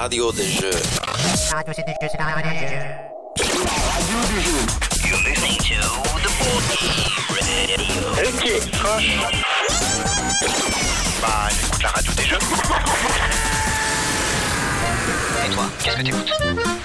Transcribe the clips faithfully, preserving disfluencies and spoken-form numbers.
radio des jeux. La radio c'est des jeux, c'est la radio des jeux. La radio des jeux. You're listening to the four D Radio. Ok, proche. Bah, j'écoute la radio des jeux. Et toi, qu'est-ce que t'écoutes?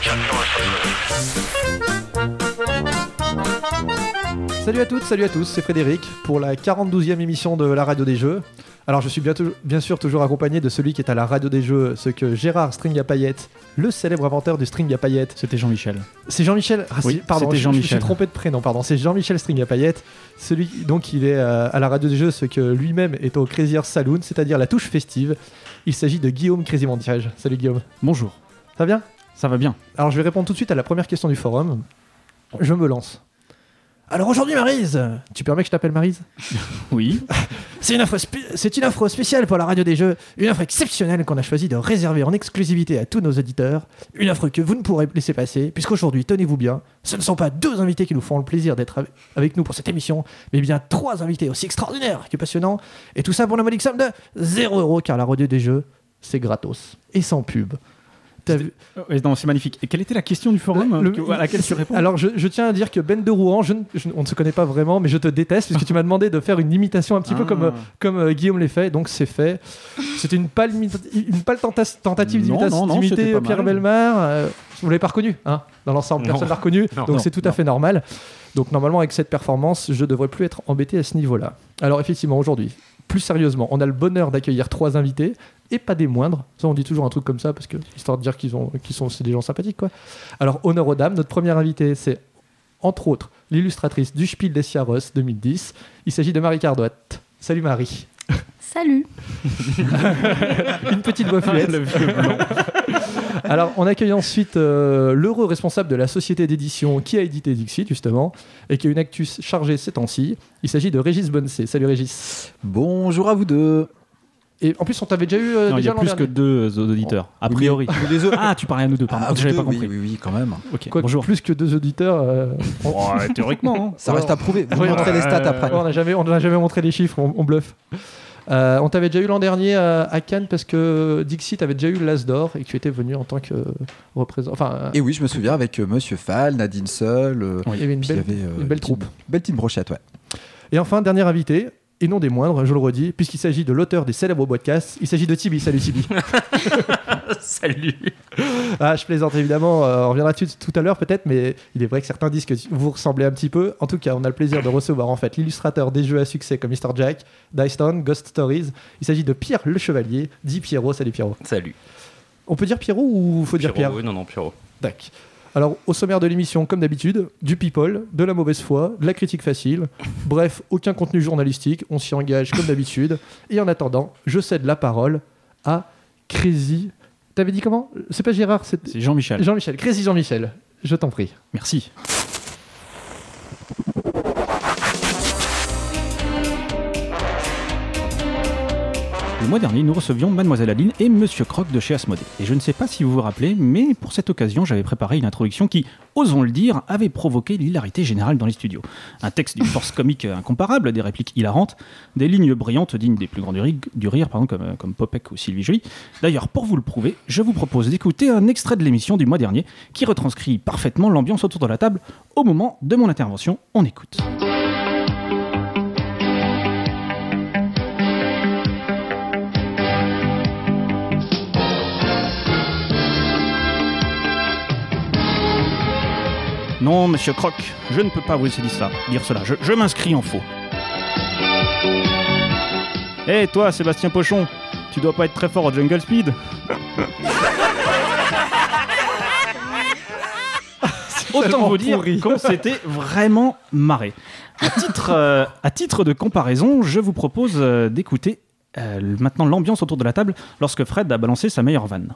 Salut à toutes, salut à tous, c'est Frédéric pour la quarante-douzième émission de la radio des jeux. Alors je suis bien, bien sûr toujours accompagné de celui qui est à la radio des jeux, ce que Gérard String à paillettes, le célèbre inventeur du string à paillettes. C'était Jean-Michel. C'est Jean-Michel. Ah, oui, pardon, c'était je, Jean-Michel. je me suis trompé de prénom, pardon. C'est Jean-Michel String à paillettes. Celui donc il est euh, à la radio des jeux, ce que lui-même est au Crazy Horse Saloon, c'est-à-dire la touche festive. Il s'agit de Guillaume Crazy Montage. Salut Guillaume. Bonjour. Ça va bien? Ça va bien. Alors je vais répondre tout de suite à la première question du forum. Je me lance. Alors aujourd'hui Maryse, tu permets que je t'appelle Maryse? Oui. C'est une, spé- c'est une offre spéciale pour la radio des jeux, une offre exceptionnelle qu'on a choisi de réserver en exclusivité à tous nos auditeurs, une offre que vous ne pourrez laisser passer, puisqu'aujourd'hui, tenez-vous bien, ce ne sont pas deux invités qui nous font le plaisir d'être avec nous pour cette émission, mais bien trois invités aussi extraordinaires que passionnants, et tout ça pour la modique somme de zéro euro, car la radio des jeux, c'est gratos, et sans pub. T'as vu... Ouais, non, c'est magnifique. Et quelle était la question du forum le, que, le, à laquelle tu réponds? Alors, je, je tiens à dire que Ben de Rouen, je, je, on ne se connaît pas vraiment, mais je te déteste puisque tu m'as demandé de faire une imitation un petit ah. peu comme, comme euh, Guillaume l'a fait, donc c'est fait. C'était une pâle, une pâle tenta- tentative d'imitation, non, non, d'imiter non, Pierre Bellemare. Euh, vous l'avez pas reconnu, hein? Dans l'ensemble, non. Personne l'a reconnu, non, donc non, c'est tout non. à fait normal. Donc normalement, avec cette performance, je devrais plus être embêté à ce niveau-là. Alors effectivement, aujourd'hui, plus sérieusement, on a le bonheur d'accueillir trois invités, et pas des moindres. Ça, on dit toujours un truc comme ça, parce que, histoire de dire qu'ils, ont, qu'ils sont c'est des gens sympathiques, quoi. Alors, honneur aux dames, notre première invitée, c'est, entre autres, l'illustratrice du Spiel des Jahres deux mille dix. Il s'agit de Marie Cardotte. Salut Marie. Salut. Une petite voix fluette. Le vieux blanc. Alors, on accueille ensuite euh, l'heureux responsable de la société d'édition qui a édité Dixit, justement, et qui a une actu chargée ces temps-ci. Il s'agit de Régis Bonnecé. Salut Régis. Bonjour à vous deux. Et en plus, on t'avait déjà eu. Euh, non, déjà il y a plus dernier. que deux auditeurs, a priori. Oui, les autres... Ah, tu parlais à nous deux, pardon. Ah, j'avais deux, pas compris. Oui, oui, oui, quand même. Ok, Quoi, bonjour. Plus que deux auditeurs. Euh, on... ouais, théoriquement. Hein. Ça reste à prouver. Vous ouais, montrez ouais, les stats euh, après. Ouais, on n'a jamais, on n'a jamais montré les chiffres, on, on bluffe. Euh, on t'avait déjà eu l'an dernier à, à Cannes parce que Dixit avait déjà eu l'As d'or et que tu étais venu en tant que représentant. Enfin, et oui, je me souviens avec euh, Monsieur Fall, Nadine Seul. Euh, oui, il y avait une belle, il y avait, euh, une belle troupe. Une belle team brochette, ouais. Et enfin, dernier invité. Et non des moindres, je le redis, puisqu'il s'agit de l'auteur des célèbres podcasts, il s'agit de Tibi. Salut Tibi. Salut. Ah, je plaisante évidemment, euh, on reviendra dessus tout à l'heure peut-être, mais il est vrai que certains disent que vous ressemblez un petit peu. En tout cas, on a le plaisir de recevoir en fait l'illustrateur des jeux à succès comme mister Jack, Dice Town, Ghost Stories. Il s'agit de Pierre le Chevalier, dit Pierrot. Salut Pierrot. Salut. On peut dire Pierrot ou faut dire Pierrot, Pierre? Oui, non, non, Pierrot. D'accord. Alors, au sommaire de l'émission, comme d'habitude, du people, de la mauvaise foi, de la critique facile. Bref, aucun contenu journalistique, on s'y engage comme d'habitude. Et en attendant, je cède la parole à Crazy. T'avais dit comment? C'est pas Gérard, c'est... c'est Jean-Michel. Jean-Michel, Crazy Jean-Michel. Je t'en prie. Merci. Le mois dernier, nous recevions Mademoiselle Aline et Monsieur Croc de chez Asmodée. Et je ne sais pas si vous vous rappelez, mais pour cette occasion, j'avais préparé une introduction qui, osons le dire, avait provoqué l'hilarité générale dans les studios. Un texte d'une force comique incomparable, des répliques hilarantes, des lignes brillantes dignes des plus grands du, rig- du rire, pardon, comme, comme Popek ou Sylvie Joly. D'ailleurs, pour vous le prouver, je vous propose d'écouter un extrait de l'émission du mois dernier qui retranscrit parfaitement l'ambiance autour de la table au moment de mon intervention. On écoute. Non, monsieur Croc, je ne peux pas vous laisser dire cela. Dire cela. Je, je m'inscris en faux. Hé, hey, toi, Sébastien Pochon, tu dois pas être très fort au Jungle Speed. Autant vous dire pourri. Qu'on s'était vraiment marré. À titre, euh, à titre de comparaison, je vous propose euh, d'écouter euh, maintenant l'ambiance autour de la table lorsque Fred a balancé sa meilleure vanne.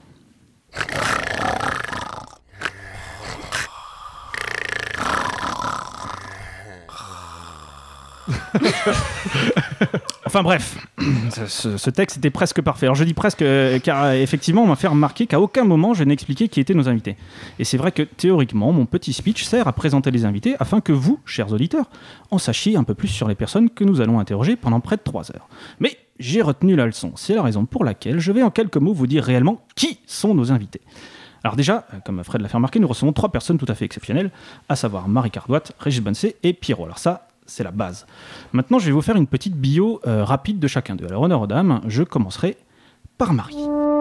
Enfin bref, ce, ce texte était presque parfait. Alors je dis presque euh, car euh, effectivement on m'a fait remarquer qu'à aucun moment je n'ai expliqué qui étaient nos invités. Et c'est vrai que théoriquement mon petit speech sert à présenter les invités afin que vous, chers auditeurs, en sachiez un peu plus sur les personnes que nous allons interroger pendant près de trois heures. Mais j'ai retenu la leçon. C'est la raison pour laquelle je vais en quelques mots vous dire réellement qui sont nos invités. Alors déjà, comme Fred l'a fait remarquer, nous recevons trois personnes tout à fait exceptionnelles, à savoir Marie Cardouat, Régis Bonneset et Pierrot. Alors ça, c'est la base. Maintenant, je vais vous faire une petite bio euh, rapide de chacun d'eux. Alors honneur aux dames, je commencerai par Marie.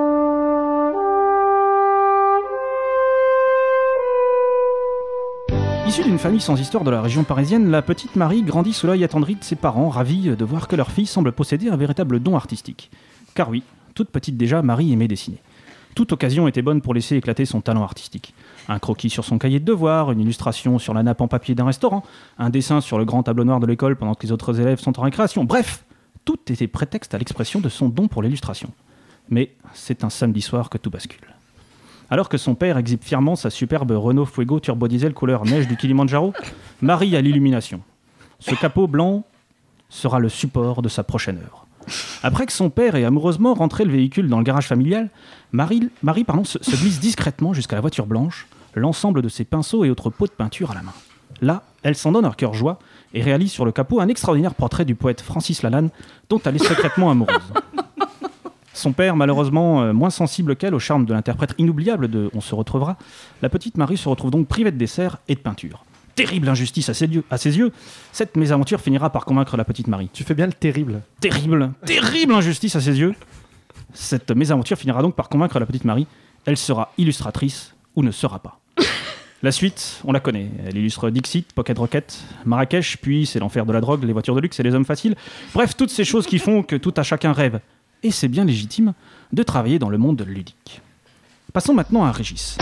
Issue d'une famille sans histoire de la région parisienne, la petite Marie grandit sous l'œil attendri de ses parents, ravis de voir que leur fille semble posséder un véritable don artistique. Car oui, toute petite déjà, Marie aimait dessiner. Toute occasion était bonne pour laisser éclater son talent artistique. Un croquis sur son cahier de devoirs, une illustration sur la nappe en papier d'un restaurant, un dessin sur le grand tableau noir de l'école pendant que les autres élèves sont en récréation. Bref, tout était prétexte à l'expression de son don pour l'illustration. Mais c'est un samedi soir que tout bascule. Alors que son père exhibe fièrement sa superbe Renault Fuego turbo diesel couleur neige du Kilimandjaro, Marie a l'illumination. Ce capot blanc sera le support de sa prochaine œuvre. Après que son père ait amoureusement rentré le véhicule dans le garage familial, Marie, Marie pardon, se, se glisse discrètement jusqu'à la voiture blanche, l'ensemble de ses pinceaux et autres pots de peinture à la main. Là, elle s'en donne à cœur joie et réalise sur le capot un extraordinaire portrait du poète Francis Lalanne, dont elle est secrètement amoureuse. Son père, malheureusement euh, moins sensible qu'elle au charme de l'interprète inoubliable de « On se retrouvera », la petite Marie se retrouve donc privée de dessert et de peinture. Terrible injustice à ses, yeux, à ses yeux, cette mésaventure finira par convaincre la petite Marie. Tu fais bien le terrible. Terrible, terrible injustice à ses yeux. Cette mésaventure finira donc par convaincre la petite Marie. Elle sera illustratrice ou ne sera pas. La suite, on la connaît. Elle illustre Dixit, Pocket Rocket, Marrakech, puis c'est l'enfer de la drogue, les voitures de luxe et les hommes faciles. Bref, toutes ces choses qui font que tout à chacun rêve, et c'est bien légitime, de travailler dans le monde ludique. Passons maintenant à Régis.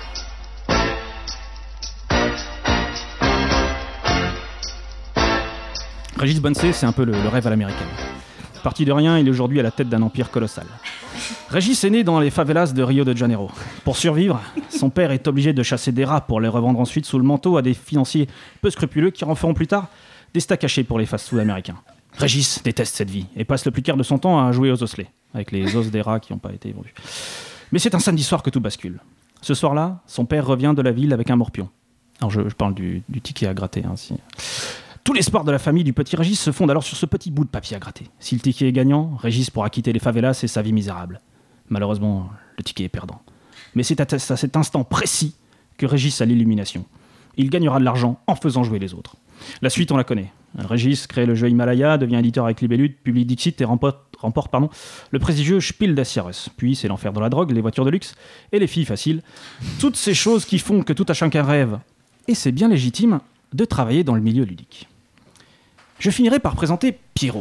Régis Bonneset, c'est un peu le, le rêve à l'américaine. Parti de rien, il est aujourd'hui à la tête d'un empire colossal. Régis est né dans les favelas de Rio de Janeiro. Pour survivre, son père est obligé de chasser des rats pour les revendre ensuite sous le manteau à des financiers peu scrupuleux qui en feront plus tard des steaks hachés pour les fast-food américains. Régis déteste cette vie et passe le plus clair de son temps à jouer aux osselets, avec les os des rats qui n'ont pas été vendus. Mais c'est un samedi soir que tout bascule. Ce soir-là, son père revient de la ville avec un morpion. Alors je, je parle du, du ticket à gratter. Hein, si... Tout l'espoir de la famille du petit Régis se fonde alors sur ce petit bout de papier à gratter. Si le ticket est gagnant, Régis pourra quitter les favelas et sa vie misérable. Malheureusement, le ticket est perdant. Mais c'est à, à cet instant précis que Régis a l'illumination. Il gagnera de l'argent en faisant jouer les autres. La suite, on la connaît. Régis crée le jeu Himalaya, devient éditeur avec Libellud, publie Dixit et remporte, remporte pardon, le prestigieux Spiel des Jahres. Puis c'est l'enfer de la drogue, les voitures de luxe et les filles faciles. Toutes ces choses qui font que tout à chacun rêve, et c'est bien légitime, de travailler dans le milieu ludique. Je finirai par présenter Pierrot.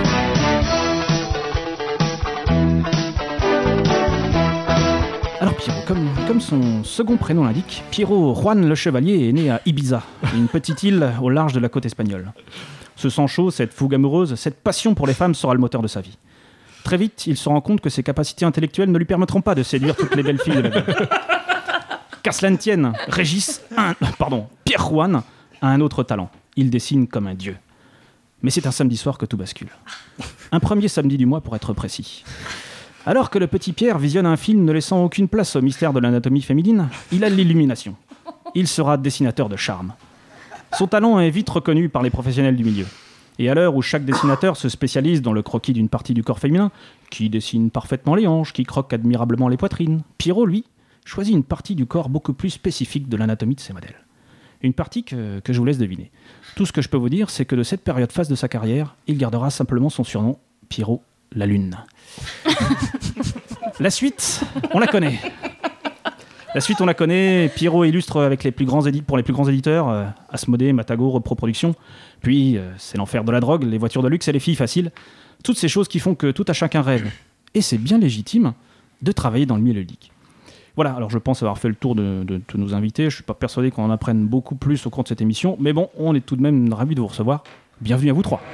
Alors Pierrot, comme, comme son second prénom l'indique, Pierrot Juan le Chevalier est né à Ibiza, une petite île au large de la côte espagnole. Ce sang chaud, cette fougue amoureuse, cette passion pour les femmes sera le moteur de sa vie. Très vite, il se rend compte que ses capacités intellectuelles ne lui permettront pas de séduire toutes les belles filles de la ville. Qu'à cela ne tienne, Régis, un, pardon, Pierre Juan a un autre talent. Il dessine comme un dieu. Mais c'est un samedi soir que tout bascule. Un premier samedi du mois pour être précis. Alors que le petit Pierre visionne un film ne laissant aucune place au mystère de l'anatomie féminine, il a l'illumination. Il sera dessinateur de charme. Son talent est vite reconnu par les professionnels du milieu. Et à l'heure où chaque dessinateur se spécialise dans le croquis d'une partie du corps féminin, qui dessine parfaitement les hanches, qui croque admirablement les poitrines, Pierrot, lui, choisit une partie du corps beaucoup plus spécifique de l'anatomie de ses modèles. Une partie que, que je vous laisse deviner. Tout ce que je peux vous dire, c'est que de cette période phase de sa carrière, il gardera simplement son surnom, Pierrot la Lune. La suite, on la connaît. La suite, on la connaît. Pierrot illustre avec les plus grands éditeurs, pour les plus grands éditeurs, euh, Asmodée, Matago, Repro Productions. Puis, euh, c'est l'enfer de la drogue, les voitures de luxe et les filles faciles. Toutes ces choses qui font que tout à chacun rêve. Et c'est bien légitime de travailler dans le milieu ludique. Voilà, alors je pense avoir fait le tour de, de, de nos invités. Je ne suis pas persuadé qu'on en apprenne beaucoup plus au cours de cette émission. Mais bon, on est tout de même ravis de vous recevoir. Bienvenue à vous trois.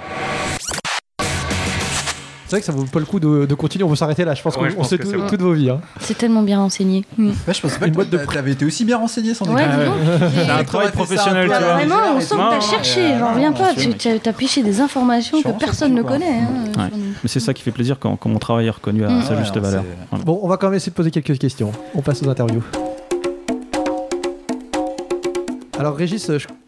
C'est vrai que ça vaut pas le coup de, de continuer, on peut s'arrêter là. Je pense Ouais, qu'on je pense sait que tout, c'est bon. toutes vos vies. Hein. C'est tellement bien renseigné. Mm. Ouais, je pensais pas Une que boîte de t'a- t'avais été aussi bien renseigné sans Ouais, déconner. dis donc. C'est un travail professionnel, tu vois. Vraiment, on sent que Non, t'as cherché. Genre, viens pas, tu tu- t'as piché des informations que Chance, personne ne quoi. connaît. Hein, Ouais. sur nous. Mais c'est ça qui fait plaisir quand, quand mon travail est reconnu à Mm. sa Ouais, juste alors, valeur. c'est- Voilà. Bon, on va quand même essayer de poser quelques questions. On passe aux interviews. Alors Régis, je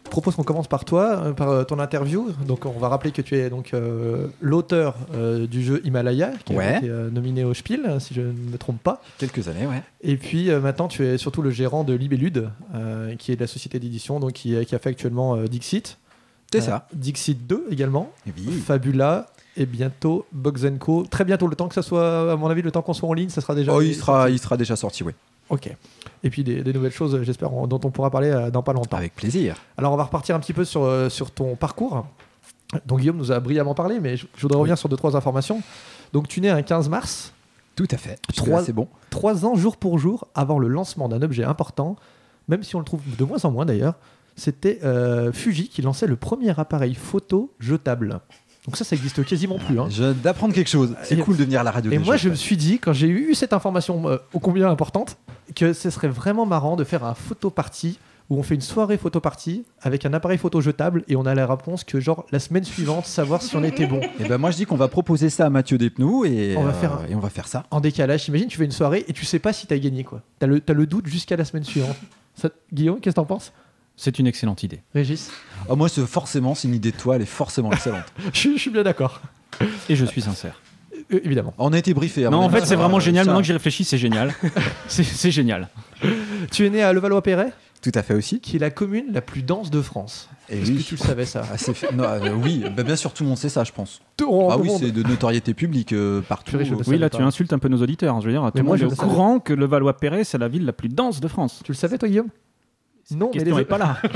Je propose qu'on commence par toi, euh, par euh, ton interview. Donc, on va rappeler que tu es donc euh, l'auteur euh, du jeu Himalaya, qui Ouais. a été euh, nominé au Spiel, si je ne me trompe pas. Quelques années, ouais. Et puis euh, maintenant, tu es surtout le gérant de Libellude, euh, qui est de la société d'édition, donc qui, qui a fait actuellement euh, Dixit. C'est Euh, ça. Dixit deux également. Et oui. Fabula et bientôt Box and Co. Très bientôt, le temps que ça soit, à mon avis, le temps qu'on soit en ligne, ça sera déjà. Oh, il sera, il sera déjà sorti, oui. Ok. Et puis des, des nouvelles choses, j'espère, en- dont on pourra parler euh, dans pas longtemps. Avec plaisir. Alors on va repartir un petit peu sur, euh, sur ton parcours. Donc Guillaume nous a brillamment parlé, mais je, je voudrais revenir sur deux, trois informations. Donc tu nais un quinze mars, Tout à fait. Trois- Trois... C'est bon. trois ans jour pour jour avant le lancement d'un objet important, même si on le trouve de moins en moins d'ailleurs. C'était euh, Fuji qui lançait le premier appareil photo jetable. Donc ça, ça existe quasiment plus. Hein. Je viens d'apprendre quelque chose. C'est Et- cool de venir à la radio. Et déjà. moi, je me suis dit, quand j'ai eu cette information euh, ô combien importante, que ce serait vraiment marrant de faire un photo party où on fait une soirée photo party avec un appareil photo jetable et on a la réponse que, genre, la semaine suivante, savoir si on était bon. Et ben moi, je dis qu'on va proposer ça à Mathieu Despnous et On va euh, faire un- et on va faire ça. En décalage, imagine, tu fais une soirée et tu sais pas si t'as gagné, quoi. T'as le, t'as le doute jusqu'à la semaine suivante. Ça- Guillaume, qu'est-ce que t'en penses? C'est une excellente idée. Régis? Ah, moi, c'est forcément, c'est une idée de toi, elle est forcément excellente. je, suis- je suis bien d'accord. Et je suis sincère. Euh, évidemment. On a été briefé. Non, en fait, c'est vraiment génial. Ça- Maintenant que j'y réfléchis, c'est génial. c'est c'est génial. Tu es né à Levallois-Perret, Tout à fait aussi. qui est la commune la plus dense de France. Et Est-ce oui. que tu le savais, ça? Ah, c'est fait- non, euh, oui, bah, bien sûr, tout le monde sait ça, je pense. Tout- on- Ah tout oui, le monde. c'est de notoriété publique euh, partout. Purée, je le Euh, savais Oui, là, pas. tu insultes un peu nos auditeurs. hein. Je veux dire, tout Mais le moi, monde je est le au savais. courant que Levallois-Perret, c'est la ville la plus dense de France. Tu le savais, toi, Guillaume? Non, La mais question les... n'est pas là.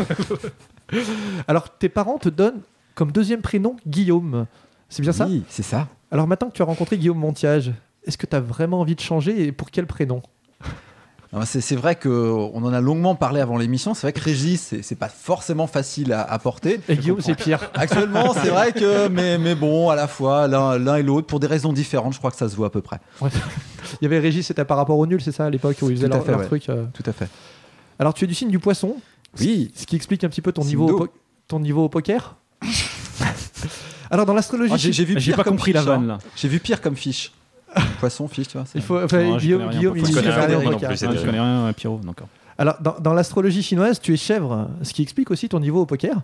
Alors, tes parents te donnent comme deuxième prénom Guillaume. C'est bien ça? Oui, c'est ça. Alors, maintenant que tu as rencontré Guillaume Montiage, est-ce que tu as vraiment envie de changer et pour quel prénom? Non, C'est c'est vrai qu'on en a longuement parlé avant l'émission. C'est vrai que Régis, c'est c'est pas forcément facile à, à porter. Et Guillaume, c'est pire. Actuellement, c'est vrai que, mais, mais bon, à la fois, l'un l'un et l'autre, pour des raisons différentes, je crois que ça se voit à peu près. Ouais. Il y avait Régis, c'était par rapport au nul, c'est ça, à l'époque où ils faisaient Tout à leur, fait, leur ouais. truc. euh. Tout à fait. Alors, tu es du signe du poisson, Oui. ce qui explique un petit peu ton, Signe niveau au, d'eau. po- ton niveau au poker. Alors, dans l'astrologie, Ah, J'ai j'ai vu J'ai pire pas comme compris la fiche, hein. vanne là. J'ai vu pire comme fiche. Poisson, fiche, tu vois. c'est- il faut, enfin, Non, je Guillaume, connais rien Guillaume, pour il ça. y Je connaît connais rien rien au non poker. plus, c'est Ah, de- je connais rien, euh, Pierrot, d'accord. Alors, dans, dans l'astrologie chinoise, tu es chèvre, ce qui explique aussi ton niveau au poker.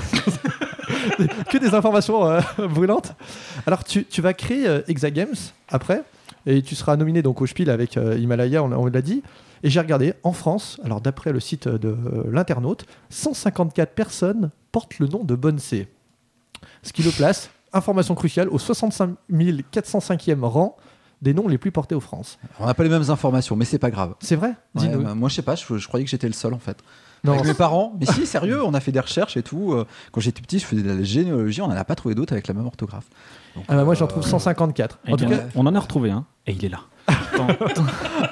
Que des informations euh, brûlantes. Alors, tu, tu vas créer euh, Exagames après, et tu seras nominé donc au Spiel avec euh, Himalaya, on, on l'a dit. Et j'ai regardé, en France, alors d'après le site de euh, l'internaute, cent cinquante-quatre personnes portent le nom de Bonsai. Ce qui le place, information cruciale, au soixante-cinq mille quatre cent cinquième rang des noms les plus portés en France. On n'a pas les mêmes informations, mais c'est pas grave. C'est vrai? Ouais, Dis-nous. bah, moi, je sais pas, je, je croyais que j'étais le seul en fait. Non, Avec mes parents. Mais si, sérieux, on a fait des recherches et tout. Euh, Quand j'étais petit, je faisais de la généalogie, on n'en a pas trouvé d'autres avec la même orthographe. Donc, ah bah, moi, j'en euh, trouve cent cinquante-quatre. Eh En tout bien, cas, on en a retrouvé un, et il est là. Attends, attends.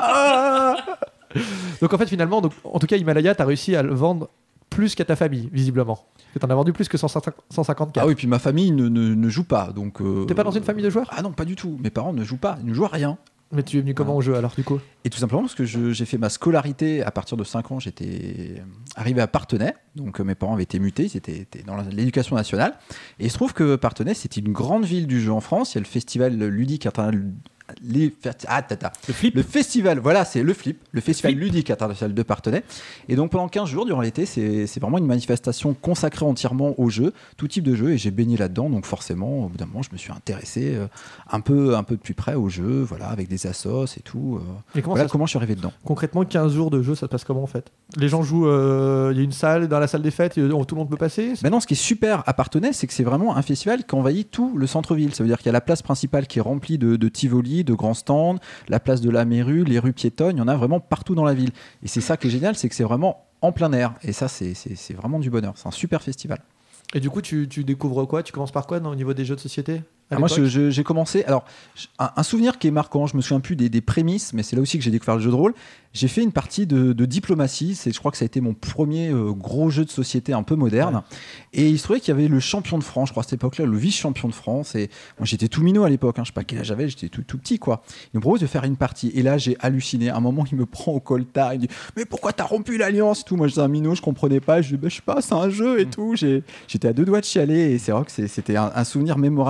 Ah donc en fait finalement, donc, en tout cas Himalaya, t'as réussi à le vendre plus qu'à ta famille, visiblement. Parce que t'en as vendu plus que cent cinquante-quatre. Ah oui, puis ma famille ne, ne, ne joue pas. Donc, euh, T'es pas dans une famille de joueurs? Ah non, pas du tout. Mes parents ne jouent pas, ils ne jouent à rien. Mais tu es venu comment au jeu alors du coup? Et tout simplement parce que je- j'ai fait ma scolarité à partir de cinq ans, j'étais arrivé à Parthenay, donc euh, mes parents avaient été mutés, ils étaient, étaient dans la- l'éducation nationale. Et il se trouve que Parthenay, c'est une grande ville du jeu en France, il y a le festival ludique international. Les, ah, tata. Le flip. Le festival, voilà, c'est le flip, le festival flip. ludique international de Parthenay. Et donc pendant quinze jours durant l'été, c'est c'est vraiment une manifestation consacrée entièrement au jeu, tout type de jeu, et j'ai baigné là-dedans. Donc forcément, au bout d'un moment, je me suis intéressé euh, un peu, un peu de plus près au jeu, voilà, avec des assos et tout. euh. Et comment Voilà ça se- comment je suis arrivé dedans. concrètement quinze jours de jeu, ça se passe comment en fait? Les gens jouent, euh, il y a une salle, dans la salle des fêtes, et, euh, tout le monde peut passer? Maintenant, ce qui est super à Parthenay, c'est que c'est vraiment un festival qui envahit tout le centre-ville. Ça veut dire qu'il y a la place principale qui est remplie de, de Tivoli, de grands stands, la place de la Mairu, les rues piétonnes, il y en a vraiment partout dans la ville. Et c'est ça qui est génial, c'est que c'est vraiment en plein air. Et ça, c'est, c'est, c'est vraiment du bonheur. C'est un super festival. Et du coup, tu, tu découvres quoi? Tu commences par quoi dans- au niveau des jeux de société à Ah, moi, l'époque je- je- j'ai commencé. Alors, je- un, un souvenir qui est marquant, je me souviens plus des, des prémices, mais c'est là aussi que j'ai découvert le jeu de rôle. J'ai fait une partie de, de diplomatie. C'est, je crois que ça a été mon premier euh, gros jeu de société un peu moderne. Ouais. Et il se trouvait qu'il y avait le champion de France, je crois à cette époque-là, le vice-champion de France. Et moi, j'étais tout minot à l'époque. Hein, je sais pas quel âge j'avais, j'étais tout, tout petit, quoi. Il me propose de faire une partie. Et là, j'ai halluciné. À un moment, il me prend au coltard. Il me dit mais pourquoi t'as rompu l'alliance et tout. Moi, j'étais un minot, je comprenais pas. Je dis bah, je sais pas, c'est un jeu et tout. J'ai, j'étais à deux doigts de chialer. Et c'est vrai que c'est- c'était un, un souvenir mémorable que j'ai eu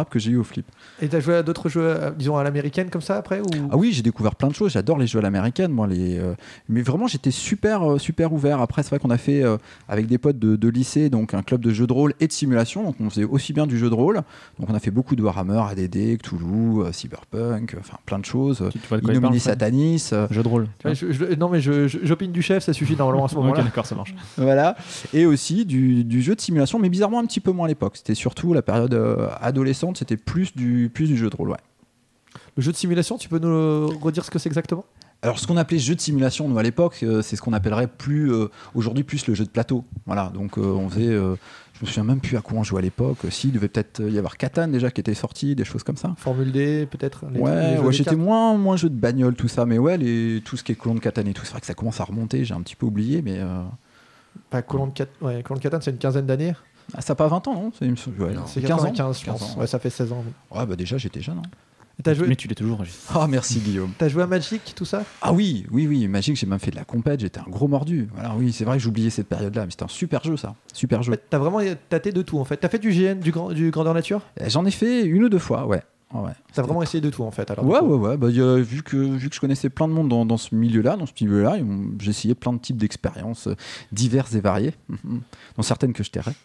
au flip. Et t'as joué à d'autres jeux, euh, disons à l'américaine comme ça après ou... Ah oui, j'ai découvert plein de choses. J'adore les jeux à l'américaine, moi. Les, euh, mais vraiment, j'étais super, euh, super ouvert. Après, c'est vrai qu'on a fait euh, avec des potes de, de lycée, donc un club de jeux de rôle et de simulation. Donc, on faisait aussi bien du jeu de rôle. Donc, on a fait beaucoup de Warhammer, A D D, Cthulhu, euh, Cyberpunk, enfin plein de choses. Tu, tu vois de quoi il Innomine parle, ça Satanis. euh, Jeu de rôle. Ouais, je- je- non mais je, je- j'opine du chef, ça suffit normalement à ce moment-là. Ok, d'accord, ça marche. Voilà. Et aussi du, du jeu de simulation, mais bizarrement un petit peu moins à l'époque. C'était surtout la période euh, adolescente, c'était plus du, plus du jeu de rôle, ouais. Le jeu de simulation, tu peux nous redire ce que c'est exactement? Alors, ce qu'on appelait jeu de simulation, nous, à l'époque, euh, c'est ce qu'on appellerait plus, euh, aujourd'hui, plus le jeu de plateau. Voilà, donc euh, on faisait... euh, je me souviens même plus à quoi on jouait à l'époque. Si, il devait peut-être y avoir Catan déjà qui était sorti, des choses comme ça. Formule D, peut-être les- les Ouais, jeux ouais des j'étais cartes. moins, moins jeu de bagnole, tout ça, mais ouais, les, tout ce qui est colon de Catan et tout, c'est vrai que ça commence à remonter, j'ai un petit peu oublié, mais... euh, Enfin, Colon de Cat- ouais, Colon de Catan, c'est une quinzaine d'années. ah, ça n'a pas vingt ans, non c'est, ouais, C'est quinze ans. quatre-vingt-quinze, je pense. quinze ans. Ouais, ça fait seize ans. mais- Ouais, bah déjà, j'étais jeune. Hein. Et T'as joué, Mais tu l'es toujours, Régis. Ah, merci Guillaume. t'as joué à Magic, tout ça? Ah oui, oui, oui, Magic, j'ai même fait de la compète, j'étais un gros mordu. Voilà, oui, c'est vrai que j'oubliais cette période-là, mais c'était un super jeu, ça. Super jeu. Ouais, T'as vraiment tâté de tout en fait. T'as fait du G N, du, grand, du grandeur nature? J'en ai fait une ou deux fois, ouais. Ah ouais. T'as vraiment essayé de tout en fait. Alors, Ouais, du coup. ouais, ouais. Bah, y a, vu, que, vu que je connaissais plein de monde dans, dans ce milieu-là, dans ce milieu-là, ils m'ont- j'ai essayé plein de types d'expériences euh, diverses et variées, mhm. dont certaines que je tairais.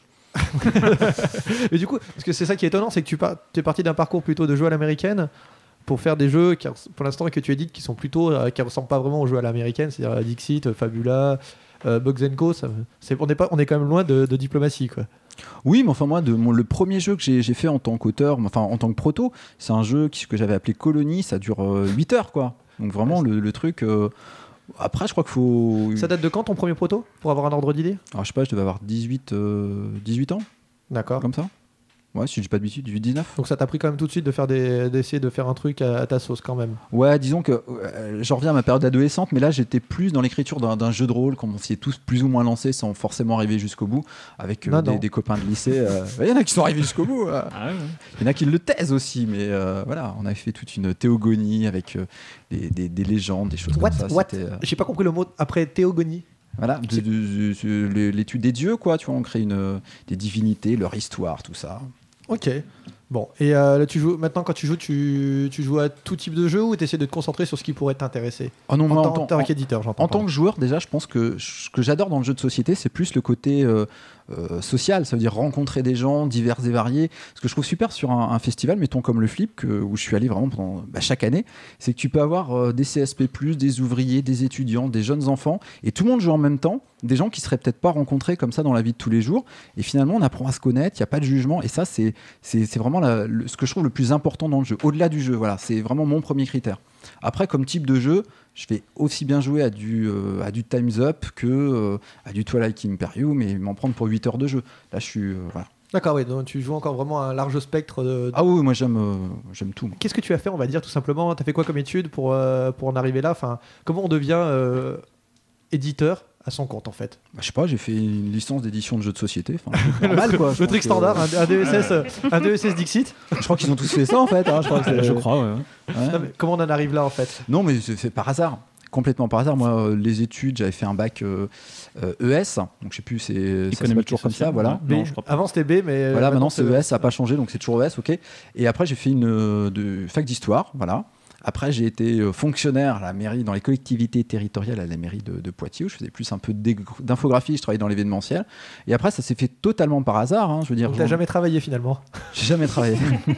Et du coup, parce que c'est ça qui est étonnant, c'est que tu par... es parti d'un parcours plutôt de jeu à l'américaine pour faire des jeux qui, pour l'instant que tu édites qui sont plutôt euh, qui ressemblent pas vraiment aux jeux à l'américaine, c'est-à-dire Dixit, Fabula, euh, Bugs and Co. Ça, c'est... On est pas, on est quand même loin de, de diplomatie quoi. Oui, mais enfin moi, de mon, le premier jeu que j'ai, j'ai fait en tant qu'auteur, enfin en tant que proto, c'est un jeu qui, que j'avais appelé Colony, ça dure euh, huit heures quoi. Donc vraiment le, le truc... euh, Après, je crois qu'il faut... Ça date de quand ton premier proto pour avoir un ordre d'idée? Alors, je sais pas, je devais avoir dix-huit, euh, dix-huit ans, D'accord. comme ça. Ouais, si je dis pas de bêtises, dix-huit dix-neuf. Donc ça t'a pris quand même tout de suite de faire des... d'essayer de faire un truc à, à ta sauce quand même. Ouais, disons que euh, j'en reviens à ma période adolescente, mais là j'étais plus dans l'écriture d'un, d'un jeu de rôle, qu'on s'y est tous plus ou moins lancé sans forcément arriver jusqu'au bout, avec euh, Non, des, non. des copains de lycée. euh, Il y en a qui sont arrivés jusqu'au bout. euh. Ah ouais, ouais. Il y en a qui le taisent aussi, mais euh, voilà, on avait fait toute une théogonie avec euh, des, des- des légendes, des choses What, comme ça. what C'était, euh, J'ai pas compris le mot après théogonie. voilà, de- de- de- de- de- l'étude des dieux, quoi. Tu vois, on crée une, euh, des divinités, leur histoire, tout ça. Ok. Bon, et euh, là, tu joues, maintenant, quand tu joues, tu, tu joues à tout type de jeu ou tu essaies de te concentrer sur ce qui pourrait t'intéresser? Oh non, En, moi, tant- en tant- en tant en- qu'éditeur, j'entends. En tant que joueur, déjà, je pense que ce que j'adore dans le jeu de société, c'est plus le côté euh, euh, social. Ça veut dire rencontrer des gens divers et variés. Ce que je trouve super sur un, un festival, mettons comme le Flip, que, où je suis allé vraiment pendant bah, chaque année, c'est que tu peux avoir euh, des C S P plus, des ouvriers, des étudiants, des jeunes enfants, et tout le monde joue en même temps. Des gens qui seraient peut-être pas rencontrés comme ça dans la vie de tous les jours. Et finalement, on apprend à se connaître, il n'y a pas de jugement. Et ça, c'est, c'est, c'est vraiment la- le- ce que je trouve le plus important dans le jeu. Au-delà du jeu, voilà, c'est vraiment mon premier critère. Après, comme type de jeu, je vais aussi bien jouer à du, euh, à du Time's Up que euh, à du Twilight Imperium et m'en prendre pour huit heures de jeu. Là, je suis... euh, voilà. D'accord, oui, donc tu joues encore vraiment un large spectre de... Ah oui, moi j'aime, euh, j'aime tout. moi. Qu'est-ce que tu as fait, on va dire, tout simplement? Tu as fait quoi comme étude pour, euh, pour en arriver là? Enfin, comment on devient euh, éditeur à son compte, en fait? Bah, je sais pas, j'ai fait une licence d'édition de jeux de société. Enfin, un truc normal, quoi. Je Le pense truc que- standard, un, un D E S S, euh, un D E S S Dixit. Je crois qu'ils ont tous fait ça en fait. hein, Je, crois que c'est- Je crois, ouais. Ouais. Non, mais comment on en arrive là, en fait? Non, mais c'est c'est par hasard. Complètement par hasard. Moi, euh, les études, j'avais fait un bac euh, euh, E S. Donc, je sais plus, c'est, ça s'appelle Économique toujours et comme ça. social, Voilà. B. Non, je crois pas. Avant, c'était B, mais... euh, Voilà, maintenant c'est E E S, ça n'a pas changé, donc c'est toujours E S, ok. Et après, j'ai fait une euh, de, fac d'histoire, voilà. Après, j'ai été euh, fonctionnaire à la mairie, dans les collectivités territoriales à la mairie de, de Poitiers, où je faisais plus un peu d'ég- d'infographie, je travaillais dans l'événementiel. Et après, ça s'est fait totalement par hasard, hein, je veux dire. Donc, t'as genre- jamais travaillé, finalement. J'ai jamais travaillé.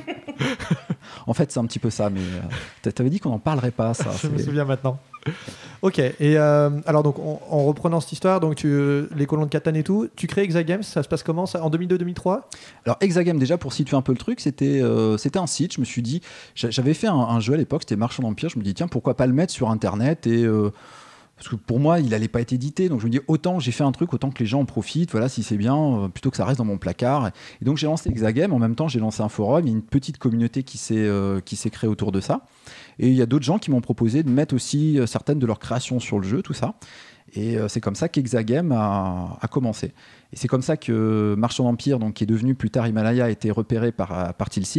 En fait, c'est un petit peu ça, mais euh, t'a- t'avais dit qu'on n'en parlerait pas, ça. Je me c'est- souviens maintenant. Ok, et euh, alors donc en, en reprenant cette histoire, donc tu, les colons de Catan et tout, tu crées Exagames, ça se passe comment ça, en deux mille deux deux mille trois? Alors Exagame, déjà pour situer un peu le truc, c'était euh, c'était un site. Je me suis dit, j'a- j'avais fait un, un jeu à l'époque, c'était Marchand d'Empire. Je me dis tiens, pourquoi pas le mettre sur Internet et euh, parce que pour moi, il allait pas être édité, donc je me dis autant j'ai fait un truc, autant que les gens en profitent. Voilà, si c'est bien, euh, plutôt que ça reste dans mon placard. Et donc j'ai lancé Exagame. En même temps, j'ai lancé un forum. Il y a une petite communauté qui s'est euh, qui s'est créée autour de ça. Et il y a d'autres gens qui m'ont proposé de mettre aussi euh, certaines de leurs créations sur le jeu, tout ça. Et euh, c'est comme ça qu'Exagame a, a commencé. Et c'est comme ça que Marchand d'Empire, donc, qui est devenu plus tard Himalaya, a été repéré par, par Tilsit.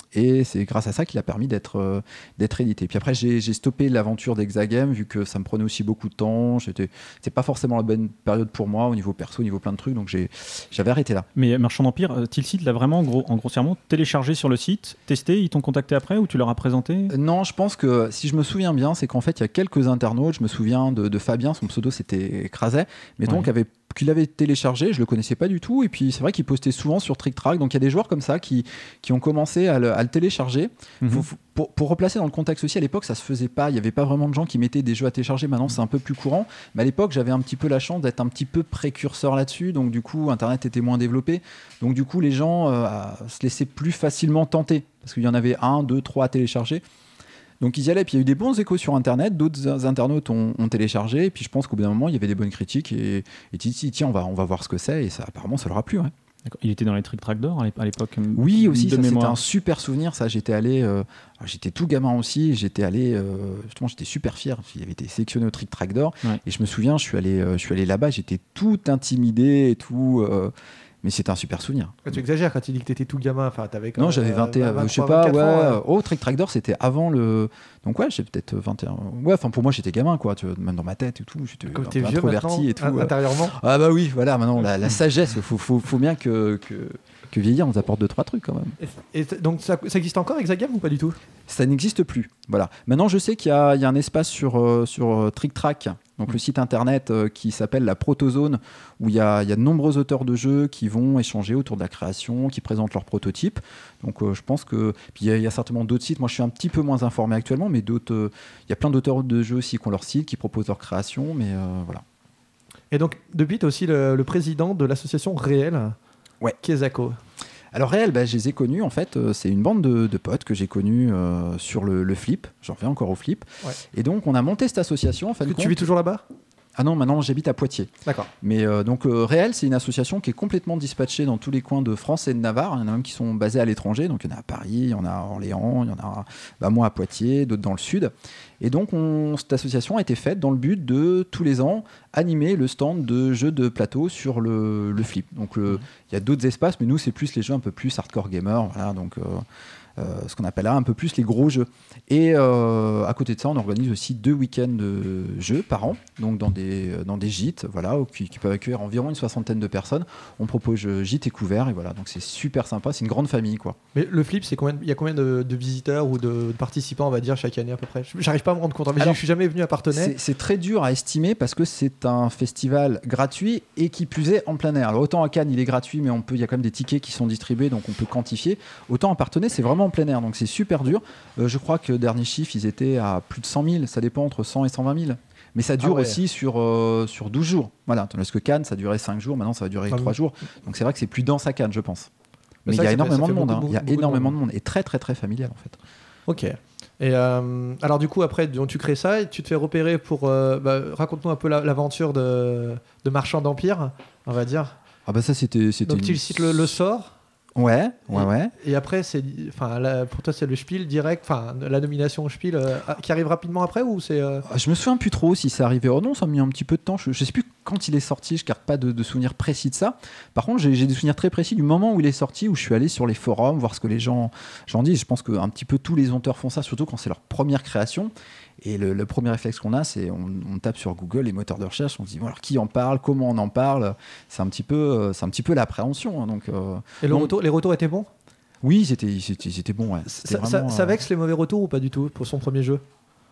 Et c'est grâce à ça qu'il a permis d'être, euh, d'être édité. Puis après, j'ai, j'ai stoppé l'aventure d'Hexagame vu que ça me prenait aussi beaucoup de temps. J'étais, c'était pas forcément la bonne période pour moi au niveau perso, au niveau plein de trucs. Donc j'ai, j'avais arrêté là. Mais Marchand d'Empire, euh, Tilsit l'a vraiment, en, gros, en grossièrement, téléchargé sur le site, testé, ils t'ont contacté après ou tu leur as présenté ? Euh, Non, je pense que si je me souviens bien, c'est qu'en fait, il y a quelques internautes. Je me souviens de, de Fabien, son pseudo c'était Craset, mais donc Ouais. avait qu'il avait téléchargé, je le connaissais pas du tout, et puis c'est vrai qu'il postait souvent sur Trick Track, donc il y a des joueurs comme ça qui, qui ont commencé à le, à le télécharger. Mhm. Faut- faut- pour, pour replacer dans le contexte aussi, à l'époque ça se faisait pas, il y avait pas vraiment de gens qui mettaient des jeux à télécharger, maintenant c'est un peu plus courant, mais à l'époque j'avais un petit peu la chance d'être un petit peu précurseur là-dessus, donc du coup internet était moins développé, donc du coup les gens euh, se laissaient plus facilement tenter, parce qu'il y en avait un, deux, trois à télécharger. Donc ils y allaient, puis il y a eu des bons échos sur Internet, d'autres internautes ont, ont téléchargé, et puis je pense qu'au bout d'un moment, il y avait des bonnes critiques, et, et tu dis, tiens, on va, on va voir ce que c'est, et ça, apparemment, ça leur a plu. Ouais. D'accord. Il était dans les Trick Track d'or à l'ép- à l'époque. euh, Oui, aussi, de ça, c'était mémoire. un super souvenir, ça, j'étais allé, euh, alors, j'étais tout gamin aussi, j'étais allé, euh, justement, j'étais super fier, il avait été sélectionné au Trick Track d'or, Ouais. et je me souviens, je suis allé, euh, je suis allé là-bas, j'étais tout intimidé et tout, euh, mais c'était un super souvenir. Tu exagères quand tu dis que t'étais tout gamin. Enfin, t'avais quand Non, même, j'avais euh, vingt et un, vingt-trois, je sais pas, vingt-quatre ouais. ans, hein. Oh, Trick Track d'or, c'était avant le. Donc, ouais, j'ai peut-être vingt et un. Ouais, enfin, pour moi, j'étais gamin, quoi, tu vois, même dans ma tête et tout. J'étais Comme un t'es peu vieux maintenant, introverti et tout. in- euh. intérieurement. Ah, bah oui, voilà, maintenant, la, la sagesse, faut, faut, faut bien que, que, que vieillir nous apporte deux, trois trucs quand même. Et, et t- donc ça, ça existe encore Hexagame ou pas du tout? Ça n'existe plus. Voilà. Maintenant, je sais qu'il y a, il y a un espace sur, euh, sur euh, Trick Track, donc le site internet euh, qui s'appelle la Protozone, où il y, a, il y a de nombreux auteurs de jeux qui vont échanger autour de la création, qui présentent leurs prototypes. Donc euh, je pense que. Puis il y, a- il y a certainement d'autres sites. Moi, je suis un petit peu moins informé actuellement, mais d'autres. euh, il y a plein d'auteurs de jeux aussi qui ont leur site, qui proposent leur création, mais euh, voilà. Et donc, depuis, tu es aussi le, le président de l'association Réel, Ouais. Kezako. Alors Réel, bah, je les ai connus, en fait, euh, c'est une bande de, de potes que j'ai connus euh, sur le, le Flip, j'en reviens encore au Flip, Ouais. et donc on a monté cette association, en fin de Tu compte. vis toujours là-bas? Ah non, maintenant j'habite à Poitiers. D'accord. Mais euh, donc euh, Réel, c'est une association qui est complètement dispatchée dans tous les coins de France et de Navarre. Il y en a même qui sont basés à l'étranger. Donc il y en a à Paris, il y en a à Orléans, il y en a bah, moi à Poitiers, d'autres dans le sud. Et donc on, cette association a été faite dans le but de tous les ans animer le stand de jeux de plateau sur le, le Flip. Donc le- il y a d'autres espaces, mais nous c'est plus les jeux un peu plus hardcore gamer. Voilà, donc euh, euh, ce qu'on appelle là un peu plus les gros jeux. Et euh, à côté de ça, on organise aussi deux week-ends de jeux par an, donc dans des, dans des gîtes, voilà, qui, qui peuvent accueillir environ une soixantaine de personnes. On propose euh, gîtes et couverts, et voilà, donc c'est super sympa, c'est une grande famille, quoi. Mais le Flip, c'est combien, il y a combien de, de visiteurs ou de, de participants, on va dire, chaque année à peu près? J'arrive pas à me rendre compte. Mais Alors, je suis jamais venu à Partenay. C'est c'est très dur à estimer parce que c'est un festival gratuit et qui plus est en plein air. Alors autant à Cannes, il est gratuit, mais on peut, il y a quand même des tickets qui sont distribués, donc on peut quantifier. Autant en Partenay, c'est vraiment en plein air, donc c'est super dur. Euh, je crois que dernier chiffre, ils étaient à plus de cent mille, ça dépend entre cent et cent vingt mille. Mais ça dure Ah ouais. aussi sur, euh, sur douze jours. Voilà, tandis que Cannes, ça durait cinq jours, maintenant ça va durer Ah trois oui. jours. Donc c'est vrai que c'est plus dense à Cannes, je pense. Mais Mais ça, il y a ça fait- énormément ça de fait monde, hein. beaucoup, Il y a beaucoup de énormément de monde. monde et très très très familial en fait. Ok. Et euh, alors du coup après donc, tu crées ça et tu te fais repérer pour euh, bah, raconte-nous un peu la- l'aventure de, de Marchand d'Empire, on va dire. Ah bah ça c'était c'était Donc une- tu le cites le, le sort Ouais, ouais, et, ouais. et après c'est enfin là, pour toi c'est le Spiel direct, enfin la nomination au Spiel euh, qui arrive rapidement après ou c'est euh, Ah, Je me souviens plus trop si c'est arrivé. Oh non, ça a mis un petit peu de temps. Je, je sais plus quand il est sorti. Je garde pas de, de souvenirs précis de ça. Par contre, j'ai j'ai des souvenirs très précis du moment où il est sorti, où je suis allé sur les forums voir ce que les gens j'en disent. Je pense qu'un petit peu tous les auteurs font ça, surtout quand c'est leur première création. Et le, le premier réflexe qu'on a, c'est on, on tape sur Google les moteurs de recherche. On se dit bon, alors qui en parle, comment on en parle. C'est un petit peu, euh, c'est un petit peu l'appréhension. hein, donc euh, et le non. retour, les retours étaient bons? oui, c'était, c'était, c'était bon. Ouais. C'était Ça, ça, vraiment, ça euh, vexe les mauvais retours ou pas du tout pour son premier jeu?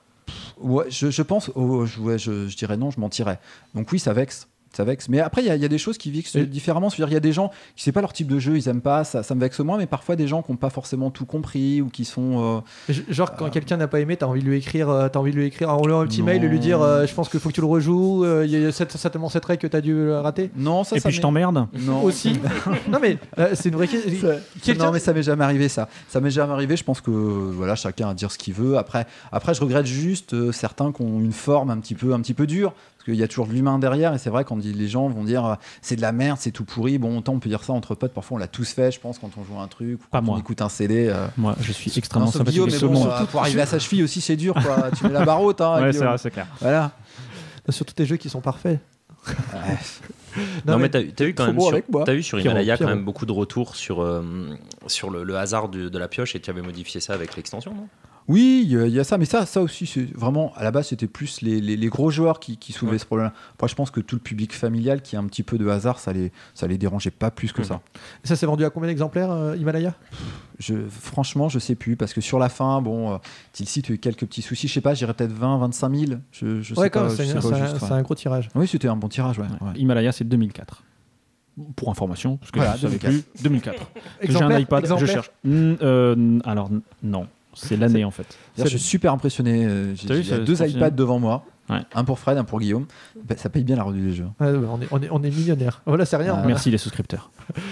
Ouais, je, je pense, oh, je, ouais, je, je dirais non, je mentirais. Donc oui, ça vexe. Ça vexe. Mais après, il y, a- il y a des choses qui vexent Et- différemment. C'est-à-dire, il y a des gens qui c'est pas leur type de jeu, ils aiment pas, ça, ça me vexe moins. Mais parfois, des gens qui n'ont pas forcément tout compris ou qui sont. euh, G- Genre quand quelqu'un n'a pas aimé, t'as envie de lui écrire, euh, t'as envie de lui écrire, envoyer un petit Non. mail et lui dire euh, je pense qu'il faut que tu le rejoues, euh, il y a cette- certainement cette règle que t'as dû euh, rater. Non, ça. Et ça puis je m'est- t'emmerde. Non. Aussi. Non mais euh, c'est une vraie question. Quelqu'un- Non mais ça m'est jamais arrivé ça. Ça m'est jamais arrivé. Je pense que euh, voilà, chacun à dire ce qu'il veut. Après, après, je regrette juste euh, certains qui ont une forme un petit peu, un petit peu dure. Parce qu'il y a toujours de l'humain derrière, et c'est vrai quand dit- les gens vont dire euh, c'est de la merde, c'est tout pourri. Bon, autant on peut dire ça entre potes, parfois on l'a tous fait, je pense, quand on joue à un truc, ou Pas quand moi. on écoute un C D. euh. Moi, je suis extrêmement Non, sauf sympathique Guillaume, avec mais tout le bon, monde. euh, pour arriver à sa cheville aussi, c'est dur, quoi. Tu mets la barre haute, hein, Ouais, c'est Guillaume. vrai, c'est clair. Voilà. Surtout tes jeux qui sont parfaits. Ouais. Non, Non, mais mais t'as, t'as vu quand trop même bon sur, avec moi. t'as vu sur Pierrot, Himalaya quand Pierrot. même beaucoup de retours sur, euh, sur le, le hasard de, de la pioche et tu avais modifié ça avec l'extension, non? Oui, il y, a- il y a ça, mais ça, ça aussi, c'est vraiment, à la base, c'était plus les, les- les gros joueurs qui, qui soulevaient Ouais. ce problème. Après, je pense que tout le public familial qui a un petit peu de hasard, ça les, ça les dérangeait pas plus que Mhm. ça. Ça s'est vendu à combien d'exemplaires, euh, Himalaya? Je, franchement, je sais plus, parce que sur la fin, bon, euh, Tilsit a eu quelques petits soucis, je sais pas, j'irais peut-être vingt, vingt-cinq mille, je, je sais Ouais, pas. quand même, je c'est sais c'est pas un, juste, c'est ouais. un gros tirage. Oui, c'était un bon tirage, ouais. Ouais. ouais. Himalaya, c'est deux mille quatre. Pour information, parce que Voilà, je ne savais deux mille plus. deux mille quatre. J'ai un Exemplaire iPad, Exemplaire je cherche. Hmm, euh, alors, n- non. C'est l'année en fait. D'ailleurs, je suis super impressionné. euh, J'ai T'as vu, il y a ça- deux ça iPads fonctionne. devant moi, Ouais. un pour Fred, un pour Guillaume. Bah, ça paye bien la revue des jeux. Ouais, ouais, on, est, on, est, on est millionnaire. Voilà, c'est rien. Ah, Voilà. Merci les souscripteurs.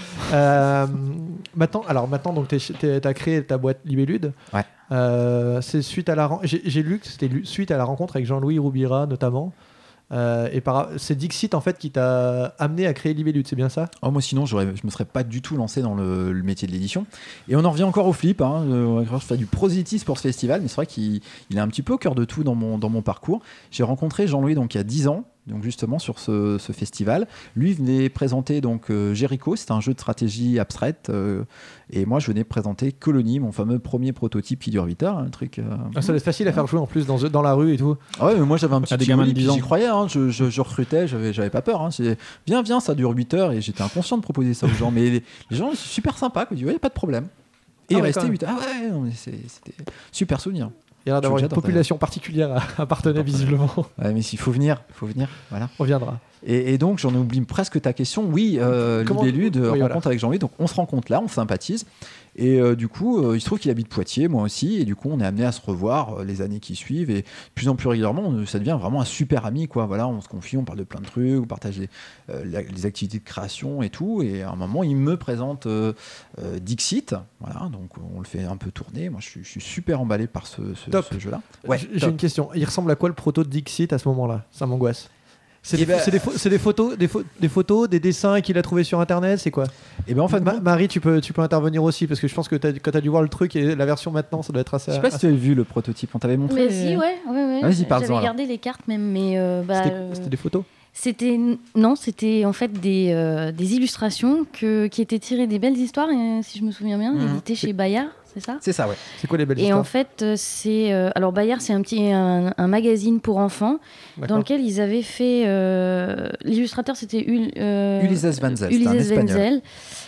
Euh, maintenant, alors maintenant, donc tu as créé ta boîte Libellude. Ouais. Euh, c'est suite à la ren- j'ai j'ai lu que c'était lu- suite à la rencontre avec Jean-Louis Roubira notamment. Euh, et par, c'est Dixit en fait qui t'a amené à créer Libellude, c'est bien ça? Oh, moi, sinon, j'aurais, je me serais pas du tout lancé dans le, le métier de l'édition. Et on en revient encore au flip. Hein. Euh, je fais du prosélytisme pour ce festival, mais c'est vrai qu'il il est un petit peu au cœur de tout dans mon, dans mon parcours. J'ai rencontré Jean-Louis donc, il y a dix ans. Donc justement sur ce, ce festival, lui venait présenter donc euh, Jericho, c'est un jeu de stratégie abstraite, euh, et moi je venais présenter Colony, mon fameux premier prototype qui dure huit heures, un truc. euh, Ah, ça doit être facile à faire jouer en plus dans, dans la rue et tout. Ah ouais, mais moi j'avais un petit Ah, des Tivoli, gamins de puis dix ans. j'y croyais, hein, je, je, je recrutais, j'avais, j'avais pas peur. Hein, c'est, viens, viens, ça dure huit heures, et j'étais inconscient de proposer ça aux gens, mais les, les gens c'est super sympa, quoi, ils disaient ouais, pas de problème. Et Ah il ouais, restait quand même. huit heures. Ah ouais, non, mais c'est- c'était super souvenir. Il y a l'air d'avoir Je une suis déjà population particulière à, à Parthenay visiblement. Ouais, mais s'il faut venir, il faut venir, voilà. On viendra. Et, et donc, j'en oublie presque ta question. Oui, euh, Comment- Libellude, oui, rencontre voilà. avec Jean-Louis. Donc, on se rencontre là, on sympathise. Et euh, du coup, euh, il se trouve qu'il habite Poitiers, moi aussi. Et du coup, on est amené à se revoir euh, les années qui suivent. Et de plus en plus régulièrement, on- ça devient vraiment un super ami, quoi. Voilà, on se confie, on parle de plein de trucs, on partage les, euh, la- les activités de création et tout. Et à un moment, il me présente euh, euh, Dixit. Voilà, donc on le fait un peu tourner. Moi, je suis, je suis super emballé par ce, ce- Top. ce jeu-là. Ouais, J- J'ai top. une question. Il ressemble à quoi le proto de Dixit à ce moment-là? Ça m'angoisse. C'est Eh des, ben- c'est des, pho- c'est des photos, des, pho- des photos, des dessins qu'il a trouvé sur internet, c'est quoi? Et ben en fait, Ma- moi, Marie, tu peux, tu peux intervenir aussi parce que je pense que t'as- quand tu as dû voir le truc et la version maintenant, ça doit être assez. je sais pas si tu avais vu le prototype. On t'avait montré. Mais si, ouais, ouais, ouais. Vas-y, parle-en, J'avais alors. gardé les cartes même, mais euh, bah, C'était euh, c'était des photos. c'était non, c'était en fait des, euh, des illustrations que, qui étaient tirées des belles histoires, et, si je me souviens bien, Mhm. éditées chez Bayard, c'est ça? C'est ça, ouais. C'est quoi les belles Et histoires? en fait, euh, c'est euh, alors Bayard, c'est un petit un, un magazine pour enfants dans D'accord. lequel ils avaient fait. euh, L'illustrateur, c'était Ul, euh, Ulises Van Zel, c'était un Ulises Espagnol. Wenzel.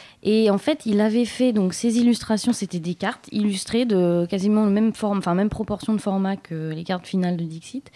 Et en fait, il avait fait donc ces illustrations, c'était des cartes illustrées de quasiment le même forme, enfin même proportion de format que les cartes finales de Dixit,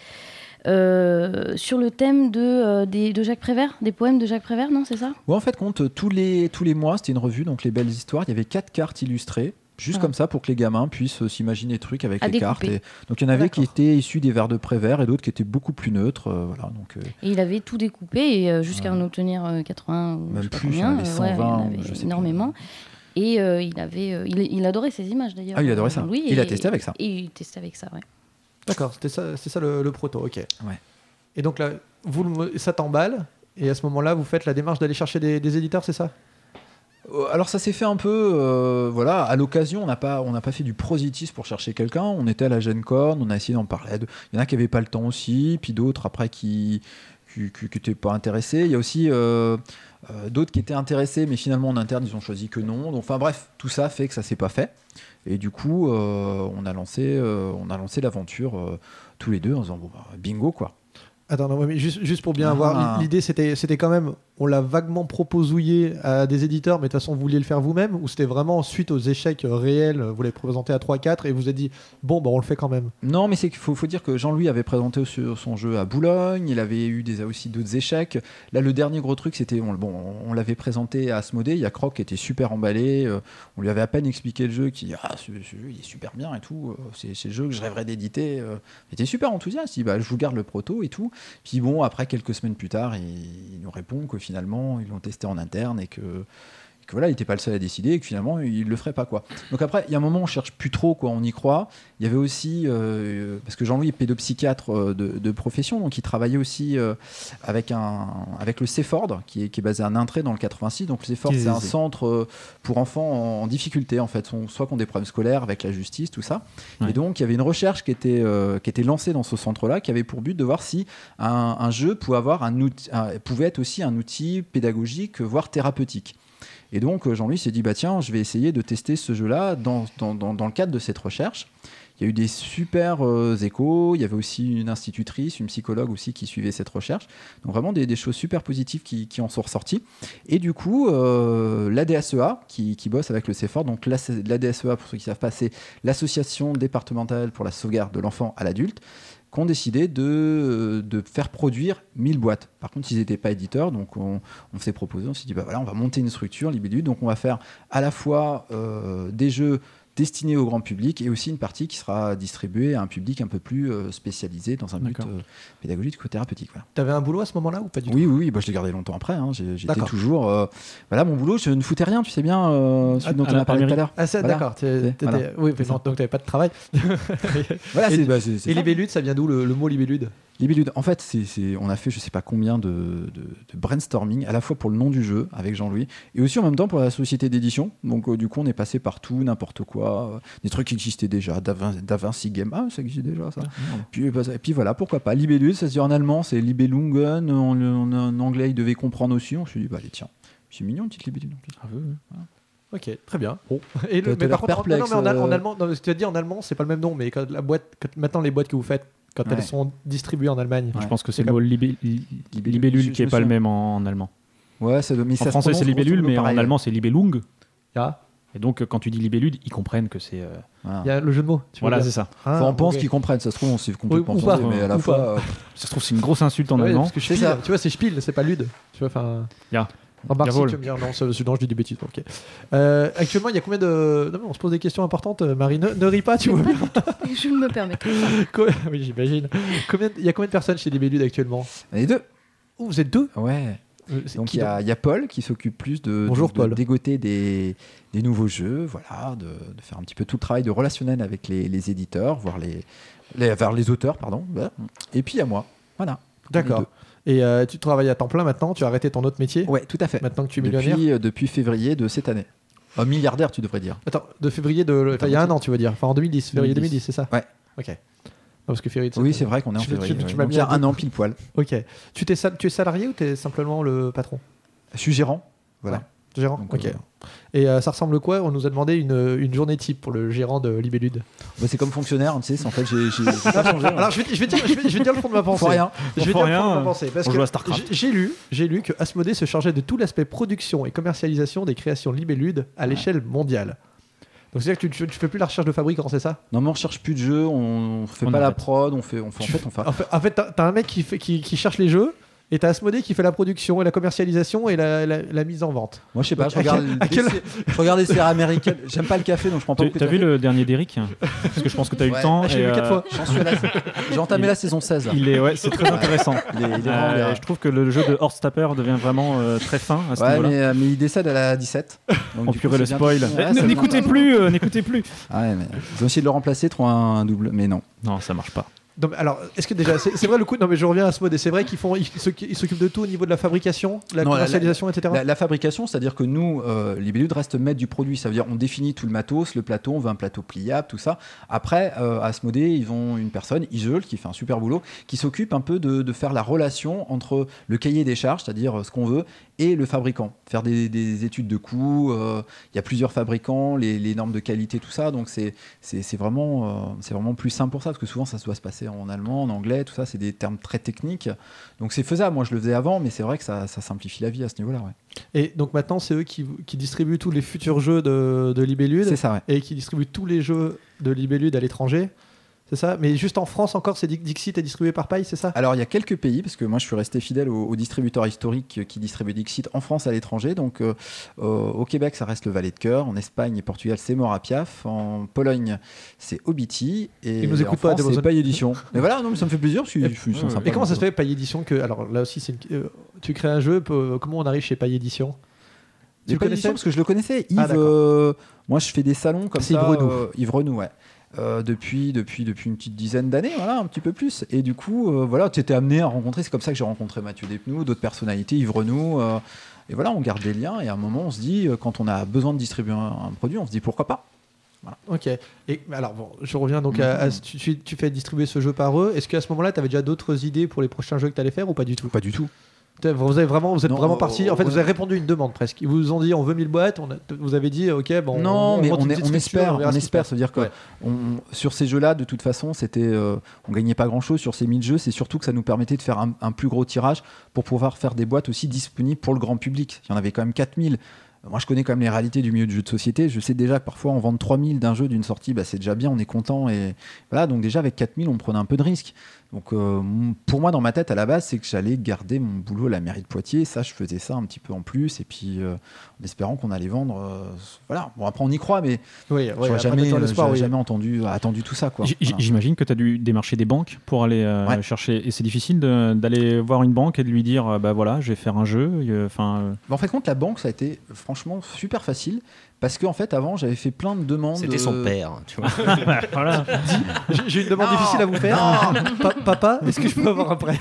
euh, sur le thème de, euh, des, de Jacques Prévert, des poèmes de Jacques Prévert, non, c'est ça? Ouais, en fait, compte euh, tous les, tous les mois, c'était une revue, donc les belles histoires. Il y avait quatre cartes illustrées, juste Ah. comme ça, pour que les gamins puissent euh, s'imaginer des trucs avec À les découper. cartes. Et, donc il y en avait qui D'accord. étaient issus des vers de Prévert et d'autres qui étaient beaucoup plus neutres. euh, voilà, donc, euh, Et il avait tout découpé et, euh, jusqu'à en obtenir euh, quatre-vingts ou Même je sais pas plus, combien, il y en avait euh, cent vingt, il y en ou avait je sais plus. énormément. Et euh, il avait, euh, il, il adorait ces images d'ailleurs. Ah, il adorait ça. Louis, Il a et- testé avec ça. Et il testait avec ça, ouais. D'accord, c'était ça, c'est ça le, le proto, ok. Ouais. Et donc là, vous, le- ça t'emballe, et à ce moment-là, vous faites la démarche d'aller chercher des, des éditeurs, c'est ça? Euh, Alors ça s'est fait un peu, euh, voilà, à l'occasion, on n'a pas, on n'a pas fait du prosélytisme pour chercher quelqu'un, on était à la Gen Con, on a essayé d'en parler, à deux. Il y en a qui n'avaient pas le temps aussi, puis d'autres après qui qui n'étaient pas intéressés, il y a aussi euh, euh, d'autres qui étaient intéressés, mais finalement en interne ils ont choisi que non, donc enfin bref, tout ça fait que ça s'est pas fait, et du coup euh, on a lancé, euh, on a lancé l'aventure euh, tous les deux en disant bon, bah, bingo quoi. Attends, non, mais juste, juste pour bien Ah. avoir l'idée, c'était, c'était quand même, on l'a vaguement proposouillé à des éditeurs, mais de toute façon, vous vouliez le faire vous-même, ou c'était vraiment suite aux échecs euh, réels, vous l'avez présenté à trois quatre et vous avez dit, bon, bah, on le fait quand même. Non, mais c'est qu'il faut, faut dire que Jean-Louis avait présenté aussi son jeu à Boulogne, il avait eu des, aussi d'autres échecs. Là, le dernier gros truc, c'était, on, bon, on l'avait présenté à Asmodée, il y a Croc qui était super emballé, euh, on lui avait à peine expliqué le jeu, qui dit, ah, ce, ce jeu, il est super bien et tout, euh, c'est, c'est le jeu que je rêverais d'éditer. Euh. Il était super enthousiaste, il dit, bah, je vous garde le proto et tout. Puis bon, après, quelques semaines plus tard, il, il nous répond que finalement, ils l'ont testé en interne et que que voilà, il n'était pas le seul à décider et que finalement il le ferait pas quoi. Donc après, il y a un moment on cherche plus trop quoi, on y croit. Il y avait aussi euh, parce que Jean-Louis est pédopsychiatre euh, de, de profession, donc il travaillait aussi euh, avec un avec le CEFORD qui est, qui est basé à Nintré dans le quatre-vingt-six. Donc le CEFORD c'est un centre euh, pour enfants en, en difficulté en fait, on, soit qui ont des problèmes scolaires avec la justice tout ça. Ouais. Et donc il y avait une recherche qui était euh, qui était lancée dans ce centre-là, qui avait pour but de voir si un, un jeu pouvait avoir un outil, un, pouvait être aussi un outil pédagogique voire thérapeutique. Et donc Jean-Louis s'est dit bah tiens, je vais essayer de tester ce jeu-là dans, dans, dans, dans le cadre de cette recherche. Il y a eu des super euh, échos, il y avait aussi une institutrice, une psychologue aussi qui suivait cette recherche. Donc vraiment des, des choses super positives qui, qui en sont ressorties. Et du coup, euh, l'A D S E A qui, qui bosse avec le CEFORD, donc l'A D S E A pour ceux qui ne savent pas, c'est l'association départementale pour la sauvegarde de l'enfant à l'adulte, qui ont décidé de, de faire produire mille boîtes. Par contre, ils n'étaient pas éditeurs, donc on, on s'est proposé, on s'est dit, bah voilà, on va monter une structure, Libellud, donc on va faire à la fois euh, des jeux destinés au grand public et aussi une partie qui sera distribuée à un public un peu plus euh, spécialisé dans un but euh, pédagogique ou thérapeutique. Voilà. Tu avais un boulot à ce moment-là ou pas du tout ? Oui, oui, oui bah, je l'ai gardé longtemps après. Hein. J'ai, j'étais d'accord. toujours... Euh, voilà, mon boulot, je ne foutais rien, tu sais bien, euh, celui dont on a parlé tout à l'heure. Ah, c'est, voilà. D'accord. T'es, t'étais, voilà. Oui, mais non, donc tu n'avais pas de travail. voilà, et c'est, bah, c'est, c'est et Libellud, ça vient d'où le, le mot Libellud ? Libellud, en fait, c'est, c'est, on a fait je ne sais pas combien de, de, de brainstorming, à la fois pour le nom du jeu avec Jean-Louis, et aussi en même temps pour la société d'édition. Donc euh, du coup, on est passé par tout, n'importe quoi, euh, des trucs qui existaient déjà, d'Avinci Game, ah ça existait déjà ça. Ouais, puis, bah, et puis voilà, pourquoi pas. Libellud, ça se dit en allemand, c'est Libellungen, en, en, en anglais, il devait comprendre aussi. On s'est dit, bah allez, tiens, c'est mignon, une petite Libellud. Ah, oui, oui. Voilà. Ok, très bien. Bon. Et le, mais par contre, perplexe, non, non, mais en, euh... en allemand, non, tu as dit en allemand, c'est pas le même nom, mais quand la boîte, quand, maintenant les boîtes que vous faites, quand ouais. elles sont distribuées en Allemagne, ouais. je pense que c'est, c'est le mot libé- libellule qui est pas le même en, en allemand. Ouais, c'est le, mais en français c'est libellule, mais pareil. En allemand c'est libellung. Ah. Et donc quand tu dis libellule, ils comprennent que c'est. Euh... Voilà. Il y a le jeu de mots. Tu voilà, dire. c'est ça. Ah, enfin, on pense okay. qu'ils comprennent. Ça se trouve, on s'est complètement oui, trompé, mais à la fois, euh... ça se trouve c'est une grosse insulte en ouais, allemand. Parce que Spiel, ça. Tu vois, c'est Spiel, c'est pas Lud. Tu vois, enfin. Yeah. En Marcy, tu vas me dire, non, c'est, non, je dis des bêtises. Okay. Euh, actuellement, il y a combien de. Non, mais on se pose des questions importantes, Marie. Ne, ne ris pas, tu vois bien. Je ne me permets pas. Oui, j'imagine. Combien... Il y a combien de personnes chez Libellud actuellement ? Les deux. Oh, vous êtes deux ? Ouais. Euh, donc il y, y a Paul qui s'occupe plus de, Bonjour, de, Paul. de dégoter des, des nouveaux jeux, voilà, de, de faire un petit peu tout le travail de relationnel avec les, les éditeurs, voire les, les, vers les auteurs, pardon. Voilà. Et puis il y a moi. Voilà. D'accord. Et euh, tu travailles à temps plein maintenant, tu as arrêté ton autre métier ? Ouais, tout à fait. Maintenant que tu es millionnaire ? Depuis, euh, depuis février de cette année. Oh, milliardaire, tu devrais dire. Attends, de février de. Enfin, il y a un an, tu veux dire. Enfin, en deux mille dix, février deux mille dix, c'est ça ? Ouais. Ok. Non, parce que février. Oui, c'est vrai qu'on est en tu, février. Tu, tu, ouais. tu m'as Donc, mis il y a un an pile poil. Ok. Tu, t'es, tu es salarié ou tu es simplement le patron ? Je suis gérant. Voilà. Ouais. Gérant. Donc, ok. Euh... Et euh, ça ressemble quoi ? On nous a demandé une, une journée type pour le gérant de Libellud. Bah, c'est comme fonctionnaire, tu sais. C'est en fait, j'ai, j'ai, j'ai pas changé. Alors, je vais, je, vais dire, je, vais, je vais dire le fond de ma pensée. Pour rien. Je vais pour dire rien, le fond de ma pensée. Parce que j'ai, j'ai, lu, j'ai lu que Asmodée se chargeait de tout l'aspect production et commercialisation des créations Libellud à l'échelle mondiale. Donc c'est-à-dire que tu, tu, tu fais plus la recherche de fabricant, c'est ça ? Non, mais on recherche plus de jeux, on fait on pas la fait. prod, on fait, on fait, en fait, on fait. En fait, en fait t'as, t'as un mec qui, fait, qui, qui cherche les jeux. Et t'as Asmodée qui fait la production et la commercialisation et la, la, la mise en vente. Moi, je sais pas, je regarde, quel, quel... Des, je regarde des séries américaines. J'aime pas le café, donc je prends pas beaucoup de café. T'as vu le dernier d'Eric ? Parce que je pense que t'as eu ouais. le temps. J'ai vu quatre fois. J'ai entamé il... la saison seize. Il est, ouais, c'est très intéressant. Il est, il est euh, je trouve que le jeu de Horst Tapper devient vraiment euh, très fin à ce ouais, niveau-là. Mais, euh, mais il décède à la dix-sept. On purait le spoil. Ouais, n'écoutez plus, euh, n'écoutez plus. Ah ouais, mais ils ont essayé de le remplacer, trouver un double, mais non. Non, ça marche pas. Non, mais alors, est-ce que déjà, c'est, c'est vrai le coup ? Non, mais je reviens à ce mode. Et c'est vrai qu'ils font, ils, ils s'occupent de tout au niveau de la fabrication, la non, commercialisation, la, et cetera. La, la fabrication, c'est-à-dire que nous, euh, Libellud reste maître du produit. Ça veut dire on définit tout le matos, le plateau, on veut un plateau pliable, tout ça. Après, euh, à Asmodée, ils ont une personne, Iseul, qui fait un super boulot, qui s'occupe un peu de, de faire la relation entre le cahier des charges, c'est-à-dire ce qu'on veut, et le fabricant. Faire des, des études de coûts. Il euh, y a plusieurs fabricants, les, les normes de qualité, tout ça. Donc c'est, c'est, c'est, vraiment, euh, c'est vraiment plus simple pour ça, parce que souvent ça doit se passer en allemand, en anglais. Tout ça, c'est des termes très techniques. Donc c'est faisable. Moi, je le faisais avant, mais c'est vrai que ça, ça simplifie la vie à ce niveau-là. Ouais. Et donc maintenant, c'est eux qui, qui distribuent tous les futurs jeux de, de Libellud. C'est ça, ouais. Et qui distribuent tous les jeux de Libellud à l'étranger. C'est ça ? Mais juste en France encore, c'est Dixit est distribué par Paille, c'est ça ? Alors il y a quelques pays, parce que moi je suis resté fidèle aux, aux distributeurs historiques qui distribuent Dixit en France et à l'étranger. Donc euh, euh, au Québec, ça reste le Valet de Cœur. En Espagne et Portugal, c'est Mora Piaf. En Pologne, c'est Obiti. Et nous en France, c'est Paille Édition. Mais voilà, non, mais ça me fait plaisir. Parce que et, je suis, ouais, et comment ça se fait, Paille Édition que, alors là aussi, c'est une, euh, tu crées un jeu, comment on arrive chez Paille Édition ? J'ai le pas connaissais d'édition parce que je le connaissais. Yves, Ah, d'accord. euh, moi je fais des salons comme C'est ça. Yves Renou. euh, Yves Renou, ouais. Euh, depuis, depuis, depuis une petite dizaine d'années, voilà, un petit peu plus. Et du coup, euh, voilà, tu étais amené à rencontrer. C'est comme ça que j'ai rencontré Mathieu Despnous, d'autres personnalités, Yves Renou. euh, et voilà, on garde des liens. Et à un moment, on se dit, euh, quand on a besoin de distribuer un, un produit, on se dit pourquoi pas. Ok. Et alors bon, je reviens donc à, à- tu, tu- tu fais distribuer ce jeu par eux. Est-ce qu'à ce moment-là, tu avais déjà d'autres idées pour les prochains jeux que tu allais faire ou pas du tout? Pas du tout. Vous avez vraiment, vous êtes Non, vraiment euh, parti. En fait, on vous a- avez répondu à une demande presque. Ils vous ont dit, on veut mille boîtes. On a- vous avez dit, ok, bon. Non, mais monte on, une est- petite on structure, espère, verra on ce qui se espère. passe. Ça veut dire que Ouais. on- sur ces jeux-là, de toute façon, c'était, euh, on gagnait pas grand-chose sur ces mille jeux. C'est surtout que ça nous permettait de faire un, un plus gros tirage pour pouvoir faire des boîtes aussi disponibles pour le grand public. Il y en avait quand même quatre mille. Moi, je connais quand même les réalités du milieu du jeu de société. Je sais déjà que parfois, on vend trois mille d'un jeu d'une sortie, bah, c'est déjà bien, on est content. Et voilà, donc déjà, avec quatre mille, on prenait un peu de risque. Donc, euh, pour moi, dans ma tête, à la base, c'est que j'allais garder mon boulot à la mairie de Poitiers. Ça, je faisais ça un petit peu en plus. Et puis, euh, en espérant qu'on allait vendre. euh, voilà. Bon, après, on y croit, mais Oui, oui, j'aurais après, jamais, dans euh, l'espoir, j'aurais oui. jamais entendu, attendu tout ça. Quoi. J- Voilà. J'imagine que tu as dû démarcher des banques pour aller euh, Ouais. chercher. Et c'est difficile de- d'aller voir une banque et de lui dire euh, bah voilà, je vais faire un jeu. euh, Enfin, euh, Mais en fait, compte, la banque, ça a été franchement super facile. Parce qu'en fait, avant, j'avais fait plein de demandes. C'était son euh, père, tu vois. voilà. J'ai- J'ai une demande difficile à vous faire. Pa- Papa, est-ce que je peux avoir un prêt?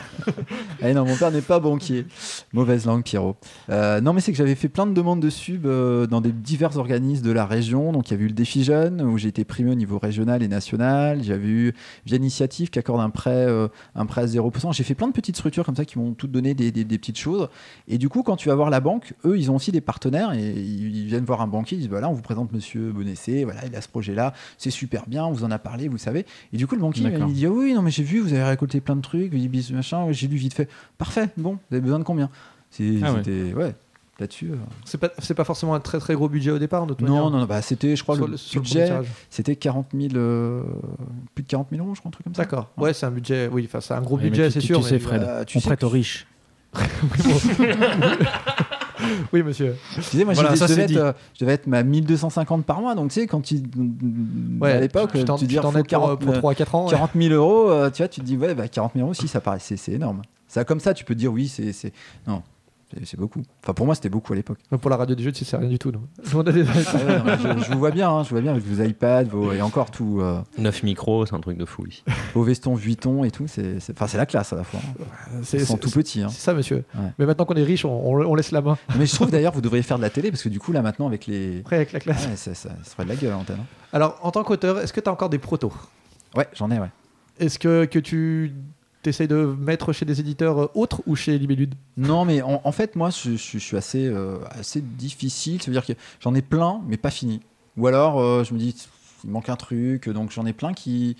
Eh non, mon père n'est pas banquier. Mauvaise langue, Pierrot. Euh, non, mais c'est que j'avais fait plein de demandes de sub euh, dans des divers organismes de la région. Donc, il y avait eu le Défi Jeune, où j'ai été primé au niveau régional et national. J'avais eu Via Initiative, qui accorde un prêt, euh, un prêt à zéro pour cent. J'ai fait plein de petites structures comme ça qui m'ont toutes donné des, des- des petites choses. Et du coup, quand tu vas voir la banque, eux, ils ont aussi des partenaires et ils, ils viennent voir un banquier. Ils disent voilà, on vous présente monsieur Bonessé, voilà, il a ce projet-là, c'est super bien, on vous en a parlé, vous savez. Et du coup, le banquier, D'accord. il dit ah oui, non, mais j'ai vu, vous avez récolté plein de trucs, il dit machin, ouais, j'ai lu vite fait. Parfait, bon, vous avez besoin de combien? C'est- Ah ouais. C'était, ouais, là-dessus. euh, C'est pas, c'est pas forcément un très très gros budget au départ, de toute Non, manière. non, non, bah, c'était, je crois, Sur le, le- sur le premier budget, tirage. c'était quarante mille, euh, plus de quarante mille euros, je crois, un truc comme ça. D'accord. Ouais, c'est un budget. Oui, enfin, c'est un gros Ouais, mais budget, tu- c'est tu- sûr. Tu sais, mais- Fred, euh, tu on sais prête que- aux riches. Oui, monsieur. Tu sais, moi, Voilà, j'ai- ça, je, devais c'est être, dit. euh, je devais être ma mille deux cent cinquante par mois, donc tu sais, quand tu. Ouais, à l'époque, tu t'en tu dis, tu t'en faut es pour, quarante, pour trois à quatre ans. ouais. quarante mille euros, euh, tu vois, tu te dis, ouais, bah, quarante mille euros, si, ça paraît, c'est, c'est énorme. Ça, comme ça, tu peux te dire, oui, c'est. c'est... Non, c'est, c'est beaucoup. Enfin, pour moi, c'était beaucoup à l'époque. Mais pour la radio des jeux, tu sais rien du tout. Non. Nous, on a des- Ah ouais, non, mais je, je vous vois bien, hein, je vous vois bien avec vos iPads, vos, et encore tout, euh, neuf micros, c'est un truc de fou ici. vos vestons Vuitton et tout, c'est, c'est, enfin, c'est la classe à la fois. Hein. c'est Ils sont c'est- tout petits. Hein. c'est ça, monsieur. Ouais. Mais maintenant qu'on est riche, on, on- on laisse la main. Mais je trouve d'ailleurs, vous devriez faire de la télé, parce que du coup, là, maintenant, avec les. Après, avec la classe. Ouais, ça, ça, ça ferait de la gueule à l'antenne. hein. Alors, en tant qu'auteur, est-ce que tu as encore des protos? Ouais, j'en ai, ouais. Est-ce que, que tu essayes de mettre chez des éditeurs euh, autres ou chez Libellude? Non, mais en, en fait, moi, je, je- je suis assez, euh, assez difficile. Ça veut dire que j'en ai plein, mais pas fini. Ou alors, euh, je me dis, il manque un truc. Donc, j'en ai plein qui,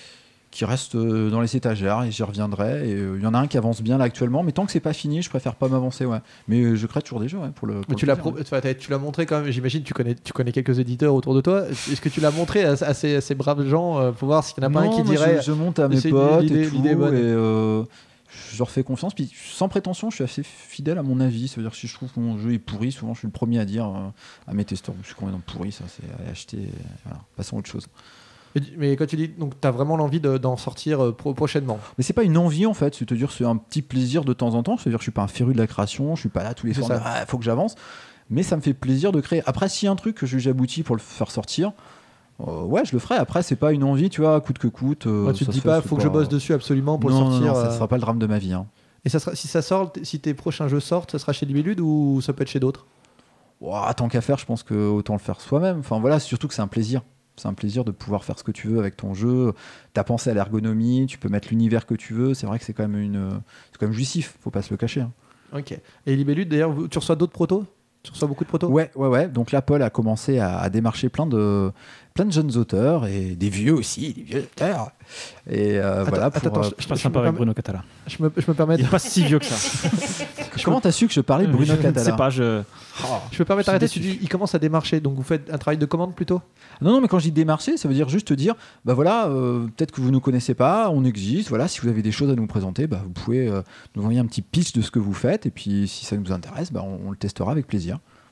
qui restent euh, dans les étagères et j'y reviendrai. Et euh, il y en a un qui avance bien là actuellement, mais tant que c'est pas fini, je préfère pas m'avancer. Ouais. Mais euh, je crée toujours des jeux ouais, pour le. pour Mais le tu l'as, plaisir, pro- ouais. enfin, t'as- tu l'as montré quand même, j'imagine, tu connais, tu connais quelques éditeurs autour de toi. Est-ce que tu l'as montré à, à ces, à ces braves gens euh, pour voir s'il n'y en a pas Non, un qui moi, dirait. je, je monte à mes c'est potes l'idée- et tout, l'idée est bonne. et euh, je leur fais confiance. Puis sans prétention, je suis assez fidèle à mon avis. Ça veut dire que si je trouve que mon jeu est pourri, souvent je suis le premier à dire euh, à mes testeurs, je suis complètement pourri, ça c'est à acheter. et Voilà, passons à autre chose. Mais, mais quand tu dis, donc, tu as vraiment l'envie de- d'en sortir euh, pro- prochainement. Mais c'est pas une envie en fait, c'est te dire c'est un petit plaisir de temps en temps. C'est-à-dire que je suis pas un féru de la création, je suis pas là tous les C'est soirs. ça. Il faut que j'avance. Mais ça me fait plaisir de créer. Après, s'il y a un truc que je juge abouti pour le faire sortir, euh, ouais, je le ferai. Après, c'est pas une envie, tu vois, coûte que coûte. euh, Ouais, tu te ça dis se fait, pas, c'est faut que je bosse dessus absolument pour non, le sortir. Non, non, ça euh, sera pas le drame de ma vie. Hein. Et ça sera, si ça sort, t- si tes prochains jeux sortent, ça sera chez Libellude ou ça peut être chez d'autres? Ouah, tant qu'à faire, je pense que autant le faire soi-même. Enfin voilà, surtout que c'est un plaisir. C'est un plaisir de pouvoir faire ce que tu veux avec ton jeu. T'as pensé à l'ergonomie, tu peux mettre l'univers que tu veux. C'est vrai que c'est quand même une, c'est quand même jouissif. Faut pas se le cacher. Hein. Ok. Et Libellude, d'ailleurs, vous- tu reçois d'autres protos? Tu reçois beaucoup de protos? Ouais, ouais, ouais. Donc là, Paul a commencé à, à démarcher plein de, plein de jeunes auteurs et des vieux aussi, des vieux auteurs. Et euh, Attends, voilà. attends, Pour, attends, euh, Je passe Je sympa me avec permets- Bruno Catala. Je me, je me permets Il de- est pas si vieux que ça. comment t'as su que je parlais de Bruno Je ne Catala sais pas, je. je me permets Je d'arrêter. suis Tu déçu. dis, il commence à démarcher, donc vous faites un travail de commande plutôt? Non, non, mais quand je dis démarcher, ça veut dire juste te dire, bah voilà, euh, peut-être que vous ne nous connaissez pas, on existe, voilà, si vous avez des choses à nous présenter, bah, vous pouvez euh, nous envoyer un petit pitch de ce que vous faites, et puis si ça nous intéresse, bah, on, on le testera avec plaisir.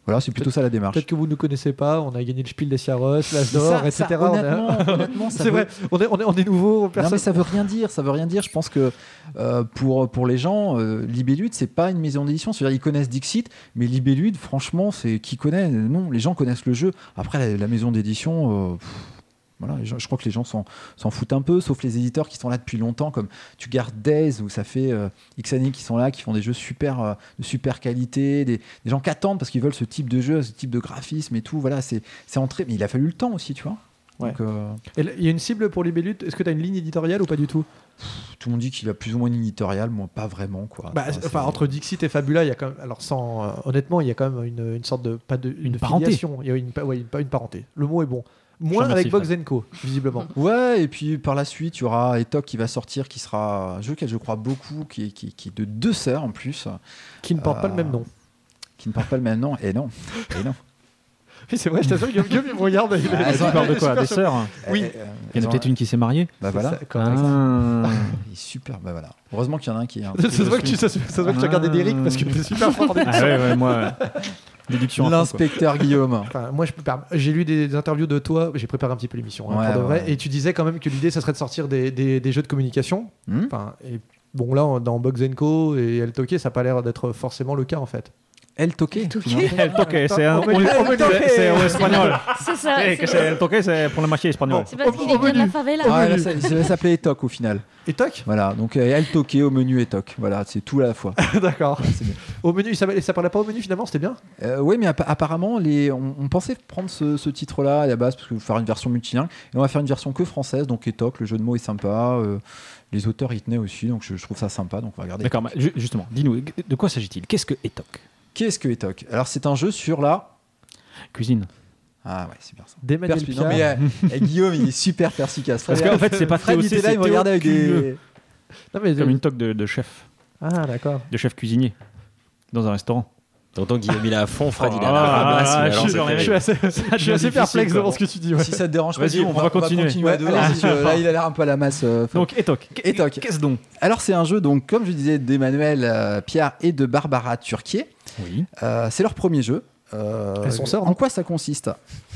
Voilà, c'est plutôt ça la démarche. Peut-être que vous ne connaissez pas, on a gagné le Spiel des Sierras, l'As Mais d'Or, ça- et ça, cetera. On a- honnêtement, honnêtement, ça C'est veut- vrai, on est, on est, on est nouveau, Non personne. mais ça veut rien dire, ça veut rien dire. Je pense que euh, pour, pour les gens, euh, Libellude c'est pas une maison d'édition. C'est-à-dire ils connaissent Dixit, mais Libellude, franchement, c'est qui connaît. Non, les gens connaissent le jeu. Après la, la maison d'édition, euh, pff, voilà, les gens- je crois que les gens s'en, s'en foutent un peu, sauf les éditeurs qui sont là depuis longtemps, comme tu gardes Days où ça fait euh, X années qui sont là, qui font des jeux super, euh, de super qualité, des, des gens qui attendent parce qu'ils veulent ce type de jeu, ce type de graphisme et tout. Voilà, c'est, c'est entré, mais il a fallu le temps aussi, tu vois. Ouais. Donc, euh, Et l- il y a une cible pour Libellude. Est-ce que tu as une ligne éditoriale ou pas du tout? tout le monde dit qu'il a plus ou moins une éditoriale, moi pas vraiment quoi. Bah, Enfin, c'est- enfin, c'est- entre Dixit et Fabula, il y a quand même, alors sans, euh, honnêtement, il y a quand même une, une sorte de pas de une, parenté. filiation. Il y a une, pa- ouais, une, pas une parenté. Le mot est bon. Moins remercie, avec Box and Co, visiblement. Ouais, et puis par la suite, il y aura Etok qui va sortir, qui sera un jeu auquel je crois beaucoup, qui est, qui, qui est de deux sœurs en plus, Qui ne porte pas Euh, le même nom. qui ne porte pas le même nom. Et non, et non. Oui, c'est vrai, je t'assure, Guillaume, Guillaume, il me regarde. il est- Ah, Tu parles de quoi? super Des sûr. sœurs? Oui. Euh, Il y en elles a ont- peut-être une qui s'est mariée. Bah voilà. Ça- correct. Ah. Il est super. Bah voilà. Heureusement qu'il y en a un qui est. Un Ça se voit que tu ça se- ça se voit que tu regardais Derrick parce que t'es super fort en Ah édition. ouais, ouais, moi. Déduction. à fond, quoi. L'inspecteur Guillaume. Enfin, moi, je peux pas- j'ai lu des, des interviews de toi, j'ai préparé un petit peu l'émission, hein, Ouais, pour de vrai, ouais. et tu disais quand même que l'idée, ça serait de sortir des, des- des jeux de communication. Hmm Enfin, et bon, là, en- dans Box and Co et El Toque, ça n'a pas l'air d'être forcément le cas en fait. El Toqué. Toque. El toque, c'est un- Au menu- on- au menu- c'est- c'est en espagnol. C'est ça. Eh, que c'est- c'est el toque, c'est pour le marché espagnol. C'est parce qu'il est bien de la favela. Ah, là, ça, ça va s'appeler Etok au final. Et toc. Voilà. Donc euh, El Toqué au menu Etok. Voilà, c'est tout à la fois. D'accord. C'est bien. Au menu, ça, ça parlait pas au menu finalement, c'était bien. Euh, oui, mais appa- apparemment, les, on, on pensait prendre ce, ce titre-là à la base parce que faire une version multilingue, et on va faire une version que française, donc Etok, le jeu de mots est sympa, euh, les auteurs y tenaient aussi, donc je, je trouve ça sympa, donc on va regarder. D'accord, bah, ju- justement, dis-nous, de quoi s'agit-il? Qu'est-ce que Etok? Qu'est-ce que Etok? Alors c'est un jeu sur la... Cuisine. Ah ouais, c'est bien ça. D'Emmanuel Perspi- Pierre. non, mais, euh, eh, Guillaume, il est super perspicace. Parce qu'en fait, c'est pas Fred, T O il C, était là, c'est il me regardait avec T O Q E. des... Non, mais- Comme une toque de, de chef, Ah, d'accord. de chef cuisinier, dans un restaurant. T'entends Guillaume, il est à fond, Fred, il est à Ah, la ramasse. ah, il a je lancé suis ta dans les Je gueule. suis assez, je suis devient assez perplexe difficile, devant quoi. ce que tu dis. ouais. Si ça te dérange pas, Vas-y, Guillaume, on va continuer. à Ouais, deux. allez-y. parce que là, il a l'air un peu à la masse. euh, Fred. Donc, Etok. Etok. Qu'est-ce donc? Alors c'est un jeu, donc comme je disais, d'Emmanuel euh, Pierre et de Barbara Turquier. Oui. Euh, c'est leur premier jeu. Euh, Elles sont sœurs, En non quoi ça consiste?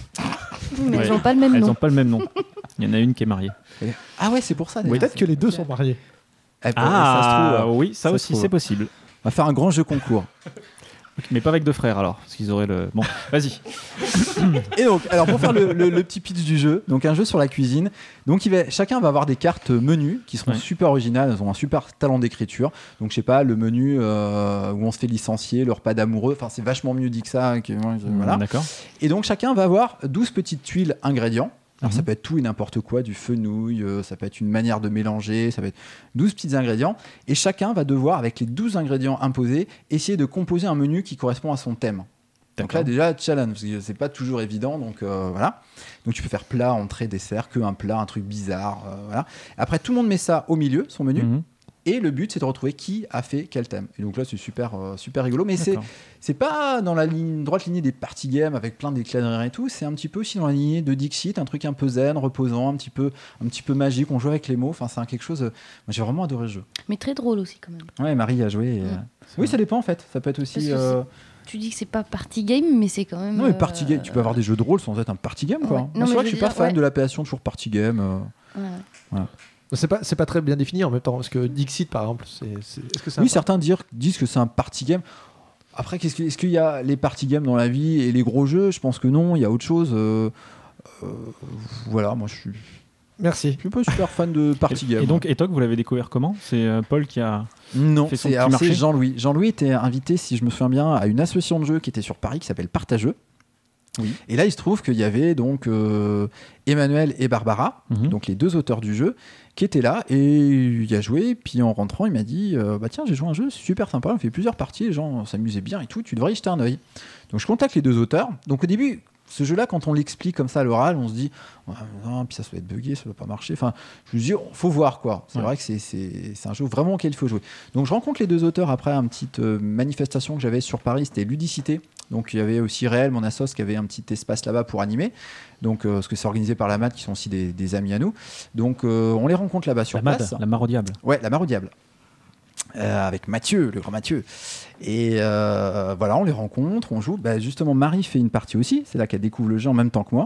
Mais Ouais. ils n'ont pas le même Elles nom. n'ont pas le même nom. Il y en a une qui est mariée. Ah ouais, c'est pour ça. déjà. Peut-être que les deux sont mariés. Eh, ça se Ah, trouve, euh, oui, ça, ça se aussi, trouve. c'est possible. on va faire un grand jeu concours. Mais pas avec deux frères alors, parce qu'ils auraient le. Bon, vas-y. Et donc, alors pour faire le, le- le petit pitch du jeu, donc un jeu sur la cuisine. Donc il va, chacun va avoir des cartes menus qui seront Ouais. super originales, elles ont un super talent d'écriture. Donc je sais pas, le menu euh, où on se fait licencier, le repas d'amoureux, enfin c'est vachement mieux dit que ça. que- voilà. D'accord. Et donc chacun va avoir douze petites tuiles ingrédients. Alors Mhm. ça peut être tout et n'importe quoi, du fenouil, euh, ça peut être une manière de mélanger, ça peut être douze petits ingrédients. Et chacun va devoir, avec les douze ingrédients imposés, essayer de composer un menu qui correspond à son thème. Donc D'accord. là déjà challenge, parce que c'est pas toujours évident, donc euh, voilà. Donc tu peux faire plat, entrée, dessert, que un plat, un truc bizarre, euh, voilà. Après tout le monde met ça au milieu, son menu, Mhm. et le but c'est de retrouver qui a fait quel thème. Et donc là c'est super, euh, super rigolo, mais c'est D'accord. c'est pas dans la ligne, droite lignée des party games avec plein d'éclats de rire et tout, c'est un petit peu aussi dans la lignée de Dixit, un truc un peu zen, reposant, un petit peu, un petit peu magique, on joue avec les mots, enfin c'est un quelque chose, euh, moi j'ai vraiment adoré ce jeu. Mais très drôle aussi quand même. Ouais, Marie a joué. et, euh, Oui, ça dépend en fait, ça peut être aussi... Parce que euh, Tu dis que c'est pas party game, mais c'est quand même. Non, mais euh, party game, tu peux avoir des jeux de rôle sans être un party game quoi. Ouais. Moi, Non, c'est mais vrai je que je suis veux pas dire, fan ouais. de l'appellation toujours party game. euh. ouais. C'est pas, c'est pas très bien défini en même temps, parce que Dixit par exemple, c'est, c'est- est-ce que c'est un Oui, par- certains dire, disent que c'est un party game. Après, qu'est-ce que- est-ce qu'il y a les party games dans la vie et les gros jeux? Je pense que non, il y a autre chose. euh, euh, voilà, moi je suis, Merci. je suis pas super fan de party game. Et donc, Etok, vous l'avez découvert comment? C'est euh, Paul qui a. non, fait son c'est, petit alors, marché. c'est Jean-Louis. Jean-Louis était invité, si je me souviens bien, à une association de jeux qui était sur Paris qui s'appelle Partageux. Oui. Et là, il se trouve qu'il y avait donc euh, Emmanuel et Barbara, Mhm. donc les deux auteurs du jeu, qui étaient là et il a joué. Puis en rentrant, il m'a dit euh, bah tiens, j'ai joué à un jeu, c'est super sympa, on fait plusieurs parties, les gens s'amusaient bien et tout, tu devrais y jeter un œil. Donc je contacte les deux auteurs. Donc au début, ce jeu-là, quand on l'explique comme ça à l'oral, on se dit ouais, non, puis ça, ça va être buggé, ça va pas marcher. Enfin, je me dis faut voir quoi. C'est Ouais. vrai que c'est, c'est, c'est un jeu vraiment auquel il faut jouer. Donc je rencontre les deux auteurs après une petite euh, manifestation que j'avais sur Paris, c'était Ludicité. Donc il y avait aussi Réel, mon assos, qui avait un petit espace là-bas pour animer. Donc euh, parce que c'est organisé par la M A D, qui sont aussi des, des amis à nous. Donc euh, on les rencontre là-bas sur La M A D, place. la mare au diable. Ouais, la Mare au Diable. euh, avec Mathieu, le grand Mathieu. Et euh, voilà, on les rencontre, on joue. Bah, justement, Marie fait une partie aussi. C'est là qu'elle découvre le jeu en même temps que moi.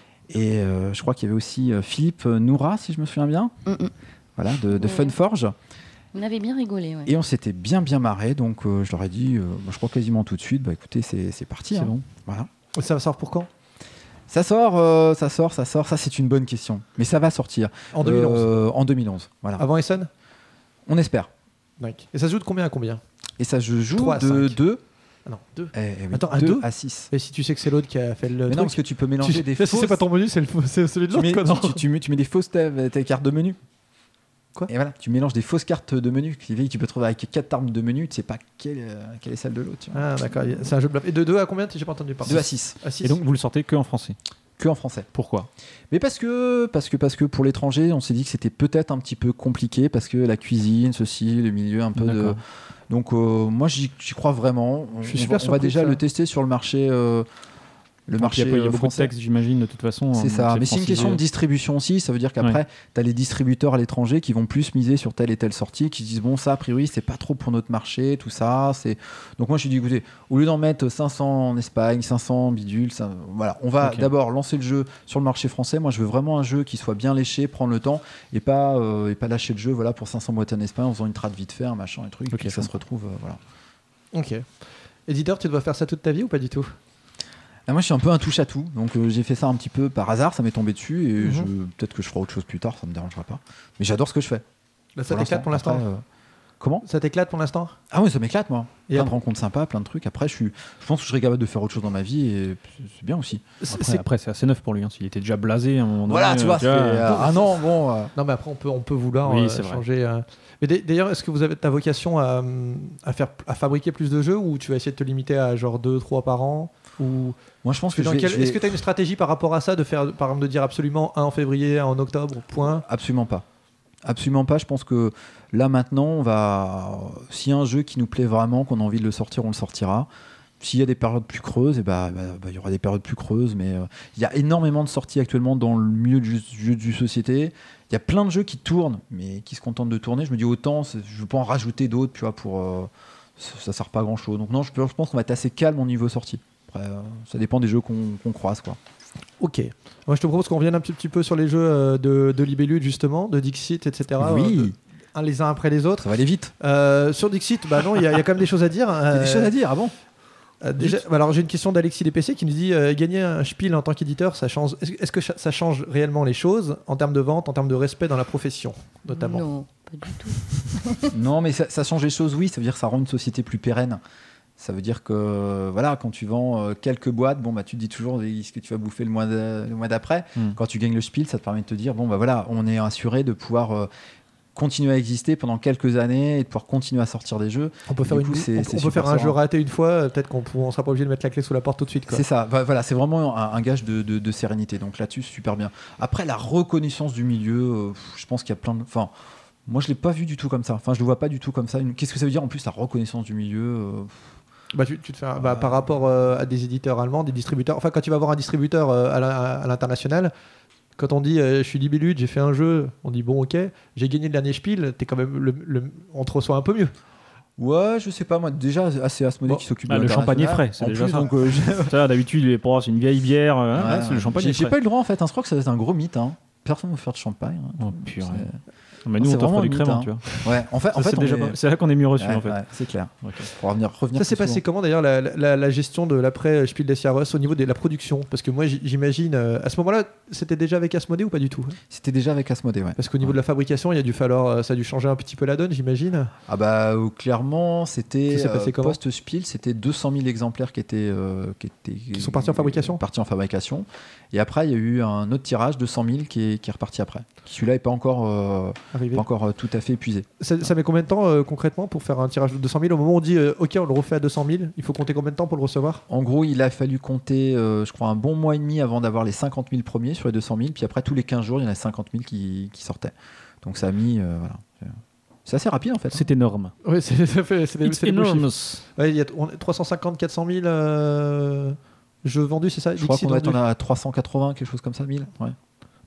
Et euh, je crois qu'il y avait aussi euh, Philippe Noura, si je me souviens bien. Mm-mm. Voilà, de, de Ouais. Funforge. On avait bien rigolé. Ouais. Et on s'était bien bien marré, donc euh, je leur ai dit, euh, bah, je crois quasiment tout de suite, bah écoutez, c'est, c'est parti. C'est hein. bon. Voilà. Ça va sortir pour quand? Ça sort, euh, ça sort, ça sort. Ça, c'est une bonne question. Mais ça va sortir. En deux mille onze. Euh, en deux mille onze, voilà. Avant Essen? On espère. D'accord. Et ça se joue de combien à combien? Et ça, je joue trois à de cinq. deux Ah non, deux. eh, eh oui, Attends, à deux deux à six. Et si tu sais que c'est l'autre qui a fait le Mais non, truc, parce que tu peux mélanger tu- des si fausses... c'est pas ton bonus, c'est, le... c'est celui de tu, l'autre, mets, connard. tu, tu- tu mets, tu mets des fausses ta- tes cartes de menu. Quoi? Et voilà, tu mélanges des fausses cartes de menu. Ce qui fait que tu peux te trouver avec quatre armes de menu, tu sais pas quelle, euh, quelle est celle de l'autre. tu vois. Ah d'accord, c'est un jeu de bluff. Et de deux à combien? J'ai pas entendu parler. deux à six. À six. Et donc vous le sortez que en français. Que en français. Pourquoi? Mais parce que, parce que, parce que pour l'étranger, on s'est dit que c'était peut-être un petit peu compliqué parce que la cuisine, ceci, le milieu un peu de. D'accord. Donc euh, moi j'y, j'y crois vraiment. On, Je suis on super va, on va surpris déjà de ça. le tester sur le marché. euh, le Donc, marché il y a, pas- il y a euh, beaucoup de français. textes, j'imagine, de toute façon. C'est hein, ça, donc mais c'est une franchisé. question de distribution aussi. Ça veut dire qu'après, Ouais. tu as les distributeurs à l'étranger qui vont plus miser sur telle et telle sortie, qui se disent bon, ça, a priori, c'est pas trop pour notre marché, tout ça. C'est... Donc, moi, je me suis dit, écoutez, au lieu d'en mettre cinq cents en Espagne, cinq cents bidule, ça... voilà, on va Ok. d'abord lancer le jeu sur le marché français. Moi, je veux vraiment un jeu qui soit bien léché, prendre le temps et pas, euh, et pas lâcher le jeu voilà, pour cinq cents boîtes en Espagne en faisant une trade vite fait, un machin, un truc, Ok, et puis je ça se comprends. retrouve. euh, voilà. Ok. Éditeur, tu dois faire ça toute ta vie ou pas du tout? Ah, moi, je suis un peu un touche à tout, donc euh, j'ai fait ça un petit peu par hasard, ça m'est tombé dessus et Mhm. je... peut-être que je ferai autre chose plus tard, ça me dérangera pas. Mais j'adore ce que je fais. Là, ça t'éclate pour l'instant? Après, euh, Comment? Ça t'éclate pour l'instant? Ah oui, ça m'éclate, moi. Et Plein après- de rencontres sympas, plein de trucs. Après, je, suis... je pense que je serais capable de faire autre chose dans ma vie et c'est bien aussi. C'est- Après, c'est- après, c'est assez neuf pour lui. Hein. S'il était déjà blasé à un moment Voilà, donné, tu vois, euh, ça fait euh, un an, bon. euh, Non, mais après, on peut, on peut vouloir Oui, euh, c'est vrai. changer. euh. Mais d- d'ailleurs, est-ce que vous avez ta vocation à, hum, à, faire, à fabriquer plus de jeux ou tu vas essayer de te limiter à genre deux trois par an ou... Moi, je pense que Dans je vais- quel- je vais- Est-ce que tu as une stratégie par rapport à ça, de faire, par exemple, de dire absolument un en février, un en octobre, point? Absolument pas. Absolument pas. Je pense que là, maintenant, on va. S'il y a un jeu qui nous plaît vraiment, qu'on a envie de le sortir, on le sortira. S'il y a des périodes plus creuses, et bah, bah, bah, il y aura des périodes plus creuses. Mais euh, il y a énormément de sorties actuellement dans le milieu du jeu du société. Il y a plein de jeux qui tournent, mais qui se contentent de tourner. Je me dis autant, c'est- je veux pas en rajouter d'autres, tu vois, pour. euh, ça, ça sert pas à grand chose. Donc non, je, peux- je pense qu'on va être assez calme au niveau sortie. Après, euh, ça dépend des jeux qu'on qu'on croise, quoi. Ok. Moi, je te propose qu'on revienne un petit, petit peu sur les jeux euh, de, de Libellude, justement, de Dixit, et cetera. Oui. euh, de- un les uns après les autres. Ça va aller vite. Euh, sur Dixit, bah non, il y, a il y a quand même des choses à dire. Il y a des choses à dire avant. Euh, déjà, alors j'ai une question d'Alexis D P C qui nous dit euh, gagner un Spiel en tant qu'éditeur, ça change. Est-ce, est-ce que cha- ça change réellement les choses en termes de vente, en termes de respect dans la profession, notamment? Non, pas du tout. Non, mais ça, ça change les choses, oui. Ça veut dire que ça rend une société plus pérenne. Ça veut dire que voilà, quand tu vends euh, quelques boîtes, bon bah tu te dis toujours ce que tu vas bouffer le mois, de- le mois d'après. Mm. Quand tu gagnes le Spiel, ça te permet de te dire bon bah voilà, on est assuré de pouvoir euh, continuer à exister pendant quelques années et de pouvoir continuer à sortir des jeux. On peut faire, Du une, coup, c'est- on, c'est on peut faire super un serein. jeu raté une fois, euh, peut-être qu'on ne sera pas obligé de mettre la clé sous la porte tout de suite. Quoi. C'est ça. Va- Voilà, c'est vraiment un, un gage de, de- de sérénité. Donc là-dessus, super bien. Après, la reconnaissance du milieu, euh, pff, je pense qu'il y a plein de. Enfin, moi, je l'ai pas vu du tout comme ça. Enfin, je le vois pas du tout comme ça. Une- Qu'est-ce que ça veut dire en plus la reconnaissance du milieu euh, Bah, tu, tu te fais un- bah, par rapport euh, à des éditeurs allemands, des distributeurs. Enfin, quand tu vas voir un distributeur euh, à la- à l'international, quand on dit euh, je suis Libellude, j'ai fait un jeu, on dit bon ok, j'ai gagné le dernier Spiel, t'es quand même le, le- on te reçoit un peu mieux. Ouais, je sais pas, moi, déjà, ah, c'est Asmodée Bon. qui s'occupe Ah, de le champagne est l'international. frais, c'est En déjà plus, ça. donc, euh, j'ai- Ça, d'habitude, les pour c'est une vieille bière. euh, Ouais, ouais, c'est le champagne. J'ai est j'ai frais. pas eu le droit en fait, hein. Je crois que c'est un gros mythe. Hein. Personne ne veut faire de champagne. hein. Oh, purée. C'est- Mais nous, C'est on t'offre vraiment du un mythe, crément, hein. tu vois. Ouais, en fait, en Ça, fait c'est on déjà est- pas- c'est là qu'on est mieux reçu, Ouais, en fait. ouais, c'est clair. Ok. Pour revenir, revenir Ça s'est plus passé souvent. comment d'ailleurs la, la- la gestion de l'après Spiel des Jahres au niveau de la production? Parce que moi j- j'imagine, euh, à ce moment-là, c'était déjà avec Asmodée ou pas du tout? C'était déjà avec Asmodée, ouais. Parce qu'au niveau de la fabrication, il y a dû falloir, euh, ça a dû changer un petit peu la donne, j'imagine. Ah bah euh, clairement, c'était Ça s'est passé euh, comment post-Spiel, c'était deux cent mille exemplaires qui étaient euh, qui étaient Qui sont partis en fabrication Partis en fabrication. Et après, il y a eu un autre tirage de cent mille qui est, qui est reparti après. Celui-là n'est pas encore euh, Arrivé. pas encore euh, tout à fait épuisé. Ça, ça met combien de temps euh, concrètement pour faire un tirage de deux cent mille? Au moment où on dit euh, ok, on le refait à deux cent mille, il faut compter combien de temps pour le recevoir? En gros, il a fallu compter, euh, je crois, un bon mois et demi avant d'avoir les cinquante mille premiers sur les deux cent mille. Puis après, tous les quinze jours, il y en a cinquante mille qui, qui sortaient. Donc ça a mis. euh, voilà. C'est assez rapide en fait. hein. C'est énorme. Oui, c'est ça fait- c'est des, It's c'est des beaux chiffres. enormous. Ouais, il y a on- trois cent cinquante, quatre cent mille euh, jeux vendus, c'est ça? Je crois Dixit qu'on doit être vendus. à trois cent quatre-vingts, quelque chose comme ça, mille. Ouais.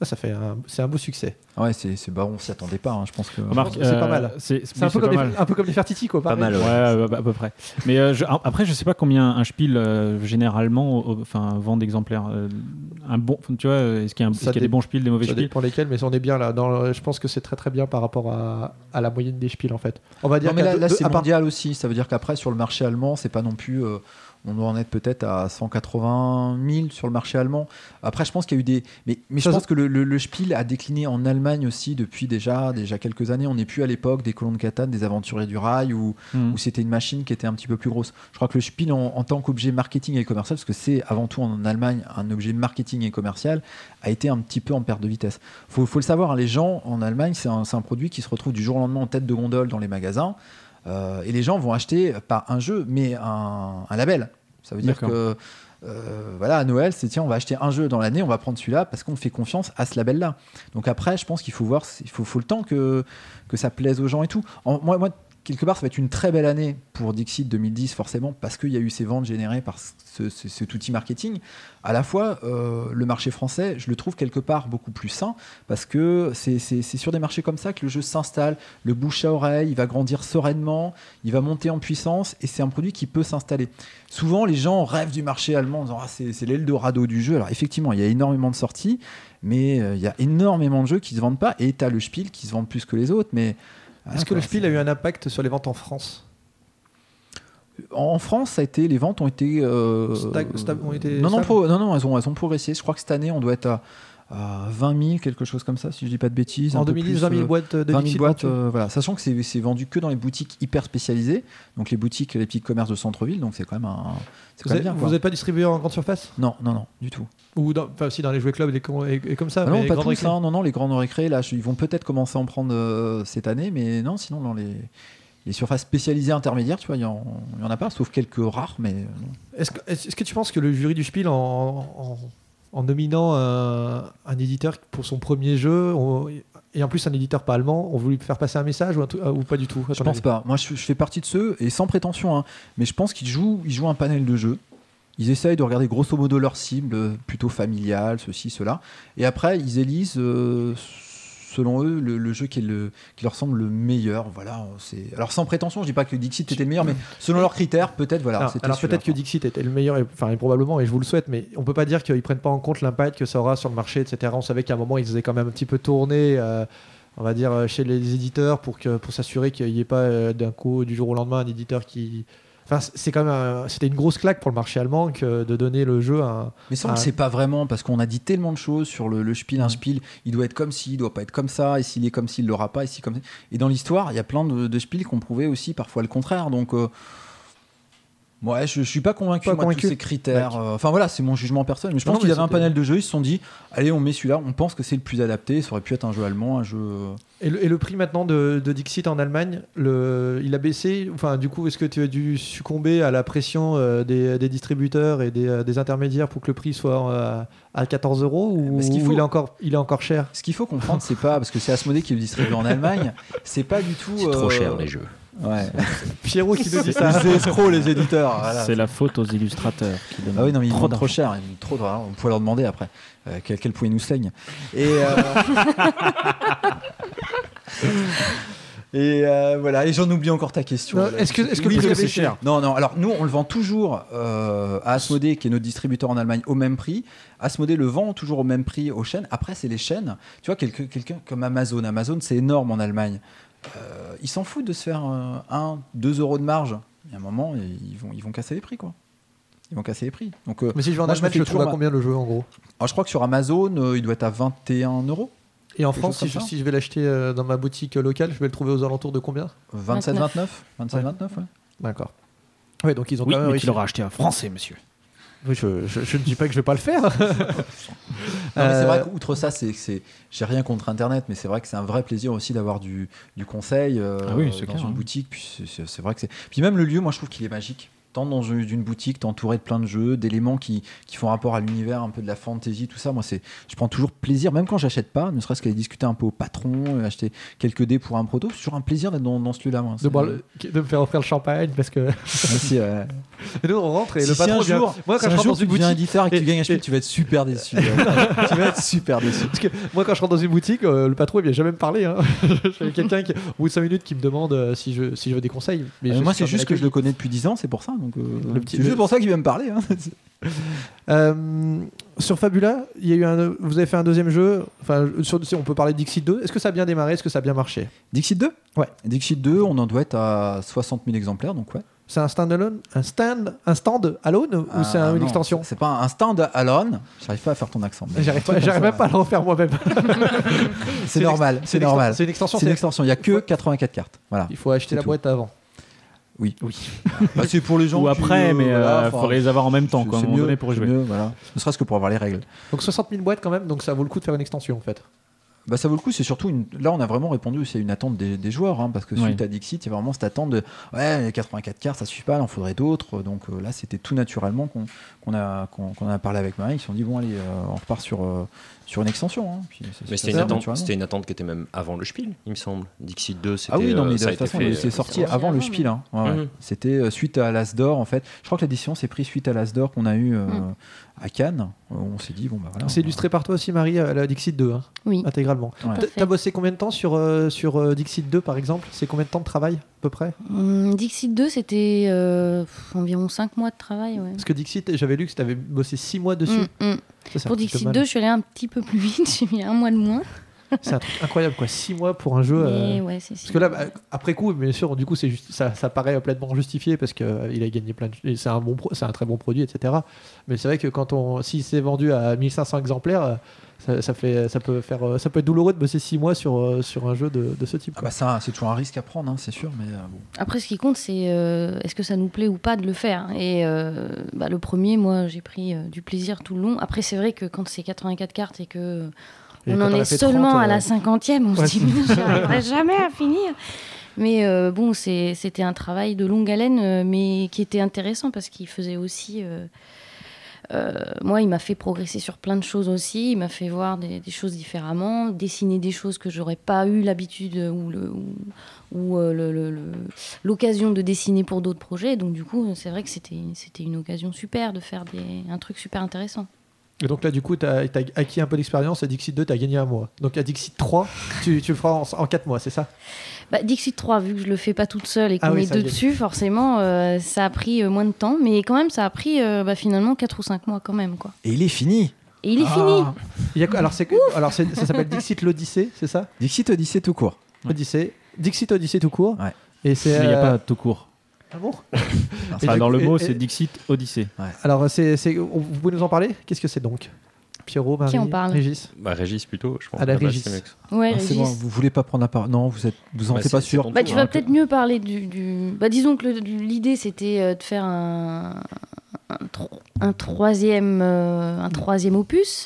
Ah, ça fait un, c'est un beau succès. Ouais, c'est, c'est bah, on s'y attendait pas. Hein, je pense que. Remarque, c'est pas mal. C'est, C'est un, peu oui, comme pas les, mal. un peu comme les Fertiti, quoi. Pas pareil. mal, Ouais, ouais. à, à peu près. Mais euh, je- après, je sais pas combien un Spiel euh, généralement, au- enfin, vend d'exemplaires. Euh, un bon, tu vois, est-ce qu'il y a, un- est-ce Ça qu'il y a des dé- bons Spiels, des mauvais Ça Spiels? dépend lesquels, mais on est bien là. Dans le- je pense que c'est très très bien par rapport à, à la moyenne des Spiels en fait. On va dire Non, mais qu'à là, deux- là, deux- c'est à part- mondial aussi. Ça veut dire qu'après, sur le marché allemand, c'est pas non plus. euh, on doit en être peut-être à cent quatre-vingt mille sur le marché allemand. Après, je pense qu'il y a eu des. Mais, mais je Ça, pense ça- que le, le, le Spiel a décliné en Allemagne aussi depuis déjà, déjà quelques années. On n'est plus à l'époque des colons de Catane, des aventuriers du rail, où, Hmm. où c'était une machine qui était un petit peu plus grosse. Je crois que le Spiel, en, en tant qu'objet marketing et commercial, parce que c'est avant tout en Allemagne un objet marketing et commercial, a été un petit peu en perte de vitesse. Il faut, faut le savoir, hein, les gens en Allemagne, c'est un, c'est un produit qui se retrouve du jour au lendemain en tête de gondole dans les magasins. Euh, et les gens vont acheter pas un jeu, mais un, un label. Ça veut dire D'accord. que euh, voilà, à Noël, c'est tiens, on va acheter un jeu dans l'année, on va prendre celui-là parce qu'on fait confiance à ce label-là. Donc après, je pense qu'il faut voir, il faut, faut le temps que, que ça plaise aux gens et tout. En- moi, moi, quelque part, ça va être une très belle année pour Dixit deux mille dix, forcément, parce qu'il y a eu ces ventes générées par ce, ce- cet outil marketing. À la fois, euh, le marché français, je le trouve quelque part beaucoup plus sain, parce que c'est, c'est- c'est sur des marchés comme ça que le jeu s'installe, le bouche à oreille, il va grandir sereinement, il va monter en puissance, et c'est un produit qui peut s'installer. Souvent, les gens rêvent du marché allemand en disant ah, c'est, c'est l'Eldorado du jeu. Alors effectivement, il y a énormément de sorties, mais euh, il y a énormément de jeux qui ne se vendent pas, et tu as le Spiel qui se vend plus que les autres, mais... Est-ce Ah, que le quoi, Spiel c'est- a eu un impact sur les ventes en France? En France, ça a été, les ventes ont été, euh, Stag- sta- ont été non, non, stables pro- non, non, elles ont, elles ont progressé. Je crois que cette année, on doit être à, à vingt mille, quelque chose comme ça, si je dis pas de bêtises. En un peu deux mille dix, plus, vingt mille euh, boîtes de vingt mille Dixit boîtes, vendues. euh, voilà. Sachant que c'est, c'est vendu que dans les boutiques hyper spécialisées, donc les boutiques, les petits commerces de centre-ville, donc c'est quand même un, c'est Vous quand même êtes- bien. vous quoi. n'êtes pas distribué en grande surface? Non, non, non, du tout. Ou dans, enfin, si dans les jouets clubs et, com- et- et comme ça, Ah non, mais pas grande tous, récré. hein. Non, non, les grandes récré, là, je- ils vont peut-être commencer à en prendre euh, cette année, mais non, sinon dans les les surfaces spécialisées intermédiaires, tu vois, il y, en il y en a pas, sauf quelques rares, mais euh, non. Est-ce que, est-ce que tu penses que le jury du Spiel, en, en, en nominant un, un éditeur pour son premier jeu, on- et en plus un éditeur pas allemand, ont voulu faire passer un message ou, un truc- ou pas du tout à Je ton pense avis? pas. Moi, je, je fais partie de ceux, et sans prétention, hein, mais je pense qu'ils jouent, ils jouent un panel de jeux. Ils essayent de regarder grosso modo leur cible, euh, plutôt familiale, ceci, cela. Et après, ils élisent, euh, selon eux, le, le jeu qui, est le, qui leur semble le meilleur. Voilà, c'est... Alors, sans prétention, je dis pas que Dixit était le meilleur, mais selon leurs critères, peut-être, voilà. Alors, c'était alors celui-là, peut-être que quoi. Dixit était le meilleur, et, enfin et probablement, et je vous le souhaite, mais on peut pas dire qu'ils prennent pas en compte l'impact que ça aura sur le marché, et cetera. On savait qu'à un moment ils faisaient quand même un petit peu tourner, euh, on va dire, euh, chez les éditeurs pour que pour s'assurer qu'il n'y ait pas euh, d'un coup du jour au lendemain un éditeur qui. Enfin, c'est quand même, un- c'était une grosse claque pour le marché allemand que de donner le jeu à un. Mais ça, on ne Ah. sait pas vraiment, parce qu'on a dit tellement de choses sur le, le Spiel. Un Spiel, il doit être comme ci, il doit pas être comme ça, et s'il est comme ci, il l'aura pas, et si comme ça. Et dans l'histoire, il y a plein de, de Spiels qui ont prouvé aussi parfois le contraire. Donc, euh, ouais, je, je suis pas convaincu, Pas moi, de convaincu. tous ces critères. Euh, Enfin voilà, c'est mon jugement personnel. Mais je Non, pense mais qu'ils avaient un c'était- panel de jeux, ils se sont dit, allez, on met celui-là, on pense que c'est le plus adapté. Ça aurait pu être un jeu allemand, un jeu. euh, Et le, et le prix maintenant de, de Dixit en Allemagne, le, il a baissé. Enfin, du coup, est-ce que tu as dû succomber à la pression euh, des, des distributeurs et des, euh, des intermédiaires pour que le prix soit euh, à quatorze euros ou, Parce qu'il ou faut- il est encore, il est encore cher? Ce qu'il faut comprendre, c'est pas parce que c'est Asmodée qui le distribue en Allemagne, c'est pas du tout. C'est trop euh, cher les jeux. Ouais. Pierrot qui nous dit ça. Les escrocs, les éditeurs. Voilà. C'est la faute aux illustrateurs qui donnent Ah oui, non, mais ils trop vendent trop d'argent. cher. Ils vendent trop d'argent. On pourrait leur demander après euh, quel, quel point ils nous saignent. Et, euh, et euh, voilà. Et j'en oublie encore ta question. Non, est-ce que- est-ce que Oui, le prix je est sais. cher Non, non. Alors nous, on le vend toujours euh, à Asmodée, qui est notre distributeur en Allemagne, au même prix. Asmodée le vend toujours au même prix aux chaînes. Après, c'est les chaînes. Tu vois, quelqu'un, quelqu'un comme Amazon. Amazon, c'est énorme en Allemagne. Euh, ils s'en foutent de se faire un, deux euros de marge. Il y a un moment, ils vont, ils vont casser les prix, quoi. Ils vont casser les prix. Donc, euh, Mais si je vais en moi, je me Allemagne, fais je le trouve à toujours combien le jeu en gros? alors, je crois que sur Amazon, euh, il doit être à vingt et un euros. Et en Quelque France, chose si comme je, ça. si je vais l'acheter euh, dans ma boutique locale, je vais le trouver aux alentours de combien? vingt-sept vingt-neuf. vingt-neuf vingt-sept Ouais. vingt-neuf, ouais. D'accord. Oui, donc ils ont Oui, quand même mais réussi. tu l'auras acheté à français, monsieur. Oui, je, je- je ne dis pas que je vais pas le faire. Non, mais c'est Euh, vrai qu'outre ça, c'est, c'est, j'ai rien contre Internet, mais c'est vrai que c'est un vrai plaisir aussi d'avoir du, du conseil euh, Ah oui, c'est dans clair, une hein. boutique. Puis c'est, c'est- c'est vrai que c'est. Puis même le lieu, moi, je trouve qu'il est magique. t'entres dans une, une boutique, t'es entouré de plein de jeux, d'éléments qui, qui font rapport à l'univers, un peu de la fantasy, tout ça. Moi, c'est, je prends toujours plaisir, même quand j'achète pas, ne serait-ce qu'aller discuter un peu au patron, euh, acheter quelques dés pour un proto. C'est toujours un plaisir d'être dans, dans ce lieu-là. Moi. De, boire le- de me faire offrir le champagne parce que. Merci, ouais. Et nous, on rentre et Si, le si patron un vient- jour, Moi, si quand un je rentre jour dans tu une deviens boutique. éditeur et que tu et- gagnes un et- H P, tu vas être super déçu. Tu vas être super déçu. Parce que moi, quand je rentre dans une boutique, euh, le patron il vient jamais me parler. Hein. J'avais quelqu'un qui, au bout de cinq minutes, qui me demande euh, si, je, si je veux des conseils. Mais Euh, je moi, suis c'est juste que je le accueilli. connais depuis dix ans, c'est pour ça. Donc, euh, Le petit- c'est juste le- pour ça qu'il vient me parler. Hein. Euh, sur Fabula, il y a eu un, vous avez fait un deuxième jeu. Enfin, sur, si on peut parler de Dixit deux. Est-ce que ça a bien démarré? Est-ce que ça a bien marché? Dixit deux Ouais. Dixit deux, on en doit être à soixante mille exemplaires, donc ouais. C'est un stand-alone, un stand, un stand alone ou Ah, c'est un- une non, extension? C'est pas un stand alone. J'arrive pas à faire ton accent. mais- J'arrive pas, j'arrive même pas à le refaire moi-même. C'est normal, une c'est exten- normal. C'est une extension. C'est une c'est- extension. Il y a que Il faut- quatre-vingt-quatre cartes. Voilà. Il faut acheter C'est la tout. boîte avant. Oui. Oui. Bah, c'est pour les gens Ou qui, après, euh, mais il voilà, enfin, faudrait les avoir en même temps, c'est- quoi, à un c'est moment mieux, donné, pour y c'est jouer. mieux, voilà. Ne serait-ce que pour avoir les règles. Donc soixante mille boîtes quand même, donc ça vaut le coup de faire une extension en fait. Bah, ça vaut le coup, c'est surtout une... là on a vraiment répondu aussi à une attente des, des joueurs, hein, parce que suite Ouais. à Dixit, il y a vraiment cette attente de ouais, les quatre-vingt-quatre cartes ça suffit pas, il en faudrait d'autres. Donc euh, là c'était tout naturellement qu'on, qu'on, a, qu'on, qu'on a parlé avec Marie, ils se sont dit bon allez, euh, on repart sur, euh, sur une extension. Hein. Puis, ça- Mais ça c'était une, se fait attente, naturellement. c'était une attente qui était même avant le Spiel, il me semble. Dixit deux, c'était. Ah oui, non, euh, mais ça de a toute été façon, fait, c'est euh, sorti sorti avant le avant, Spiel. Hein. Ouais, ouais. Mhm. C'était euh, suite à l'As d'Or, en fait. Je crois que l'édition s'est prise suite à l'As d'Or qu'on a eu euh, Mhm. à Cannes. Euh, On s'est dit, bon, bah voilà. C'est illustré par toi aussi, Marie, à la Dixit deux, hein, Oui. intégralement. Ouais. T- T'as bossé combien de temps sur, euh, sur euh, Dixit deux par exemple? C'est combien de temps de travail à peu près? Hum, Dixit deux, c'était euh, pff, environ cinq mois de travail. Ouais. Parce que Dixit, j'avais lu que tu avais bossé six mois dessus. Hum, hum. Ça, c'est un Pour petit peu Dixit mal. deux, je suis allée un petit peu plus vite, j'ai mis un mois de moins. C'est un truc incroyable, quoi. six mois pour un jeu. Mais euh, ouais, c'est Parce que là, bah, après coup, bien sûr, du coup, c'est juste, ça, ça paraît pleinement justifié parce qu'il a gagné plein de. et C'est un, bon pro- c'est un très bon produit, et cetera. Mais c'est vrai que quand on, si c'est vendu à mille cinq cents exemplaires, euh, ça, ça, fait, ça, peut faire, euh, ça peut être douloureux de bosser six mois sur, euh, sur un jeu de, de ce type. Ah quoi. bah ça, c'est toujours un risque à prendre, hein, c'est sûr, mais euh, bon. Après, ce qui compte, c'est euh, est-ce que ça nous plaît ou pas de le faire. Et euh, bah, le premier, moi, j'ai pris euh, du plaisir tout le long. Après, c'est vrai que quand c'est quatre-vingt-quatre cartes et que Et on quand en on a est fait seulement trente, à euh, la cinquantième, on ouais, se dit, mais j'arriverai jamais à finir. Mais euh, bon, c'est- c'était un travail de longue haleine, euh, mais qui était intéressant parce qu'il faisait aussi. euh, euh, moi, il m'a fait progresser sur plein de choses aussi. Il m'a fait voir des, des choses différemment, dessiner des choses que j'aurais pas eu l'habitude ou le, ou, ou, euh, le- le- le- l'occasion de dessiner pour d'autres projets. Donc du coup, c'est vrai que c'était c'était une occasion super de faire des, un truc super intéressant. Et donc là, du coup, tu as acquis un peu d'expérience. À Dixit deux, tu as gagné un mois. Donc à Dixit trois, tu, tu le feras en, en quatre mois, c'est ça? Bah, Dixit trois, vu que je le fais pas toute seule et qu'on Ah oui, est ça deux y est. dessus, forcément, euh, ça a pris euh, moins de temps. Mais quand même, ça a pris euh, bah, finalement quatre ou cinq mois quand même. Quoi. Et il est fini. Et il est Ah. fini. Il y a, alors, c'est, alors c'est- ça s'appelle Dixit l'Odyssée, c'est ça? Dixit Odyssey tout court. Odyssée. Dixit Odyssée tout court. Ouais. Et c'est. Mais il n'y a euh, pas tout court. Ah bon? Ah, Et Enfin, du dans coup- le mot, et- c'est et- Dixit Odyssey. Alors, c'est, c'est, vous pouvez nous en parler? Qu'est-ce que c'est donc? Pierrot, Marie, Qui en parle? Régis? Bah, Régis plutôt, je pense. À la Ah bah, Régis. c'est mieux que ça. Ouais, Ah, c'est Régis. bon, vous voulez pas prendre la parole? Non, vous êtes, vous en Bah, êtes pas c'est- sûr. c'est ton Bah, tour, tu vas hein. peut-être mieux parler du. du- Bah, disons que le- l'idée, c'était euh, de faire un, un, tro- un troisième, euh, un troisième opus.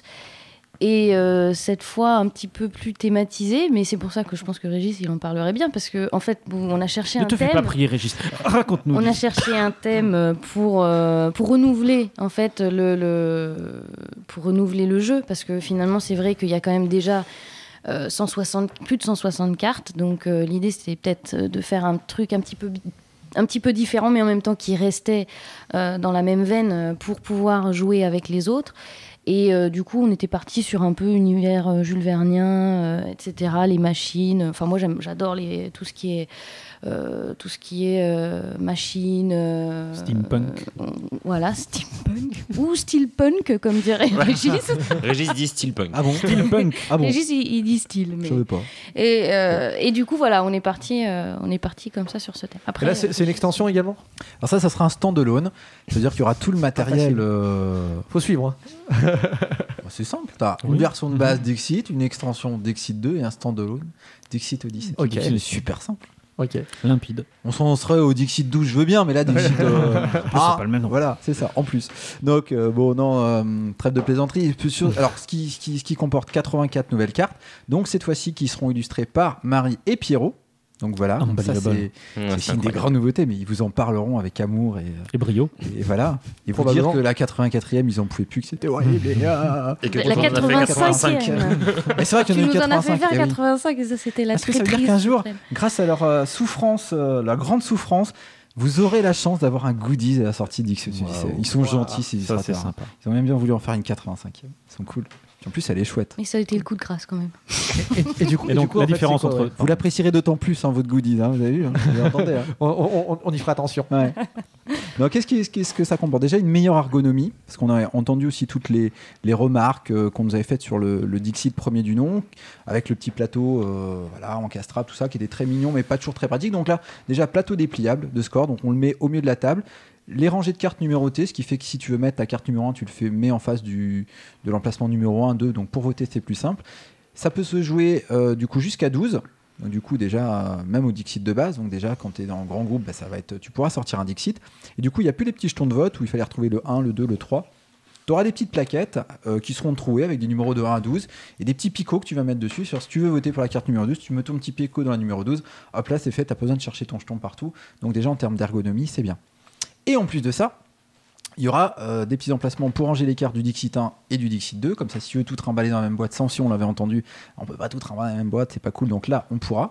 Et euh, cette fois, un petit peu plus thématisé. Mais c'est pour ça que je pense que Régis, il en parlerait bien. Parce qu'en en fait, bon, on a cherché Ne un te fais thème. pas prier, Régis. Raconte-nous. On a cherché un thème pour, euh, pour renouveler en fait le, le pour renouveler le jeu parce que finalement c'est vrai qu'il y a quand même déjà euh, cent soixante, plus de cent soixante cartes, donc euh, l'idée c'était peut-être de faire un truc un petit peu bi- un petit peu différent mais en même temps qui restait euh, dans la même veine euh, pour pouvoir jouer avec les autres. Et euh, du coup, on était parti sur un peu univers euh, Jules Vernien, euh, et cetera. Les machines. Enfin, moi, j'aime, j'adore les, tout ce qui est, euh, tout ce qui est euh, machines. euh, Steampunk. euh, voilà, steampunk ou steelpunk, comme dirait Régis. Régis dit steelpunk. Ah bon? Steampunk. Ah bon? Régis, il, il dit style. Mais... Je savais pas. Et, euh, et du coup, voilà, on est parti, euh, on est parti comme ça sur ce thème. Et Après, là, c'est, c'est une extension également? Alors ça, ça sera un stand-alone. C'est-à-dire qu'il y aura tout le matériel. facile. euh, Faut suivre. hein. bah, c'est simple. T'as une Oui. version de base Dixit, une extension Dixit deux et un stand-alone Dixit Odyssey. Ok. C'est super simple. Ok. Limpide. On s'en serait au Dixit douze, je veux bien, mais là, Dixit. euh, c'est pas le même nom. Voilà, c'est ça, en plus. Donc, euh, bon, non, euh, trêve de plaisanterie. Plus sûr- Alors, ce qui, ce, qui, ce qui comporte quatre-vingt-quatre nouvelles cartes, donc cette fois-ci qui seront illustrées par Marie et Pierrot. Donc voilà, Ah, ça c'est, Ouais, c'est c'est une des incroyable. grandes nouveautés, mais ils vous en parleront avec amour et, Et brio. et voilà. Et vous dire Probablement. que la quatre-vingt-quatrième, ils en pouvaient plus, que c'était horrible. Et, ah. Et que La quand on a fait quatre-vingt-cinquième. Mais c'est vrai qu'il Tu y en a nous eu en as fait quatre-vingt-cinq. faire eh oui. quatre-vingt-cinq et ça c'était la Est-ce que ça veut dire traîtrise qu'un jour, suprême. grâce à leur euh, souffrance, euh, leur grande souffrance, vous aurez la chance d'avoir un goodies à la sortie d'X. Waouh. Ils sont gentils, ces Ça, c'est illustrateurs. sympa. Ils ont même bien voulu en faire une quatre-vingt-cinquième. Ils sont cool. Puis en plus, elle est chouette. Mais ça a été le coup de grâce quand même. Et, et du coup, Et donc, du coup, la en fait, différence c'est quoi, entre- ouais. Vous l'apprécierez d'autant plus, hein, votre goodies. Hein, vous avez vu hein, vous entendez, hein. on, on- on y fera attention. Ouais. Donc, qu'est-ce, qui- qu'est-ce que ça comporte? Déjà, une meilleure ergonomie, parce qu'on a entendu aussi toutes les, les remarques euh, qu'on nous avait faites sur le, le Dixit premier du nom, avec le petit plateau euh, voilà, encastrable, tout ça, qui était très mignon, mais pas toujours très pratique. Donc là, déjà, plateau dépliable de score, donc on le met au milieu de la table. Les rangées de cartes numérotées, ce qui fait que si tu veux mettre la carte numéro un, tu le fais, mets en face du, de l'emplacement numéro un, deux, donc pour voter, c'est plus simple. Ça peut se jouer euh, du coup jusqu'à douze. Donc, du coup, déjà, euh, même au Dixit de base, donc déjà, quand tu es dans le grand groupe, bah, ça va être, tu pourras sortir un Dixit. Et du coup, il n'y a plus les petits jetons de vote où il fallait retrouver le un, le deux, le trois. Tu auras des petites plaquettes euh, qui seront trouées avec des numéros de un à douze et des petits picots que tu vas mettre dessus. Sur, si tu veux voter pour la carte numéro douze, tu mets ton petit picot dans la numéro douze. Hop là, c'est fait, tu n'as pas besoin de chercher ton jeton partout. Donc, déjà, en termes d'ergonomie, c'est bien. Et en plus de ça, il y aura euh, des petits emplacements pour ranger les cartes du Dixit un et du Dixit deux. Comme ça, si tu veux tout trimballer dans la même boîte, sans si on l'avait entendu, on peut pas tout trimballer dans la même boîte, c'est pas cool. Donc là, on pourra.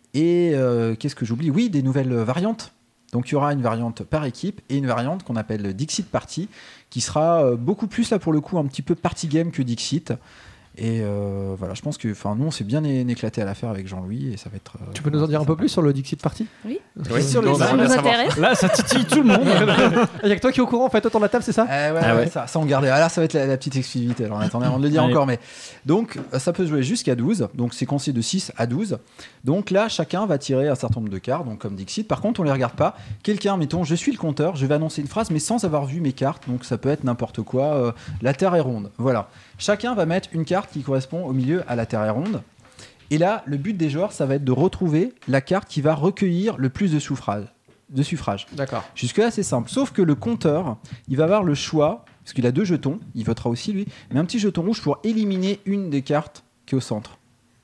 Et euh, qu'est-ce que j'oublie? Oui, des nouvelles variantes. Donc il y aura une variante par équipe et une variante qu'on appelle Dixit Party, qui sera euh, beaucoup plus là pour le coup un petit peu party game que Dixit. Et euh, voilà, je pense que, enfin, nous on s'est bien é- éclaté à l'affaire avec Jean-Louis et ça va être. euh, Tu peux nous en dire un peu plus sur le Dixit Party? Oui. Oui, Sur les on Ça aimerait nous bien savoir. intéresse. Là, ça titille tout le monde. Il y a que toi qui es au courant en fait autour de la table, c'est ça? Eh ouais, Ah ouais, ouais. Ça, ça on gardait. Ah là, ça va être la, la petite exclusivité. Alors, on attendait avant de le dire Allez. encore. Mais donc, euh, ça peut se jouer jusqu'à douze. Donc, c'est conseillé de six à douze. Donc là, chacun va tirer un certain nombre de cartes, donc comme Dixit. Par contre, on les regarde pas. Quelqu'un, mettons, je suis le compteur, je vais annoncer une phrase, mais sans avoir vu mes cartes. Donc, ça peut être n'importe quoi. euh, la Terre est ronde. Voilà. Chacun va mettre une carte qui correspond au milieu à la Terre est ronde. Et là, le but des joueurs, ça va être de retrouver la carte qui va recueillir le plus de suffrages. De suffrages. D'accord. Jusque-là, c'est simple. Sauf que le compteur, il va avoir le choix, parce qu'il a deux jetons, il votera aussi lui, mais un petit jeton rouge pour éliminer une des cartes qui est au centre.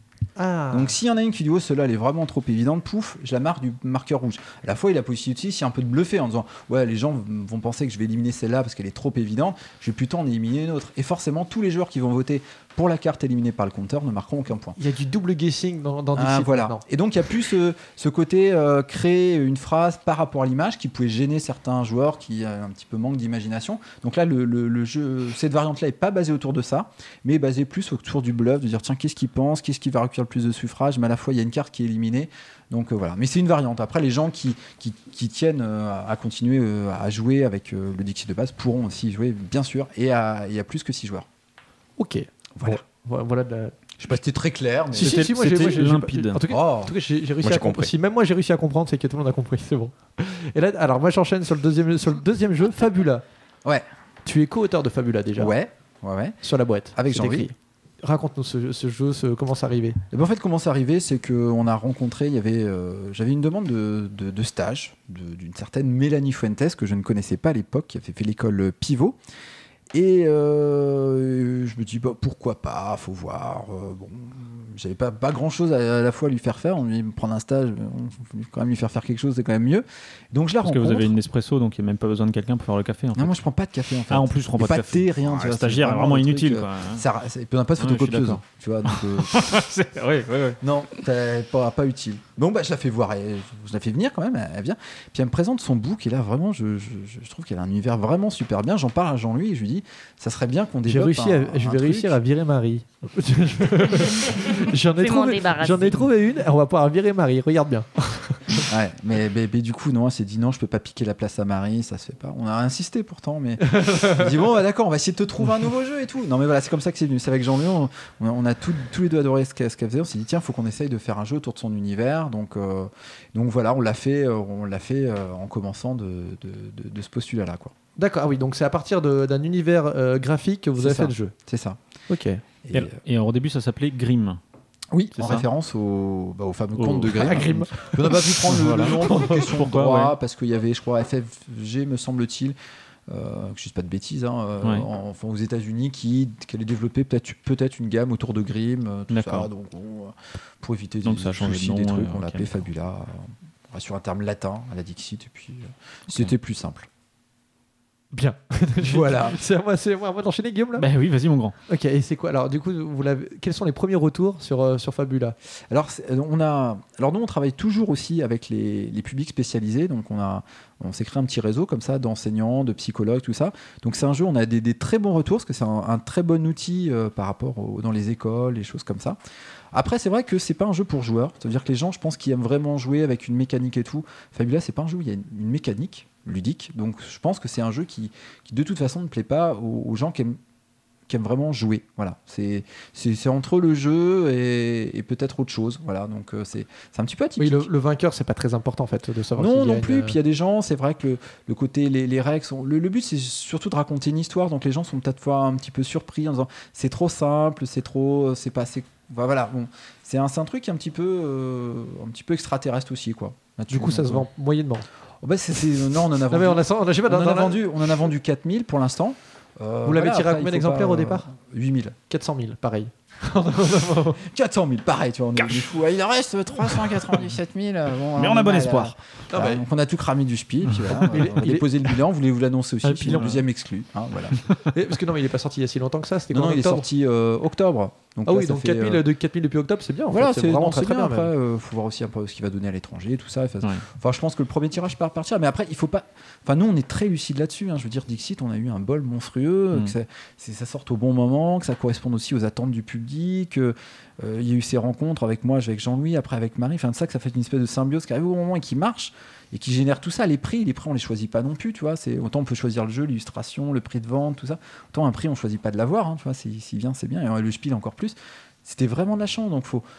Ah. Donc s'il y en a une qui dit oh celle-là elle est vraiment trop évidente, pouf, je la marque du marqueur rouge. À la fois il a possibilité aussi un peu de bluffer en disant ouais les gens v- vont penser que je vais éliminer celle-là parce qu'elle est trop évidente, je vais plutôt en éliminer une autre. Et forcément tous les joueurs qui vont voter pour la carte éliminée par le compteur ne marqueront aucun point. Il y a du double guessing dans, dans Ah, Dixit. voilà. maintenant. Et donc il y a plus ce, ce côté euh, créer une phrase par rapport à l'image qui pouvait gêner certains joueurs qui euh, un petit peu manquent d'imagination. Donc là le, le- le jeu, cette variante-là est pas basée autour de ça, mais basée plus autour du bluff, de dire tiens qu'est-ce qu'il pense, qu'est-ce qui va recueillir le plus de suffrages, mais à la fois il y a une carte qui est éliminée. Donc euh, voilà. Mais c'est une variante. Après les gens qui, qui, qui tiennent euh, à continuer euh, à jouer avec euh, le Dixit de base pourront aussi y jouer bien sûr et à, et à plus que six joueurs. Ok. Voilà. Bon, voilà de la- Je sais pas si c'était très clair, mais Si, si, C'était- si, moi, j'ai- c'était moi, j'ai- j'ai- limpide. En tout cas, Oh. en tout cas, j'ai j'ai réussi Moi, j'ai à comprendre. compris. Si même moi j'ai réussi à comprendre, c'est que tout le monde a compris. C'est bon. Et là, alors moi j'enchaîne sur le deuxième, sur le deuxième jeu, Fabula. Ouais. Tu es co-auteur de Fabula déjà. Ouais, ouais, ouais. Sur la boîte. Avec C'est Jean-Louis. écrit. Raconte-nous ce, ce jeu, ce- comment c'est arrivé. Et ben en fait, comment c'est arrivé, c'est qu'on a rencontré, il y avait, euh, j'avais une demande de, de, de stage de- d'une certaine Mélanie Fuentes que je ne connaissais pas à l'époque, qui avait fait l'école Pivot. Et euh, je me dis bah, pourquoi pas, faut voir. Euh, bon, j'avais pas, pas grand chose à, à la fois à lui faire faire. On lui prendre un stage, on faut quand même lui faire faire quelque chose, c'est quand même mieux. Donc je la Parce que rencontre. vous avez une Nespresso, donc il n'y a même pas besoin de quelqu'un pour faire le café. En fait. Non, moi je prends pas de café en fait. Ah, en plus, je prends Et pas de pas café. de thé, rien. Ah, tu le vois, stagiaire c'est est vraiment un truc, inutile. euh, Quoi. Ça, ça- et puis on n'a pas de Ouais, je suis photocopieuse, d'accord. hein, tu vois. Donc, euh, Oui, oui, oui. non, c'est pas, pas utile. Bon, bah, je la fais voir, et je la fais venir quand même, elle, elle vient. Puis elle me présente son book, et là, vraiment, je, je, je trouve qu'elle a un univers vraiment super bien. J'en parle à Jean-Louis, et je lui dis, ça serait bien qu'on J'ai développe réussi un, à, je un vais truc. réussier à virer Marie. J'en ai, Je vais m'en trouvé- débarrasser. j'en ai trouvé une, on va pouvoir virer Marie, regarde bien. Ouais, mais, mais, mais du coup, non, elle s'est dit, non, je peux pas piquer la place à Marie, ça se fait pas. On a insisté pourtant, mais. Je dis, bon, bah, d'accord, on va essayer de te trouver un nouveau jeu et tout. Non, mais voilà, c'est comme ça que c'est venu. C'est avec Jean-Louis, on, on a, on a tout- tous les deux adoré ce qu'elle ce qu'elle faisait. On s'est dit, tiens, faut qu'on essaye de faire un jeu autour de son univers. Donc, euh, donc voilà, on l'a fait, euh, on l'a fait euh, en commençant de, de, de, de ce postulat-là, quoi. D'accord, ah oui, donc c'est à partir de- d'un univers euh, graphique que vous C'est avez ça. fait le jeu. C'est ça. Ok. Et, Et, euh, et au début, ça s'appelait Grimm. oui, c'est en ça. référence au, bah, au fameux Au- conte de Grimm. à Grimm. On n'a pas pu prendre le, Voilà. le nom pour une question Pourquoi, de droit, ouais. parce qu'il y avait, je crois, F F G, me semble-t-il. euh, que je ne dis pas de bêtises, hein, euh, Ouais. en- enfin, aux États-Unis, qui, qui allait développer peut-être, peut-être une gamme autour de Grimm, euh, tout D'accord. ça. Donc, bon, euh, pour éviter Donc, des ça a changé de soucis, nom, des trucs, ouais, on l'a ok. appelé Fabula, euh, sur un terme latin à la Dixit, et puis euh, c'était plus simple. Bien. Voilà. C'est à moi, c'est à moi, à moi d'enchaîner, Guillaume, là Bah oui, vas-y, mon grand. Ok, et c'est quoi alors du coup, vous l'avez... quels sont les premiers retours sur, euh, sur Fabula? Alors, c'est- on a, alors nous, on travaille toujours aussi avec les, les publics spécialisés. Donc, on, a, on s'est créé un petit réseau comme ça d'enseignants, de psychologues, tout ça. Donc, c'est un jeu, on a des, des très bons retours parce que c'est un, un très bon outil euh, par rapport au- dans les écoles, les choses comme ça. Après, c'est vrai que c'est pas un jeu pour joueurs. Ça veut dire que les gens, je pense, qui aiment vraiment jouer avec une mécanique et tout, Fabula, c'est pas un jeu où il y a une, une mécanique ludique. Donc, je pense que c'est un jeu qui, qui, de toute façon, ne plaît pas aux, aux gens qui aiment qui aiment vraiment jouer. Voilà, c'est c'est c'est entre le jeu et, et peut-être autre chose. Voilà, donc euh, c'est c'est un petit peu Oui, atypique. le, le vainqueur, c'est pas très important en fait de savoir Non, qui non gagne, plus. euh. Puis il y a des gens, c'est vrai que le, le côté, les, les règles sont. Le, le but, c'est surtout de raconter une histoire. Donc les gens sont peut-être fois un petit peu surpris en disant c'est trop simple, c'est trop, c'est pas assez. Bah, voilà, bon, c'est un, c'est un truc un petit peu, euh, un petit peu extraterrestre aussi, quoi. Du coup, ça se vend moyennement. Oh, bah, c'est- c'est- non, on en a Non, vendu. mais on a, on a, je sais pas, on dans- en a dans la- vendu, on en a vendu quatre mille pour l'instant. Euh, Vous l'avez voilà, tiré à après, combien il faut d'exemplaires pas, au départ euh, huit mille. quatre cent mille, pareil. quatre cent mille, pareil, tu vois, on est des fous. Il en reste trois cent quatre-vingt-dix-sept mille. Bon, Mais alors, on a bon là, espoir. là, Non, voilà, mais- donc on a tout cramé du spiel. Puis voilà, Il est- on va il est- déposer le bilan. Vous voulez vous l'annoncer aussi. Un Puis bilan. le deuxième exclu. Hein, voilà. Et- Parce que non, mais il est pas sorti il y a si longtemps que ça. C'était Non, quoi, non, en il est octobre sorti euh, octobre. Donc Ah là, oui, ça donc fait, quatre mille, euh, de quatre mille depuis octobre, c'est bien. En Voilà, fait. c'est C'est vraiment non, très c'est très bien. bien. Après, même. euh, faut voir aussi un peu ce qu'il va donner à l'étranger, tout ça. Enfin, Ouais. enfin, je pense que le premier tirage peut repartir. Mais après, il faut pas. Enfin, nous, on est très lucide là-dessus. hein. Je veux dire, Dixit, on a eu un bol monstrueux, Mm. que ça, c'est- ça sorte au bon moment, que ça corresponde aussi aux attentes du public. euh, euh, Il y a eu ces rencontres avec moi, avec Jean-Louis, après avec Marie. Enfin, de ça, que ça fait une espèce de symbiose qui arrive au moment et qui marche et qui génère tout ça. Les prix, les prix, on les choisit pas non plus. Tu vois, c'est autant on peut choisir le jeu, l'illustration, le prix de vente, tout ça. Autant un prix, on choisit pas de l'avoir. Hein, tu vois, si, si bien, c'est bien. Et le spiel encore plus. C'était vraiment de la chance. Donc, faut.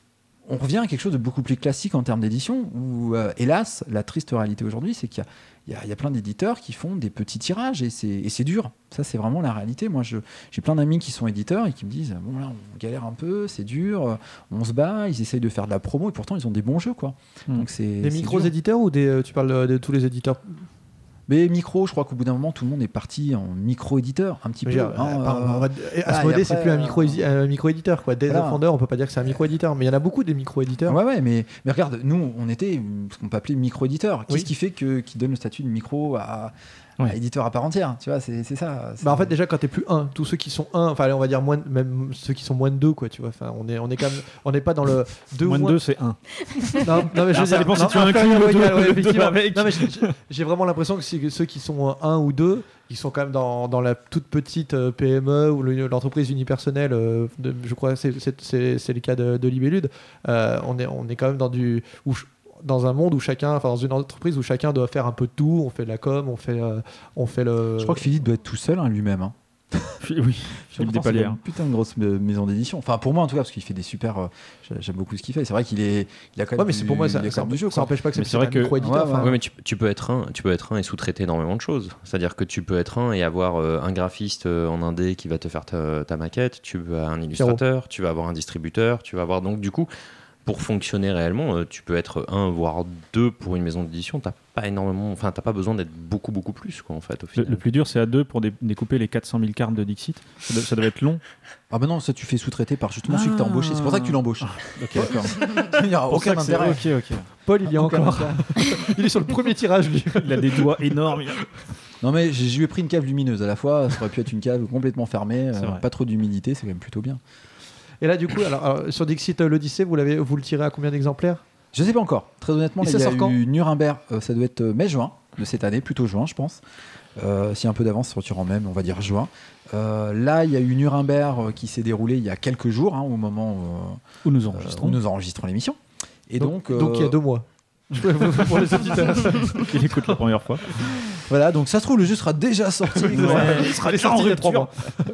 On revient à quelque chose de beaucoup plus classique en termes d'édition, où, euh, hélas, la triste réalité aujourd'hui, c'est qu'il y a, il y a- il y a plein d'éditeurs qui font des petits tirages, et c'est, et c'est dur. Ça, c'est vraiment la réalité. Moi, je, j'ai plein d'amis qui sont éditeurs et qui me disent, bon, là, on galère un peu, c'est dur, euh, on se bat, ils essayent de faire de la promo, et pourtant, ils ont des bons jeux, quoi. Mm. Donc, c'est, Des c'est micros dur. éditeurs ou des, euh, tu parles de, de tous les éditeurs? Mais micro, je crois qu'au bout d'un moment, tout le monde est parti en micro-éditeur, un petit Je peu. veux dire, hein, euh, pardon, euh, on va- et ah, Asmodée, et c'est après, plus un euh, micro, un micro éditeur quoi. Days voilà. of Wonder, on peut pas dire que c'est un micro éditeur, mais il y en a beaucoup des micro éditeurs. Ouais, ouais, mais, mais regarde, nous, on était ce qu'on peut appeler micro-éditeur. Qu'est-ce Oui. qui fait que, qui donne le statut de micro à, Ouais. à éditeur à part entière? Tu vois, c'est, c'est ça. c'est- Bah en fait déjà quand t'es plus un, tous ceux qui sont un, enfin allez, on va dire moins, de- même ceux qui sont moins de deux quoi, tu vois. Enfin on est on est quand même, on n'est pas dans le deux Moins ou de moins- deux, c'est un. Non, non mais je Alors, veux ça dire, dépend si non, tu inclus inférieur le ou deux- égal, ouais, le deux effectivement. avec. Non, mais j'ai- j'ai- j'ai vraiment l'impression que c'est- ceux qui sont un ou deux, ils sont quand même dans, dans la toute petite euh, P M E ou le- l'entreprise unipersonnelle. euh, de- je crois que c'est, c'est, c'est, c'est le cas de, de Libellude. Euh, on est on est quand même dans du où je- dans un monde où chacun, enfin dans une entreprise où chacun doit faire un peu de tout. On fait de la com, on fait euh, on fait le. Je crois que Philippe doit être tout seul hein, lui-même. Hein. Oui, Philippe Pourtant, c'est Despalières. une putain de grosse euh, maison d'édition. Enfin, pour moi en tout cas, parce qu'il fait des super. euh, j'ai- j'aime beaucoup ce qu'il fait. C'est vrai qu'il est, il a quand même. Ouais, mais c'est du- pour moi il ça, a quand ça, même du jeu. ça quoi. empêche pas que Mais c'est c'est vrai un que- micro-éditeur. ouais, ouais. enfin, Ouais, mais tu, tu peux être un, tu peux être un et sous-traiter énormément de choses. C'est-à-dire que tu peux être un et avoir euh, un graphiste euh, en indé qui va te faire ta, ta maquette, tu as un illustrateur, tu vas avoir un distributeur, tu vas avoir donc du coup, pour fonctionner réellement, euh, tu peux être un voire deux pour une maison d'édition. T'as pas énormément, enfin t'as pas besoin d'être beaucoup beaucoup plus quoi en fait au Le, final. le plus dur, c'est à deux pour dé- découper les quatre cent mille cartes de Dixit. Ça doit, ça doit être long. Ah bah non, ça tu fais sous-traiter par justement celui que t'as Ah. embauché. C'est pour ça que tu l'embauches. Ok, d'accord. Il n'y aura Pour aucun ça que c'est- intérêt. Ok, ok. Paul il y a Aucun encore. intérêt. Il est sur le premier tirage lui. Il a des doigts énormes. il a- Non mais j'ai- je lui ai pris une cave lumineuse à la fois. Ça aurait pu être une cave complètement fermée, C'est euh, vrai. pas trop d'humidité, c'est quand même plutôt bien. Et là du coup, alors, alors, sur Dixit euh, l'Odyssée, vous l'avez, vous le tirez à combien d'exemplaires? Je sais pas encore. Très honnêtement, Et là, ça il y a sort quand eu Nuremberg. euh, ça doit être euh, mai-juin de cette année, plutôt juin, je pense. Euh, si un peu d'avance, ça sortira en même, on va dire juin. Euh, là, il y a eu Nuremberg euh, qui s'est déroulé il y a quelques jours, hein, au moment Où nous euh, enregistrons. où nous enregistrons l'émission. Et donc, euh, donc il y a deux mois. Pour les auditeurs. Qu'il écoute la première fois. voilà, donc ça se trouve le jeu sera déjà sorti. Il sera déjà sorti il y a trois mois.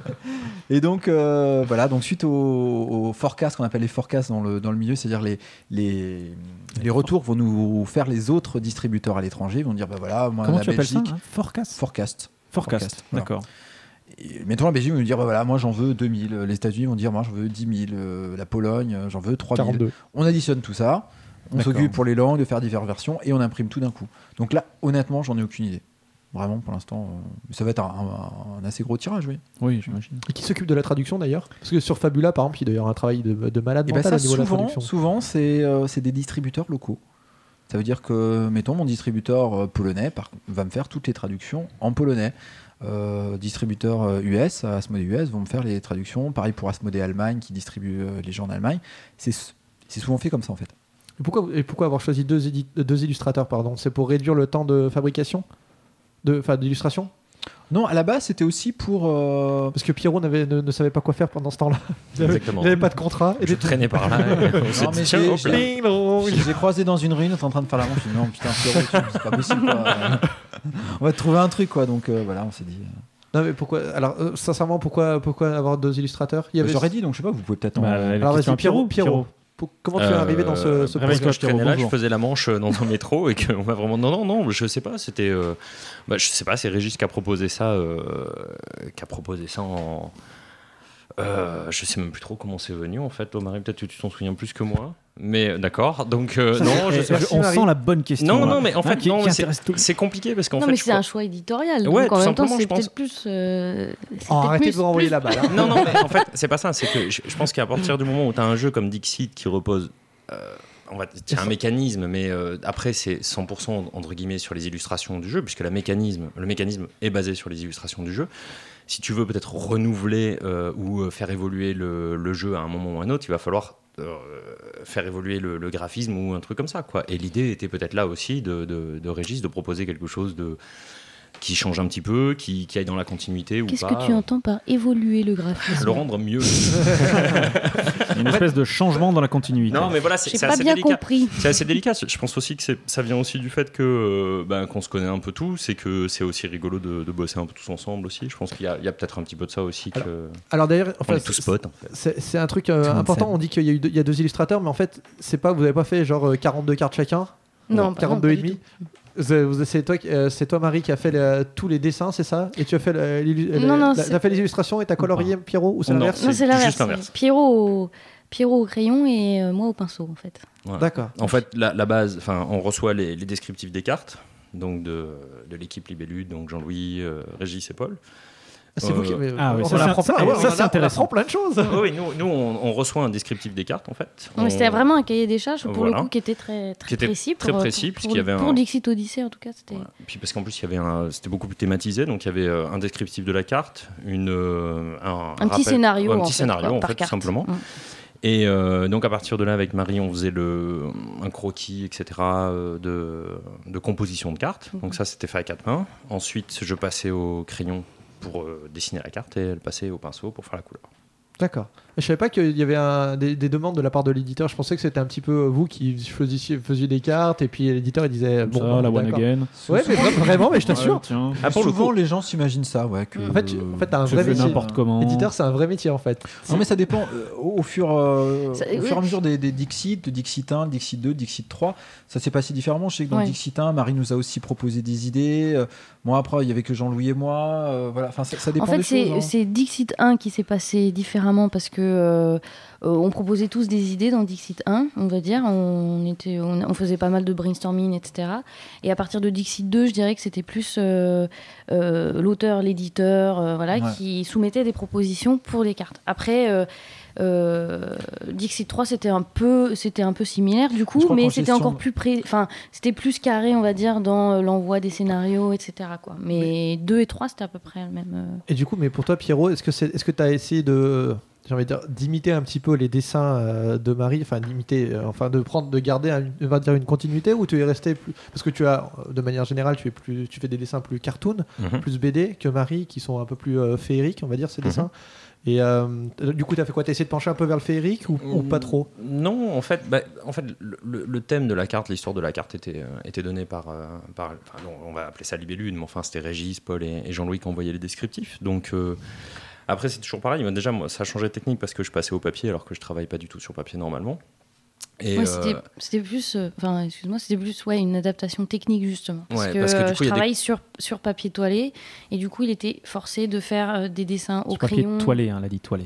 Et donc euh, voilà, donc suite aux au forecasts qu'on appelle les forecasts dans le, dans le milieu, c'est-à-dire les, les, les retours vont nous faire les autres distributeurs à l'étranger, ils vont dire bah voilà, moi Comment la tu appelles ça Belgique, hein Forecast forecast. Forecast, Forecast, voilà. d'accord. Et mettons la Belgique, ils vont dire bah voilà, moi j'en veux deux mille, les États-Unis vont dire moi j'en veux dix mille, euh, la Pologne euh, j'en veux trois mille. quarante-deux. On additionne tout ça, on D'accord. s'occupe pour les langues de faire diverses versions et on imprime tout d'un coup. Donc là, honnêtement, j'en ai aucune idée. Vraiment, pour l'instant. Euh, ça va être un, un, un assez gros tirage, oui. Oui, j'imagine. Et qui s'occupe de la traduction d'ailleurs? Parce que sur Fabula, par exemple, il doit y avoir un travail de, de malade Et mental ben au ça, niveau de la souvent, traduction. souvent c'est, euh, c'est des distributeurs locaux. Ça veut dire que, mettons, mon distributeur euh, polonais par, va me faire toutes les traductions en polonais. Euh, distributeurs euh, U S, Asmodée U S, vont me faire les traductions. Pareil pour Asmodée Allemagne, qui distribue euh, les jeux en Allemagne. C'est, c'est souvent fait comme ça, en fait. Et pourquoi, et pourquoi avoir choisi deux, édi- deux illustrateurs, pardon? C'est pour réduire le temps de fabrication, de, enfin, d'illustration? Non, à la base, c'était aussi pour... Euh... Parce que Pierrot n'avait, ne, ne savait pas quoi faire pendant ce temps-là. Il Exactement. n'avait pas de contrat. Je traînais par là. Et on s'est Non, dit, mais tiens, j'ai- hop là. j'ai- Je les ai croisés dans une rue, on était en train de faire la manche. Je me suis dit, non, putain, Pierrot, tu- c'est pas possible, quoi. On va te trouver un truc, quoi. Donc euh, voilà, on s'est dit... euh, Non mais pourquoi? Alors euh, sincèrement, pourquoi, pourquoi avoir deux illustrateurs? Il y avait... J'aurais dit, donc je sais pas, vous pouvez peut-être... en- Bah, la Alors question vas-y, à Pierrot. Pierrot. Pour- Comment tu es arrivé dans ce, ce Euh, projet? parce que je Pierrot, traînais là, je bonjour. faisais la manche dans un métro et qu'on m'a vraiment non non non je sais pas, c'était euh, bah, je sais pas, c'est Régis qui a proposé ça euh, qui a proposé ça en euh, je sais même plus trop comment c'est venu en fait. Toi Marie, peut-être que tu t'en souviens plus que moi, mais d'accord, donc euh, non je Eh, sais pas. on sent la bonne question. Non là. non mais en Hein, fait qui, non, qui mais c'est, intéresse tout. c'est compliqué parce qu'en Non, fait mais je c'est crois- un choix éditorial. Ouais, donc en tout même temps, simplement, c'est je pense. peut-être plus. euh, c'est Oh, peut-être arrêtez plus- de vous renvoyer plus- la balle. hein. Non, non, mais en fait, c'est pas ça. C'est que je, je pense qu'à partir du moment où tu as un jeu comme Dixit qui repose. Euh, on va c'est un mécanisme, mais euh, après, c'est cent pour cent entre guillemets sur les illustrations du jeu, puisque la mécanisme, le mécanisme est basé sur les illustrations du jeu. Si tu veux peut-être renouveler euh, ou faire évoluer le, le jeu à un moment ou à un autre, il va falloir euh, faire évoluer le, le graphisme ou un truc comme ça, quoi. Et l'idée était peut-être là aussi de, de, de Régis de proposer quelque chose de. Qui change un petit peu, qui, qui aille dans la continuité ou Qu'est-ce pas. que tu entends par évoluer le graphisme? Le rendre mieux. Une espèce de changement dans la continuité. Non, mais voilà, c'est, J'ai c'est pas assez bien délicat. compris. C'est assez délicat. Je pense aussi que c'est, ça vient aussi du fait que euh, ben, qu'on se connaît un peu tous, et que c'est aussi rigolo de, de bosser un peu tous ensemble aussi. Je pense qu'il y a, il y a peut-être un petit peu de ça aussi. Que Alors d'ailleurs, on enfin, est tous potes. En fait. c'est, c'est un truc euh, Tout le monde important. s'aime. On dit qu'il y a, eu deux, il y a deux illustrateurs, mais en fait, c'est pas, vous n'avez pas fait genre euh, quarante-deux cartes chacun? Non, bah quarante-deux non, et pas du demi. C'est, vous- c'est toi, qui- euh, c'est toi Marie qui a fait le- tous les dessins, c'est ça? Et tu as fait, le- l'illu- Non, non, la- c'est- t'as fait les illustrations et t'as colorié Pierrot, ou c'est Non, l'inverse? Non, c'est l'inverse. juste l'inverse. c'est Pierrot au, Pierrot au crayon et euh, moi au pinceau, en fait. Voilà. D'accord. En fait, la, la base, enfin, on reçoit les, les descriptifs des cartes, donc de, de l'équipe Libellude, donc Jean-Louis, euh, Régis et Paul. Ah, c'est vous qui. mais- ah oui, on ça, en c'est- apprend ça, plein. ouais, on ça, en c'est a- intéressant. On apprend plein de choses. oui, oui, nous, nous on, on reçoit un descriptif des cartes en fait. Non, mais On- c'était vraiment un cahier des charges pour Voilà. le coup qui était très, très Qui était précis. très pour, précis, pour, puisqu'il y avait pour un- Dixit Odyssey, en tout cas, c'était. Voilà. Puis parce qu'en plus, il y avait un, c'était beaucoup plus thématisé, donc il y avait euh, un descriptif de la carte, une, euh, un, Un rappel- petit scénario, ouais, un en petit fait, scénario quoi, en par fait, tout carte. simplement. Mm. Et euh, donc à partir de là, avec Marie, on faisait le, un croquis, et cetera, euh, de, de composition de cartes. Mhm. Donc ça, c'était fait à quatre mains. Ensuite, je passais au crayon pour euh, dessiner la carte et elle passait au pinceau pour faire la couleur. D'accord. Je savais pas qu'il y avait un- des, des demandes de la part de l'éditeur. Je pensais que c'était un petit peu vous qui choisissiez, faisiez des cartes et puis l'éditeur il disait Bon, bon, ça, la d'accord. one again. Ouais, mais vra- vraiment, mais je t'assure. Ouais, tiens. Ah, pour le Souvent, coup- les gens s'imaginent ça, ouais. Que, En fait, tu- en fait, t'as un C'est vrai fait métier. n'importe comment. L'éditeur, c'est un vrai métier en fait. Non, mais ça dépend. euh, au, au fur, euh, Ça- au oui. fur et à mesure des, des Dixit, de Dixit un, Dixit deux, Dixit trois, ça s'est passé différemment. Je sais que dans Ouais. Dixit un, Marie nous a aussi proposé des idées. Euh, moi, après, il y avait que Jean-Louis et moi. euh, voilà. Enfin, ça, ça dépend En fait, des c'est, choses. hein. c'est Dixit un qui s'est passé différemment parce que euh, euh, on proposait tous des idées dans Dixit un, on va dire. On, était, on, on faisait pas mal de brainstorming, et cetera. Et à partir de Dixit deux, je dirais que c'était plus euh, euh, l'auteur, l'éditeur, euh, voilà, Ouais. qui soumettait des propositions pour les cartes. Après. Euh, euh, Dixit trois c'était un peu c'était un peu similaire du Je coup crois mais qu'en c'était gestion- encore plus pré... enfin c'était plus carré on va dire dans euh, l'envoi des scénarios etc quoi mais deux et trois c'était à peu près le même euh, Et du coup, mais pour toi, Pierrot, est-ce que c'est, est-ce que t'as essayé de, j'ai envie de dire, d'imiter un petit peu les dessins euh, de Marie, enfin d'imiter, euh, enfin de prendre, de garder, un- on va dire une continuité, ou tu es resté plus, parce que tu as, euh, de manière générale, tu es plus, tu fais des dessins plus cartoon, Mhm. plus B D que Marie, qui sont un peu plus euh, féeriques, on va dire ces Mhm. dessins. Et euh, du coup, tu as fait quoi? Tu as essayé de pencher un peu vers le féerique ou, ou pas trop? Non, en fait, bah, en fait le, le- le thème de la carte, l'histoire de la carte était, euh, était donné par, euh, par enfin, non, on va appeler ça Libellude, mais enfin c'était Régis, Paul et, et Jean-Louis qui envoyaient les descriptifs. Donc euh, après c'est toujours pareil. Moi, déjà, moi, ça a changé de technique parce que je passais au papier alors que je travaille pas du tout sur papier normalement. Et, ouais, euh, c'était, c'était plus euh, enfin excuse-moi c'était plus ouais une adaptation technique justement parce, Ouais, que, parce que du euh, coup, il y je a des- travaille sur sur papier toilé et du coup il était forcé de faire euh, des dessins au C'est papier crayon toilé, hein, elle a dit toilé.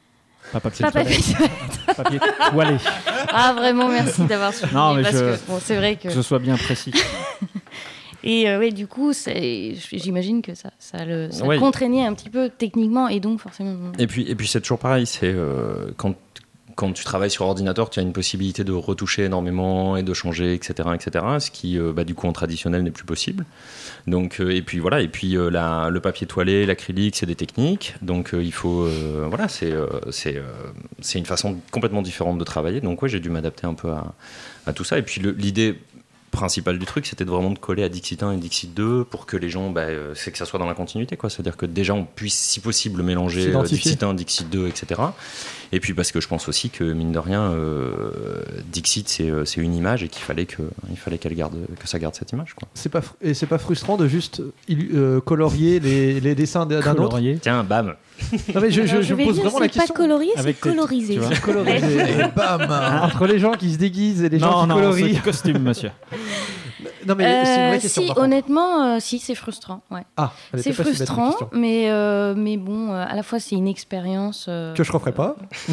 Pas papier pas toilette. papier Papier toilé. ah vraiment merci d'avoir suivi Non, mais parce je- que bon, c'est vrai que Que ce soit bien précis. Et euh, ouais, du coup, c'est, j'imagine que ça, ça le ça Ouais. contraignait un petit peu techniquement et donc forcément. Et puis, et puis c'est toujours pareil, c'est euh, quand, quand tu travailles sur ordinateur, tu as une possibilité de retoucher énormément et de changer, et cetera, et cetera. Ce qui, euh, bah, du coup, en traditionnel n'est plus possible. Donc, euh, et puis voilà, et puis euh, la, le papier toilé, l'acrylique, c'est des techniques. Donc euh, il faut, euh, voilà, c'est, euh, c'est, euh, c'est une façon complètement différente de travailler. Donc ouais, j'ai dû m'adapter un peu à, à tout ça. Et puis le, l'idée principale du truc, c'était de vraiment de coller à Dixit un et Dixit deux pour que les gens, bah, euh, c'est que ça soit dans la continuité, quoi. C'est-à-dire que déjà on puisse, si possible, mélanger euh, S'identifier. Dixit un, Dixit deux, et cetera. Et puis parce que je pense aussi que mine de rien, euh, Dixit c'est, euh, c'est une image et qu'il fallait que, il fallait qu'elle garde, que ça garde cette image, quoi. C'est pas fr- et c'est pas frustrant de juste illu- euh, colorier les, les dessins d'un d'un autre. Colorier. Tiens, bam. Non mais je, je, Alors, je me vais pose dire, vraiment c'est la question. pas colorié, c'est Avec tes- colorisé. tu vois. C'est colorisé. Et bam. Entre les gens qui se déguisent et les gens Non, qui non, colorient. c'est costume, monsieur. Non mais c'est une vraie Euh, question. si, par contre. honnêtement, euh, si, c'est frustrant. Ouais. Ah, elle C'est était pas si bête, ma frustrant, question. mais, euh, mais bon, euh, à la fois, c'est une expérience. euh, Que je referai pas.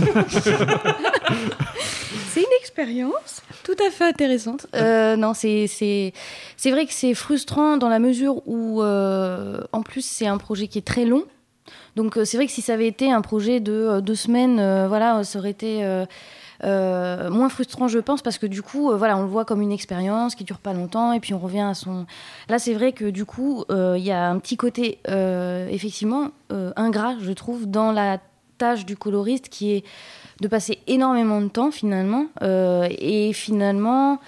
C'est une expérience tout à fait intéressante. Euh, non, c'est, c'est, c'est vrai que c'est frustrant dans la mesure où, euh, en plus, c'est un projet qui est très long. Donc, euh, c'est vrai que si ça avait été un projet de euh, deux semaines, euh, voilà, ça aurait été euh, euh, moins frustrant, je pense, parce que du coup, euh, voilà, on le voit comme une expérience qui dure pas longtemps, et puis on revient à son. Là, c'est vrai que du coup, euh, il y a un petit côté, euh, effectivement, euh, ingrat, je trouve, dans la tâche du coloriste, qui est de passer énormément de temps finalement euh, et finalement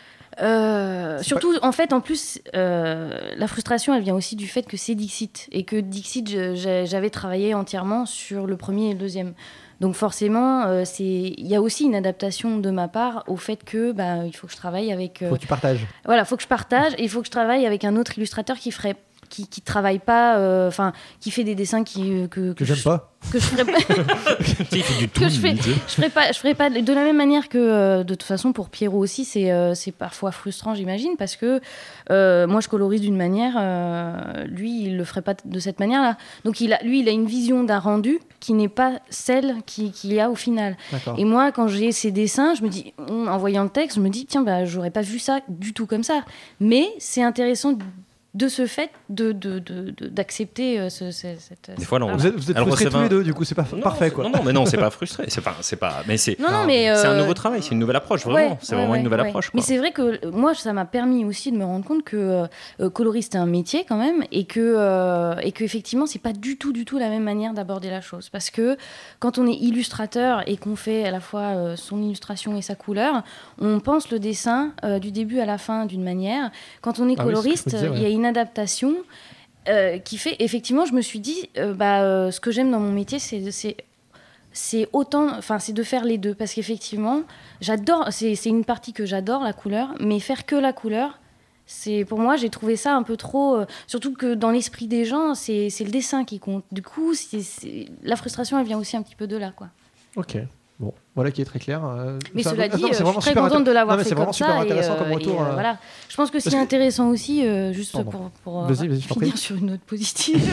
euh, surtout en fait en plus euh, la frustration elle vient aussi du fait que c'est Dixit et que Dixit je- j'ai- j'avais travaillé entièrement sur le premier et le deuxième, donc forcément euh, c'est il y a aussi une adaptation de ma part au fait que bah, il faut que je travaille avec euh, Faut que tu partages. voilà, faut que je partage et il faut que je travaille avec un autre illustrateur qui ferait qui, qui travaille pas enfin qui fait des dessins qui euh, que, Que j'aime je, pas. que je ferais pas Il fait du tout. que je fais, je ferai pas, je ferai pas de la même manière que euh, de toute façon pour Pierrot aussi, c'est euh, c'est parfois frustrant, j'imagine, parce que euh, moi je colorise d'une manière, euh, lui il le ferait pas de cette manière-là. Donc il a, lui il a une vision d'un rendu qui n'est pas celle qui- qu'il y a au final. D'accord. Et moi quand j'ai ces dessins, je me dis, en voyant le texte, je me dis tiens bah j'aurais pas vu ça du tout comme ça. Mais c'est intéressant de ce fait de, de, de, de- d'accepter euh, ce, ce- cette. Des fois, là, on- Vous êtes, vous êtes Elle frustrés recevait tous les un- deux, du coup, c'est pas Non, parfait c'est- quoi. Non, non, mais non, c'est pas frustré. C'est pas, c'est pas. Mais c'est. Non, non, mais C'est un euh, nouveau travail, c'est une nouvelle approche, vraiment. Ouais, c'est ouais, vraiment ouais, une nouvelle ouais. approche. Mais Quoi. c'est vrai que euh, moi, ça m'a permis aussi de me rendre compte que euh, coloriste, c'est un métier quand même, et que euh, et que effectivement, c'est pas du tout, du tout la même manière d'aborder la chose. Parce que quand on est illustrateur et qu'on fait à la fois euh, son illustration et sa couleur, on pense le dessin euh, du début à la fin d'une manière. Quand on est Ah oui, c'est ce que je coloriste, me disais, ouais. il y a une adaptation. Euh, qui fait effectivement je me suis dit euh, bah euh, ce que j'aime dans mon métier c'est c'est c'est autant enfin c'est de faire les deux parce qu'effectivement j'adore c'est c'est une partie que j'adore la couleur, mais faire que la couleur c'est pour moi j'ai trouvé ça un peu trop euh, surtout que dans l'esprit des gens c'est c'est le dessin qui compte, du coup c'est, c'est... la frustration elle vient aussi un petit peu de là quoi. Ok. Bon, voilà qui est très clair. Euh, Mais ça- cela ah dit, non, euh, c'est je vraiment suis très super contente de intér- l'avoir non, mais fait c'est vraiment comme super ça. intéressant et, comme euh, retour. et, euh, euh, voilà. Je pense que ce Parce qui est que- intéressant aussi, euh, juste Pardon. pour, pour euh, Vas-y, vas-y, je t'en finir prie. sur une note positive.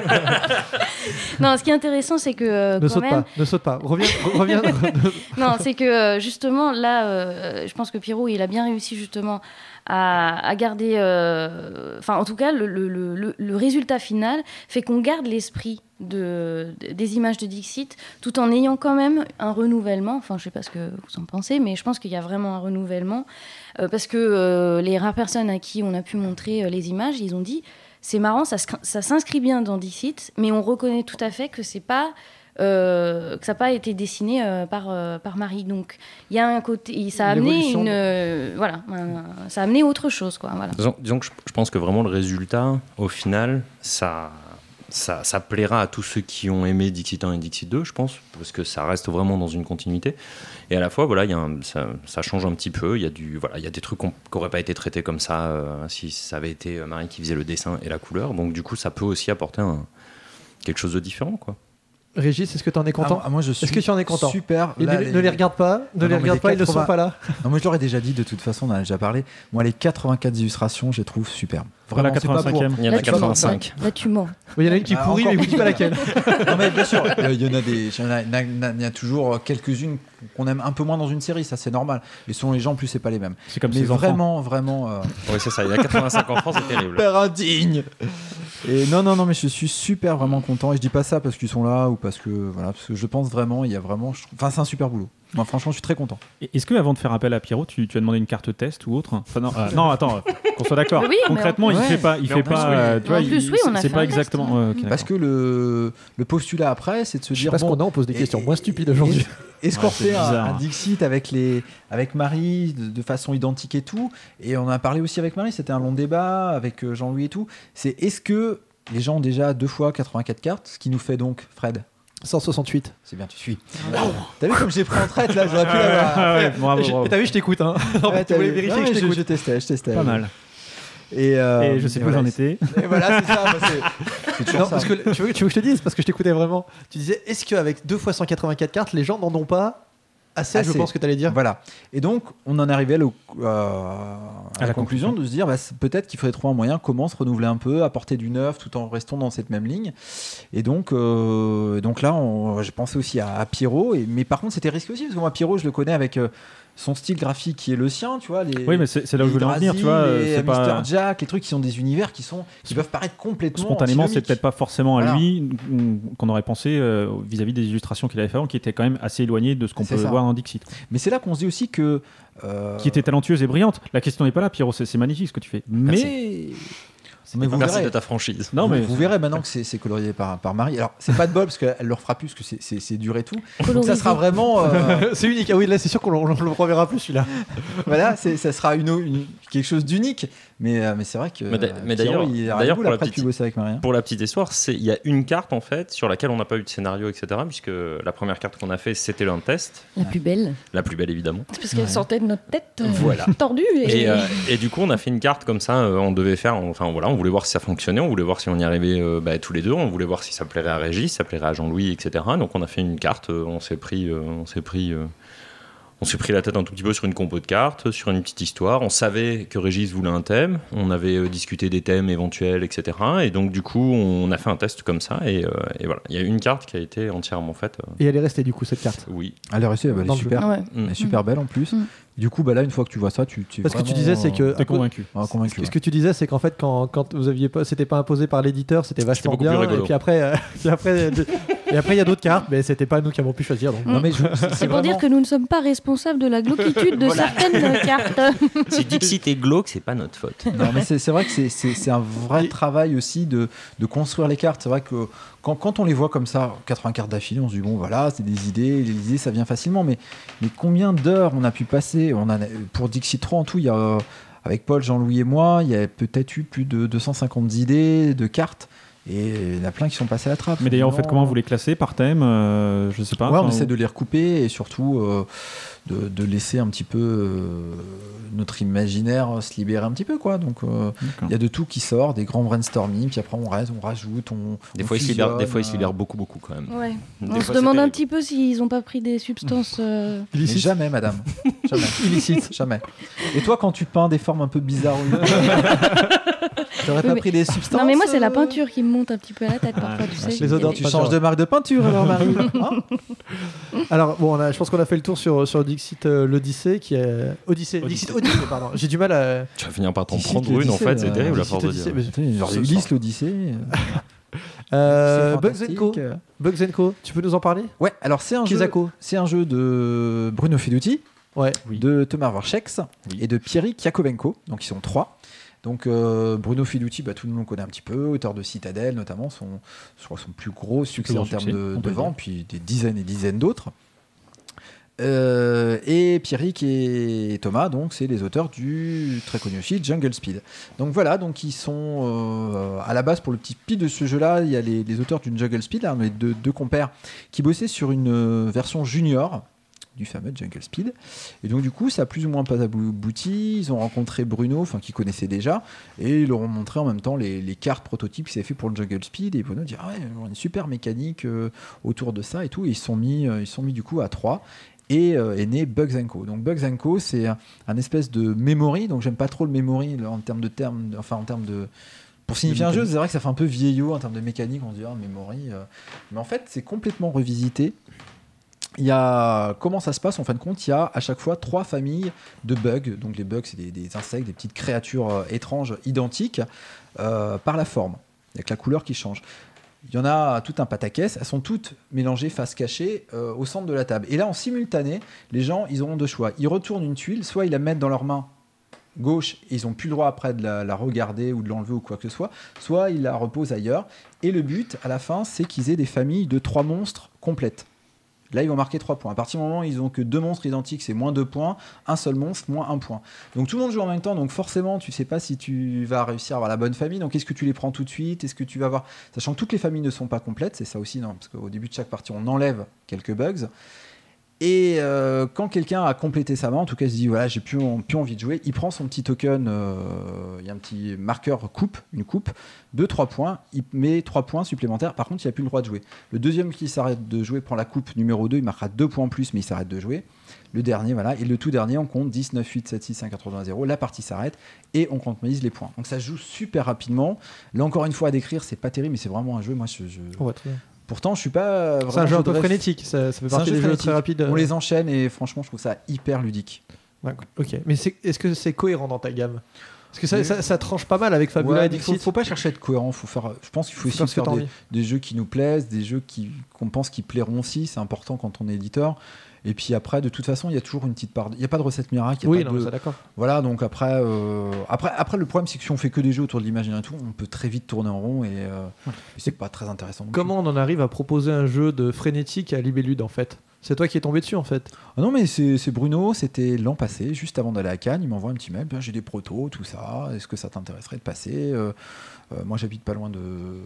Non, ce qui est intéressant, c'est que euh, Ne quand saute même, pas, ne saute pas. Reviens, re- reviens. non, c'est que euh, justement là, euh, je pense que Pierrot, il a bien réussi justement à, à garder, euh, enfin en tout cas, le, le, le, le résultat final fait qu'on garde l'esprit de, des images de Dixit, tout en ayant quand même un renouvellement. Enfin, je sais pas ce que vous en pensez, mais je pense qu'il y a vraiment un renouvellement euh, parce que euh, les rares personnes à qui on a pu montrer euh, les images, ils ont dit c'est marrant, ça, scr- ça s'inscrit bien dans Dixit, mais on reconnaît tout à fait que c'est pas euh, que ça n'a pas été dessiné euh, par, euh, par Marie. Donc, il y a un côté... Ça a amené L'évolution. une... euh, voilà. un- ça a amené autre chose, quoi. Voilà. Disons, disons que je, je pense que vraiment le résultat, au final, ça, ça, ça plaira à tous ceux qui ont aimé Dixit un et Dixit deux, je pense, parce que ça reste vraiment dans une continuité. Et à la fois, voilà, il y a un- ça, ça change un petit peu. Il y a du, voilà, il y a des trucs qui n'auraient pas été traités comme ça euh, si ça avait été Marie qui faisait le dessin et la couleur. Donc, du coup, ça peut aussi apporter un, quelque chose de différent, quoi. Régis, est-ce que tu en es content? Ah, moi, je suis Est-ce que tu en es content? Super. Et Là, ne, les... ne les regarde pas, ne non, les non, regarde les pas, ils ne quatre-vingts sont pas là. Non, moi je l'aurais déjà dit, de toute façon, on en a déjà parlé. Moi, les quatre-vingt-quatre illustrations, je les trouve superbes. Voilà, Vraiment, c'est pas pour... quatre-vingt-cinquième. Il y en Là, a tu mens. quatre-vingt-cinq. Là, tu mens. Il y en a une qui Ah, pourrit, encore mais vous dites pas laquelle. Non, mais bien sûr, il y en a des, il y en a, il y en a- il y a toujours quelques-unes qu'on aime un peu moins dans une série, ça c'est normal. Et selon les gens, en plus c'est pas les mêmes. C'est comme Mais ses enfants. vraiment, vraiment. Euh... Oui, c'est ça. Il y a quatre-vingt-cinq enfants, c'est terrible. Père indigne. Et non, non, non, mais je suis super vraiment content. Et je dis pas ça parce qu'ils sont là ou parce que voilà, parce que je pense vraiment, il y a vraiment, je trouve- enfin c'est un super boulot. Moi, franchement, je suis très content. Et Est-ce que avant de faire appel à Pierrot, tu, tu as demandé une carte test ou autre? Enfin non, euh, non, attends, euh, qu'on soit d'accord. Oui, mais Concrètement, en- il Ouais. fait pas, il Mais fait en plus, pas. oui. euh, tu vois, En plus, il- oui, on a c'est fait pas un test, exactement. hein. ouais, ok, Parce d'accord. que le, le postulat après, c'est de se Je sais dire pas ce bon, qu'on a, on pose des et- questions et- moins stupides aujourd'hui. Est-ce Ouais, qu'on c'est fait un, bizarre. un Dixit avec, les, avec Marie de, de façon identique et tout? Et on en a parlé aussi avec Marie, c'était un long débat avec euh, Jean-Louis et tout. C'est est-ce que les gens ont déjà deux fois quatre-vingt-quatre cartes, ce qui nous fait donc, Fred, cent soixante-huit. c'est bien, tu suis. T'as vu comme j'ai pris en traite là, j'aurais pu l'avoir. Ah ouais, bravo, Et j'ai- bravo. et T'as vu, je t'écoute. Hein. En Ouais, fait, tu t'as voulais vu. vérifier Non, que je mais je, t'écoute. je testais, je testais. Pas mal. Et, euh, Et je sais et plus où voilà, j'en étais. Et voilà, c'est ça. moi, c'est- c'est toujours Non, ça. parce que tu veux, tu veux que je te dise, parce que je t'écoutais vraiment. Tu disais, est-ce qu'avec deux fois cent quatre-vingt-quatre cartes, les gens n'en ont pas assez, je Assez. pense que tu allais dire. Voilà. Et donc, on en arrivait au- euh, à, la, la conclusion de se dire bah, c'est- peut-être qu'il faudrait trouver un moyen, comment se renouveler un peu, apporter du neuf tout en restant dans cette même ligne. Et donc, euh, donc là, on- j'ai pensé aussi à, à Pierrot. Et, mais par contre, c'était risqué aussi, parce que moi, Pierrot, je le connais avec euh, son style graphique qui est le sien, tu vois. Les, Oui, mais c'est c'est là où je voulais en venir, tu vois. les euh, C'est Mister pas Jack, les trucs qui sont des univers qui, sont, qui peuvent paraître complètement spontanément, c'est antinomiques. peut-être pas forcément à Voilà. lui mm, qu'on aurait pensé euh, vis-à-vis des illustrations qu'il avait fait avant, qui étaient quand même assez éloignées de ce qu'on C'est peut ça. voir dans Dixit. Mais c'est là qu'on se dit aussi que. euh, Qui était talentueuse et brillante. La question n'est pas là, Pierrot. C'est c'est magnifique ce que tu fais. Mais mais vous Merci verrez. de ta franchise. non, vous, mais vous verrez maintenant que c'est c'est colorié par, par Marie. Alors, c'est pas de bol parce qu'elle le refera plus, parce que c'est- c'est c'est dur et tout. Donc, ça Colorisé. sera vraiment. euh, C'est unique. Ah oui, là, c'est sûr qu'on le- on le reverra plus celui-là. voilà, c'est- ça sera une, une- quelque chose d'unique. Mais, euh, mais c'est vrai que. Mais d'a- euh, mais Pierrot, d'ailleurs- il a d'ailleurs, rien pour la après de petite- plus bosser avec Marie. hein. Pour la petite histoire, c'est- il y a une carte en fait sur laquelle on n'a pas eu de scénario, et cetera. Puisque la première carte qu'on a fait, c'était un test, La plus belle. la plus belle évidemment. C'est parce qu'elle sortait de notre tête euh, Voilà. tordue. Et, Et, euh, et du coup, on a fait une carte comme ça. euh, on devait faire, enfin voilà, on voulait voir si ça fonctionnait, on voulait voir si on y arrivait euh, bah, tous les deux, on voulait voir si ça plairait à Régis, ça plairait à Jean-Louis, et cetera. Donc on a fait une carte. euh, on s'est pris, euh, on s'est pris, euh, on s'est pris la tête un tout petit peu sur une compo de cartes, sur une petite histoire. On savait que Régis voulait un thème. On avait euh, discuté des thèmes éventuels, et cetera. Et donc du coup, on a fait un test comme ça. Et, euh, et voilà, il y a une carte qui a été entièrement faite. euh, Et elle est restée du coup, cette carte. oui. Elle est restée, elle est Dans le super. Ouais. Elle est super belle en plus. Mm. Du coup, bah là, une fois que tu vois ça, tu. tu es Parce que tu vraiment, disais, c'est que. euh, t'es convaincu. ah, convaincu. Ce que tu disais, c'est qu'en fait, quand, quand vous aviez pas, c'était pas imposé par l'éditeur, c'était vachement beaucoup bien. plus rigolo. Et puis après, euh, puis après, de- et après, il y a d'autres cartes, mais c'était pas nous qui avons pu choisir. Donc. Non, mais je- C'est pour dire que nous ne sommes pas responsables de la glauquitude de certaines cartes. Si Dixit est glauque, c'est pas notre faute. Non, mais c'est c'est vrai que c'est- c'est c'est un vrai travail aussi de, de construire les cartes. C'est vrai que quand, quand on les voit comme ça, quatre-vingts cartes d'affilée, on se dit bon voilà, c'est des idées, les idées ça vient facilement. Mais, mais combien d'heures on a pu passer on a, pour Dixit trois en tout, il y a, euh, avec Paul, Jean-Louis et moi, il y a peut-être eu plus de deux cent cinquante idées de cartes. Et il y en a plein qui sont passés à la trappe. Mais d'ailleurs, en Non. fait, comment vous les classez par thème euh, Je sais pas. Ouais, on enfin, essaie de les recouper et surtout euh, de, de laisser un petit peu euh, notre imaginaire se libérer un petit peu, quoi. Donc euh, D'accord. il y a de tout qui sort, des grands brainstorming, puis après on reste, on rajoute, on Des on fois, il se libère, des fusionne, fois, il se libère euh, beaucoup, beaucoup quand même. Ouais. Des On se fois, demande c'est un terrible. petit peu s'ils n'ont pas pris des substances. euh, Mais jamais, madame. Jamais. Illicite. Jamais. Et toi, quand tu peins des formes un peu bizarres, t'aurais Oui, pas mais- pris des substances Non, mais moi, c'est la euh, peinture qui me monte un petit peu à la tête parfois, tu sais. Les odeurs Il y Tu a des- changes de marque de peinture alors, Marie. Hein Alors, bon, on a, je pense qu'on a fait le tour sur, sur Dixit euh, l'Odyssée, qui est. Odyssée. Dixit Odyssée, pardon. J'ai du mal à. Tu vas finir par t'en Dixit, prendre une en l'Odyssée, fait, c'est là. terrible à Dixit force de Odyssée, dire. mais- Tu sais, genre Ce Ulysse, soir. l'Odyssée. Euh, c'est Bugs fantastique. Co. Bugs Co. Tu peux nous en parler Ouais, alors c'est un jeu. Kizako. C'est un jeu de Bruno Feduti, Ouais. Oui. de Thomas Warchex Oui. et de Pierrick Yakovenko. Donc ils sont trois. Donc euh, Bruno Feduti, bah, tout le monde connaît un petit peu, auteur de Citadel notamment, son, je crois son plus gros succès gros en termes succès, de, on peut de le vente, puis des dizaines et dizaines d'autres. Euh, et Pierrick et Thomas, donc c'est les auteurs du très connu aussi Jungle Speed. Donc voilà, donc ils sont euh, à la base pour le petit pitch de ce jeu-là, il y a les, les auteurs du Jungle Speed, là, on est deux, deux compères qui bossaient sur une euh, version junior du fameux Jungle Speed. Et donc du coup, ça a plus ou moins pas abouti. Ils ont rencontré Bruno, enfin qui connaissait déjà, et ils leur ont montré en même temps les, les cartes prototypes qu'ils avaient fait pour le Jungle Speed. Et Bruno dit ah ouais, on a une super mécanique euh, autour de ça et tout. Et ils se sont mis, euh, ils sont mis du coup à trois. Et euh, est né Bugs and Co. Donc Bugs and Co, c'est un, un espèce de memory. Donc j'aime pas trop le memory là, en termes de termes, enfin en termes de pour signifier un jeu, c'est vrai que ça fait un peu vieillot en termes de mécanique. On se dit ah memory, euh. mais en fait c'est complètement revisité. Il y a comment ça se passe en fin de compte. Il y a à chaque fois trois familles de bugs. Donc les bugs, c'est des, des insectes, des petites créatures euh, étranges, identiques euh, par la forme, avec la couleur qui change. Il y en a tout un pataquès. Elles sont toutes mélangées, face cachée, euh, au centre de la table. Et là, en simultané, les gens, ils auront deux choix. Ils retournent une tuile, soit ils la mettent dans leurs mains gauche et ils n'ont plus le droit après de la, la regarder ou de l'enlever ou quoi que ce soit, soit ils la reposent ailleurs. Et le but, à la fin, c'est qu'ils aient des familles de trois monstres complètes. Là, ils vont marquer trois points. À partir du moment où ils n'ont que deux monstres identiques, c'est moins deux points. Un seul monstre, moins un point. Donc tout le monde joue en même temps. Donc forcément, tu ne sais pas si tu vas réussir à avoir la bonne famille. Donc est-ce que tu les prends tout de suite ? Est-ce que tu vas avoir... Sachant que toutes les familles ne sont pas complètes. C'est ça aussi, non ? Parce qu'au début de chaque partie, on enlève quelques bugs. Et euh, quand quelqu'un a complété sa main, en tout cas, il se dit voilà, j'ai plus, plus envie de jouer, il prend son petit token, euh, il y a un petit marqueur coupe, une coupe, de trois points, il met trois points supplémentaires, par contre, il n'a plus le droit de jouer. Le deuxième qui s'arrête de jouer prend la coupe numéro deux, il marquera deux points en plus, mais il s'arrête de jouer. Le dernier, voilà, et le tout dernier, on compte dix, neuf, huit, sept, six, cinq, quatre, trois, deux, un, zéro, la partie s'arrête et on comptabilise les points. Donc ça se joue super rapidement. Là, encore une fois, à décrire, c'est pas terrible, mais c'est vraiment un jeu, moi, je... je... Ouais, très bien. Pourtant, je suis pas vraiment. C'est un jeu un peu ref... frénétique, ça, ça fait c'est partie un jeu des jeux très rapides. On les enchaîne et franchement, je trouve ça hyper ludique. D'accord. Ok, mais c'est, est-ce que c'est cohérent dans ta gamme ? Parce que ça, oui. ça, ça tranche pas mal avec Fabula ouais, et Dixit. Il faut, faut pas chercher à être cohérent. Faut faire, je pense qu'il faut, faut aussi faire des, des jeux qui nous plaisent, des jeux qui, qu'on pense qui plairont aussi. C'est important quand on est éditeur. Et puis après, de toute façon, il y a toujours une petite part. Il n'y a pas de recette miracle. Oui, pas non, de... ça, d'accord. Voilà, donc après, euh... après, après, le problème, c'est que si on fait que des jeux autour de l'imaginaire et tout, on peut très vite tourner en rond et, euh... ouais. et c'est pas très intéressant. Comment on en arrive à proposer un jeu de frénétique à Libellude en fait ? C'est toi qui es tombé dessus en fait. Ah non mais c'est, c'est Bruno, c'était l'an passé, juste avant d'aller à Cannes, il m'envoie un petit mail, bien, j'ai des protos, tout ça, est-ce que ça t'intéresserait de passer euh, euh, moi j'habite pas loin de,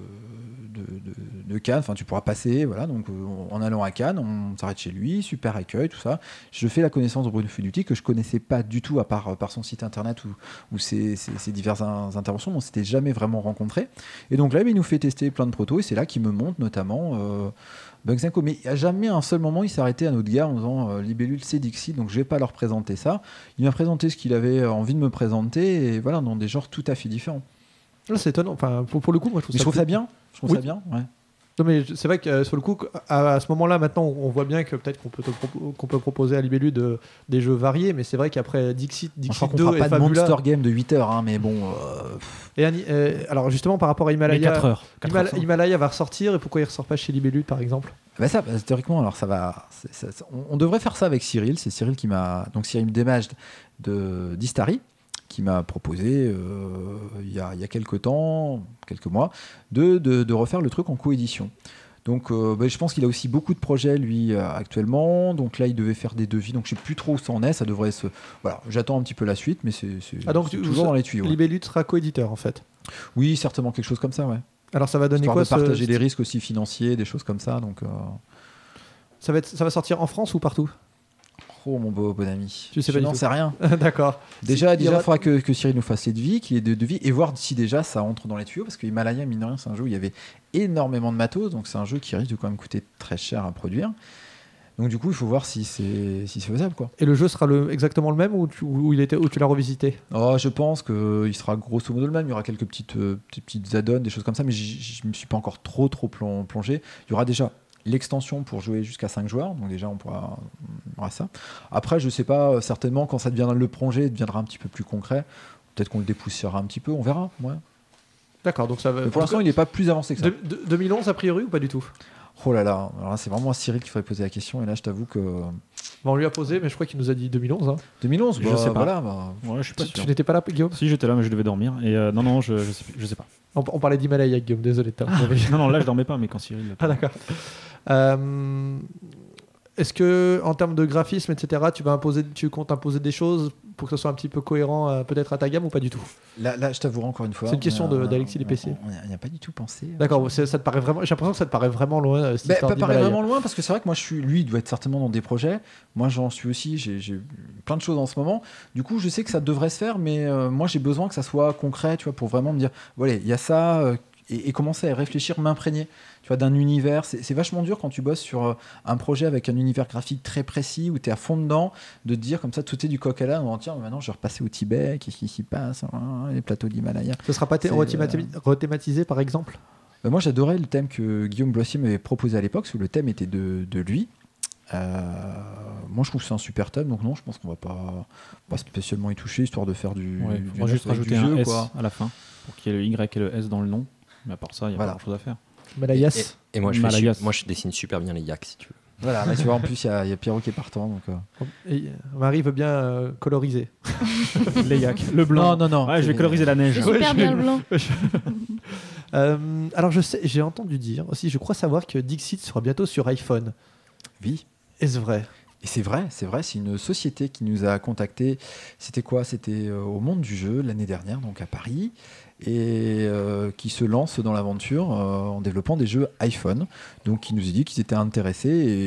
de, de, de Cannes, enfin tu pourras passer, voilà, donc euh, en allant à Cannes, on s'arrête chez lui, super accueil, tout ça. Je fais la connaissance de Bruno Feduti que je connaissais pas du tout à part par son site internet ou, ou ses, ses, ses diverses interventions, mais on s'était jamais vraiment rencontrés. Et donc là il nous fait tester plein de protos et c'est là qu'il me montre notamment euh, Bugs and Co. Mais à jamais un seul moment il s'est arrêté à notre gars en disant euh, Libellule c'est Dixit, donc je vais pas leur présenter ça. Il m'a présenté ce qu'il avait envie de me présenter et voilà, dans des genres tout à fait différents. Là, c'est étonnant. Enfin, pour, pour le coup, moi je trouve mais ça, je trouve ça bien. Je trouve oui. ça bien. Ouais. Non mais c'est vrai que euh, sur le coup, à, à ce moment-là, maintenant, on voit bien que peut-être qu'on peut, te pro- qu'on peut proposer à Libellude de, des jeux variés, mais c'est vrai qu'après Dixit, Dixit enfin, deux on fera et pas Fabula... de Monster Game de huit heures, hein, mais bon... Euh... Et, euh, alors justement, par rapport à Himalaya, quatre heures. quatre Himal- heures Himalaya va ressortir, et pourquoi il ressort pas chez Libellude, par exemple ? Bah ça, bah, théoriquement, alors ça va... C'est, ça, ça, on, on devrait faire ça avec Cyril, c'est Cyril qui m'a... Donc Cyril Demage de d'Istari, qui m'a proposé euh, il y a, il y a quelques temps, quelques mois, de, de, de refaire le truc en coédition. Donc euh, bah, je pense qu'il a aussi beaucoup de projets lui euh, actuellement, donc là il devait faire des devis, donc je sais plus trop où ça en est, ça devrait se... Voilà, j'attends un petit peu la suite, mais c'est, c'est, ah, donc, c'est tu, toujours ça, dans les tuyaux. Libellude sera coéditeur en fait. Oui, certainement quelque chose comme ça, ouais. Alors ça va donner Histoire quoi de partager ce... les risques aussi financiers, des choses comme ça, donc... Euh... Ça va, être, ça va sortir en France ou partout ? Oh mon beau bon ami, tu sais je pas n'en sais rien. D'accord. Déjà, déjà, il faudra que, que Cyril nous fasse les devis, qu'il ait des devis, et voir si déjà ça entre dans les tuyaux, parce que Himalaya, mine de rien, c'est un jeu où il y avait énormément de matos, donc c'est un jeu qui risque de quand même coûter très cher à produire. Donc du coup, il faut voir si c'est, si c'est faisable, quoi. Et le jeu sera le, exactement le même ou tu, où il était, où tu l'as revisité ? Oh, je pense qu'il sera grosso modo le même. Il y aura quelques petites, euh, petites, petites add-ons, des choses comme ça, mais je ne me suis pas encore trop, trop plongé. Il y aura déjà l'extension pour jouer jusqu'à cinq joueurs, donc déjà on pourra, on aura ça. Après, je sais pas, certainement quand ça deviendra le projet, deviendra un petit peu plus concret. Peut-être qu'on le dépoussiérera un petit peu, on verra. Ouais. D'accord, donc ça va. Mais pour l'instant, il n'est pas plus avancé que ça. De, de, deux mille onze a priori ou pas du tout ? Oh là là, alors là, c'est vraiment à Cyril qu'il faudrait poser la question, et là je t'avoue que. Bon, on lui a posé, mais je crois qu'il nous a dit deux mille onze. Hein. deux mille onze, je bah, sais pas. Voilà, bah... ouais, je suis pas tu, sûr. tu n'étais pas là, Guillaume ? Si, j'étais là, mais je devais dormir. Et euh, non, non, je, je, sais, je sais pas. On, on parlait d'Himalaya, Guillaume, désolé. Ah, non, non, là je dormais pas, mais quand Cyril. Ah, d'accord. Euh, est-ce que en termes de graphisme, et cetera, tu vas imposer, tu comptes imposer des choses pour que ce soit un petit peu cohérent, euh, peut-être à ta gamme ou pas du tout? Là, là je t'avoue encore une fois. C'est une question on a- de- d'Alexis on- des P C. On n'y a pas du tout pensé. D'accord, c'est- ça te paraît vraiment. J'ai l'impression que ça te paraît vraiment loin. euh, cette Bah, histoire pas paraît d'Himalaya. vraiment loin parce que c'est vrai que moi je suis, lui il doit être certainement dans des projets. Moi j'en suis aussi. J'ai, j'ai plein de choses en ce moment. Du coup je sais que ça devrait se faire, mais euh, moi j'ai besoin que ça soit concret, tu vois, pour vraiment me dire, voilà, il y a ça euh, et, et commencer à réfléchir, m'imprégner, tu vois, d'un univers. C'est, c'est vachement dur quand tu bosses sur euh, un projet avec un univers graphique très précis où tu es à fond dedans, de te dire comme ça tout est du coq à l'âne. On va tiens, maintenant je vais repasser au Tibet, qu'est-ce qui s'y passe, hein, les plateaux de l'Himalaya. Ce sera pas thé- C'est, rethémati- rethématisé par exemple? Bah, moi, j'adorais le thème que Guillaume Blossier m'avait proposé à l'époque, parce que le thème était de, de lui. Euh, moi, je trouve que c'est un super thème, donc non, je pense qu'on va pas, pas spécialement y toucher, histoire de faire du. Ouais, du il faudra juste neuf avec rajouter du un jeu, S quoi. à la fin pour qu'il y ait le Y et le S dans le nom. Mais à part ça, il n'y a Voilà. pas grand chose à faire. Malayas. Et moi je, fais Malagas. su- moi, je dessine super bien les yaks, si tu veux. Voilà, là, tu vois, en plus, il y, a- il y a Pierrot qui est partant. Donc, euh. Et, euh, Marie veut bien euh, coloriser. Les yaks. Le blanc. Non, non, non. Ouais, je vais coloriser la neige. C'est super bien le blanc. Euh, alors je sais, j'ai entendu dire aussi, je crois savoir que Dixit sera bientôt sur iPhone. Oui. Est-ce vrai? Et c'est vrai, c'est vrai, c'est une société qui nous a contactés. C'était quoi? C'était euh, au Monde du Jeu l'année dernière, donc à Paris, et euh, qui se lance dans l'aventure euh, en développant des jeux iPhone. Donc qui nous a dit qu'ils étaient intéressés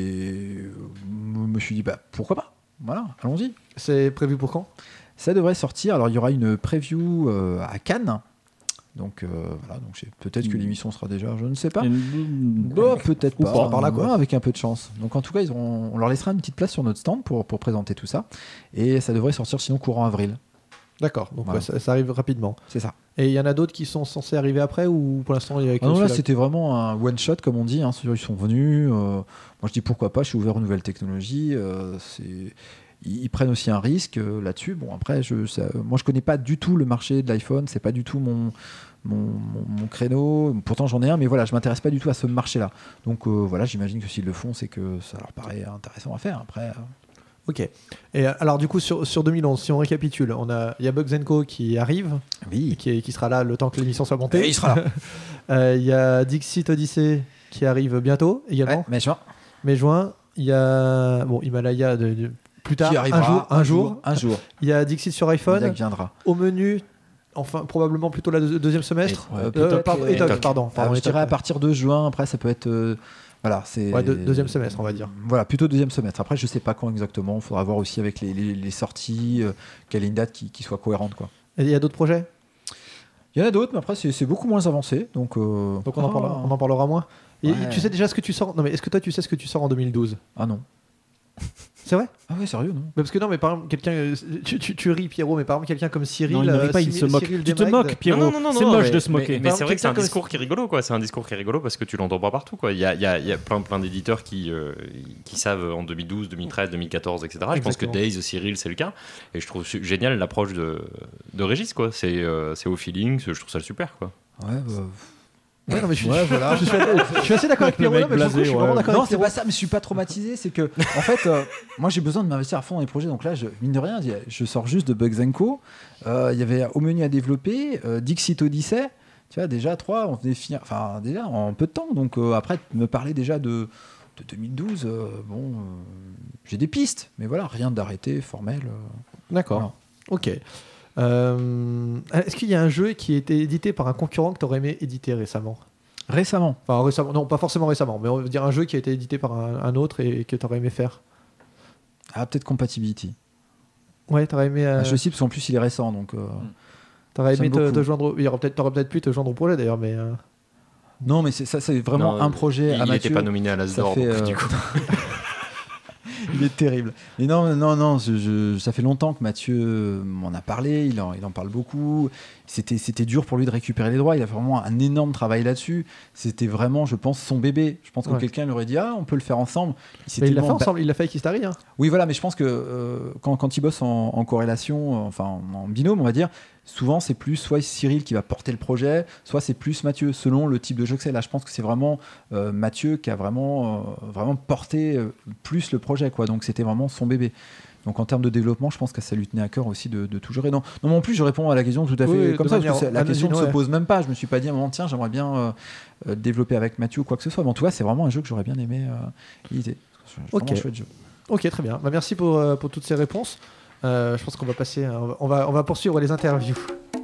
et euh, je me suis dit bah pourquoi pas. Voilà, allons-y. C'est prévu pour quand? Ça devrait sortir. Alors il y aura une preview euh, à Cannes. Donc euh, voilà, donc j'ai- peut-être que l'émission sera déjà, je ne sais pas. Il y a une- Bah, peut-être Ou pas, pas, par là, quoi. Ouais, avec un peu de chance. Donc en tout cas, ils auront- on leur laissera une petite place sur notre stand pour, pour présenter tout ça. Et ça devrait sortir sinon courant avril. D'accord, donc Voilà. ouais, ça, ça arrive rapidement. C'est ça. Et il y en a d'autres qui sont censés arriver après ou pour l'instant il y a que Ah non, là, celui-là? c'était vraiment un one-shot, comme on dit. Hein. Ils sont venus. euh, moi, je dis pourquoi pas, je suis ouvert aux nouvelles technologies. euh, c'est... Ils, ils prennent aussi un risque euh, là-dessus. Bon, après, je, ça- moi, je connais pas du tout le marché de l'iPhone. C'est pas du tout mon, mon, mon- mon créneau. Pourtant, j'en ai un, mais voilà, je m'intéresse pas du tout à ce marché-là. Donc, euh, voilà, j'imagine que s'ils le font, c'est que ça leur paraît intéressant à faire. Après, euh, Ok. Et euh, alors du coup sur, sur deux mille onze, si on récapitule, on a il y a Bugs and Co qui arrive, oui. qui, est- qui sera là le temps que l'émission soit montée. Et il sera là. Euh, Il y a Dixit Odyssey qui arrive bientôt également. Ouais, mais je vois. mai juin. Il y a bon Himalaya de, de- plus tard, Qui arrivera un jour, un jour. Un jour. Il y a Dixit sur Il iPhone. viendra. Au menu, enfin probablement plutôt le deux- deuxième semestre. Et- ouais, Euh, peut-être pardon, que- Etoc, Etoc. pardon. Ah, pardon, je Etoc. dirais à partir de juin. Après, ça peut être. euh, voilà, c'est. Ouais, deux- deuxième semestre, on va dire. Voilà, plutôt deuxième semestre. Après, je sais pas quand exactement. Il faudra voir aussi avec les, les- les sorties, euh, quelle est une date qui, qui soit cohérente, quoi. Et il y a d'autres projets. Il y en a d'autres, mais après, c'est c'est beaucoup moins avancé. Donc, euh, Donc on en ah. parlera, on en parlera moins. Et Ouais. tu sais déjà ce que tu sors. Non mais est-ce que toi tu sais ce que tu sors en deux mille douze? Ah non. C'est vrai? Ah ouais, sérieux, non? Mais parce que non, mais par exemple, quelqu'un. euh, Tu, tu, tu ris, Pierrot, mais par exemple, quelqu'un comme Cyril. Non, il ne rit euh, pas, il Cyril- se moque. Cyril Tu te Desmaigdes- moques, Pierrot. Non, non, non, C'est non, moche mais- de se moquer. Mais, mais Par c'est vrai que c'est un quelqu'un comme- discours qui est rigolo, quoi. C'est un discours qui est rigolo parce que tu l'entends pas partout, quoi. Il y a, il y a- il y a plein, plein d'éditeurs qui, euh, qui savent en deux mille douze, deux mille treize, deux mille quatorze, et cetera. Je pense que Exactement. Days, Cyril, c'est le cas. Et je trouve su- génial l'approche de, de Régis, quoi. C'est euh, c'est au feeling, je trouve ça super, quoi. Ouais, bah, Ouais, non, mais je, suis- Ouais, voilà. je, suis, je suis assez d'accord avec Le Pierrot, mec là, mais pour le coup, je suis blasé, vraiment ouais. d'accord Non, avec c'est Pierrot. pas ça, mais je suis pas traumatisé. C'est que, en fait, euh, moi j'ai besoin de m'investir à fond dans les projets. Donc là, je, mine de rien, il y a- je sors juste de Bugs and Co. Euh, Il y avait au menu à développer euh, Dixit Odyssey. Tu vois, déjà trois, on venait finir. Enfin, déjà en peu de temps. Donc euh, après, me parler déjà de, de deux mille douze, euh, bon, euh, j'ai des pistes. Mais voilà, rien d'arrêté, formel. euh. D'accord. Ok. Euh, Est-ce qu'il y a un jeu qui a été édité par un concurrent que tu aurais aimé éditer récemment? Récemment. Enfin, récemment, non, pas forcément récemment, mais on va dire un jeu qui a été édité par un, un autre et que tu aurais aimé faire. Ah, peut-être Compatibility. Ouais, t'aurais aimé, euh, Ah, je sais, parce qu'en plus, il est récent. Donc, euh, t'aurais aimé j'aime te, beaucoup. te joindre. au- Il y aurait peut-être, t'aurais peut-être pu te joindre au projet d'ailleurs, mais. euh, non, mais c'est- ça, c'est vraiment Non, un projet Il amateur. n'était pas nominé à Ça l'Asdor, fait, donc euh, du coup. Il est terrible. Mais non, non, non, je- je- ça fait longtemps que Mathieu m'en a parlé, il en, il en parle beaucoup. C'était, c'était dur pour lui de récupérer les droits, il a fait vraiment un énorme travail là-dessus. C'était vraiment, je pense, son bébé. Je pense que Ouais. quelqu'un lui aurait dit, ah, on peut le faire ensemble. s'est Mais il l'a fait tellement ba- ensemble, il l'a fait avec Istari. Hein. Oui, voilà, mais je pense que euh, quand, quand il bosse en, en corrélation, euh, enfin en binôme, on va dire, souvent c'est plus soit Cyril qui va porter le projet, soit c'est plus Mathieu, selon le type de jeu que c'est. Là, je pense que c'est vraiment euh, Mathieu qui a vraiment, euh, vraiment porté euh, plus le projet, quoi. Donc c'était vraiment son bébé. Donc en termes de développement, je pense que ça lui tenait à cœur aussi de, de tout gérer. Non, non, mais en plus, je réponds à la question tout à fait Oui, comme de ça, parce manière que c'est- la anodine, question ne ouais. se pose même pas. Je me suis pas dit à un moment, tiens, j'aimerais bien euh, euh, développer avec Mathieu ou quoi que ce soit. Mais en tout cas, c'est vraiment un jeu que j'aurais bien aimé euh, éditer. C'est Ok. vraiment un chouette jeu. Ok, très bien. Bah, merci pour, euh, pour toutes ces réponses. Euh, je pense qu'on va passer, on va, on va, on va poursuivre les interviews.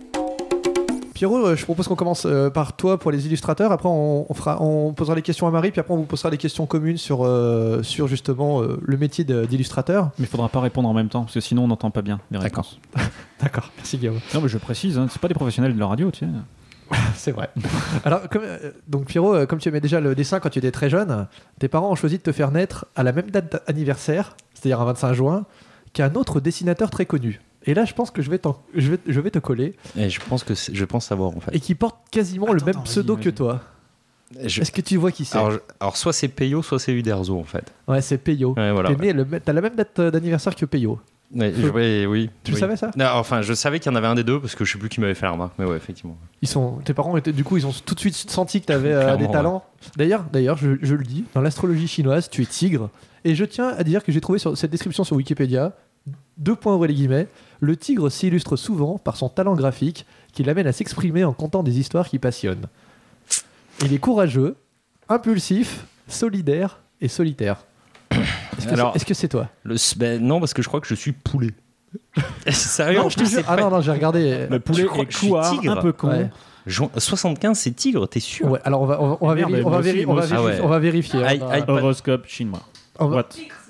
Pierrot, euh, je propose qu'on commence euh, par toi pour les illustrateurs. Après, on, on, fera, on posera les questions à Marie, puis après, on vous posera des questions communes sur, euh, sur justement euh, le métier de- d'illustrateur. Mais il faudra pas répondre en même temps, parce que sinon on n'entend pas bien les D'accord. réponses. D'accord, merci Guillaume. Non, mais je précise, hein, c'est pas des professionnels de la radio, tu sais. C'est vrai. Alors, comme, euh, donc Pierrot, euh, comme tu aimais déjà le dessin quand tu étais très jeune, tes parents ont choisi de te faire naître à la même date d'anniversaire, c'est-à-dire un vingt-cinq juin, qu'un autre dessinateur très connu. Et là, je pense que je vais, t'en- je vais, je vais te coller, Et je pense que c'est- je pense savoir en fait. et qui porte quasiment le Attends, même attends, pseudo vas-y, que vas-y. toi. Je- Est-ce que tu vois qui c'est? alors, je- alors, soit c'est Peyo, soit c'est Uderzo en fait. Ouais, c'est Peyo. Ouais, voilà. T'es ouais. né le même- T'as la même date euh, d'anniversaire que Peyo. Ouais, je- ouais, oui. Tu le oui. savais ça? Non, enfin, je savais qu'il y en avait un des deux parce que je sais plus qui m'avait fait la remarque, mais ouais, effectivement. Ils sont, tes parents étaient, du coup, ils ont tout de suite senti que tu avais Clairement, des ouais. talents. D'ailleurs, d'ailleurs, je, je le dis, dans l'astrologie chinoise, tu es tigre. Et je tiens à dire que j'ai trouvé sur, cette description sur Wikipédia, deux points ouvrez les guillemets, le tigre s'illustre souvent par son talent graphique qui l'amène à s'exprimer en contant des histoires qui passionnent. Il est courageux, impulsif, solidaire et solitaire. Est-ce que, Alors- c'est, est-ce que c'est toi? Le, ben, non, parce que je crois que je suis poulet. Sérieux? Non, je te jure. Ah non, non, j'ai regardé. Le poulet crois est que je suis couard, tigre un peu con. Ouais. Jean- soixante-quinze, c'est tigre, t'es sûr? Ouais, alors on va, on va, on va, Merde, véri- on moi va, aussi, véri- on moi va aussi. vérifier. Ah ouais. On va vérifier. Aïe, On va- aïe, Horoscope chinois. on va- What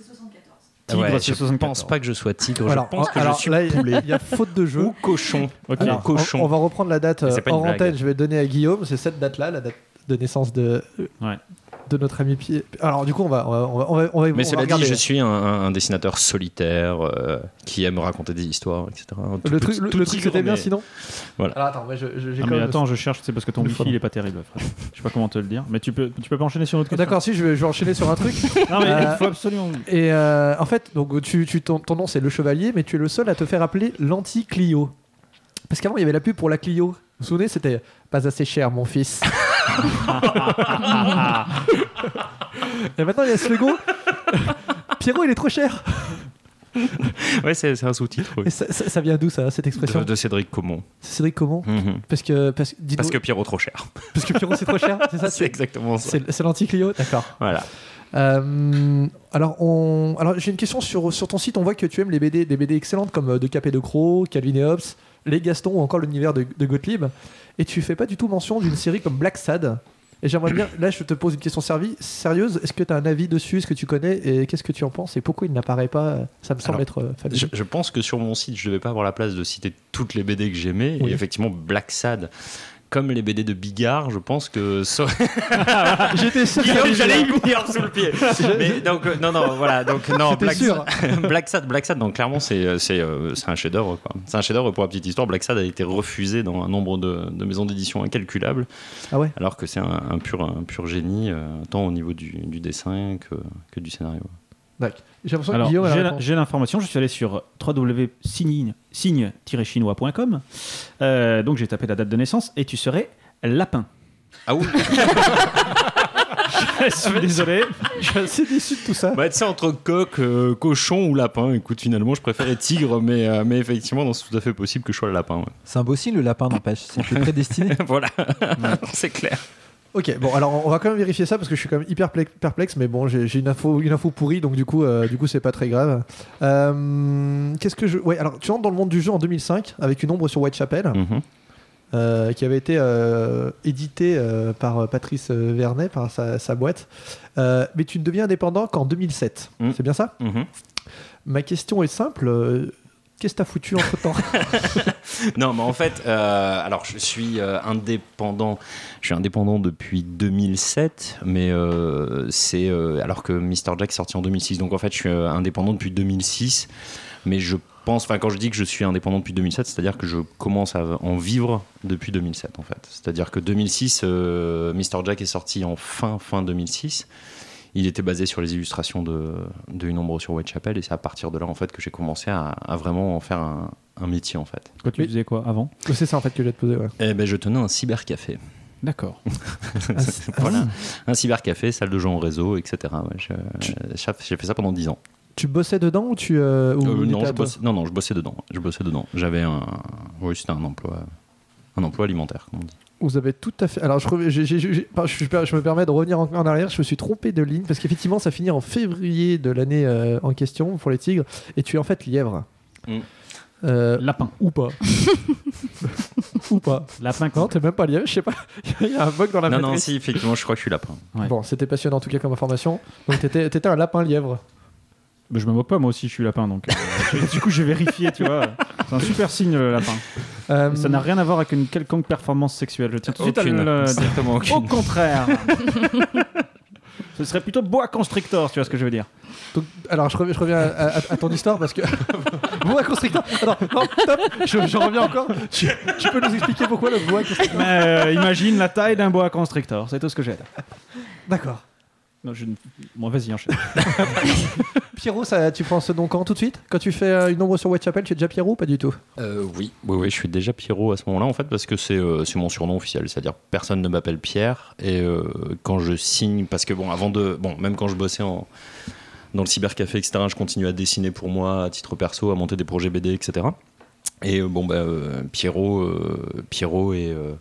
Tigre, Ouais, c'est je soixante-quatorze. pense pas que je sois tigre, Alors, je pense que alors, je suis là, il poulet. y a faute de jeu. Ou cochon. Ok. Alors, on- cochon. On, va reprendre la date Mais c'est euh, pas une hors blague. antenne. Je vais donner à Guillaume. C'est cette date-là, la date de naissance de, Ouais. de notre ami Pierre. Alors, du coup, on va, on va, on va, on va, on va- Mais on va cela dit, regarder. je suis un, un- un dessinateur solitaire euh, qui aime raconter des histoires, et cetera. Un tout Le truc, petit- le, tout le truc tigre, c'était bien mais- sinon. Voilà. Alors, attends, moi, je, je- j'ai Ah, quand mais même- attends, je cherche, c'est parce que ton Le wifi phone. il est pas terrible, frère. Je sais pas comment te le dire, mais tu peux, tu peux pas enchaîner sur une autre question. D'accord, si je vais, je vais enchaîner sur un truc. Non mais Euh, il faut absolument. Et euh, en fait, donc tu, tu, ton, ton nom c'est Le Chevalier, mais tu es le seul à te faire appeler l'anti-Clio. Parce qu'avant, il y avait la pub pour la Clio. Vous vous souvenez, c'était pas assez cher, mon fils. Et maintenant, il y a ce logo. Pierrot, il est trop cher. Ouais, c'est c'est un sous-titre. oui. Et ça, ça- ça vient d'où ça, cette expression De, de Cédric Comont. C'est Cédric comment Mhm. Parce que parce, dis-nous- Parce que Pierrot trop cher. parce que Pierrot c'est trop cher, c'est ça C'est exactement ça. C'est c'est l'anti-Clio, d'accord. Voilà. Euh, alors, on... alors j'ai une question sur, sur ton site. On voit que tu aimes les B D, des B D excellentes comme euh, De Cap et de Croc, Calvin et Hobbes, Les Gastons ou encore l'univers de, de Gottlieb. Et tu fais pas du tout mention d'une série comme Black Sad. Et j'aimerais bien, là je te pose une question servi- sérieuse. Est-ce que tu as un avis dessus? Est-ce que tu connais? Et qu'est-ce que tu en penses? Et pourquoi il n'apparaît pas? Ça me semble Alors, être euh, Je, fabuleux. je pense que sur mon site, je devais pas avoir la place de citer toutes les B D que j'aimais. Oui. Et effectivement, Black Sad, comme les B D de Bigard, je pense que ça... J'étais sûr que Guillaume, t'allais j'allais dire. y venir sous le pied. Mais donc euh, non non voilà donc non J'étais Black sûr. Sad, Black Sad Black Sad donc clairement c'est euh, c'est euh, c'est un chef-d'œuvre quoi. C'est un chef-d'œuvre. Pour la petite histoire, Black Sad a été refusé dans un nombre de, de maisons d'édition incalculable. Ah ouais. Alors que c'est un, un pur un pur génie euh, tant au niveau du, du dessin que que du scénario. D'accord. J'ai l'impression que Alors, Guillaume a la j'ai la- réponse. j'ai l'information, je suis allé sur w w w point signe tiret chinois point com. Euh, donc j'ai tapé la date de naissance et tu serais lapin. Ah oui. Je suis désolé. Je suis assez déçu de tout ça. Bah tu sais entre coq, euh, cochon ou lapin. Écoute finalement je préférais tigre mais euh, mais effectivement non, c'est tout à fait possible que je sois le lapin. Ouais. C'est un beau signe, le lapin, n'empêche. C'est prédestiné. Voilà c'est clair. Ok, bon, alors on va quand même vérifier ça parce que je suis quand même hyper ple- perplexe, mais bon, j'ai j'ai une info, une info pourrie, donc du coup, euh, du coup, c'est pas très grave. Euh, Qu'est-ce que je. Ouais, alors tu entres dans le monde du jeu en deux mille cinq avec Une ombre sur Whitechapel, Mhm. euh, qui avait été euh, édité euh, par Patrice euh, Vernet, par sa, sa boîte. Euh, mais tu ne deviens indépendant qu'en deux mille sept. Mm. C'est bien ça? Mhm. Ma question est simple. euh, Qu'est-ce que t'as foutu entre temps? Non, mais en fait, euh, alors je suis euh, indépendant. Je suis indépendant depuis deux mille sept, mais euh, c'est euh, alors que mister Jack est sorti en deux mille six. Donc en fait, je suis euh, indépendant depuis deux mille six. Mais je pense, enfin, quand je dis que je suis indépendant depuis deux mille sept, c'est-à-dire que je commence à en vivre depuis deux mille sept, en fait. C'est-à-dire que deux mille six, euh, mister Jack est sorti en fin fin deux mille six. Il était basé sur les illustrations de, de Une ombre sur Whitechapel, et c'est à partir de là en fait que j'ai commencé à, à vraiment en faire un, un métier en fait. Quoi, tu Oui. faisais quoi avant? C'est ça en fait que je vais te poser. Ouais. Eh ben je tenais un cybercafé. D'accord. Ah, c'est- Voilà, un cybercafé, salle de jeux en réseau, et cetera. Ouais, je- j'ai j'ai fait ça pendant dix ans. Tu bossais dedans ou tu. euh, ou Euh, il non, était à je toi bossais, non, non, je bossais dedans. Je bossais dedans. J'avais un, oui, c'était un emploi, un emploi alimentaire, comme on dit. Vous avez tout à fait. Alors, je, re- j'ai- j'ai- j'ai- je, je- je me permets de revenir en, en arrière. Je me suis trompé de ligne parce qu'effectivement, ça finit en février de l'année euh, en question pour les tigres. Et tu es en fait lièvre. Mm. Euh, Lapin. Ou pas. Ou pas. Lapin. Non, t'es même pas lièvre. Je sais pas. Il y a un bug dans la Non, non, matrice. si, effectivement, je crois que je suis lapin. Ouais. Bon, c'était passionnant en tout cas comme information. Donc, t'étais, t'étais un lapin lièvre. Bah, je me moque pas, moi aussi je suis lapin, donc euh, du coup j'ai vérifié, tu vois. C'est un super signe le lapin. Euh, Et ça n'a rien à voir avec une quelconque performance sexuelle. Je tiens tout de suite à Aucune. le dire. Exactement Au aucune. contraire. Ce serait plutôt boa constrictor, tu vois ce que je veux dire. donc, alors, je reviens, je reviens à, à- à ton histoire parce que. Boa constrictor. Alors, non, top. Je, je reviens encore. Tu, tu peux nous expliquer pourquoi le boa constrictor? Mais euh, imagine la taille d'un boa constrictor, c'est tout ce que j'ai à dire. D'accord. Non, je... ne- Bon, vas-y, enchaîne. Pierrot, ça, tu penses donc quand tout de suite? Quand tu fais euh, une ombre sur Whitechapel, tu es déjà Pierrot ou pas du tout? Euh, oui. oui, oui, je suis déjà Pierrot à ce moment-là en fait parce que c'est euh, c'est mon surnom officiel, c'est-à-dire personne ne m'appelle Pierre et euh, quand je signe, parce que bon, avant de, bon, même quand je bossais en dans le cybercafé, et cetera, je continuais à dessiner pour moi à titre perso, à monter des projets B D, et cetera. Et euh, bon, bah, euh, Pierrot, euh, Pierrot est euh,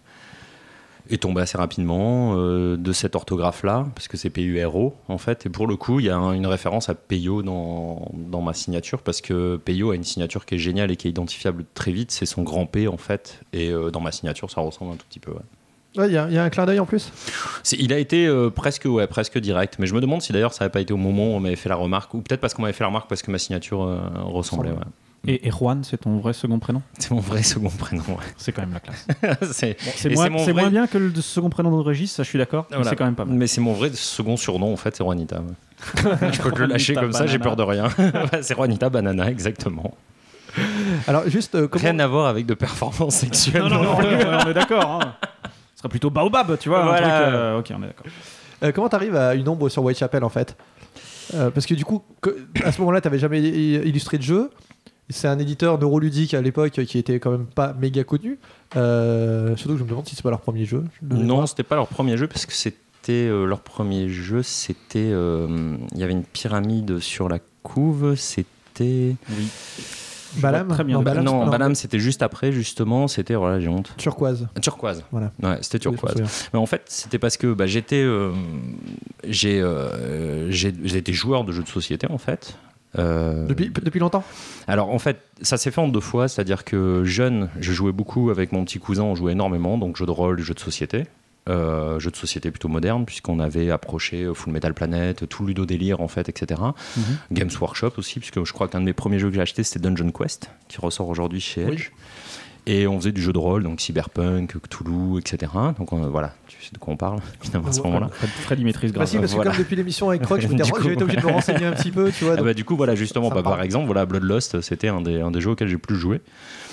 est tombé assez rapidement euh, de cette orthographe-là, parce que c'est P U R O en fait, et pour le coup il y a un- une référence à Peyo dans, dans ma signature, parce que Peyo a une signature qui est géniale et qui est identifiable très vite, c'est son grand P en fait, et euh, dans ma signature ça ressemble un tout petit peu. Ouais. Ouais, il y, a- il y a un clin d'œil en plus. C'est- il a été euh, presque, ouais, presque direct, mais je me demande si d'ailleurs ça n'avait pas été au moment où on m'avait fait la remarque, ou peut-être parce qu'on m'avait fait la remarque parce que ma signature euh, ressemblait. Ouais. Et, et Juan, c'est ton vrai second prénom? C'est mon vrai second prénom. Ouais. C'est quand même la classe. c'est Bon, c'est et moins, c'est mon c'est vrai- moins bien que le second prénom de Régis, ça je suis d'accord, mais Voilà. c'est quand même pas mal. Mais c'est mon vrai second surnom en fait, c'est Juanita. Ouais. Je peux te le lâcher Juanita comme ça, j'ai Banana. peur de rien. Ouais, c'est Juanita Banana, exactement. Alors, juste, euh, comment. Rien à voir avec de performance sexuelle. Non, non, non, on est, on est d'accord. Hein. Ce serait plutôt Baobab, tu vois. Voilà. Un truc, euh, ok, on est d'accord. Euh, comment t'arrives à une ombre sur Whitechapel en fait? Euh, Parce que du coup, que- à ce moment-là, t'avais jamais i- illustré de jeu. C'est un éditeur neuroludique à l'époque qui était quand même pas méga connu. Euh, surtout que je me demande si c'est pas leur premier jeu. de Non, mémoire. c'était pas leur premier jeu parce que c'était euh, leur premier jeu. C'était, euh, il y avait une pyramide sur la couve. C'était Oui. Balam Très bien. Non, Balam, non, c'est pas- Balam, c'était juste après justement. C'était voilà, j'ai honte. Turquoise. Turquoise. Voilà. Ouais, c'était Oui, je me turquoise. souviens. Mais en fait, c'était parce que bah, j'étais, euh, j'ai, euh, j'ai, j'étais joueur de jeux de société en fait. Euh, Depuis, depuis longtemps? Alors en fait, ça s'est fait en deux fois, c'est-à-dire que jeune, je jouais beaucoup avec mon petit cousin, on jouait énormément, donc jeux de rôle, jeux de société. Euh, jeux de société plutôt modernes, puisqu'on avait approché Full Metal Planet, tout Ludo Délire en fait, et cetera. Mhm. Games Workshop aussi, puisque je crois qu'un de mes premiers jeux que j'ai acheté c'était Dungeon Quest, qui ressort aujourd'hui chez Oui. Edge. Et on faisait du jeu de rôle, donc Cyberpunk, Cthulhu, et cetera. Donc on- voilà, tu sais de quoi on parle, évidemment à ce Ouais. moment-là. Fred, Freddy maîtrise Bah grave. si, parce voilà. que comme depuis l'émission avec Croc, je m'étais- Du coup, j'ai été obligé de me renseigner un petit peu, tu vois. Ah donc- bah, du coup, voilà, justement, Ça bah, me parle. par exemple, voilà, Bloodlust, c'était un des, un des jeux auxquels j'ai plus joué.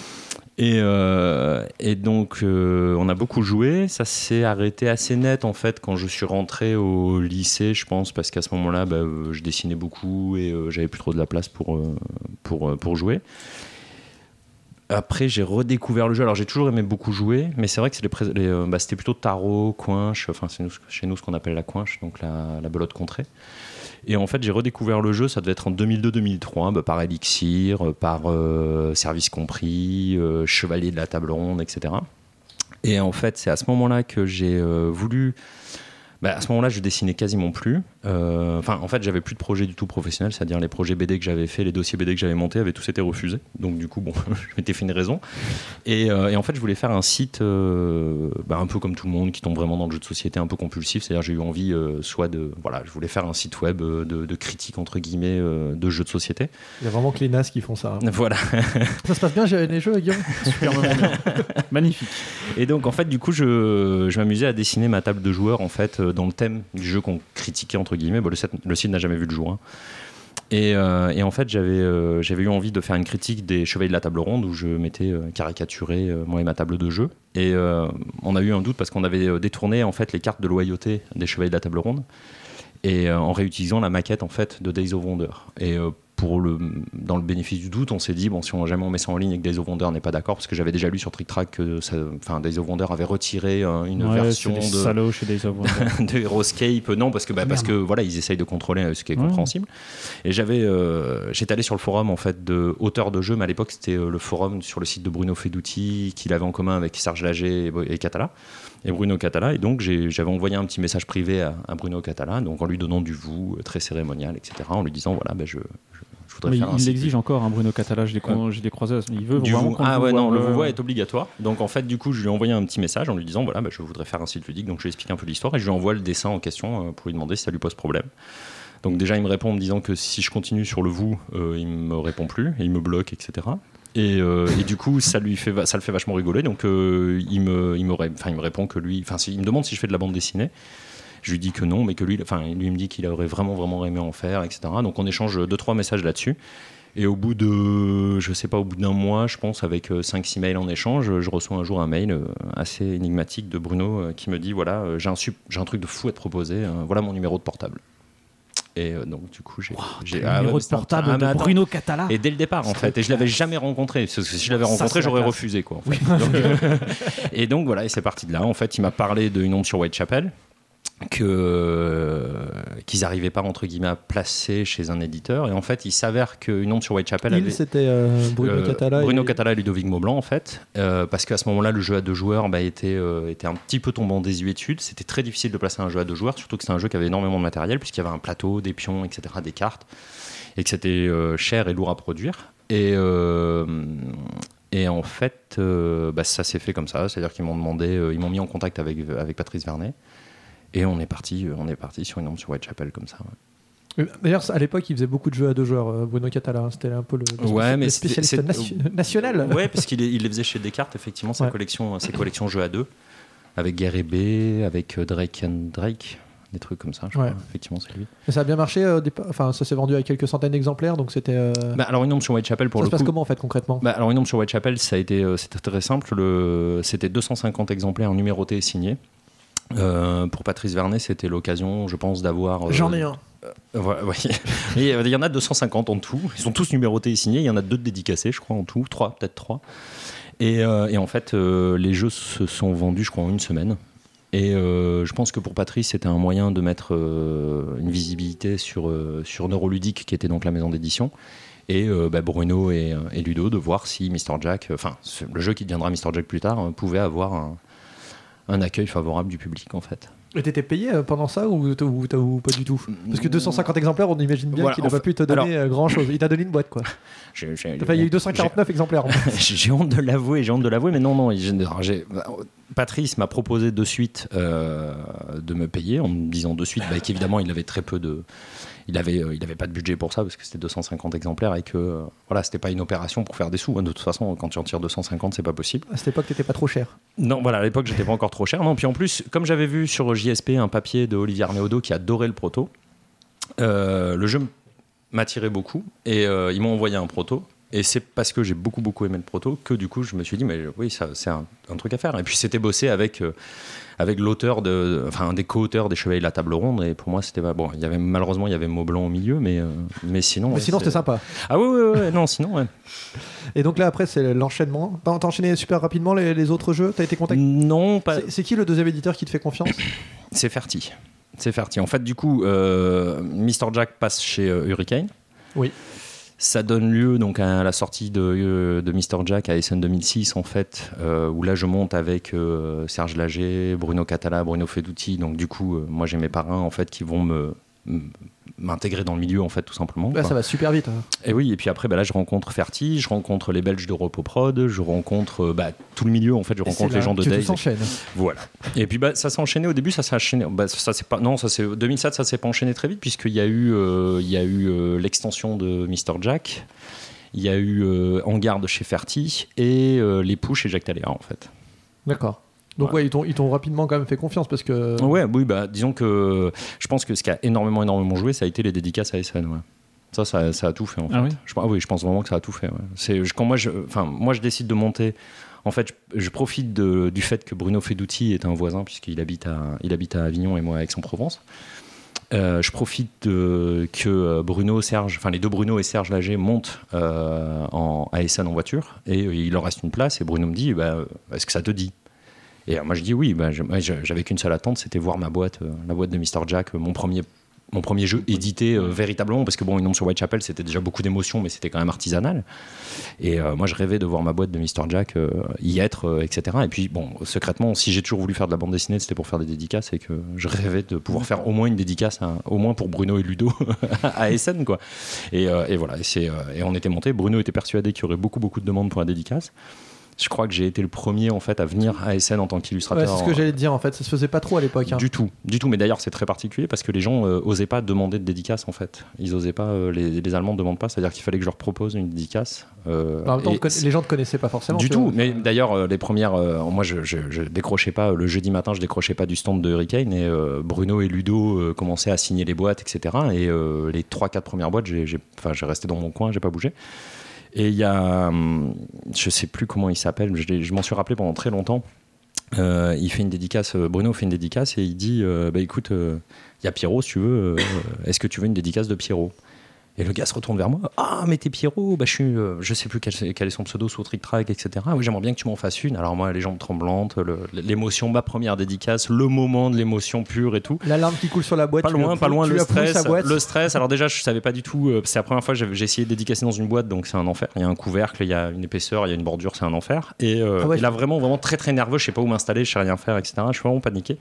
Et, euh, et donc, euh, on a beaucoup joué. Ça s'est arrêté assez net, en fait, quand je suis rentré au lycée, je pense, parce qu'à ce moment-là, bah, euh, je dessinais beaucoup et euh, j'avais plus trop de la place pour, euh, pour, euh, pour jouer. Après, j'ai redécouvert le jeu. Alors, j'ai toujours aimé beaucoup jouer, mais c'est vrai que c'est les pré- les, euh, bah, c'était plutôt tarot, coinche, enfin, c'est nous- chez nous ce qu'on appelle la coinche, donc la, la belote contrée. Et en fait, j'ai redécouvert le jeu, ça devait être en deux mille deux deux mille trois, bah, par Elixir, euh, par euh, Service Compris, euh, Chevalier de la Table Ronde, et cetera. Et en fait, c'est à ce moment-là que j'ai euh, voulu... Bah, à ce moment-là, je dessinais quasiment plus. Euh, Enfin, en fait, j'avais plus de projets du tout professionnels, c'est-à-dire les projets B D que j'avais fait, les dossiers B D que j'avais montés avaient tous été refusés. Donc, du coup, bon, je m'étais fait une raison. Et, euh, et en fait, je voulais faire un site euh, bah, un peu comme tout le monde qui tombe vraiment dans le jeu de société, un peu compulsif. C'est-à-dire, j'ai eu envie, euh, soit de. Voilà, je voulais faire un site web euh, de, de critique, entre guillemets, euh, de jeux de société. Il y a vraiment que les nazes qui font ça. hein. Voilà. Ça se passe bien, j'ai les jeux, Guillaume? Superbement bien. Magnifique. Et donc, en fait, du coup, je, je m'amusais à dessiner ma table de joueurs, en fait, euh, dans le thème du jeu qu'on critiquait, entre guillemets. Bon, le, site, le site n'a jamais vu le jour. Hein. Et, euh, et en fait, j'avais euh, j'avais eu envie de faire une critique des Chevaliers de la Table Ronde où je m'étais euh, caricaturé, euh, moi et ma table de jeu. Et euh, on a eu un doute parce qu'on avait euh, détourné, en fait, les cartes de loyauté des Chevaliers de la Table Ronde et euh, en réutilisant la maquette, en fait, de Days of Wonder. Et euh, pour le, dans le bénéfice du doute, on s'est dit, bon, si on, jamais on met ça en ligne et que Days of Wonder n'est pas d'accord, parce que j'avais déjà lu sur Trick Track que ça, enfin, Days of Wonder avait retiré euh, une Ouais, version c'est des de, salauds chez Days of Wonder. de Heroescape. Non, parce que, bah, parce que voilà, ils essayent de contrôler euh, ce qui est Ouais. compréhensible. Et j'avais, euh, j'étais allé sur le forum en fait de auteurs de jeux, mais à l'époque c'était euh, le forum sur le site de Bruno Feduti qu'il avait en commun avec Serge Lager et, et Catala. Et Bruno Catala, et donc j'ai, j'avais envoyé un petit message privé à, à Bruno Catala, donc en lui donnant du vous, euh, très cérémonial, et cetera, en lui disant voilà, ben je, je, je voudrais Mais faire un il site l'exige encore, hein, Bruno Catala, je l'ai, con- je l'ai croisé, il veut du vraiment vous. qu'on Ah le ouais, voit, non, le ouais, vous ouais. est obligatoire. Donc en fait, du coup, je lui ai envoyé un petit message en lui disant voilà, ben, je voudrais faire un site ludique, donc je lui explique un peu l'histoire et je lui envoie le dessin en question euh, pour lui demander si ça lui pose problème. Donc déjà, il me répond en me disant que si je continue sur le vous, euh, il me répond plus, et il me bloque, et cetera. Et, euh, et du coup, ça lui fait, va- ça le fait vachement rigoler. Donc euh, il me, il me, ré- enfin, il me répond que lui, enfin, si- il me demande si je fais de la bande dessinée. Je lui dis que non, mais que lui, enfin, lui il me dit qu'il aurait vraiment, vraiment aimé en faire, et cetera. Donc on échange deux, trois messages là-dessus. Et au bout de, je sais pas, au bout d'un mois, je pense, avec cinq six mails en échange, je reçois un jour un mail euh, assez énigmatique de Bruno euh, qui me dit voilà, euh, j'ai un, sup- j'ai un truc de fou à te proposer, euh, voilà mon numéro de portable. Et euh, donc, du coup, j'ai. j'ai Le ah, numéro ouais, de c'était un- portable ah, mais de attends. Bruno Catala. Et dès le départ, en fait. Et je l'avais jamais rencontré. Parce que si je l'avais Ça, rencontré, c'est la j'aurais classe. refusé, quoi. En fait. Donc, euh, et donc, voilà, et c'est parti de là. En fait, il m'a parlé de Une ombre sur Whitechapel. Que, euh, qu'ils n'arrivaient pas entre guillemets à placer chez un éditeur, et en fait il s'avère qu'Une ombre sur Whitechapel Il, avait c'était euh, Bruno euh, Catala. Bruno et... Catala et Ludovic Maublanc en fait, euh, parce qu'à ce moment-là le jeu à deux joueurs bah, était, euh, était un petit peu tombé en désuétude. C'était très difficile de placer un jeu à deux joueurs, surtout que c'est un jeu qui avait énormément de matériel puisqu'il y avait un plateau, des pions, et cetera, des cartes, et que c'était euh, cher et lourd à produire. Et euh, Et en fait, euh, bah, ça s'est fait comme ça, c'est-à-dire qu'ils m'ont demandé, euh, ils m'ont mis en contact avec, avec Patrice Vernet, et on est parti, on est parti sur Une ombre sur Whitechapel comme ça. Ouais. D'ailleurs, à l'époque, il faisait beaucoup de jeux à deux joueurs, euh, Bruno Catala. hein. C'était un peu le, le Ouais, spéci- mais le c'était- spécialiste c'est- nation- national. Ouais, parce qu'il est- il les faisait chez Descartes, effectivement, sa Ouais. collection, ses collections jeux à deux, avec Guerre et B, avec euh, Drake and Drake, des trucs comme ça, je Ouais. crois. Effectivement, c'est lui. Mais ça a bien marché euh, au départ. Enfin, ça s'est vendu à quelques centaines d'exemplaires, donc c'était. euh, Bah, alors, Une ombre sur Whitechapel, pour ça le se passe coup. comment en fait concrètement Bah, alors, Une ombre sur Whitechapel, ça a été, euh, c'était très simple. Le, c'était deux cent cinquante exemplaires numérotés et signés. Euh, pour Patrice Vernet, c'était l'occasion, je pense, d'avoir. euh, J'en ai un. Euh, voilà, ouais. Et, euh, il y en a deux cent cinquante en tout. Ils sont tous numérotés et signés. Il y en a deux dédicacés, je crois, en tout. Trois, peut-être trois. Et, euh, et en fait, euh, les jeux se sont vendus, je crois, en une semaine. Et euh, je pense que pour Patrice, c'était un moyen de mettre euh, une visibilité sur, euh, sur Neuroludique, qui était donc la maison d'édition. Et euh, bah, Bruno et, et Ludo, de voir si mister Jack, enfin, ce- le jeu qui deviendra mister Jack plus tard, euh, pouvait avoir un, un accueil favorable du public, en fait. Et t'étais payé euh, pendant ça ou, t- ou, t- ou pas du tout Parce que deux cent cinquante exemplaires, on imagine bien Voilà, qu'il n'a en pas fait- pu te donner grand chose. Il t'a donné une boîte quoi. J'ai- j'ai- Enfin, il y a eu deux cent quarante-neuf exemplaires. en fait. J'ai j'ai honte de l'avouer, j'ai honte de l'avouer, mais non, non. j'ai- alors, j'ai- Patrice m'a proposé de suite euh, de me payer en me disant de suite bah, qu'évidemment il avait très peu de, il avait, euh, il avait pas de budget pour ça parce que c'était deux cent cinquante exemplaires et que euh, voilà, c'était pas une opération pour faire des sous. hein. De toute façon, quand tu en tires deux cent cinquante, c'est pas possible. À cette époque, t'étais pas trop cher. Non, voilà, à l'époque, j'étais pas encore trop cher. Non, puis en plus, comme j'avais vu sur J S P un papier de Olivier Arnaudot qui adorait le proto, euh, le jeu m'attirait beaucoup et euh, ils m'ont envoyé un proto. Et c'est parce que j'ai beaucoup beaucoup aimé le proto que du coup je me suis dit mais oui ça c'est un, un truc à faire. Et puis c'était bossé avec euh, avec l'auteur de, enfin un des co-auteurs des Chevaliers de la Table Ronde et pour moi c'était pas bon. Il y avait malheureusement il y avait Maublanc au milieu mais euh, mais sinon. Mais ouais, sinon, c'est- c'était sympa. Ah oui oui oui non sinon ouais. Et donc là, après, c'est l'enchaînement. T'as t'as enchaîné super rapidement les, les autres jeux. T'as été contacté. Non pas. C'est- C'est qui le deuxième éditeur qui te fait confiance C'est Ferti. C'est Ferti. En fait du coup euh, mister Jack passe chez euh, Hurricane. Oui. Ça donne lieu donc à la sortie de, euh, de mister Jack à Essen deux mille six en fait, euh, où là je monte avec euh, Serge Lager, Bruno Catala, Bruno Feduti. Donc du coup, euh, moi j'ai mes parrains en fait qui vont me m- m'intégrer dans le milieu en fait tout simplement. Là, quoi. ça va super vite. hein. Et oui, et puis après bah, là je rencontre Ferti, je rencontre les Belges de Repoprod, je rencontre euh, bah, tout le milieu en fait, je Et c'est rencontre là les gens de que tout Days. s'enchaîne. Voilà. Et puis bah, ça s'est enchaîné au début, ça s'est enchaîné. Bah, ça c'est pas non, ça c'est deux mille sept, ça s'est pas enchaîné très vite puisqu'il y a eu euh, il y a eu euh, l'extension de mister Jack. Il y a eu euh, En Garde chez Ferti et euh, Les Poux chez Jacques Taléa en fait. D'accord. Donc Ouais. ouais, ils t'ont ils t'ont rapidement quand même fait confiance parce que. Ouais, oui, bah disons que je pense que ce qui a énormément énormément joué, ça a été les dédicaces à S N. Ouais. Ça, ça, ça a tout fait en fait. Ah oui je, ah oui, je pense vraiment que ça a tout fait. Ouais. C'est je- quand moi, je, enfin moi, je décide de monter. En fait, je, je profite de- du fait que Bruno Feduti est un voisin puisqu'il habite à, il habite à Avignon et moi à Aix-en-Provence. Euh, je profite de, que Bruno, Serge, enfin les deux Bruno et Serge Lager montent euh, en, à Essen en voiture et euh, il leur reste une place et Bruno me dit bah, est-ce que ça te dit? Et euh, moi je dis oui, bah, je, moi, j'avais qu'une seule attente, c'était voir ma boîte, euh, la boîte de mister Jack, euh, mon premier mon premier jeu édité euh, véritablement, parce que bon, une nombre sur Whitechapel, c'était déjà beaucoup d'émotions, mais c'était quand même artisanal. Et euh, moi, je rêvais de voir ma boîte de mister Jack euh, y être, euh, et cetera. Et puis, bon, secrètement, si j'ai toujours voulu faire de la bande dessinée, c'était pour faire des dédicaces et que je rêvais de pouvoir faire au moins une dédicace, à, au moins pour Bruno et Ludo à Essen, quoi. Et, euh, et voilà, et, c'est, euh, et on était monté. Bruno était persuadé qu'il y aurait beaucoup, beaucoup de demandes pour la dédicace. Je crois que j'ai été le premier en fait à venir à Essen en tant qu'illustrateur. Ouais, c'est ce que j'allais te dire en fait, ça se faisait pas trop à l'époque. Hein. Du tout, du tout. Mais d'ailleurs c'est très particulier parce que les gens euh, osaient pas demander de dédicace en fait. Ils osaient pas, euh, les, les Allemands ne demandent pas, c'est-à-dire qu'il fallait que je leur propose une dédicace. Euh, en même temps, les gens ne connaissaient pas forcément. Du tout. vois. Mais d'ailleurs euh, les premières, euh, moi je, je, je décrochais pas le jeudi matin, je décrochais pas du stand de Hurricane et euh, Bruno et Ludo euh, commençaient à signer les boîtes, et cetera. Et euh, les trois quatre premières boîtes, j'ai, j'ai, enfin, j'ai resté dans mon coin, j'ai pas bougé. Et il y a, je sais plus comment il s'appelle, je, je m'en suis rappelé pendant très longtemps. Euh, il fait une dédicace, Bruno fait une dédicace et il dit euh, bah écoute, il euh, y a Pierrot si tu veux, euh, est-ce que tu veux une dédicace de Pierrot? Et le gars se retourne vers moi. Ah, mais t'es Pierrot, bah, je, suis, euh, je sais plus quel, quel est son pseudo sous Trick Track, et cetera. Oui, j'aimerais bien que tu m'en fasses une. Alors, moi, les jambes tremblantes, le, l'émotion, ma première dédicace, le moment de l'émotion pure et tout. La larme qui coule sur la boîte. Pas loin, pas loin, le stress. Boîte. Le stress. Alors, déjà, je savais pas du tout. Euh, c'est la première fois que j'ai essayé de dédicacer dans une boîte, donc c'est un enfer. Il y a un couvercle, il y a une épaisseur, il y a une bordure, c'est un enfer. Et, euh, ah ouais, et là, vraiment, vraiment très, très nerveux. Je sais pas où m'installer, je sais rien faire, et cetera. Je suis vraiment paniqué.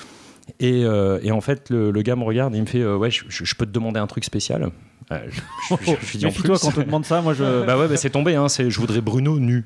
Et, euh, et en fait, le, le gars me regarde et il me fait euh, ouais, je, je peux te demander un truc spécial. Euh, je, je, je, je lui dis en plus. Toi, quand on te demande ça, moi je. Bah ouais, bah c'est tombé. Hein, c'est, je voudrais Bruno nu.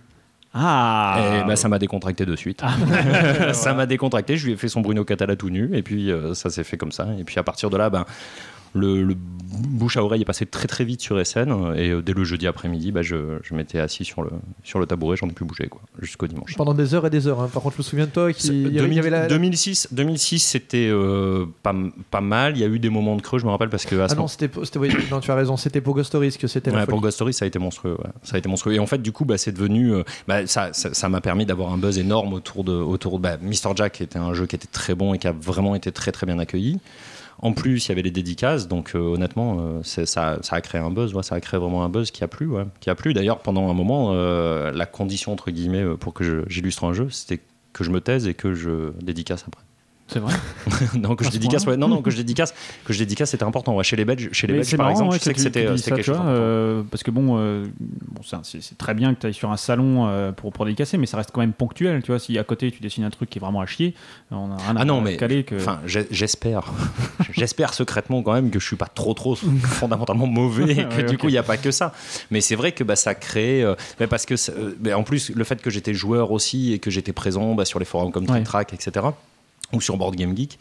Ah. Et bah ça m'a décontracté de suite. Ah. Ça m'a décontracté. Je lui ai fait son Bruno Catala tout nu et puis euh, ça s'est fait comme ça. Et puis à partir de là, ben. Le, le bouche à oreille est passé très très vite sur Essen et euh, dès le jeudi après-midi, bah, je, je m'étais assis sur le, sur le tabouret, j'en ai plus bougé quoi, jusqu'au dimanche. Pendant des heures et des heures. Hein. Par contre, je me souviens de toi qui deux mille, y avait la... deux mille six, deux mille six c'était euh, pas, pas mal. Il y a eu des moments de creux, je me rappelle parce que. À ah non, moment... c'était, c'était oui, non, tu as raison, c'était pour Ghost Stories que c'était. Ouais, la pour Ghost Stories, ça a été monstrueux. Ouais. Ça a été monstrueux. Et en fait, du coup, bah, c'est devenu. Euh, bah, ça, ça, ça m'a permis d'avoir un buzz énorme autour de, autour de bah, mister Jack, qui était un jeu qui était très bon et qui a vraiment été très très bien accueilli. En plus, il y avait les dédicaces, donc euh, honnêtement, euh, c'est, ça, ça a créé un buzz, ouais, ça a créé vraiment un buzz qui a plu. Ouais, qui a plu. D'ailleurs, pendant un moment, euh, la condition, entre guillemets, pour que je, j'illustre un jeu, c'était que je me taise et que je dédicace après. C'est vrai. non, que je dédicace, ouais, non, non, que je dédicace, que je dédicace, c'était important. Ouais, chez les Belges, chez les Belges, par exemple, ouais, je sais que, que c'était, c'était ça, quelque chose. Euh, parce que bon, euh, bon c'est, c'est, c'est très bien que tu ailles sur un salon euh, pour, pour dédicacer, mais ça reste quand même ponctuel. Tu vois, si à côté tu dessines un truc qui est vraiment à chier, on a rien ah non, à mais, caler. Que... Enfin, j'espère, j'espère secrètement quand même que je suis pas trop, trop fondamentalement mauvais et que ouais, du okay. coup il n'y a pas que ça. Mais c'est vrai que bah, ça crée, euh, mais parce que euh, mais en plus le fait que j'étais joueur aussi et que j'étais présent bah, sur les forums comme Trick Track, et cetera. Ou sur Board Game Geek,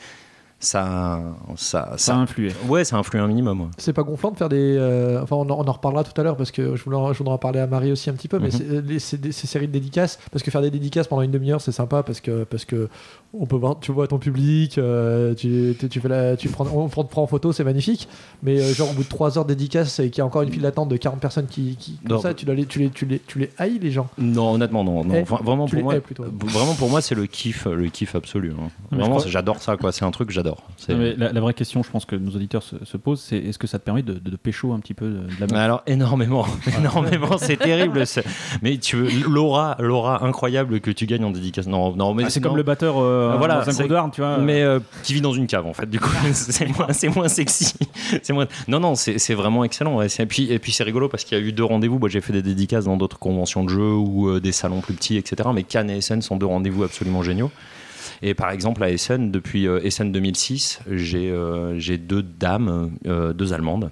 ça, ça, ça, ça a influé. Ouais, ça a influé un minimum. Ouais. C'est pas gonflant de faire des. Euh, enfin, on en, on en reparlera tout à l'heure parce que je voulais, en, je voudrais en parler à Marie aussi un petit peu, mais mm-hmm. c'est, c'est des, ces séries de dédicaces, parce que faire des dédicaces pendant une demi-heure, c'est sympa parce que parce que on peut voir, tu vois ton public, euh, tu, tu, tu fais la, tu prends, on te prend en photo, c'est magnifique, mais euh, genre au bout de trois heures de dédicace et qu'il y a encore une file d'attente de quarante personnes qui, qui comme ça, tu, dois les, tu les, tu les, tu les haïs les gens. Non, honnêtement, non, non. Eh, vraiment pour moi, plutôt. vraiment pour moi, c'est le kiff, le kiff absolu. Hein. Vraiment, crois... j'adore ça, quoi. C'est un truc que j'adore. C'est... Non, mais la, la vraie question, je pense que nos auditeurs se, se posent, c'est est-ce que ça te permet de, de, de pécho un petit peu de la meuf? Alors énormément, énormément, c'est terrible. C'est... Mais tu veux l'aura, l'aura incroyable que tu gagnes en dédicace. Non, non, mais ah, c'est non. comme le batteur euh, voilà, dans un gros d'arme, tu vois. Mais euh, qui vit dans une cave en fait. Du coup, c'est moins, c'est moins sexy. C'est moins. Non, non, c'est, c'est vraiment excellent. Et, c'est, et puis, et puis c'est rigolo parce qu'il y a eu deux rendez-vous. Moi, j'ai fait des dédicaces dans d'autres conventions de jeux ou euh, des salons plus petits, et cetera. Mais Cannes et Essen sont deux rendez-vous absolument géniaux. Et par exemple à Essen, depuis euh, Essen deux mille six, j'ai, euh, j'ai deux dames, euh, deux Allemandes,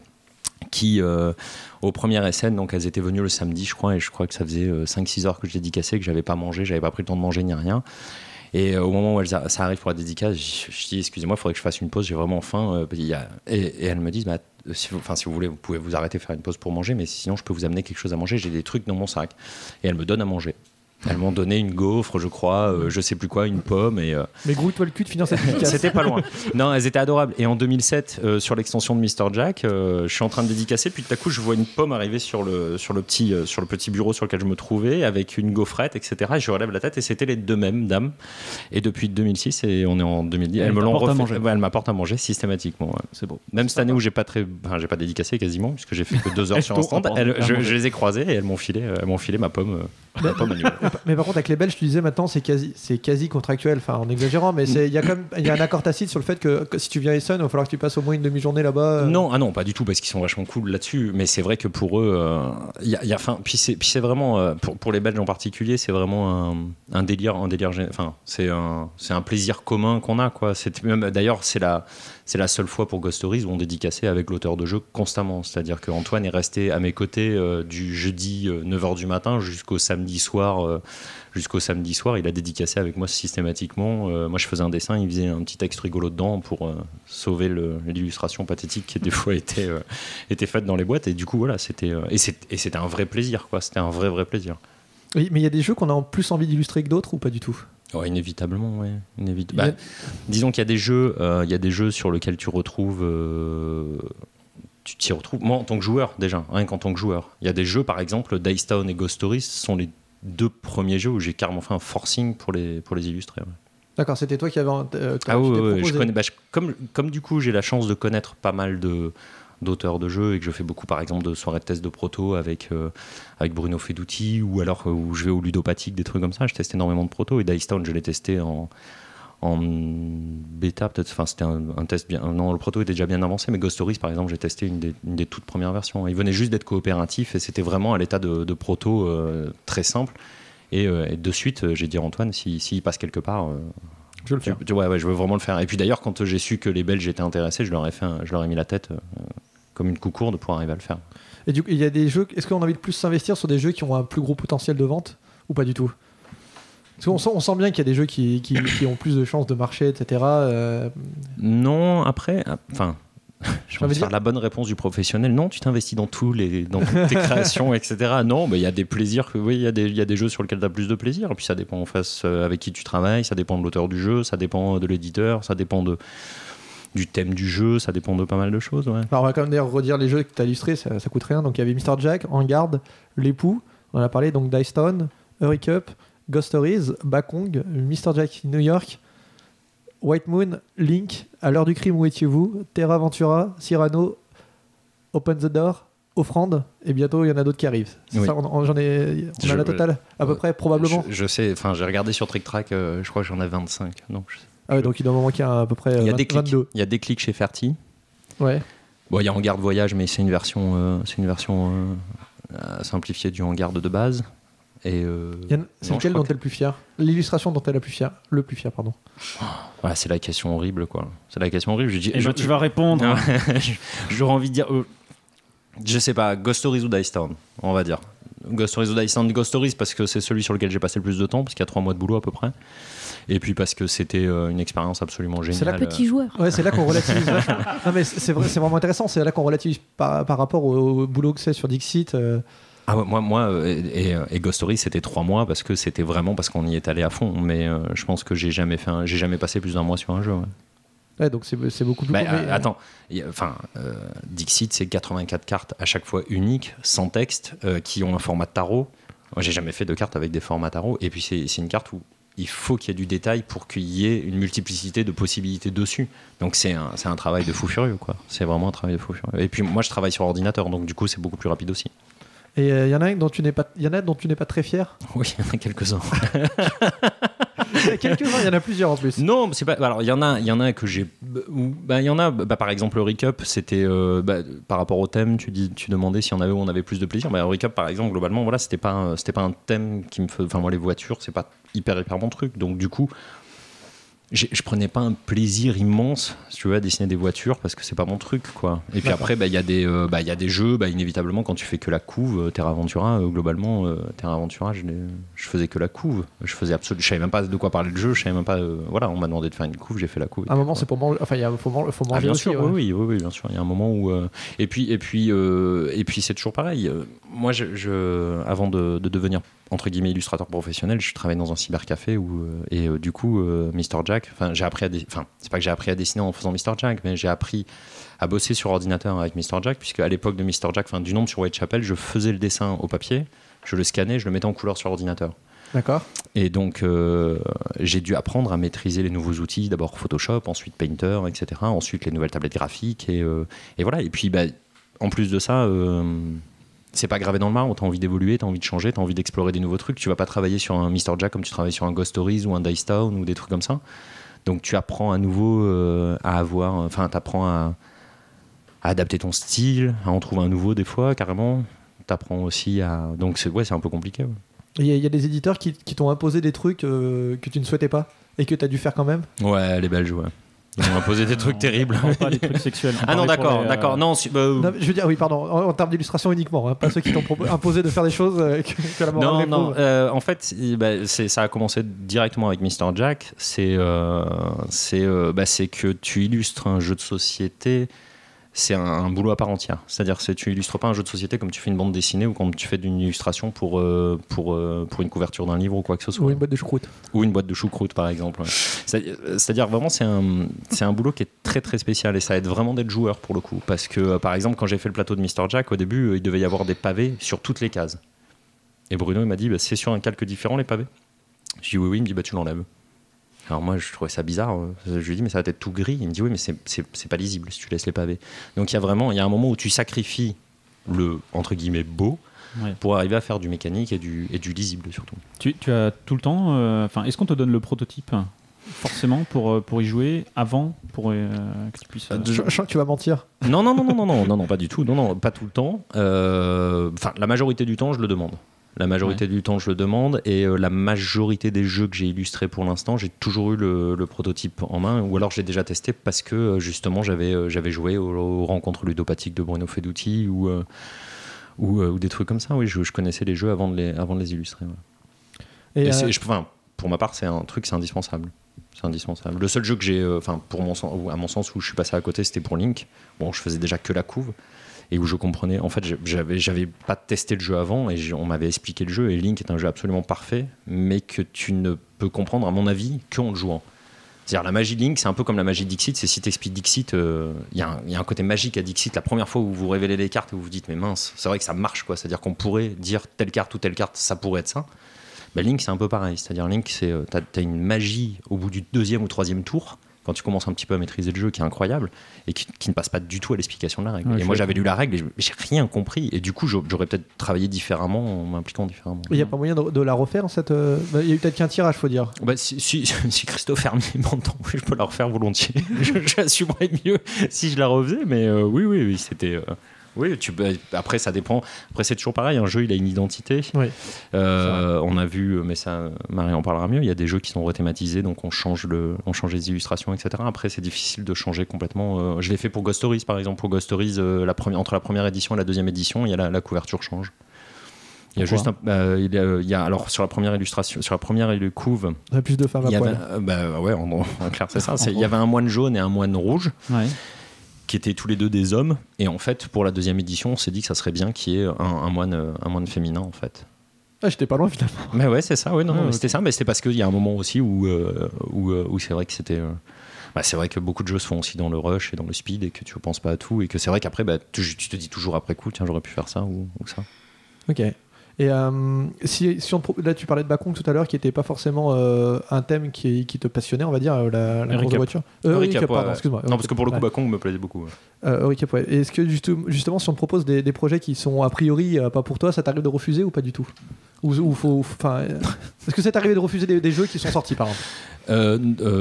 qui euh, au premier Essen, donc elles étaient venues le samedi je crois, et je crois que ça faisait euh, cinq six heures que je dédicaçais, que j'avais pas mangé, j'avais pas pris le temps de manger ni rien. Et euh, au moment où elles a, ça arrive pour la dédicace, je, je dis excusez-moi, il faudrait que je fasse une pause, j'ai vraiment faim. Euh, il y a, et, et elles me disent bah, si, vous, si vous voulez, vous pouvez vous arrêter faire une pause pour manger, mais sinon je peux vous amener quelque chose à manger, j'ai des trucs dans mon sac. Et elles me donnent à manger. Elles m'ont donné une gaufre, je crois, euh, je sais plus quoi, une pomme et. Euh... Mais grouille-toi le cul de finir cette dédicace. C'était pas loin. Non, elles étaient adorables. Et en deux mille sept, euh, sur l'extension de mister Jack, euh, je suis en train de dédicacer, puis tout à coup, je vois une pomme arriver sur le, sur le, petit, euh, sur le petit bureau sur lequel je me trouvais, avec une gaufrette, et cetera. Et je relève la tête, et c'était les deux mêmes dames. Et depuis deux mille six, et on est en deux mille dix, elles, elles me l'ont refait. Ouais, elles m'apportent à manger systématiquement. Ouais. C'est beau. Même cette année où j'ai pas très, enfin, j'ai pas dédicacé quasiment, puisque j'ai fait que deux heures sur un stand, elles, je, je les ai croisées et elles m'ont filé, elles m'ont filé ma pomme. Euh, ma pomme annuelle. Mais par contre, avec les Belges, tu disais maintenant, c'est quasi, c'est quasi contractuel, enfin en exagérant, mais il y a quand même y a un accord tacite sur le fait que, que si tu viens à Essen, il va falloir que tu passes au moins une demi-journée là-bas. Euh... Non, ah non, pas du tout, parce qu'ils sont vachement cool là-dessus. Mais c'est vrai que pour eux, il euh, y a, y a, fin, puis c'est, puis c'est vraiment euh, pour, pour les Belges en particulier, c'est vraiment un, un délire, un délire. Enfin, c'est un, c'est un plaisir commun qu'on a, quoi. C'est même d'ailleurs, c'est la, c'est la seule fois pour Ghost Stories où on dédicaçait avec l'auteur de jeu constamment. C'est-à-dire qu'Antoine est resté à mes côtés euh, du jeudi euh, neuf heures du matin jusqu'au samedi soir. Euh, Jusqu'au samedi soir, il a dédicacé avec moi systématiquement. Euh, moi, je faisais un dessin, il faisait un petit texte rigolo dedans pour euh, sauver le, l'illustration pathétique qui des fois était, euh, était faite dans les boîtes. Et du coup, voilà, c'était euh, et, c'est, et c'était un vrai plaisir, quoi. C'était un vrai vrai plaisir. Oui, mais il y a des jeux qu'on a en plus envie d'illustrer que d'autres ou pas du tout? Oh, inévitablement, oui. Inévit- bah, disons qu'il y a des jeux, euh, il y a des jeux sur lesquels tu retrouves. Euh, tu t'y retrouves. Moi, en tant que joueur, déjà, rien qu'en tant que joueur, il y a des jeux, par exemple, Dice Town et Ghost Stories sont les deux premiers jeux où j'ai carrément fait un forcing pour les, pour les illustrer. Ouais. D'accord, c'était toi qui avais euh, ah oui, ouais, je connais, bah, je, comme, comme du coup j'ai la chance de connaître pas mal de, d'auteurs de jeux et que je fais beaucoup par exemple de soirées de test de proto avec, euh, avec Bruno Feduti ou alors euh, où je vais au ludopathique, des trucs comme ça, je teste énormément de proto et Dice Town je l'ai testé en, en bêta peut-être, enfin c'était un, un test bien, non le proto était déjà bien avancé mais Ghost Stories par exemple j'ai testé une des, une des toutes premières versions, il venait juste d'être coopératif et c'était vraiment à l'état de, de proto euh, très simple et, euh, et de suite euh, j'ai dit à Antoine s'il si, si passe quelque part euh, je veux le faire. Tu, ouais, ouais, je veux vraiment le faire et puis d'ailleurs quand j'ai su que les Belges étaient intéressés je leur ai, fait un, je leur ai mis la tête euh, comme une coucourde pour arriver à le faire. Et du coup il y a des jeux, est-ce qu'on a envie de plus s'investir sur des jeux qui ont un plus gros potentiel de vente ou pas du tout? Parce qu'on sent, on sent bien qu'il y a des jeux qui, qui, qui ont plus de chances de marcher, et cetera. Euh... Non, après, enfin, je vais faire la bonne réponse du professionnel. Non, tu t'investis dans tous les, dans toutes tes créations, et cetera. Non, mais il y a des plaisirs, que, oui, il y a des, il y a des jeux sur lesquels tu as plus de plaisir. Et puis ça dépend en face avec qui tu travailles, ça dépend de l'auteur du jeu, ça dépend de l'éditeur, ça dépend de du thème du jeu, ça dépend de pas mal de choses. Ouais. Alors on va quand même d'ailleurs redire les jeux que tu as illustrés, ça, ça coûte rien. Donc il y avait mister Jack, En Garde, L'époux, on en a parlé, donc Dice Town, Hurry Cup, Ghost Stories, Bakong, mister Jack New York, White Moon, Link, À l'heure du crime où étiez-vous, Terra Ventura, Cyrano, Open the Door, Offrande, et bientôt il y en a d'autres qui arrivent. C'est oui. ça, on, on, j'en ai, on je, a la totale à euh, peu près, probablement. Je, je sais, enfin j'ai regardé sur Trick Track, euh, je crois que j'en ai vingt-cinq. Donc, je, ah ouais, donc il doit m'en manquer à peu près il y a vingt, des clics, vingt-deux. Il y a des clics chez Ferti. Ouais. Bon, il y a En Garde Voyage, mais c'est une version, euh, c'est une version euh, simplifiée du En Garde de base. Et euh, a, c'est non, lequel dont que... elle est le plus fière? L'illustration dont elle est la plus fière? Le plus fier, pardon. Ouais, c'est la question horrible, quoi. C'est la question horrible. Je dis, et je, tu vas répondre. Hein. J'aurais envie de dire, euh, je sais pas, Ghost Stories ou Dice Town, on va dire. Ghost Stories ou Dice Town, Ghost Stories parce que c'est celui sur lequel j'ai passé le plus de temps, parce qu'il y a trois mois de boulot à peu près. Et puis parce que c'était euh, une expérience absolument géniale. C'est là petit joueur. Ouais, c'est là qu'on relativise. Non mais c'est, vrai, c'est vraiment intéressant. C'est là qu'on relativise par, par rapport au, au boulot que c'est sur Dixit. Euh... Ah ouais, moi, moi et, et Ghost Stories c'était trois mois parce que c'était vraiment parce qu'on y est allé à fond. Mais euh, je pense que j'ai jamais fait, un, j'ai jamais passé plus d'un mois sur un jeu. Ouais. Ouais, donc c'est, c'est beaucoup plus. Bah, court, euh, mais... Attends, enfin, euh, Dixit c'est quatre-vingt-quatre cartes à chaque fois uniques, sans texte, euh, qui ont un format tarot. Moi, j'ai jamais fait de cartes avec des formats tarot. Et puis c'est, c'est une carte où il faut qu'il y ait du détail pour qu'il y ait une multiplicité de possibilités dessus. Donc c'est un, c'est un travail de fou furieux, quoi. C'est vraiment un travail de fou furieux. Et puis moi, je travaille sur ordinateur, donc du coup, c'est beaucoup plus rapide aussi. Et il euh, y en a un dont tu n'es pas, y en a dont tu n'es pas très fier? Oui, il y en a quelques-uns. Il y en a quelques-uns, il y en a plusieurs en plus. Non, c'est pas. Alors il y en a, il y en a que j'ai. Bah il y en a. Bah, par exemple, le Recap, c'était euh, bah, par rapport au thème. Tu dis, tu demandais si y en avait où on avait plus de plaisir. Bah, le Recap, par exemple, globalement, voilà, c'était pas, c'était pas un thème qui me fait. Enfin moi, les voitures, c'est pas hyper hyper bon truc. Donc du coup. J'ai, je prenais pas un plaisir immense, si tu veux, à dessiner des voitures parce que c'est pas mon truc, quoi. Et puis D'accord. après, bah il y a des, euh, bah il y a des jeux, bah inévitablement quand tu fais que la couve, euh, Terra Ventura, euh, globalement, euh, Terra Ventura, je, je faisais que la couve. Je faisais absolument, je savais même pas de quoi parler le jeu, je savais même pas. Euh, voilà, on m'a demandé de faire une couve, j'ai fait la couve. À un moment, c'est pour manger. Enfin, il faut, man- faut manger ah, bien aussi. sûr, Ouais. Oui, oui, oui, bien sûr. Il y a un moment où. Euh, et puis, et puis, euh, et puis, c'est toujours pareil. Moi, je, je avant de, de devenir entre guillemets illustrateur professionnel, je travaillais dans un cybercafé où, euh, et euh, du coup, euh, mister Jack, enfin, j'ai appris à, dé- enfin, c'est pas que j'ai appris à dessiner en faisant mister Jack, mais j'ai appris à bosser sur ordinateur avec mister Jack, puisque à l'époque de mister Jack, enfin, du nombre sur Whitechapel, je faisais le dessin au papier, je le scannais, je le mettais en couleur sur ordinateur. D'accord. Et donc, euh, j'ai dû apprendre à maîtriser les nouveaux outils, d'abord Photoshop, ensuite Painter, et cetera. Ensuite, les nouvelles tablettes graphiques, et, euh, et voilà. Et puis, bah, en plus de ça, euh, c'est pas gravé dans le marbre, t'as envie d'évoluer, t'as envie de changer, t'as envie d'explorer des nouveaux trucs. Tu vas pas travailler sur un mister Jack comme tu travailles sur un Ghost Stories ou un Dice Town ou des trucs comme ça. Donc, tu apprends à nouveau euh, à avoir... Enfin, t'apprends à, à adapter ton style, à en trouver un nouveau des fois, carrément. T'apprends aussi à... Donc, c'est, ouais, c'est un peu compliqué, ouais. Il y, a- il y a des éditeurs qui, qui t'ont imposé des trucs euh, que tu ne souhaitais pas et que tu as dû faire quand même. Ouais, les Belges, ouais. Ils m'ont imposé des trucs terribles. On parle pas des trucs sexuels. on Ah non, parlait pour d'accord, les, euh, d'accord. Non, si- bah, Non, je veux dire, oui, pardon, en, en termes d'illustration uniquement, hein, pas ceux qui t'ont propo- imposé de faire des choses euh, que, que la morale non, réprouve. non. euh, en fait, il- bah, c'est, ça a commencé directement avec mister Jack. C'est, euh, c'est, euh, bah, c'est que tu illustres un jeu de société. C'est un, un boulot à part entière. C'est-à-dire que tu illustres pas un jeu de société comme tu fais une bande dessinée ou comme tu fais une illustration pour, euh, pour, euh, pour une couverture d'un livre ou quoi que ce soit. Ou une boîte de choucroute. Ou une boîte de choucroute, par exemple. Ouais. C'est- C'est-à-dire vraiment, c'est un, c'est un boulot qui est très très spécial et ça aide vraiment d'être joueur pour le coup. Parce que, euh, par exemple, quand j'ai fait le plateau de mister Jack, au début, euh, il devait y avoir des pavés sur toutes les cases. Et Bruno, il m'a dit, bah, c'est sur un calque différent les pavés. Je dis oui, oui, il me dit, bah, tu l'enlèves. Alors moi, je trouvais ça bizarre. Je lui dis, mais ça va être tout gris. Il me dit, oui, mais c'est, c'est, c'est pas lisible si tu laisses les pavés. Donc il y a vraiment, il y a un moment où tu sacrifies le, entre guillemets, beau Ouais. pour arriver à faire du mécanique et du, et du lisible surtout. Tu, tu as tout le temps. euh, Enfin, est-ce qu'on te donne le prototype forcément pour euh, pour y jouer avant pour euh, que tu puisses. euh, Je, je sens que tu vas mentir. Non, non, non, non, non, non, non, non, pas du tout. Non, non, pas tout le temps. Euh, Enfin, la majorité du temps, je le demande. La majorité du temps, je le demande. Et euh, la majorité des jeux que j'ai illustrés pour l'instant, j'ai toujours eu le, le prototype en main. Ou alors, j'ai déjà testé parce que, euh, justement, j'avais, euh, j'avais joué aux, aux rencontres ludopathiques de Bruno Feduti ou, euh, ou, euh, ou des trucs comme ça. Oui, je, je connaissais les jeux avant de les, avant de les illustrer. Ouais. Et, Et euh, c'est- je- enfin, pour ma part, c'est un truc, c'est indispensable. C'est indispensable. Le seul jeu que j'ai, enfin, pour mon sens, ou à mon sens, où je suis passé à côté, c'était pour Link. Bon, je faisais déjà que la couve et où je comprenais. En fait, j'avais, j'avais pas testé le jeu avant et j'ai- on m'avait expliqué le jeu. Et Link est un jeu absolument parfait, mais que tu ne peux comprendre, à mon avis, qu'en le jouant. C'est-à-dire la magie de Link, c'est un peu comme la magie de Dixit. C'est si t'expliques Dixit, il euh, y, y a un côté magique à Dixit. La première fois où vous révélez les cartes et vous vous dites, mais mince, c'est vrai que ça marche, quoi. C'est-à-dire qu'on pourrait dire telle carte ou telle carte, ça pourrait être ça. Ben Link, c'est un peu pareil. C'est-à-dire Link, c'est, euh, t'as, t'as une magie au bout du deuxième ou troisième tour, quand tu commences un petit peu à maîtriser le jeu, qui est incroyable, et qui, qui ne passe pas du tout à l'explication de la règle. Ouais, et je moi, suis j'avais lu la règle et je- j'ai rien compris. Et du coup, j'aurais j'aurais peut-être travaillé différemment en m'impliquant différemment. il n'y a pas moyen de, de la refaire, cette. euh, bah, Il y a eu peut-être qu'un tirage, faut dire. Bah, si, si, si Christophe Hermier m'entend, oui, je peux la refaire volontiers. je, j'assumerais mieux si je la refaisais, mais euh, oui, oui, oui, c'était. euh, oui, tu, bah, après, ça dépend. Après, c'est toujours pareil. Un jeu, il a une identité. Oui. Euh, on a vu, mais ça, Marie en parlera mieux. Il y a des jeux qui sont rethématisés, donc on change, le, on change les illustrations, et cetera. Après, c'est difficile de changer complètement. Euh, je l'ai fait pour Ghost Stories, par exemple. Pour Ghost Stories, euh, la première, entre la première édition et la deuxième édition, il y a la, la couverture change. Il y a Pourquoi juste un, euh, il y a, il y a- alors sur la première illustration, sur la première couve, Il y a plus de femmes à il y avait, poil. euh, bah ouais, en, en clair, c'est ça. En C'est- il gros. y avait un moine jaune et un moine rouge Ouais. qui étaient tous les deux des hommes. Et en fait, pour la deuxième édition, on s'est dit que ça serait bien qu'il y ait un, un moine, euh, un moine féminin, en fait. Ah, j'étais pas loin finalement. Mais ouais, c'est ça. Ouais, non, Ah, mais ok. c'était ça. Mais c'était parce qu'il y a un moment aussi où, euh, où, euh, où c'est vrai que c'était. euh, bah, c'est vrai que beaucoup de jeux se font aussi dans le rush et dans le speed et que tu ne penses pas à tout. Et que c'est vrai qu'après, bah, tu, tu te dis toujours après coup, tiens, j'aurais pu faire ça ou, ou ça. Ok. Et euh, si, si on te pro- là, tu parlais de Bakong tout à l'heure, qui n'était pas forcément euh, un thème qui, qui te passionnait, on va dire, euh, la, la Eric course de Cap. voiture. Euh, Eric Eric Cap, Cap, pardon, ouais. excuse-moi. Non, parce que pour le coup, Ouais. Bakong me plaisait beaucoup. ouais. Euh, Eric Cap, ouais. Est-ce que justement, justement, si on te propose des, des projets qui sont a priori euh, pas pour toi, ça t'arrive de refuser ou pas du tout? Ou, ou faut, enfin, euh, est-ce que c'est arrivé de refuser des, des jeux qui sont sortis, par exemple? Euh,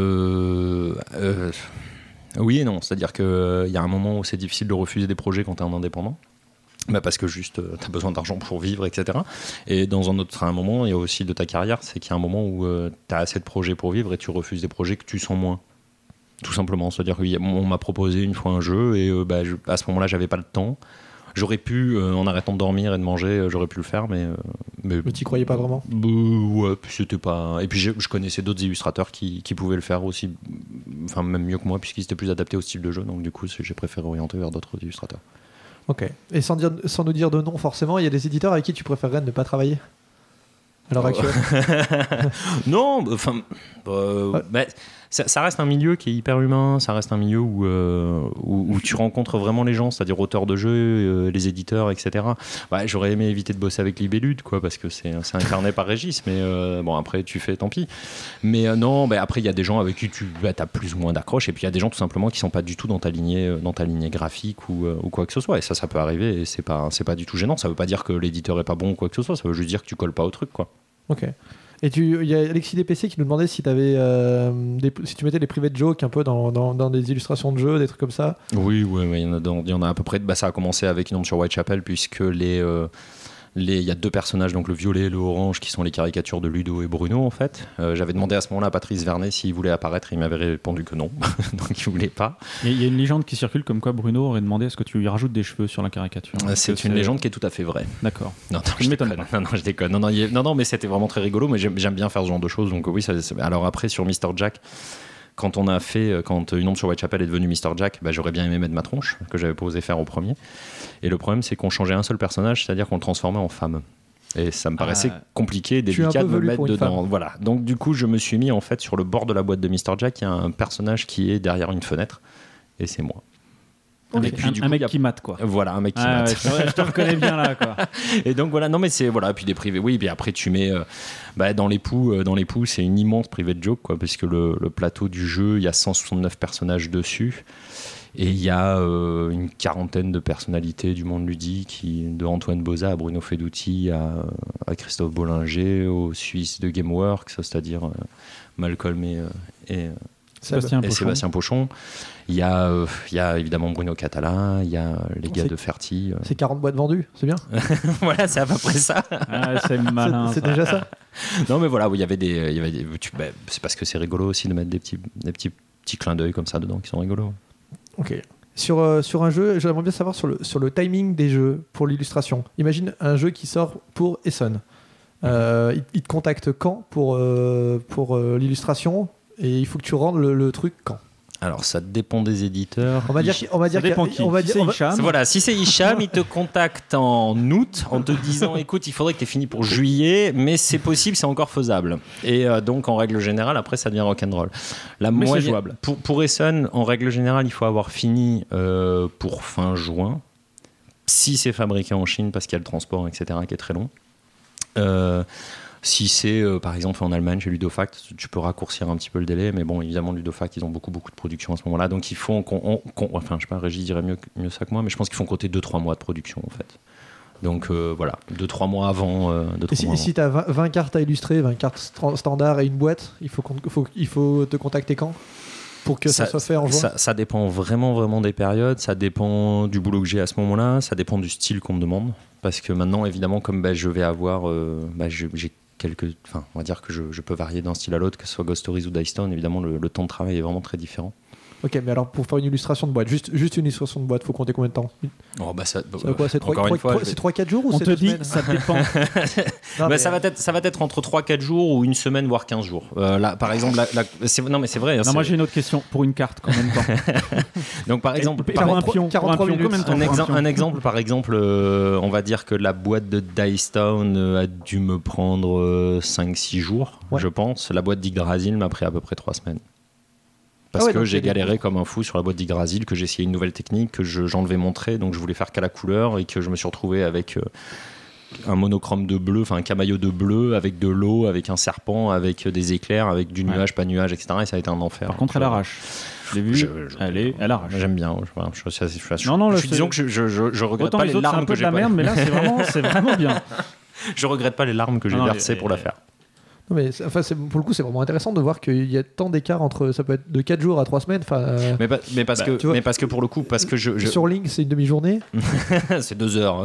euh, euh, oui et non. C'est-à-dire qu'il y a un moment où c'est difficile de refuser des projets quand tu es un indépendant. Bah parce que juste, tu as besoin d'argent pour vivre, et cetera. Et dans un autre un moment, il y a aussi de ta carrière, c'est qu'il y a un moment où tu as assez de projets pour vivre et tu refuses des projets que tu sens moins. Tout simplement. C'est-à-dire qu'on m'a proposé une fois un jeu et euh, bah, je, à ce moment-là, j'avais pas le temps. J'aurais pu, euh, en arrêtant de dormir et de manger, euh, j'aurais pu le faire, mais... Euh, mais Mais t'y croyais pas vraiment? bah, ouais, puis c'était pas... Et puis je, je connaissais d'autres illustrateurs qui, qui pouvaient le faire aussi, enfin même mieux que moi, puisqu'ils étaient plus adaptés au style de jeu, donc du coup, c'est- j'ai préféré orienter vers d'autres illustrateurs. Ok. Et sans, dire, sans nous dire de nom forcément, il y a des éditeurs avec qui tu préférerais ne pas travailler? à l'heure actuelle? Non, enfin, euh, Ouais. bah, ça, ça reste un milieu qui est hyper humain, ça reste un milieu où, euh, où, où tu rencontres vraiment les gens, c'est-à-dire auteurs de jeux, euh, les éditeurs, et cetera. Bah, j'aurais aimé éviter de bosser avec Libellude, quoi, parce que c'est, c'est incarné par Régis, mais euh, bon, après, tu fais, tant pis. Mais euh, non, bah, après, il y a des gens avec qui tu bah, as plus ou moins d'accroche, et puis il y a des gens tout simplement qui sont pas du tout dans ta lignée, dans ta lignée graphique ou, euh, ou quoi que ce soit, et ça, ça peut arriver, et c'est pas, c'est pas du tout gênant. Ça veut pas dire que l'éditeur est pas bon ou quoi que ce soit, ça veut juste dire que tu colles pas au truc, quoi. Ok. Et tu, il y a Alexis D P C qui nous demandait si, t'avais, euh, des, si tu mettais des private jokes un peu dans, dans, dans des illustrations de jeux, des trucs comme ça. Oui, oui, oui, il y en a, dans- il y en a à peu près. Bah, ça a commencé avec Une ombre sur Whitechapel, puisque les, euh, les, il y a deux personnages, donc le violet et le orange, qui sont les caricatures de Ludo et Bruno, en fait. Euh, j'avais demandé à ce moment-là à Patrice Vernet s'il voulait apparaître, et il m'avait répondu que non, donc il voulait pas. Il y, a- il y a une légende qui circule comme quoi Bruno aurait demandé à ce que tu lui rajoutes des cheveux sur la caricature. Euh, C'est Que une légende qui est tout à fait vraie. D'accord. Non, non, Je je m'étonne déconne. Non, non, je déconne. Non, non, il y a- non, non, mais c'était vraiment très rigolo. Mais j'aime, j'aime bien faire ce genre de choses. Donc oui, ça, c'est- alors après sur mister Jack, quand on a fait, quand Une ombre sur Whitechapel est devenu mister Jack, bah, j'aurais bien aimé mettre ma tronche que j'avais pas osé faire au premier. Et le problème, c'est qu'on changeait un seul personnage, c'est-à-dire qu'on le transformait en femme. Et ça me paraissait Ah. compliqué, Tu es un délicat peu de me velu mettre pour une dedans. femme. Voilà. Donc du coup, je me suis mis en fait sur le bord de la boîte de mister Jack. Il y a un personnage qui est derrière une fenêtre, et c'est moi. Un, Et mec- puis, un- du un coup, mec il y a- qui mate quoi. Voilà, un mec qui Ah, mate. ouais, je, te- je te reconnais bien là quoi. Et donc voilà, non mais c'est voilà, puis des privés, oui, puis après tu mets euh, bah, dans l'époux, euh, dans l'époux c'est une immense private joke quoi, parce que le, le plateau du jeu, il y a cent soixante-neuf personnages dessus, et il y a euh, une quarantaine de personnalités du monde ludique, qui, de Antoine Boza à Bruno Fedouti à, à Christophe Bollinger, aux Suisses de Gameworks, c'est-à-dire euh, Malcolm et, euh, et, euh, Sébastien et Pochon. Sébastien Pochon. Il y, a, euh, il y a évidemment Bruno Catala, il y a les gars C'est- de Ferti. euh. C'est quarante boîtes vendues, c'est bien. Voilà, c'est à peu près ça. Ah, c'est malin. C'est, c'est ça. déjà ça. Non mais voilà, oui, il y avait des, il y avait des tu- bah, c'est parce que c'est rigolo aussi de mettre des petits, des petits, petits clins d'œil comme ça dedans qui sont rigolos. Ok. Sur, euh, sur un jeu, j'aimerais bien savoir sur le, sur le timing des jeux pour l'illustration. Imagine un jeu qui sort pour Essonne. Euh, il, il te contacte quand pour, euh, pour euh, l'illustration, et il faut que tu rendes le, le truc quand. Alors ça dépend des éditeurs. On va dire, Il- qu'il- on va Ça dire, qu'il y a- dépend qui. on va Si dire, c'est on va- Hicham, C'est- Voilà, si c'est Hicham, il te contacte en août en te disant écoute, il faudrait que tu aies fini pour juillet, mais c'est possible, c'est encore faisable. Et euh, donc en règle générale, après ça devient rock'n'roll. La Mais c'est moyenne- jouable. Pour, pour Essonne, en règle générale, il faut avoir fini euh, pour fin juin, si c'est fabriqué en Chine, parce qu'il y a le transport, et cetera, qui est très long. Euh, Si c'est euh, par exemple en Allemagne chez Ludofact, tu peux raccourcir un petit peu le délai, mais bon, évidemment, Ludofact, ils ont beaucoup, beaucoup de production à ce moment-là, donc il faut qu'on. on- qu'on- enfin, je sais pas, Régis dirait mieux, mieux ça que moi, mais je pense qu'il faut compter deux trois mois de production en fait. Donc euh, voilà, deux trois mois avant. Euh, deux, Et trois si, mois et si tu as vingt, vingt cartes à illustrer, vingt cartes stra- standard et une boîte, il faut, qu'on- faut- il faut te contacter quand pour que ça, soit fait en juin. ça, ça dépend vraiment, vraiment des périodes. Ça dépend du boulot que j'ai à ce moment-là. Ça dépend du style qu'on me demande. Parce que maintenant, évidemment, comme bah, je vais avoir. Euh, bah, je- j'ai quelques. Enfin, on va dire que je, je peux varier d'un style à l'autre, que ce soit Ghost Stories ou Dice Town. Évidemment, le, le temps de travail est vraiment très différent. Ok, mais alors pour faire une illustration de boîte, juste, juste une illustration de boîte, faut compter combien de temps? Oh, bah, ça, C'est quoi? C'est encore une fois, je vais- trois quatre jours ou on c'est te deux dit semaines? ça dépend. Non, Bah, mais- ça, va être, ça va être entre trois quatre jours ou une semaine, voire quinze jours. Euh, là, par exemple, la- la- c'est, non, mais c'est vrai. hein, Non, c'est- moi j'ai une autre question. Pour une carte, combien de temps? Donc, par exemple, Et par- pour un quarante-trois- pion, pour un quarante-trois pion, minutes. combien de temps Un, pour exem- pion un exemple, par exemple, euh, on va dire que la boîte de Dice Town euh, a dû me prendre cinq six jours, Ouais. je pense. La boîte d'Yggdrasil m'a pris à peu près trois semaines. Parce Ah ouais, que donc il y j'ai a des- galéré comme un fou sur la boîte d'Yggdrasil, que j'ai essayé une nouvelle technique, que je- j'enlevais mon trait, donc je voulais faire qu'à la couleur, et que je me suis retrouvé avec euh, un monochrome de bleu, enfin un camaillot de bleu, avec de l'eau, avec un serpent, avec des éclairs, avec du Ouais. nuage, pas nuage, et cetera. Et ça a été un enfer. Par contre, elle arrache. Je l'ai vu. Je- je- elle, est, elle arrache. J'aime bien. Je, voilà, je, je, je, je- Non, non, je- là, je- c'est- disons que je, je, je, je regrette Autant pas les les autres, c'est un larmes peu que de j'ai la pas- merde, mais là c'est vraiment, c'est vraiment bien. Je regrette pas les larmes que j'ai Non, non, versées mais- pour la faire. Non, mais c'est- enfin, c'est- pour le coup, c'est vraiment intéressant de voir qu'il y a tant d'écart entre. Ça peut être de quatre jours à trois semaines. Enfin, euh, Mais, pa- mais, parce Bah, que, tu vois- mais parce que pour le coup, parce que je, je- sur Link, c'est une demi-journée. c'est deux heures.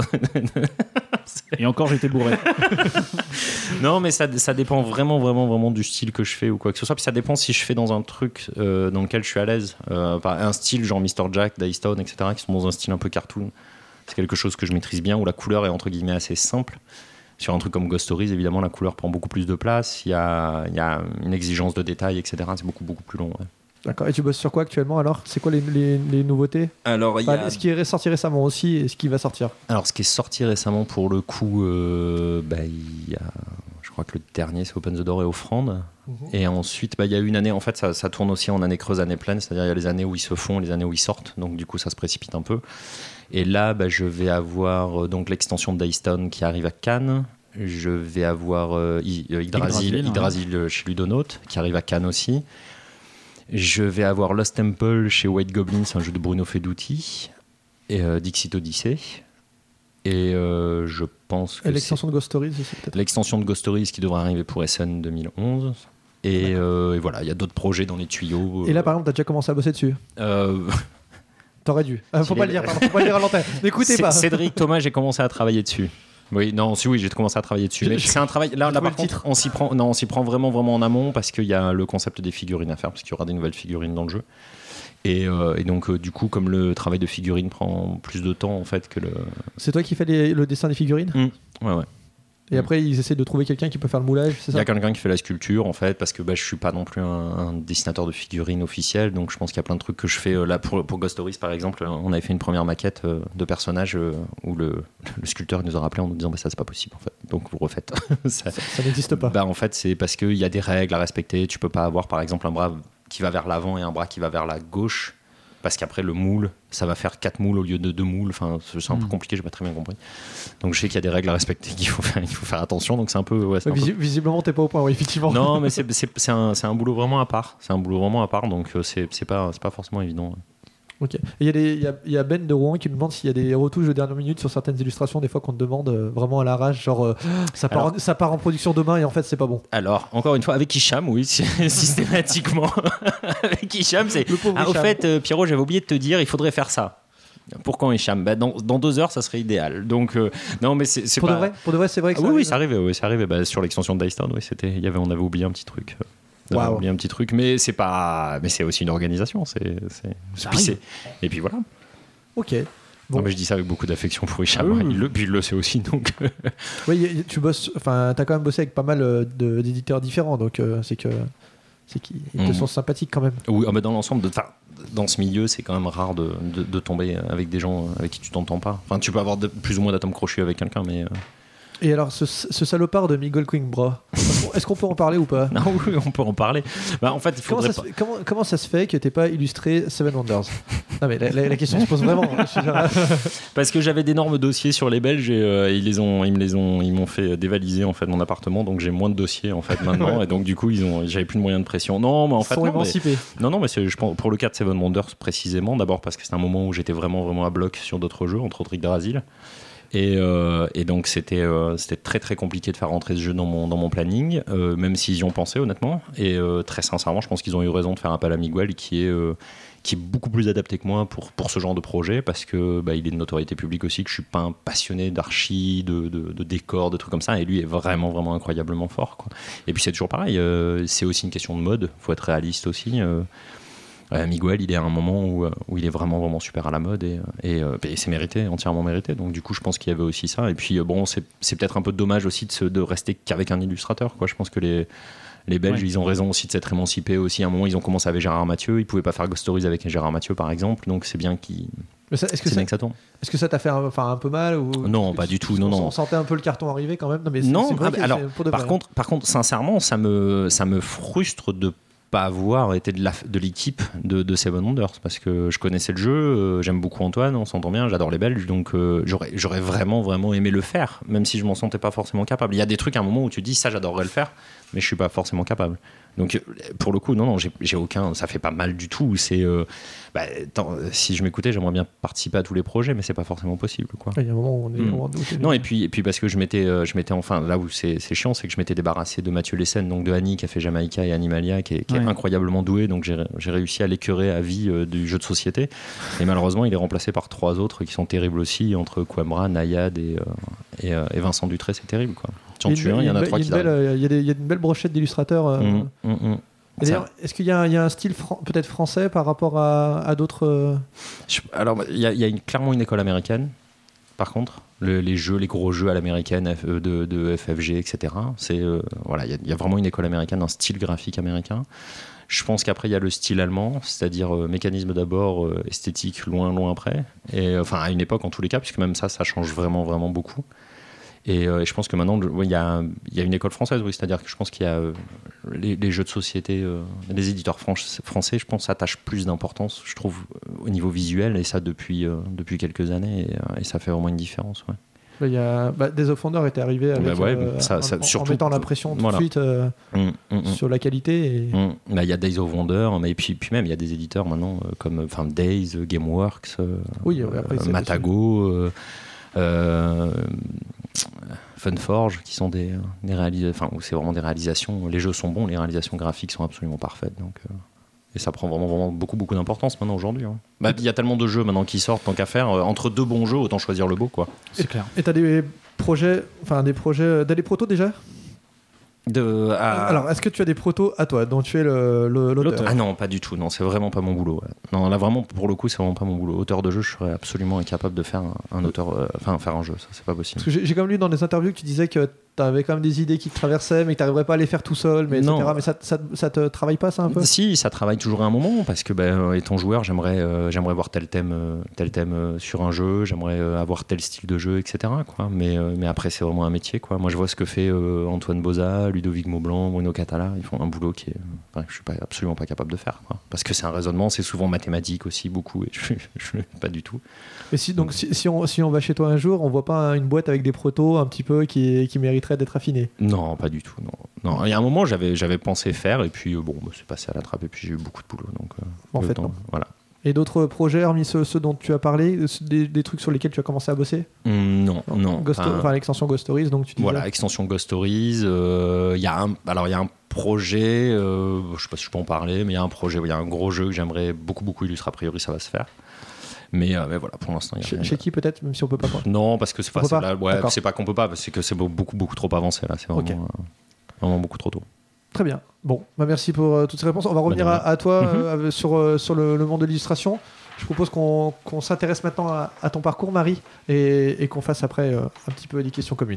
Et encore, j'étais bourré. Non, mais ça, ça dépend vraiment, vraiment, vraiment du style que je fais ou quoi que ce soit. Puis ça dépend si je fais dans un truc euh, dans lequel je suis à l'aise. Euh, par- un style genre mister Jack, Dice Town, et cetera, qui sont dans un style un peu cartoon. C'est quelque chose que je maîtrise bien, où la couleur est entre guillemets assez simple. Sur un truc comme Ghost Stories, évidemment, la couleur prend beaucoup plus de place. Il y a, il y a une exigence de détail, et cetera. C'est beaucoup, beaucoup plus long. ouais. D'accord. Et tu bosses sur quoi actuellement alors? C'est quoi les, les- les nouveautés? Alors, il y Enfin, a- ce qui est sorti récemment aussi et ce qui va sortir. Alors, ce qui est sorti récemment, pour le coup, euh, bah, il y a, je crois que le dernier c'est Open the Door et Offrande. Mhm. Et ensuite, bah, il y a eu une année, en fait, ça, ça tourne aussi en année creuse, année pleine, c'est-à-dire il y a les années où ils se font et les années où ils sortent, donc du coup ça se précipite un peu. Et là, bah, je vais avoir euh, donc l'extension de Daystone qui arrive à Cannes. Je vais avoir euh, I- euh, Yggdrasil, Yggdrasil, Yggdrasil euh, chez Ludonote qui arrive à Cannes aussi. Je vais avoir Lost Temple chez White Goblin, c'est un jeu de Bruno Feduti, et euh, Dixit Odyssey. Et euh, je pense que Et l'extension de Ghost Stories, c'est peut-être. c'est l'extension de Ghost Stories qui devrait arriver pour Essen deux mille onze. Et, euh, et voilà, il y a d'autres projets dans les tuyaux. Et là, par exemple, t'as déjà commencé à bosser dessus. Euh, T'aurais dû. Ah, faut Il pas est- le dire, pardon, faut pas le dire à l'antenne. N'écoutez C- pas. Cédric Thomas, j'ai commencé à travailler dessus. Oui, non, si oui, j'ai commencé à travailler dessus. Mais Je- c'est un travail. Là, j'ai là trouvé par le contre, on s'y prend. Non, on s'y prend vraiment, vraiment en amont parce qu'il y a le concept des figurines à faire, parce qu'il y aura des nouvelles figurines dans le jeu. Et, euh, et donc, euh, du coup, comme le travail de figurine prend plus de temps en fait que le. C'est toi qui fais les- le dessin des figurines Ouais, ouais. Et après, ils essaient de trouver quelqu'un qui peut faire le moulage, c'est Il y ça a quelqu'un qui fait la sculpture en fait, parce que bah, je suis pas non plus un, un dessinateur de figurines officiel, donc je pense qu'il y a plein de trucs que je fais. euh, là pour, pour Ghost Stories par exemple, on avait fait une première maquette euh, de personnages euh, où le, le sculpteur nous a rappelé en nous disant bah, ça c'est pas possible en fait, donc vous le refaites. ça, Ça n'existe pas. bah, en fait c'est parce qu'il y a des règles à respecter, tu peux pas avoir par exemple un bras qui va vers l'avant et un bras qui va vers la gauche. Parce qu'après le moule, ça va faire quatre moules au lieu de deux moules. Enfin, c'est un peu Mm. compliqué, j'ai pas très bien compris. Donc je sais qu'il y a des règles à respecter, qu'il faut faire, il faut faire attention. Donc c'est un peu, ouais, c'est Ouais, un peu visi- Visiblement, t'es pas au point, oui, effectivement. non, mais c'est, c'est, c'est, un, c'est un boulot vraiment à part. C'est un boulot vraiment à part, donc euh, c'est, c'est, pas, c'est pas forcément évident. Ok. Et Il y, a des- il y, a, il y a Ben de Rouen qui nous demande s'il y a des retouches de dernière minute sur certaines illustrations, des fois qu'on te demande euh, vraiment à l'arrache, genre euh, ça, part Alors- en, ça part en production demain et en fait c'est pas bon. Alors, encore une fois, avec Hicham, oui, systématiquement. Avec Hicham, c'est. Le pauvre Ah, au Hicham. fait, euh, Pierrot, j'avais oublié de te dire, il faudrait faire ça. Pour quand Hicham bah, dans, dans deux heures, ça serait idéal. Donc, euh, non, mais c'est, c'est Pour pas. de vrai, pour de vrai, c'est vrai que Ah ça oui, oui, arrive. ça arrivait, oui, ça arrivait. Bah, sur l'extension de Daystone, oui, c'était, il y avait, on avait oublié un petit truc. euh, On avait Waouh. oublié un petit truc, mais c'est pas, mais c'est aussi une organisation. C'est, c'est, Ça puis arrive. c'est- et puis voilà. Ok. Bon. Non, mais je dis ça avec beaucoup d'affection pour Hicham. Ah oui, hein, oui. il le, puis il le sait aussi, donc. Oui, y- y- tu bosses, enfin, t'as quand même bossé avec pas mal euh, de- d'éditeurs différents, donc euh, c'est que c'est qu'ils te Mhm. sont sympathiques quand même. Oui, ah bah dans l'ensemble, de, 'fin, dans ce milieu, c'est quand même rare de, de, de tomber avec des gens avec qui tu t'entends pas. Enfin, tu peux avoir de- plus ou moins d'atomes crochus avec quelqu'un, mais. euh, Et alors, ce, ce salopard de Miguel Coimbra, est-ce qu'on- est-ce qu'on peut en parler ou pas Non, oui, on peut en parler. Bah, en fait, il Comment faudrait ça, pas. se fait, comment, comment ça se fait que t'aies pas illustré Seven Wonders? Non mais la, la- la question se pose vraiment. Je suis genre- Parce que j'avais d'énormes dossiers sur les Belges et euh, ils les ont, ils me les ont, ils m'ont fait dévaliser en fait mon appartement, donc j'ai moins de dossiers en fait maintenant et donc du coup ils ont, j'avais plus de moyens de pression. Non, mais en Ils fait sont non, mais, émancipés. non, non, mais c'est, je pense pour le cas de Seven Wonders précisément, d'abord parce que c'est un moment où j'étais vraiment, vraiment à bloc sur d'autres jeux, entre autres Yggdrasil. Et, euh, et donc c'était euh, c'était très très compliqué de faire rentrer ce jeu dans mon, dans mon planning, euh, même s'ils y ont pensé honnêtement. Et euh, très sincèrement, je pense qu'ils ont eu raison de faire appel à Miguel qui est, euh, qui est beaucoup plus adapté que moi pour, pour ce genre de projet, parce que bah, il est de notoriété publique aussi, que je suis pas un passionné d'archi, de, de, de décors, de trucs comme ça. Et lui est vraiment vraiment incroyablement fort, quoi. Et puis c'est toujours pareil, euh, c'est aussi une question de mode, faut être réaliste aussi. Euh, Euh, Miguel, il est à un moment où, euh, où il est vraiment vraiment super à la mode et, et, euh, et c'est mérité, entièrement mérité. Donc du coup, je pense qu'il y avait aussi ça. Et puis euh, bon, c'est, c'est peut-être un peu dommage aussi de, se, de rester qu'avec un illustrateur, quoi. Je pense que les les Belges, Ouais. ils ont raison aussi de s'être émancipés aussi. À un moment, ils ont commencé avec Gérard Mathieu. Ils pouvaient pas faire Ghost Stories avec Gérard Mathieu, par exemple. Donc c'est bien qu'ils, Mais ça- Est-ce que, c'est ça- bien que ça tourne. est-ce que ça t'a fait un, enfin, un peu mal ou... Non, pas du tout, non, on, non. On sentait un peu le carton arriver quand même. Non, mais c'est, Non, c'est vrai ah, que bah, alors, c'est pour de Par vrai. contre, par contre, sincèrement, ça me, ça me frustre de pas avoir été de, la, de l'équipe de, de Seven Wonders, parce que je connaissais le jeu, euh, j'aime beaucoup Antoine, on s'entend bien, j'adore les Belges, donc euh, j'aurais, j'aurais vraiment vraiment aimé le faire, même si je m'en sentais pas forcément capable. Il y a des trucs à un moment où tu te dis ça, j'adorerais le faire, mais je suis pas forcément capable. Donc euh, pour le coup, non, non, j'ai, j'ai aucun, ça fait pas mal du tout. C'est, euh, bah, tant, si je m'écoutais, j'aimerais bien participer à tous les projets, mais c'est pas forcément possible, quoi. Il y a un moment où on est. Mm. on est- Non, et puis, et puis parce que je m'étais, euh, je m'étais enfin, là où c'est, c'est chiant, c'est que je m'étais débarrassé de Mathieu Lessen, donc de Annie qui a fait Jamaïca et Animalia, qui est, qui est Ouais. incroyablement doué, donc j'ai, j'ai réussi à l'écœurer à vie euh, du jeu de société. Et malheureusement, il est remplacé par trois autres qui sont terribles aussi, entre Quamra, Nayad et, euh, et, euh, et Vincent Dutré, c'est terrible, quoi. J'en une tue un, belle- il y en a une trois belle- qui il y a une arrivent. belle, euh, Il y a des- il y a une belle brochette d'illustrateurs. euh, Hum, hum, hum. Et Ça- d'ailleurs, est-ce qu'il y a, un- il y a un style fran- peut-être français par rapport à, à d'autres euh, Je- Alors, il y a, il y a une, clairement une école américaine, par contre. Le- les jeux, les gros jeux à l'américaine F- euh, de, de F F G, et cetera. C'est, euh, voilà, il y, a- il y a vraiment une école américaine, un style graphique américain. Je pense qu'après, il y a le style allemand, c'est-à-dire euh, mécanisme d'abord, euh, esthétique loin, loin après. Et, euh, enfin, à une époque, en tous les cas, puisque même ça, ça change vraiment, vraiment beaucoup. Et, euh, et je pense que maintenant, il y, a, y a une école française, oui, c'est-à-dire que je pense qu'il y a euh, les, les jeux de société, euh, les éditeurs fran- français, je pense, attachent plus d'importance, je trouve, au niveau visuel, et ça depuis, euh, depuis quelques années, et, euh, et ça fait vraiment une différence. Ouais. Il y a, bah, Days of Wonder était arrivé avec, bah ouais, euh, ça, ça, en, surtout, en mettant la pression tout voilà. de suite euh, mmh, mmh, sur la qualité. Et... mmh. Bah, y a Days of Wonder, mais puis, puis même il y a des éditeurs maintenant euh, comme enfin, Days, Gameworks, euh, oui, ouais, après, euh, Matago, euh, euh, Funforge, qui sont des, des réalisations, enfin, où c'est vraiment des réalisations. Les jeux sont bons, les réalisations graphiques sont absolument parfaites. Donc, euh, et ça prend vraiment, vraiment beaucoup, beaucoup d'importance maintenant aujourd'hui. Hein. Bah, y a tellement de jeux maintenant qui sortent, tant qu'à faire. Euh, entre deux bons jeux, autant choisir le beau, quoi. C'est clair. Et t'as des projets, enfin des projets, t'as des protos déjà? De, à... Alors, est-ce que tu as des protos à toi dont tu es le, le, l'auteur? Ah non, pas du tout. Non, c'est vraiment pas mon boulot. Ouais. Non, là vraiment, pour le coup, c'est vraiment pas mon boulot. Auteur de jeu, je serais absolument incapable de faire un, un auteur, euh, enfin faire un jeu. Ça, c'est pas possible. Parce que j'ai, j'ai quand même lu dans des interviews que tu disais que t'avais quand même des idées qui te traversaient, mais que t'arriverais pas à les faire tout seul, mais Non. et cetera. Mais ça, ça, ça te travaille pas, ça un peu? Si, ça travaille toujours à un moment, parce que ben, étant joueur, j'aimerais, euh, j'aimerais voir tel thème, euh, tel thème euh, sur un jeu, j'aimerais euh, avoir tel style de jeu, et cetera. Quoi. Mais, euh, mais après, c'est vraiment un métier. Quoi. Moi, je vois ce que fait euh, Antoine Boza, Ludovic Maublanc, Bruno Catala. Ils font un boulot qui est, enfin, que je suis pas, absolument pas capable de faire. Quoi. Parce que c'est un raisonnement, c'est souvent mathématique aussi, beaucoup, et je ne pas du tout. Mais si, donc, si, si, on, si on va chez toi un jour, on voit pas une boîte avec des protos un petit peu qui, qui mériterait d'être affinée? Non, pas du tout. Non. Non. Il y a un moment, j'avais, j'avais pensé faire, et puis euh, bon, bah, c'est passé à la trappe, et puis j'ai eu beaucoup de boulot. Donc, euh, en le fait, temps, non. Voilà. Et d'autres projets, hormis ceux, ceux dont tu as parlé, des, des trucs sur lesquels tu as commencé à bosser? Mmh, non, non. Ghost, Enfin, enfin, l'extension Ghost Stories, donc tu disais. Voilà, extension Ghost Stories. Euh, y a un, alors, il y a un projet, euh, je sais pas si je peux en parler, mais il y a un projet, il y a un gros jeu que j'aimerais beaucoup, beaucoup illustrer. A priori, ça va se faire. Mais, euh, mais voilà, pour l'instant, il y a Chez, rien. chez qui peut-être, même si on peut pas. Non, parce que c'est, On enfin, peut c'est, pas là, ouais, D'accord. c'est pas qu'on peut pas, c'est que c'est beaucoup, beaucoup trop avancé là. C'est vraiment, Ok. euh, vraiment beaucoup trop tôt. Très bien. Bon, bah merci pour euh, toutes ces réponses. On va revenir à, à toi euh, sur, euh, sur le, le monde de l'illustration. Je propose qu'on, qu'on s'intéresse maintenant à, à ton parcours, Marie, et, et qu'on fasse après euh, un petit peu des questions communes.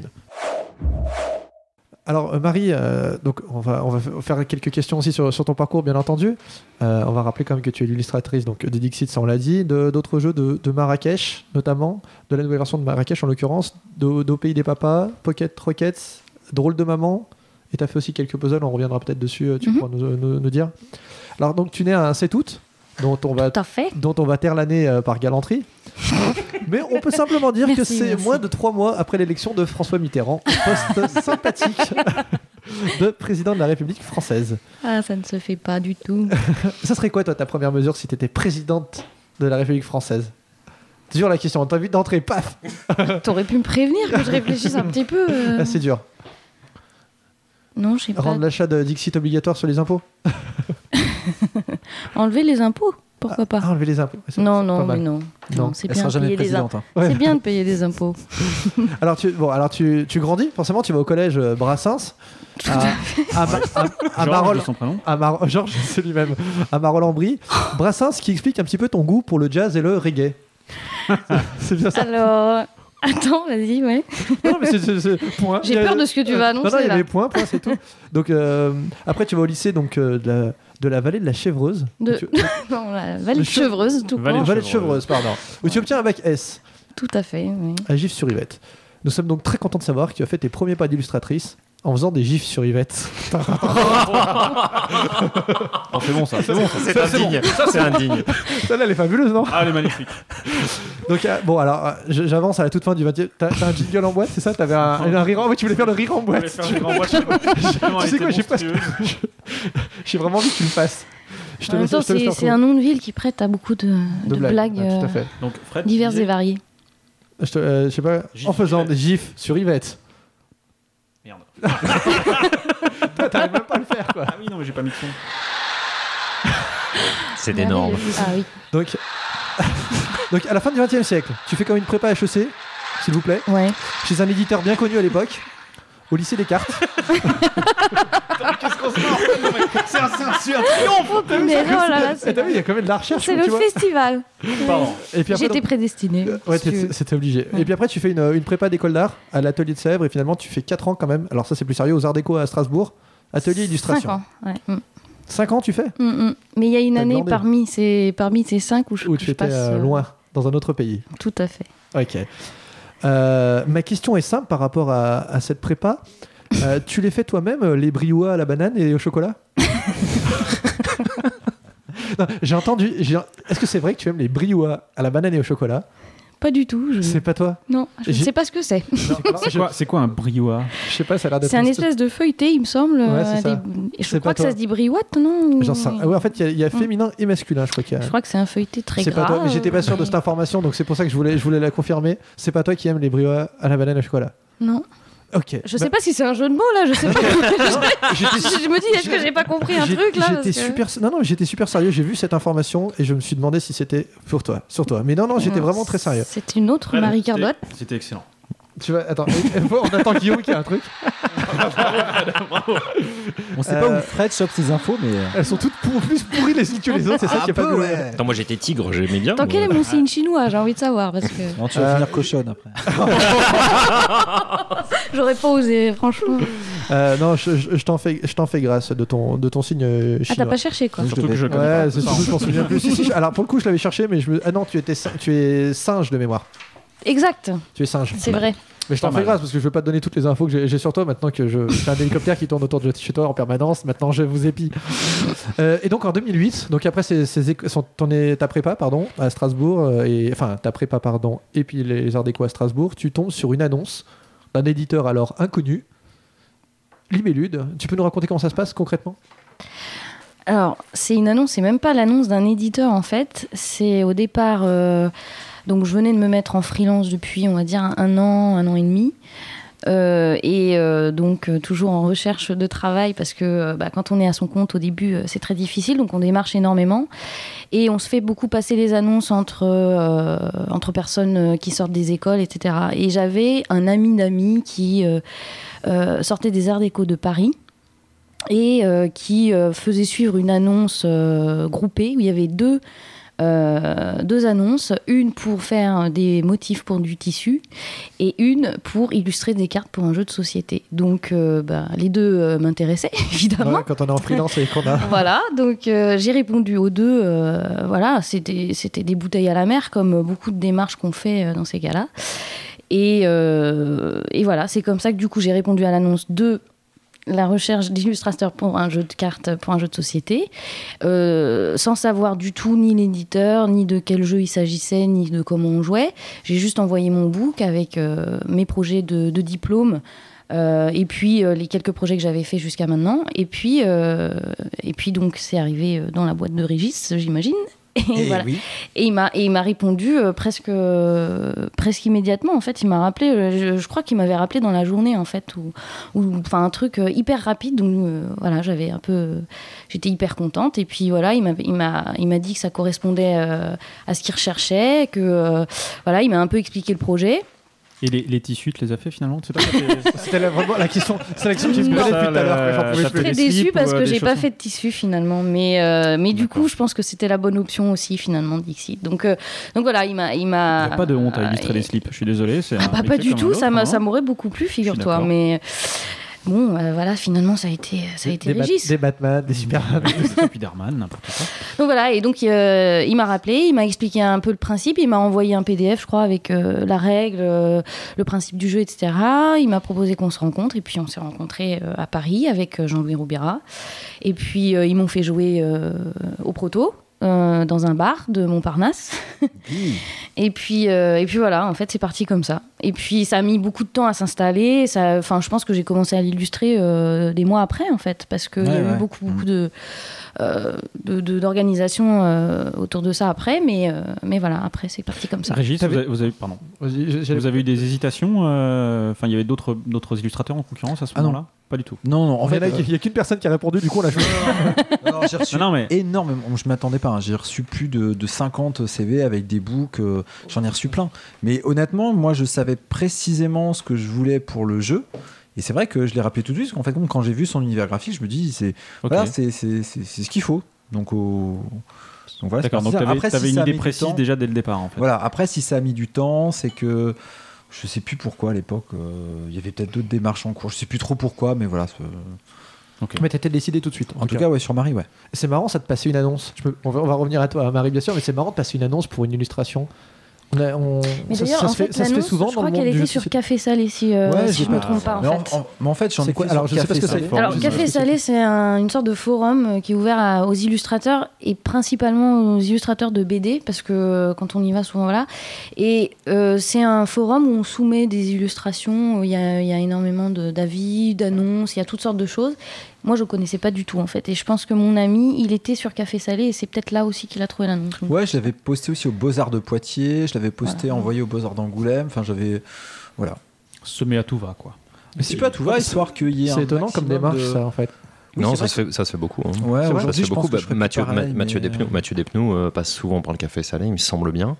Alors, euh, Marie, euh, donc on va, on va f- faire quelques questions aussi sur, sur ton parcours, bien entendu. Euh, on va rappeler quand même que tu es l'illustratrice donc, de Dixit, ça on l'a dit, de, d'autres jeux de, de Marrakech, notamment, de la nouvelle version de Marrakech en l'occurrence, d'Au, d'Au Pays des Papas, Pocket Rockets, Drôle de Maman, et tu as fait aussi quelques puzzles, on reviendra peut-être dessus, tu Mhm. pourras nous, nous- nous dire. Alors, donc tu nais un sept août, dont on va, Tout à fait. dont on va taire l'année euh, par galanterie. Mais on peut simplement dire Merci, que c'est merci. moins de trois mois après l'élection de François Mitterrand, poste sympathique de président de la République française. Ah, ça ne se fait pas du tout. Ça serait quoi, toi, ta première mesure si tu étais présidente de la République française? C'est dur la question, on t'invite d'entrer, paf. T'aurais pu me prévenir que je réfléchisse un petit peu. euh. Ah, c'est dur. Non, je sais pas. Rendre l'achat de Dixit obligatoire sur les impôts. Enlever les impôts, pourquoi pas? Ah, enlever les impôts. C'est- Non, c'est pas non, mal. mais non. Non, Non, c'est Elle bien sera de jamais payer des présidente. impôts. hein. Ouais. C'est bien de payer des impôts. Alors, tu, bon, alors tu, tu grandis, forcément, tu vas au collège euh, Brassens, à, à, Ma- à, à Georges, Marolles. de son prénom. À Mar- Georges, c'est lui-même. À Marolles-en-Brie. Brassens qui explique un petit peu ton goût pour le jazz et le reggae. C'est bien ça. Alors, attends, vas-y, ouais. Non, mais c'est, c'est- c'est- point. J'ai Il y a- peur de ce que tu vas Non, annoncer, non, il y là. avait point, point, c'est tout. Donc, euh, après, tu vas au lycée donc, euh, de, la, de la vallée de la Chèvreuse. De... Donc, tu- Non, la vallée Le de che- chevreuse, tout Vallée court. Vallée de Chevreuse, pardon. Où tu obtiens un bac S Tout à fait, oui. à Gif-sur-Yvette. Nous sommes donc très contents de savoir que tu as fait tes premiers pas d'illustratrice en faisant des gifs sur Yvette. Oh, c'est bon ça, c'est bon ça. C'est indigne. Ça, c'est indigne. Celle-là, elle est fabuleuse, non? Ah, elle est magnifique. Donc, euh, bon, alors, euh, je- j'avance à la toute fin du vingtième. T'as, t'as un jingle en boîte, c'est ça? T'avais un, un rire en... Oui, tu voulais faire le rire en boîte. Je voulais faire une renvoi, je sais pas. Tu sais quoi, j'ai pas... J'ai vraiment envie que tu le fasses. Je te En même laisse- temps, je te laisse c'est, faire c'est ton- un nom de ville qui prête à beaucoup de, de blagues, Ouais, tout à euh, fait. Donc, Fred, diverses disais- et variées. Je, te- euh, je sais pas, Gif en faisant sur des gifs sur Yvette. Merde. Toi, t'arrives même pas à le faire, quoi. Ah oui, non, mais j'ai pas mis de son. C'est énorme. Ah oui. Donc, donc, à la fin du vingtième siècle, tu fais comme une prépa H E C, s'il vous plaît, Ouais. chez un éditeur bien connu à l'époque, au lycée Descartes. Qu'est-ce qu'on se marre? C'est un, c'est un, c'est un triomphe. Mais non, là, là, Et c'est, t'as vu, il y a quand même de la recherche. c'est tu le vois. festival. Pardon. Et puis après, J'étais donc- prédestinée. Euh, Ouais, si tu veux. t'es- c'était obligé. Et puis après, tu fais une, une prépa d'école d'art à l'atelier de Sèvres et finalement, tu fais quatre ans quand même. Alors, ça, c'est plus sérieux, aux Arts Déco à Strasbourg. Atelier illustration. Cinq ans, ouais. Mm. cinq ans, tu fais? Mm, mm. Mais il y a une T'as année demandé. parmi ces, parmi ces cinq où je, Ou que tu je étais passe euh, euh, loin, dans un autre pays? Tout à fait. Ok. Euh, ma question est simple par rapport à, à cette prépa. Euh, tu les fais toi-même, euh, les briois à la banane et au chocolat? Non, j'ai entendu. j'ai- Est-ce que c'est vrai que tu aimes les briois à la banane et au chocolat? Pas du tout. Je... C'est pas toi? Non, je ne J'ai- sais pas ce que c'est. C'est quoi, c'est quoi un briois? Je sais pas, ça a l'air d'être. C'est un une- espèce de feuilleté, il me semble. Ouais, c'est euh, ça. des- et Je C'est crois pas que ça toi. se dit brioite, non? J'en sais- ah ouais, en fait, il y a- il y, a féminin et masculin, je crois qu'il y a. Je crois que c'est un feuilleté très C'est gras. pas toi, mais j'étais pas sûr de mais- cette information, donc c'est pour ça que je voulais, je voulais la confirmer. C'est pas toi qui aimes les briois à la banane et au chocolat? Non. Ok. Je sais pas si c'est un jeu de mots là, je sais pas. J'étais- je me dis, est-ce que j'ai pas compris un J'ai- truc là J'étais parce que- super, non non, j'étais super sérieux. J'ai vu cette information et je me suis demandé si c'était pour toi, sur toi. Mais non non, j'étais Non, vraiment très sérieux. C'est une autre Marie Carlotte. C'était excellent. Tu vas, attends, on attend Guillaume qui a un truc. On sait Euh, pas où Fred chope ses infos, mais. Elles sont toutes pour, plus pourries les unes que les autres. C'est ça qui est pas cool. Attends, moi j'étais tigre, j'aimais bien. Dans moi. quel est mon signe chinois? J'ai envie de savoir parce que Non, tu vas Euh, finir cochonne après. j'aurais pas osé, franchement. Euh, non, je, je- je t'en fais, je t'en fais grâce de ton, de ton signe euh, Ah, chinois. t'as pas cherché quoi? Je Surtout devais- que je connais Ouais, pas. c'est surtout que je m'en souviens plus. Si, si, je- alors pour le coup, je l'avais cherché, mais je me... ah non, tu étais, sin- tu es singe de mémoire. Exact, Tu es singe. c'est vrai. Mais je t'en Pas fais mal. grâce parce que je veux pas te donner toutes les infos que j'ai- j'ai sur toi maintenant que je j'ai un hélicoptère qui tourne autour de chez toi en permanence. Maintenant, je vous épie. Euh, et donc en deux mille huit, donc après ces, ces éco- son- ton é- ta prépa pardon à Strasbourg euh, et enfin ta prépa pardon et puis les arts déco à Strasbourg, tu tombes sur une annonce d'un éditeur alors inconnu, Libellude. Tu peux nous raconter comment ça se passe concrètement? Alors, c'est une annonce, c'est même pas l'annonce d'un éditeur en fait. C'est au départ. euh, donc, je venais de me mettre en freelance depuis, on va dire, un an, un an et demi. Euh, et euh, donc, euh, toujours en recherche de travail parce que euh, bah, quand on est à son compte au début, euh, c'est très difficile. Donc, on démarche énormément. Et on se fait beaucoup passer les annonces entre, euh, entre personnes euh, qui sortent des écoles, et cetera. Et j'avais un ami d'amis qui euh, euh, sortait des arts déco de Paris. Et euh, qui euh, faisait suivre une annonce euh, groupée où il y avait deux, euh, deux annonces, une pour faire des motifs pour du tissu et une pour illustrer des cartes pour un jeu de société. Donc euh, bah, les deux euh, m'intéressaient évidemment. Ouais, quand on est en freelance et qu'on a. Voilà, donc euh, j'ai répondu aux deux. euh, voilà, c'était c'était des bouteilles à la mer comme beaucoup de démarches qu'on fait euh, dans ces cas-là. Et, euh, et voilà, c'est comme ça que du coup j'ai répondu à l'annonce de la recherche d'illustrateurs pour un jeu de cartes, pour un jeu de société, euh, sans savoir du tout ni l'éditeur, ni de quel jeu il s'agissait, ni de comment on jouait. J'ai juste envoyé mon book avec euh, mes projets de, de diplôme, euh, et puis euh, les quelques projets que j'avais faits jusqu'à maintenant. Et puis, euh, et puis donc c'est arrivé dans la boîte de Régis, j'imagine. Et, Et voilà. oui. Et il m'a et il m'a répondu euh, presque euh, presque immédiatement en fait. Il m'a rappelé, euh, je, je crois qu'il m'avait rappelé dans la journée en fait, ou ou enfin un truc euh, hyper rapide. Donc euh, voilà, j'avais un peu, j'étais hyper contente. Et puis voilà, il m'a il m'a il m'a dit que ça correspondait euh, à ce qu'il recherchait, que euh, voilà, il m'a un peu expliqué le projet. Et les, les tissus, tu les as fait finalement? C'est pas ça, t'es- C'était la- vraiment la question. C'est la question qui me Non. posait Ça, depuis tout à l'heure. le- J'en pouvais ça plus. fait Très des déçue slips parce ou, euh, que des j'ai pas chaussons? fait de tissu finalement, mais euh, mais du D'accord. coup, je pense que c'était la bonne option aussi finalement Dixit. Donc euh, donc voilà, il m'a il m'a. Il n'y a pas de honte à illustrer euh, des slips, je suis désolé. C'est Ah un bah, pas métier du comme un tout, autre, ça m'a- hein. ça m'aurait beaucoup plu, figure-toi. d'accord. Mais bon, euh, voilà, finalement, ça a été, ça a été Des, Bat- Régis. des Batman, des Superman. Spider-Man, n'importe quoi. Donc voilà, et donc euh, il m'a rappelé, il m'a expliqué un peu le principe, il m'a envoyé un P D F, je crois, avec euh, la règle, euh, le principe du jeu, et cetera. Il m'a proposé qu'on se rencontre, et puis on s'est rencontrés euh, à Paris avec euh, Jean-Louis Roubira. Et puis euh, ils m'ont fait jouer euh, au proto. Euh, dans un bar de Montparnasse. et puis euh, et puis voilà, en fait c'est parti comme ça. Et puis ça a mis beaucoup de temps à s'installer. Ça, enfin je pense que j'ai commencé à l'illustrer euh, des mois après en fait, parce qu'il Ouais, y a ouais. eu beaucoup beaucoup de euh, de- de- d'organisation euh, autour de ça après, mais euh, mais voilà, après c'est parti comme ça. Régis, T'avais- vous avez, vous avez- pardon. Vas-y, j'ai- j'ai- Vous avez eu des hésitations euh, Enfin, il y avait d'autres d'autres illustrateurs en concurrence à ce Ah non. moment-là? Pas du tout. Non, non, en En fait, fait, il n'y a qu'une personne qui a répondu, du coup on l'a joué. euh, non, j'ai reçu Non, non, mais énormément. Je m'attendais pas. hein. J'ai reçu plus de, de cinquante C V avec des books. euh, J'en ai reçu plein. Mais honnêtement, moi, je savais précisément ce que je voulais pour le jeu. Et c'est vrai que je l'ai rappelé tout de suite. Parce qu'en fait, quand j'ai vu son univers graphique, je me dis, c'est ok. voilà, c'est c'est- c'est- c'est ce qu'il faut. Donc, au... donc voilà. c'est D'accord, donc parti. tu avais, Après, si une ça a idée mis du précise temps- déjà dès le départ en fait. Voilà. Après, si ça a mis du temps, c'est que je sais plus pourquoi à l'époque. euh, Il y avait peut-être d'autres démarches en cours. Je sais plus trop pourquoi, mais voilà. c'est- Ok. Mais t'étais décidé tout de suite. En tout cas, ouais, sur Marie, ouais. C'est marrant ça de passer une annonce. Je peux- on, va, on va revenir à toi, Marie, bien sûr, mais c'est marrant de passer une annonce pour une illustration On a- on- Mais ça, d'ailleurs, ça en se fait, fait, ça se fait l'annonce, souvent je dans crois le qu'elle monde du était jeu sur de Café Salé, si, euh, Ouais, si j'ai je me pas- trompe pas, en mais fait. en, mais en fait, j'en C'est ai quoi fait Alors, sur je sais pas ce que Café c'est. Salé. Alors, Je- Café je- Salé, c'est un- une sorte de forum euh, qui est ouvert à- aux illustrateurs et principalement aux illustrateurs de B D, parce que euh, quand on y va souvent, voilà. Et euh, c'est un forum où on soumet des illustrations, il y a, il y a énormément de- d'avis, d'annonces, il y a toutes sortes de choses. Moi, je connaissais pas du tout, en fait. Et je pense que mon ami, il était sur Café Salé et c'est peut-être là aussi qu'il a trouvé l'annonce. Ouais, je l'avais posté aussi aux Beaux-Arts de Poitiers, je l'avais posté, Voilà. envoyé aux Beaux-Arts d'Angoulême. Enfin, j'avais. Voilà. Semé à tout va, quoi. Mais c'est pas tout va, histoire qu'il y ait C'est un étonnant comme maximum démarche, de- ça, en fait. Oui, non, c'est ça vrai se, fait, ça se fait beaucoup. hein. Ouais, C'est vrai, Ça aujourd'hui, se fait je pense beaucoup. que Bah, je ferais Mathieu, plus pareil, Ma- Mathieu mais- Despnous, Mathieu Despnous euh, passe souvent par le Café Salé, il me semble bien.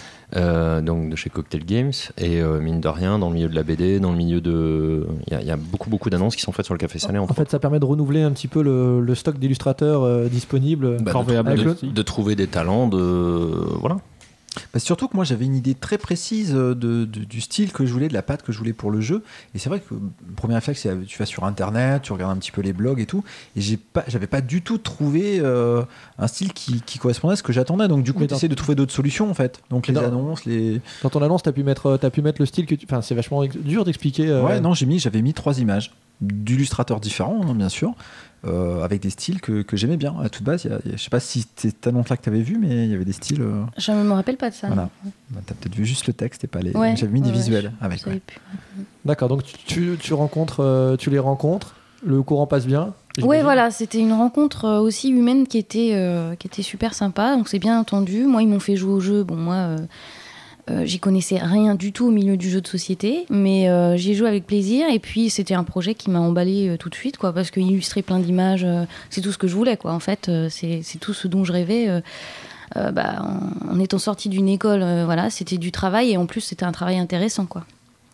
Euh, donc de chez Cocktail Games. Et euh, mine de rien, dans le milieu de la B D, dans le milieu de. Il y, a- il y a beaucoup, beaucoup d'annonces qui sont faites sur le Café Salé. En fait, ça permet de renouveler un petit peu le, le stock d'illustrateurs euh, disponibles. Bah, corvéable de, de- aussi. de trouver des talents, de. Voilà. Bah, surtout que moi j'avais une idée très précise de, de- du style que je voulais, de la patte que je voulais pour le jeu. Et c'est vrai que le premier réflexe, c'est tu vas sur internet, tu regardes un petit peu les blogs et tout. Et j'ai pas, j'avais pas du tout trouvé euh, un style qui, qui correspondait à ce que j'attendais. Donc du coup, Mais tu dans- essaies de trouver d'autres solutions en fait. Donc les Mais dans- annonces, les. Dans ton annonce, tu as pu mettre, t'as pu mettre le style que tu. Enfin, c'est vachement ex- dur d'expliquer. euh, Ouais, non, j'ai mis, j'avais mis trois images d'illustrateurs différents, hein, bien sûr, euh, avec des styles que, que j'aimais bien. À toute base, il y a- il y a- je sais pas si c'était cette annonce-là que tu avais vu, mais il y avait des styles. euh, Je me rappelle pas de ça. Voilà. Bah, t'as peut-être vu juste le texte et pas les. Ouais, J'avais mis des ouais, ouais, visuels je- avec. je savais ouais. plus. D'accord, donc tu, tu, tu rencontres, euh, tu les rencontres, le courant passe bien. Ouais, j'imagine. voilà, c'était une rencontre euh, aussi humaine qui était, euh, qui était super sympa. Donc c'est bien entendu. Moi, ils m'ont fait jouer au jeu. Bon, moi, euh, euh, j'y connaissais rien du tout au milieu du jeu de société, mais euh, j'y ai joué avec plaisir. Et puis c'était un projet qui m'a emballé euh, tout de suite, quoi, parce qu'illustrer plein d'images, euh, c'est tout ce que je voulais, quoi. En fait, euh, c'est, c'est tout ce dont je rêvais. euh, euh, bah, en, en étant sortie d'une école, euh, voilà, c'était du travail et en plus c'était un travail intéressant, quoi.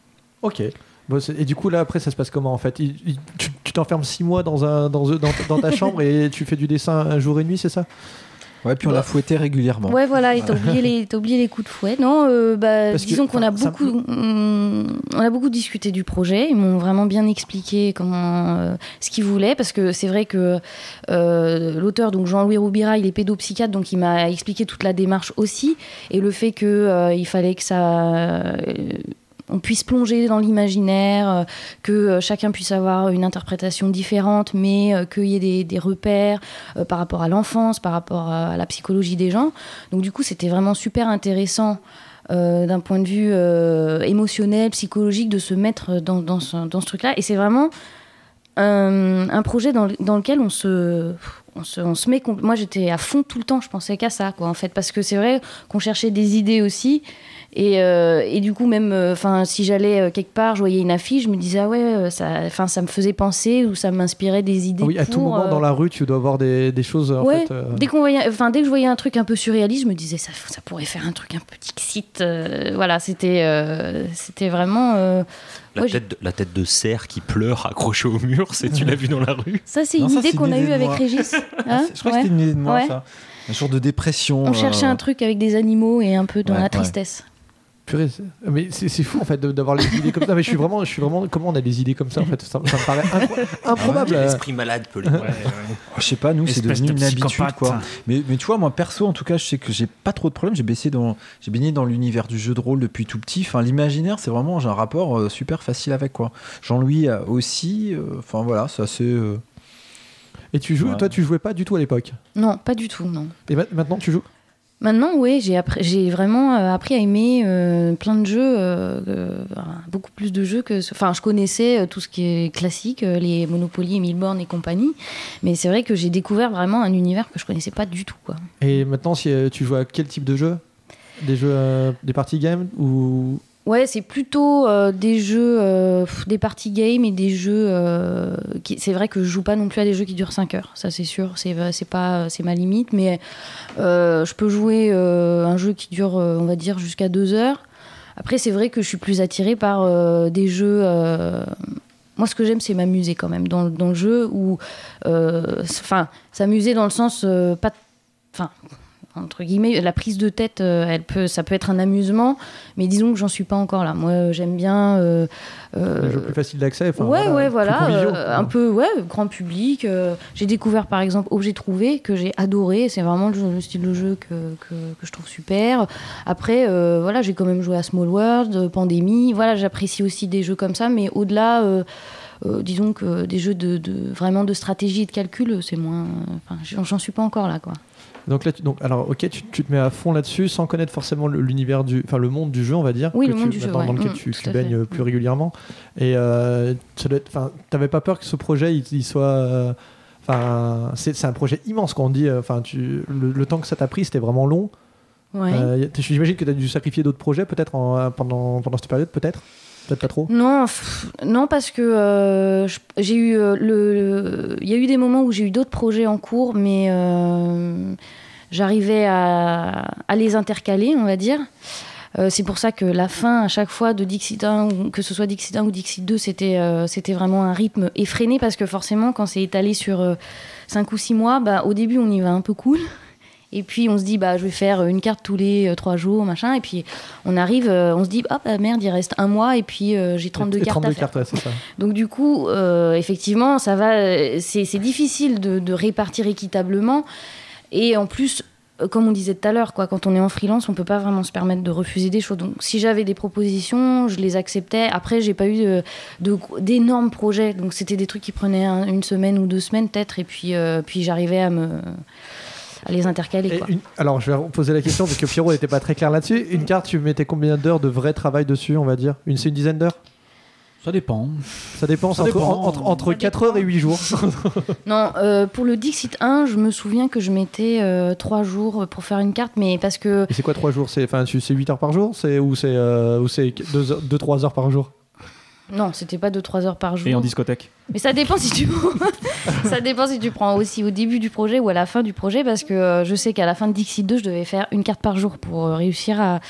Ok. Bon, c'est- et du coup, là, après, ça se passe comment en fait Il- il- tu, tu t'enfermes six mois dans, un, dans, dans, dans ta chambre et tu fais du dessin un jour et nuit, c'est ça Ouais, puis on l'a fouetté régulièrement. Ouais, voilà, et t'as oublié les, t'as oublié les coups de fouet. Non, euh, bah, Parce que, disons qu'on a enfin, ça- beaucoup, on, on a beaucoup discuté du projet. Ils m'ont vraiment bien expliqué comment, euh, ce qu'ils voulaient, parce que c'est vrai que euh, l'auteur, donc Jean-Louis Roubira, il est pédopsychiatre, donc il m'a expliqué toute la démarche aussi, et le fait que euh, il fallait que ça euh, on puisse plonger dans l'imaginaire, euh, que euh, chacun puisse avoir une interprétation différente, mais euh, qu'il y ait des, des repères euh, par rapport à l'enfance, par rapport à, à la psychologie des gens. Donc du coup, c'était vraiment super intéressant euh, d'un point de vue euh, émotionnel, psychologique, de se mettre dans, dans ce, dans ce truc-là. Et c'est vraiment un, un projet dans, le- dans lequel on se... On se, on se met compl- moi j'étais à fond tout le temps, je pensais qu'à ça, quoi, en fait, parce que c'est vrai qu'on cherchait des idées aussi. Et, euh, et du coup, même enfin si j'allais euh, quelque part, je voyais une affiche, je me disais, ah ouais, euh, ça, ça me faisait penser ou ça m'inspirait des idées. Ah oui, à pour, tout moment euh, dans la rue, tu dois voir des, des choses. En ouais, fait, euh, dès, qu'on voyait, enfin, dès que je voyais un truc un peu surréaliste, je me disais, ça, ça pourrait faire un truc un peu Dixit. Euh, voilà, c'était, euh, c'était vraiment. euh, La, ouais, j'ai- tête de, la tête de cerf qui pleure accrochée au mur, c'est, tu l'as vu dans la rue Ça, c'est Non, une ça, idée c'est qu'on une a idée eue de avec moi. Régis. Hein je crois Ouais. que c'était une idée de moi, Ouais. ça. Un jour de dépression. On cherchait euh, un truc avec des animaux et un peu dans Ouais, la ouais. tristesse. Purée, c'est- mais c'est, c'est fou en fait de- d'avoir les idées comme ça. Mais je suis vraiment, je suis vraiment. Comment on a des idées comme ça en fait Ça, ça me paraît incro- improbable. euh. L'esprit malade, Pelé. Oh, je sais pas, nous, c'est Espèce devenu de une habitude, psychopathe. quoi. Mais, mais tu vois, moi, perso, en tout cas, je sais que j'ai pas trop de problèmes. J'ai baissé dans, j'ai baigné dans l'univers du jeu de rôle depuis tout petit. Enfin, l'imaginaire, c'est vraiment, j'ai un rapport euh, super facile avec, quoi. Jean-Louis euh, aussi. euh, Enfin, voilà, c'est assez. euh, Et tu joues, Ouais. toi, tu jouais pas du tout à l'époque. Non, pas du tout, non. Et ma- maintenant, tu joues. Maintenant, oui, j'ai, appris- j'ai vraiment euh, appris à aimer euh, plein de jeux, euh, euh, beaucoup plus de jeux que... Enfin, je connaissais euh, tout ce qui est classique, euh, les Monopoly, Milborn et compagnie, mais c'est vrai que j'ai découvert vraiment un univers que je connaissais pas du tout, quoi. Et maintenant, si euh, tu joues à quel type de jeu Des jeux, euh, des party games ou Ouais, c'est plutôt euh, des jeux, euh, pff, des party games et des jeux... euh, qui, c'est vrai que je joue pas non plus à des jeux qui durent cinq heures, ça c'est sûr, c'est, c'est, pas, c'est ma limite, mais euh, je peux jouer euh, un jeu qui dure, euh, on va dire, jusqu'à deux heures. Après, c'est vrai que je suis plus attirée par euh, des jeux... euh, moi, ce que j'aime, c'est m'amuser quand même dans, dans le jeu, ou... Enfin, s'amuser dans le sens... euh, pas Enfin... entre guillemets, la prise de tête, euh, elle peut, ça peut être un amusement, mais disons que j'en suis pas encore là. Moi, euh, j'aime bien. Euh, euh, Un jeu plus facile d'accès. Enfin, ouais, voilà, ouais, plus voilà. conviviaux, euh, quoi. un peu, ouais, grand public. euh, j'ai découvert par exemple Objet Trouvé, que j'ai adoré. C'est vraiment le, jeu- le style de jeu que, que, que je trouve super. Après, euh, voilà, j'ai quand même joué à Small World, euh, Pandémie. Voilà, j'apprécie aussi des jeux comme ça, mais au-delà. Euh, Euh, disons que des jeux de, de vraiment de stratégie et de calcul, c'est moins. Enfin, j'en, j'en suis pas encore là, quoi. Donc là, tu, donc, alors, ok, tu, tu te mets à fond là-dessus sans connaître forcément le- l'univers du, enfin le monde du jeu, on va dire. Oui, que le tu- monde du jeu, dans, dans ouais. lequel Mmh, tu, tout tu à baignes fait. plus régulièrement. Et euh, ça doit être- enfin, t'avais pas peur que ce projet, il, il soit, euh, enfin, c'est, c'est un projet immense quand on dit, enfin, tu, le, le temps que ça t'a pris, c'était vraiment long. Ouais. Euh, y a- j'imagine que tu as dû sacrifier d'autres projets peut-être en- pendant pendant cette période, peut-être. Peut-être pas trop. Non, pff, non parce que euh, je- j'ai eu euh, le, le- il y a eu des moments où j'ai eu d'autres projets en cours, mais euh, j'arrivais à, à les intercaler, on va dire. Euh, c'est pour ça que la fin à chaque fois de Dixit un, ou que ce soit Dixit un ou Dixit deux, c'était euh, c'était vraiment un rythme effréné, parce que forcément quand c'est étalé sur euh, cinq ou six mois, bah, au début on y va un peu cool. Et puis on se dit, bah, je vais faire une carte tous les euh, trois jours, machin. Et puis on arrive, euh, on se dit, ah bah merde, il reste un mois et puis euh, j'ai trente-deux Et cartes à trente-deux faire. cartes, ouais, c'est ça. Donc du coup, euh, effectivement, ça va, euh, c'est, c'est difficile de, de répartir équitablement. Et en plus, euh, comme on disait tout à l'heure, quoi, quand on est en freelance, on peut pas vraiment se permettre de refuser des choses. Donc si j'avais des propositions, je les acceptais. Après, j'ai pas eu de, de, d'énormes projets. Donc c'était des trucs qui prenaient un- une semaine ou deux semaines peut-être. Et puis, euh, puis j'arrivais à me... à les intercaler, Et quoi. une- alors, je vais poser la question parce que Pierrot n'était pas très clair là-dessus. Une carte, tu mettais combien d'heures de vrai travail dessus, on va dire une, C'est une dizaine d'heures. Ça dépend. Ça dépend, Ça c'est entre, dépend. entre, entre Ça quatre heures et huit jours. Non, euh, pour le Dixit un, je me souviens que je mettais euh, trois jours pour faire une carte, mais parce que... Et c'est quoi trois jours? C'est, enfin, tu- c'est huit heures par jour, c'est, ou c'est, euh, ou c'est deux trois heures par jour? Non, c'était pas deux trois heures par jour. Et en discothèque. Mais ça dépend si tu ça dépend si tu prends aussi au début du projet ou à la fin du projet, parce que euh, je sais qu'à la fin de Dixit deux, je devais faire une carte par jour pour euh, réussir à,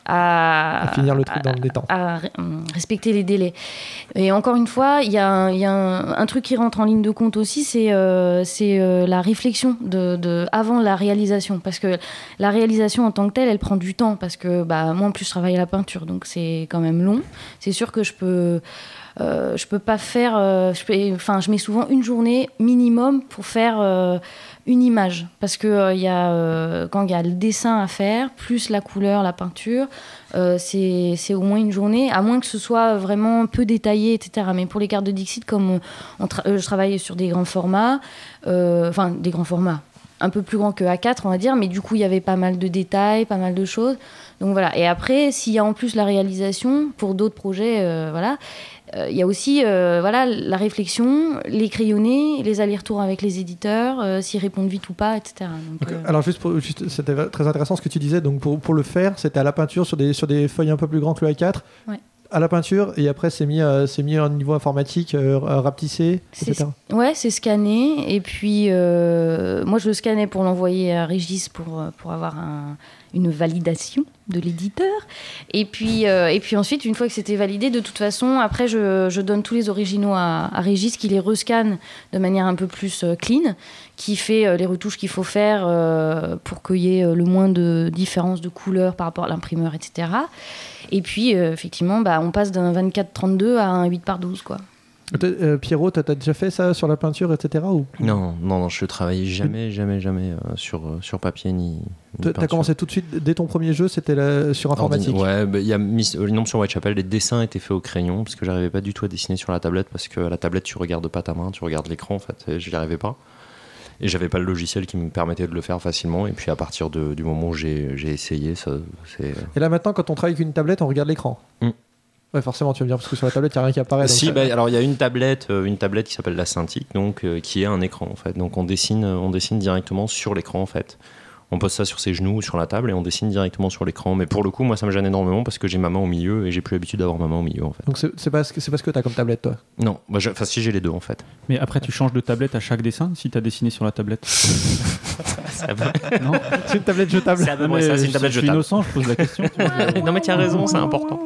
à, À finir le truc dans les temps. à, à, euh, respecter les délais. Et encore une fois, il y a, un, il y a un, un truc qui rentre en ligne de compte aussi, c'est euh, c'est euh, la réflexion de, de avant la réalisation, parce que la réalisation en tant que telle, elle prend du temps, parce que bah, moi en plus je travaille à la peinture, donc c'est quand même long. C'est sûr que je peux Euh, je peux pas faire. Euh, je, peux- enfin, je mets souvent une journée minimum pour faire euh, une image, parce que euh, y a, euh, quand il y a le dessin à faire, plus la couleur, la peinture, euh, c'est, c'est au moins une journée, à moins que ce soit vraiment peu détaillé, et cetera. Mais pour les cartes de Dixit, comme on, on tra- euh, je travaille sur des grands formats, euh, enfin des grands formats, un peu plus grand que A quatre, on va dire, mais du coup il y avait pas mal de détails, pas mal de choses. Donc voilà. Et après, s'il y a en plus la réalisation pour d'autres projets, euh, voilà. Euh, Il y a aussi euh, voilà, la réflexion, les crayonnés, les allers-retours avec les éditeurs, euh, s'ils répondent vite ou pas, et cetera. Donc, Donc, euh, alors juste, pour, juste c'était très intéressant ce que tu disais. Donc pour, pour le faire, c'était à la peinture sur des, sur des feuilles un peu plus grandes que le A quatre. Ouais. À la peinture, et après c'est mis, euh, c'est mis à un niveau informatique, euh, rapetissé, c'est, et cetera. ouais, c'est scanné. Et puis, euh, moi, je le scannais pour l'envoyer à Régis pour, euh, pour avoir un, une validation de l'éditeur. Et puis, euh, et puis ensuite, une fois que c'était validé, de toute façon, après, je, je donne tous les originaux à, à Régis, qui les rescanne de manière un peu plus euh, clean, qui fait euh, les retouches qu'il faut faire euh, pour qu'il y ait euh, le moins de différence de couleur par rapport à l'imprimeur, et cetera. Et puis, euh, effectivement, bah, on passe d'un vingt-quatre trente-deux à un huit par douze, quoi. Euh, Pierrot, t'as, t'as déjà fait ça sur la peinture, et cetera ou... Non, non, non, je travaillais jamais, jamais, jamais euh, sur, euh, sur papier ni. ni T'as, t'as peinture. commencé tout de suite, dès ton premier jeu, c'était la- sur informatique. Ouais, bah, il y a Miss- euh, non, sur Whitechapel, les dessins étaient faits au crayon parce que j'arrivais pas du tout à dessiner sur la tablette, parce que à la tablette tu regardes pas ta main, tu regardes l'écran en fait, et je n'y arrivais pas. Et j'avais pas le logiciel qui me permettait de le faire facilement. Et puis à partir de, du moment où j'ai, j'ai essayé, ça, c'est. Et là maintenant, quand on travaille avec une tablette, on regarde l'écran. Mm. Ouais, forcément, tu vas me dire, parce que sur la tablette, il n'y a rien qui apparaît. donc Si, ça- bah, alors il y a une tablette, euh, une tablette qui s'appelle la Cintiq, donc euh, qui est un écran en fait. Donc on dessine, on dessine directement sur l'écran en fait. On pose ça sur ses genoux ou sur la table et on dessine directement sur l'écran. Mais pour le coup, moi, ça me gêne énormément parce que j'ai ma main au milieu et j'ai plus l'habitude d'avoir ma main au milieu en fait. Donc c'est, c'est pas ce que, c'est pas ce que t'as comme tablette, toi. Non, bah, je- enfin si j'ai les deux en fait. Mais après, tu changes de tablette à chaque dessin si tu as dessiné sur la tablette. Non, C'est une tablette jetable. C'est à peu Non, près mais ça, c'est une je- tablette je suis jetable. innocent, je pose la question. Non mais tu as raison, c'est important.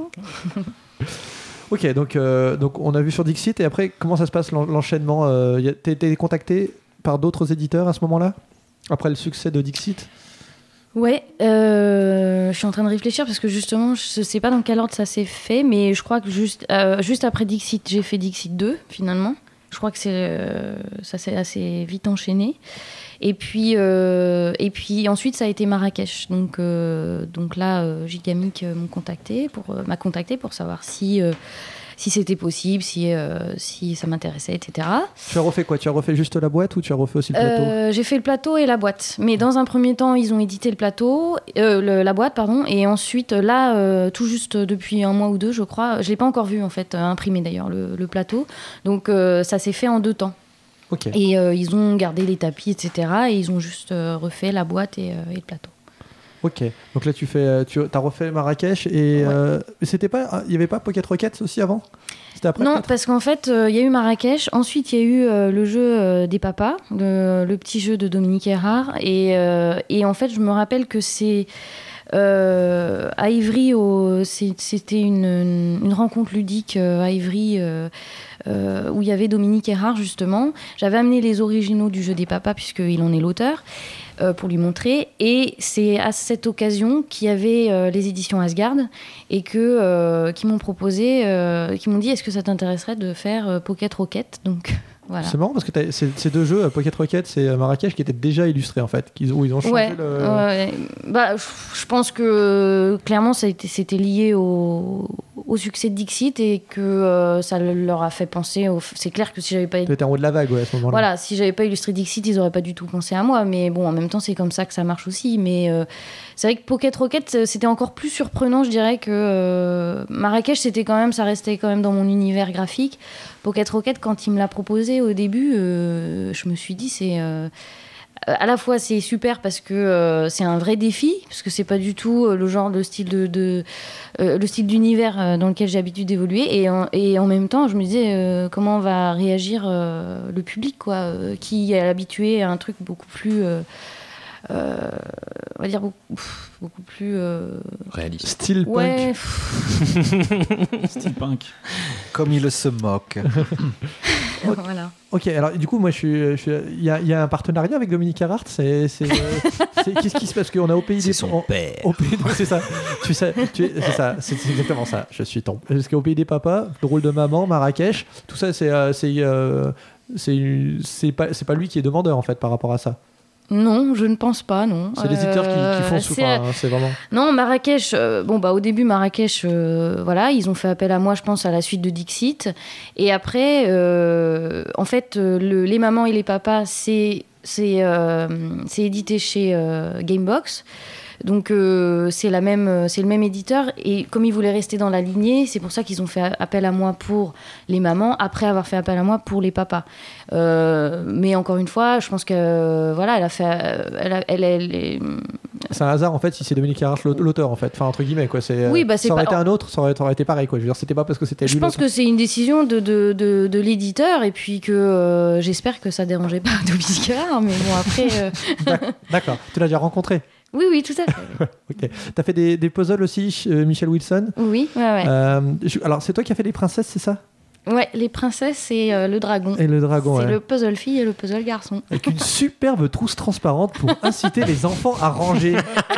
Ok, donc, euh, donc on a vu sur Dixit, et après, comment ça se passe l'en- l'enchaînement euh, y a- T'as été contacté par d'autres éditeurs à ce moment-là? Après le succès de Dixit? Ouais, euh, je suis en train de réfléchir parce que justement, je sais pas dans quel ordre ça s'est fait, mais je crois que juste, euh, juste après Dixit, j'ai fait Dixit deux finalement. Je crois que c'est, euh, ça s'est assez vite enchaîné. Et puis, euh, et puis ensuite, ça a été Marrakech. Donc, euh, donc là, euh, Gigamic euh, m'ont contacté pour, euh, m'a contacté pour savoir si, euh, si c'était possible, si, euh, si ça m'intéressait, et cetera. Tu as refait quoi? Tu as refait juste la boîte ou tu as refait aussi le plateau? euh, J'ai fait le plateau et la boîte. Mais dans un premier temps, ils ont édité le plateau, euh, le, la boîte, pardon. Et ensuite, là, euh, tout juste depuis un mois ou deux, je crois, je ne l'ai pas encore vu, en fait, imprimé d'ailleurs, le, le plateau. Donc, euh, ça s'est fait en deux temps. Ok. Et euh, ils ont gardé les tapis, et cetera. Et ils ont juste euh, refait la boîte et, euh, et le plateau. Ok. Donc là, tu fais, tu as refait Marrakech et Ouais. euh, c'était pas, il y avait pas Pocket Rockets aussi avant? C'était après? Non, peut-être parce qu'en fait, il euh, y a eu Marrakech. Ensuite, il y a eu euh, le jeu euh, des papas, le, le petit jeu de Dominique Erard. Et, euh, et en fait, je me rappelle que c'est euh, à Ivry, au, c'est, c'était une, une, une rencontre ludique euh, à Ivry. Euh, Euh, où il y avait Dominique Erard justement. J'avais amené les originaux du jeu des papas puisqu'il en est l'auteur euh, pour lui montrer, et c'est à cette occasion qu'il y avait euh, les éditions Asgard et que, euh, qui m'ont proposé, euh, qui m'ont dit est-ce que ça t'intéresserait de faire euh, Pocket Rocket, donc voilà. C'est marrant parce que t'as- c'est- ces deux jeux, euh, Pocket Rockets et euh, Marrakech, qui étaient déjà illustrés en fait, qu'ils ont, où ils ont changé Ouais, le... ouais. Bah, je- je pense que clairement ça a été, c'était lié au, au succès de Dixit et que euh, ça leur a fait penser. Au... C'est clair que si j'avais pas T'étais en haut de la vague, ouais, à ce moment-là. Voilà, si j'avais pas illustré Dixit, ils auraient pas du tout pensé à moi. Mais bon, en même temps, c'est comme ça que ça marche aussi. Mais euh, c'est vrai que Pocket Rocket, c'était encore plus surprenant, je dirais, que euh, Marrakech, c'était quand même, ça restait quand même dans mon univers graphique. Pocket Rocket, quand il me l'a proposé au début, euh, je me suis dit, c'est... Euh, à la fois c'est super parce que euh, c'est un vrai défi, parce que c'est pas du tout euh, le genre de style de, de euh, le style d'univers euh, dans lequel j'ai l'habitude d'évoluer, et en, et en même temps je me disais euh, comment va réagir euh, le public, quoi, euh, qui est habitué à un truc beaucoup plus euh, euh, on va dire beaucoup, beaucoup plus euh... réaliste, style punk. Ouais. Style punk. Comme il se moque. Voilà. Ok, alors du coup, moi, je suis, je suis- il y, a- il y a un partenariat avec Dominique Erard. C'est, c'est, euh, c'est- qu'est-ce qui se passe? Parce qu'on a au pays c'est des son on- père. Au pays, non, c'est ça. Tu sais, tu es- c'est ça. C'est, c'est exactement ça. Je suis ton. Parce qu'au pays des papas, le rôle de maman, Marrakech, tout ça, c'est, euh, c'est, euh, c'est, c'est pas, c'est pas lui qui est demandeur en fait par rapport à ça. Non, je ne pense pas, non. C'est les éditeurs qui, qui font Euh, sous. c'est- Enfin, c'est vraiment. Non, Marrakech, euh, bon, bah, au début, Marrakech, euh, voilà, ils ont fait appel à moi, je pense, à la suite de Dixit. Et après, euh, en fait, euh, le, Les Mamans et les Papas, c'est, c'est, euh, c'est édité chez euh, Gamebox. Donc, euh, c'est, la même, c'est le même éditeur. Et comme ils voulaient rester dans la lignée, c'est pour ça qu'ils ont fait appel à moi pour les mamans, après avoir fait appel à moi pour les papas. Euh, mais encore une fois, je pense que, voilà, elle a fait... Elle, a- elle, elle, elle- C'est un hasard en fait si c'est Dominique Erard l'aut- l'auteur en fait. Enfin, entre guillemets, quoi. C'est, euh, Oui, bah, c'est ça aurait pas- été un autre, ça aurait, ça aurait été pareil, quoi. Je veux dire, c'était pas parce que c'était lui. Je pense l'auteur. que c'est une décision de, de, de, de l'éditeur, et puis que euh, j'espère que ça dérangeait pas Dominique Erard, mais bon, après... euh, D'ac- D'accord. Tu l'as déjà rencontré. Oui, oui, tout à fait. Ok. T'as fait des, des puzzles aussi, euh, Michel Wilson. Oui, ouais, ouais. Euh, je- alors, c'est toi qui as fait les princesses, c'est ça? Ouais, les princesses et euh, le dragon. Et le dragon, C'est ouais. le puzzle fille et le puzzle garçon. Avec une superbe trousse transparente pour inciter les enfants à ranger.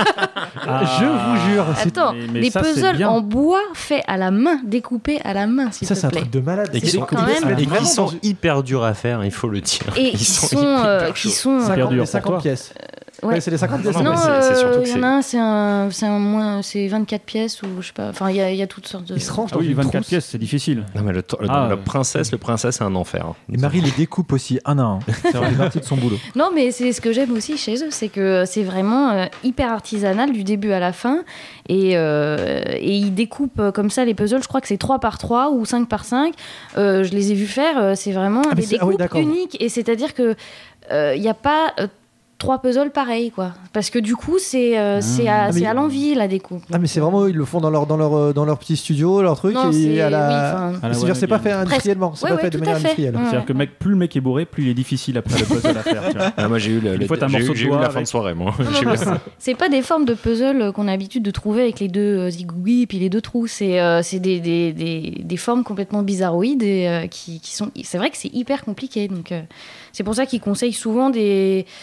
Je vous jure. c'est- Attends, mais- mais les ça, c'est puzzles bien. en bois faits à la main, découpés à la main, s'il Ça, te c'est un plaît. truc de malade. Et qui C'est sont, quand même- et qui vraiment sont dans une- hyper durs à faire, il faut le dire. Et Ils qui sont sont, hyper euh, qui chauds. sont Hyper dur les pour cinquante toi. pièces. ouais. Ouais, c'est les cinquante pièces. Non, Non, mais c'est- c'est surtout euh, que il y c'est- en a un, c'est un, c'est un moins, c'est vingt-quatre pièces ou je sais pas. Enfin, il y, a- il y a toutes sortes de. Ils se rangent Ah dans oui, une vingt-quatre trousse. pièces, c'est difficile. Non, mais le, le- Ah, la ouais. princesse, le princesse, c'est un enfer. hein. Et Marie les découpe aussi un à un. C'est une partie de son boulot. Non, mais c'est ce que j'aime aussi chez eux, c'est que c'est vraiment euh, hyper artisanal du début à la fin. Et, euh, et ils découpent euh, comme ça les puzzles, je crois que c'est trois par trois ou cinq par cinq. Euh, je les ai vus faire, euh, c'est vraiment Ah, mais des c'est- ah oui, découpes d'accord. uniques. Et c'est-à-dire que il n'y a pas euh, trois puzzles pareils, quoi. Parce que du coup, c'est euh, c'est à, Ah, mais- c'est à l'envie, la découpe. Ah, mais c'est vraiment, ils le font dans leur, dans leur, euh, dans leur petit studio, leur truc. Non, et c'est- à la... oui, enfin- À la C'est-à-dire, c'est one pas fait again. industriellement, c'est Ouais, pas ouais, fait de tout à manière fait. industrielle. Ouais. C'est-à-dire que mec, plus le mec est bourré, plus il est difficile après le puzzle à faire. Tu vois. Ah, moi, j'ai eu, le, Une le- fois, t'as un j'ai eu- morceau de j'ai eu doigt la fin avec- de soirée, moi. Non, J'ai eu non, la- c'est- c'est pas des formes de puzzle qu'on a l'habitude de trouver avec les deux euh, zigouis et puis les deux trous. C'est euh, c'est des, des, des, des formes complètement bizarroïdes et euh, qui, qui sont. C'est vrai que c'est hyper compliqué. Donc euh, c'est pour ça qu'ils conseillent souvent des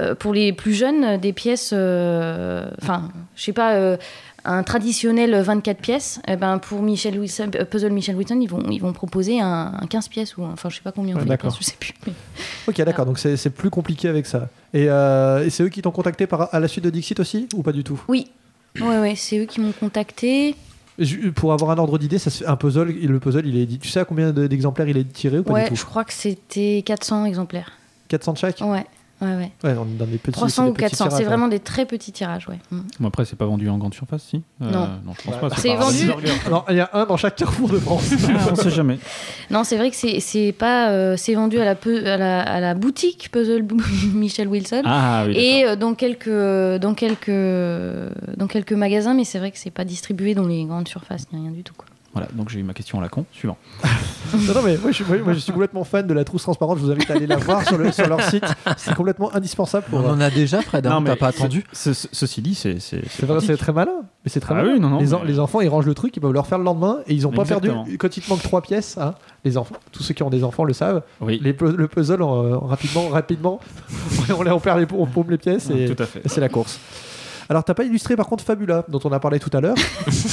euh, pour les plus jeunes, des pièces, enfin, euh, je sais pas, euh, un traditionnel vingt-quatre pièces, eh ben, pour Michel Wilson, Puzzle Michel Wilson, ils vont, ils vont proposer un, un quinze pièces, ou un, enfin, je sais pas combien on Ouais, fait les d'accord. pièces, je sais plus. mais- Ok, d'accord, donc c'est c'est plus compliqué avec ça. Et, euh, et c'est eux qui t'ont contacté par, à la suite de Dixit aussi, ou pas du tout? Oui, ouais, ouais, c'est eux qui m'ont contacté. Je- Pour avoir un ordre d'idée, ça se fait un puzzle, le puzzle, il est, tu sais à combien de- d'exemplaires il est tiré ou pas Ouais, du tout? je crois que c'était quatre cents exemplaires. quatre cents de chaque? Ouais, ouais, ouais. Ouais, on est dans des petits trois cents c'est des ou petits quatre cents, tirages, c'est ouais. vraiment des très petits tirages, ouais. Mm. Bon, après, c'est pas vendu en grande surface, si Euh, Non. Non, je pense Ouais. pas. C'est pas vendu- Non, il y a un dans chaque carrefour de France. Ah, on sait jamais. Non, c'est vrai que c'est c'est pas, euh, c'est vendu à la, peu- à la, à la boutique Puzzle Michel Wilson. Ah oui. Et euh, dans quelques, dans, quelques, dans quelques magasins, mais c'est vrai que c'est pas distribué dans les grandes surfaces, ni rien du tout. Quoi. Voilà, donc j'ai eu ma question à la con. Suivant. Non, non, mais moi je, suis, moi, moi, je suis complètement fan de la trousse transparente. Je vous invite à aller la voir sur, le, sur leur site. C'est complètement indispensable pour. On en a déjà, Fred, hein, t'as pas ce- attendu. ce- ce- Ceci dit, c'est. C'est C'est vrai, c'est très malin, mais c'est très Ah malin. oui, non, non, les, en- mais- les enfants, ils rangent le truc, ils peuvent le refaire le lendemain et ils ont pas Exactement. perdu. Quand il te manque trois pièces, hein, les enfants, tous ceux qui ont des enfants le savent. Oui. Les, pu- le puzzle, euh, rapidement, rapidement, on, les- on perd les, on paume les pièces et, Tout à fait. et c'est la course. Alors, t'as pas illustré par contre Fabula, dont on a parlé tout à l'heure.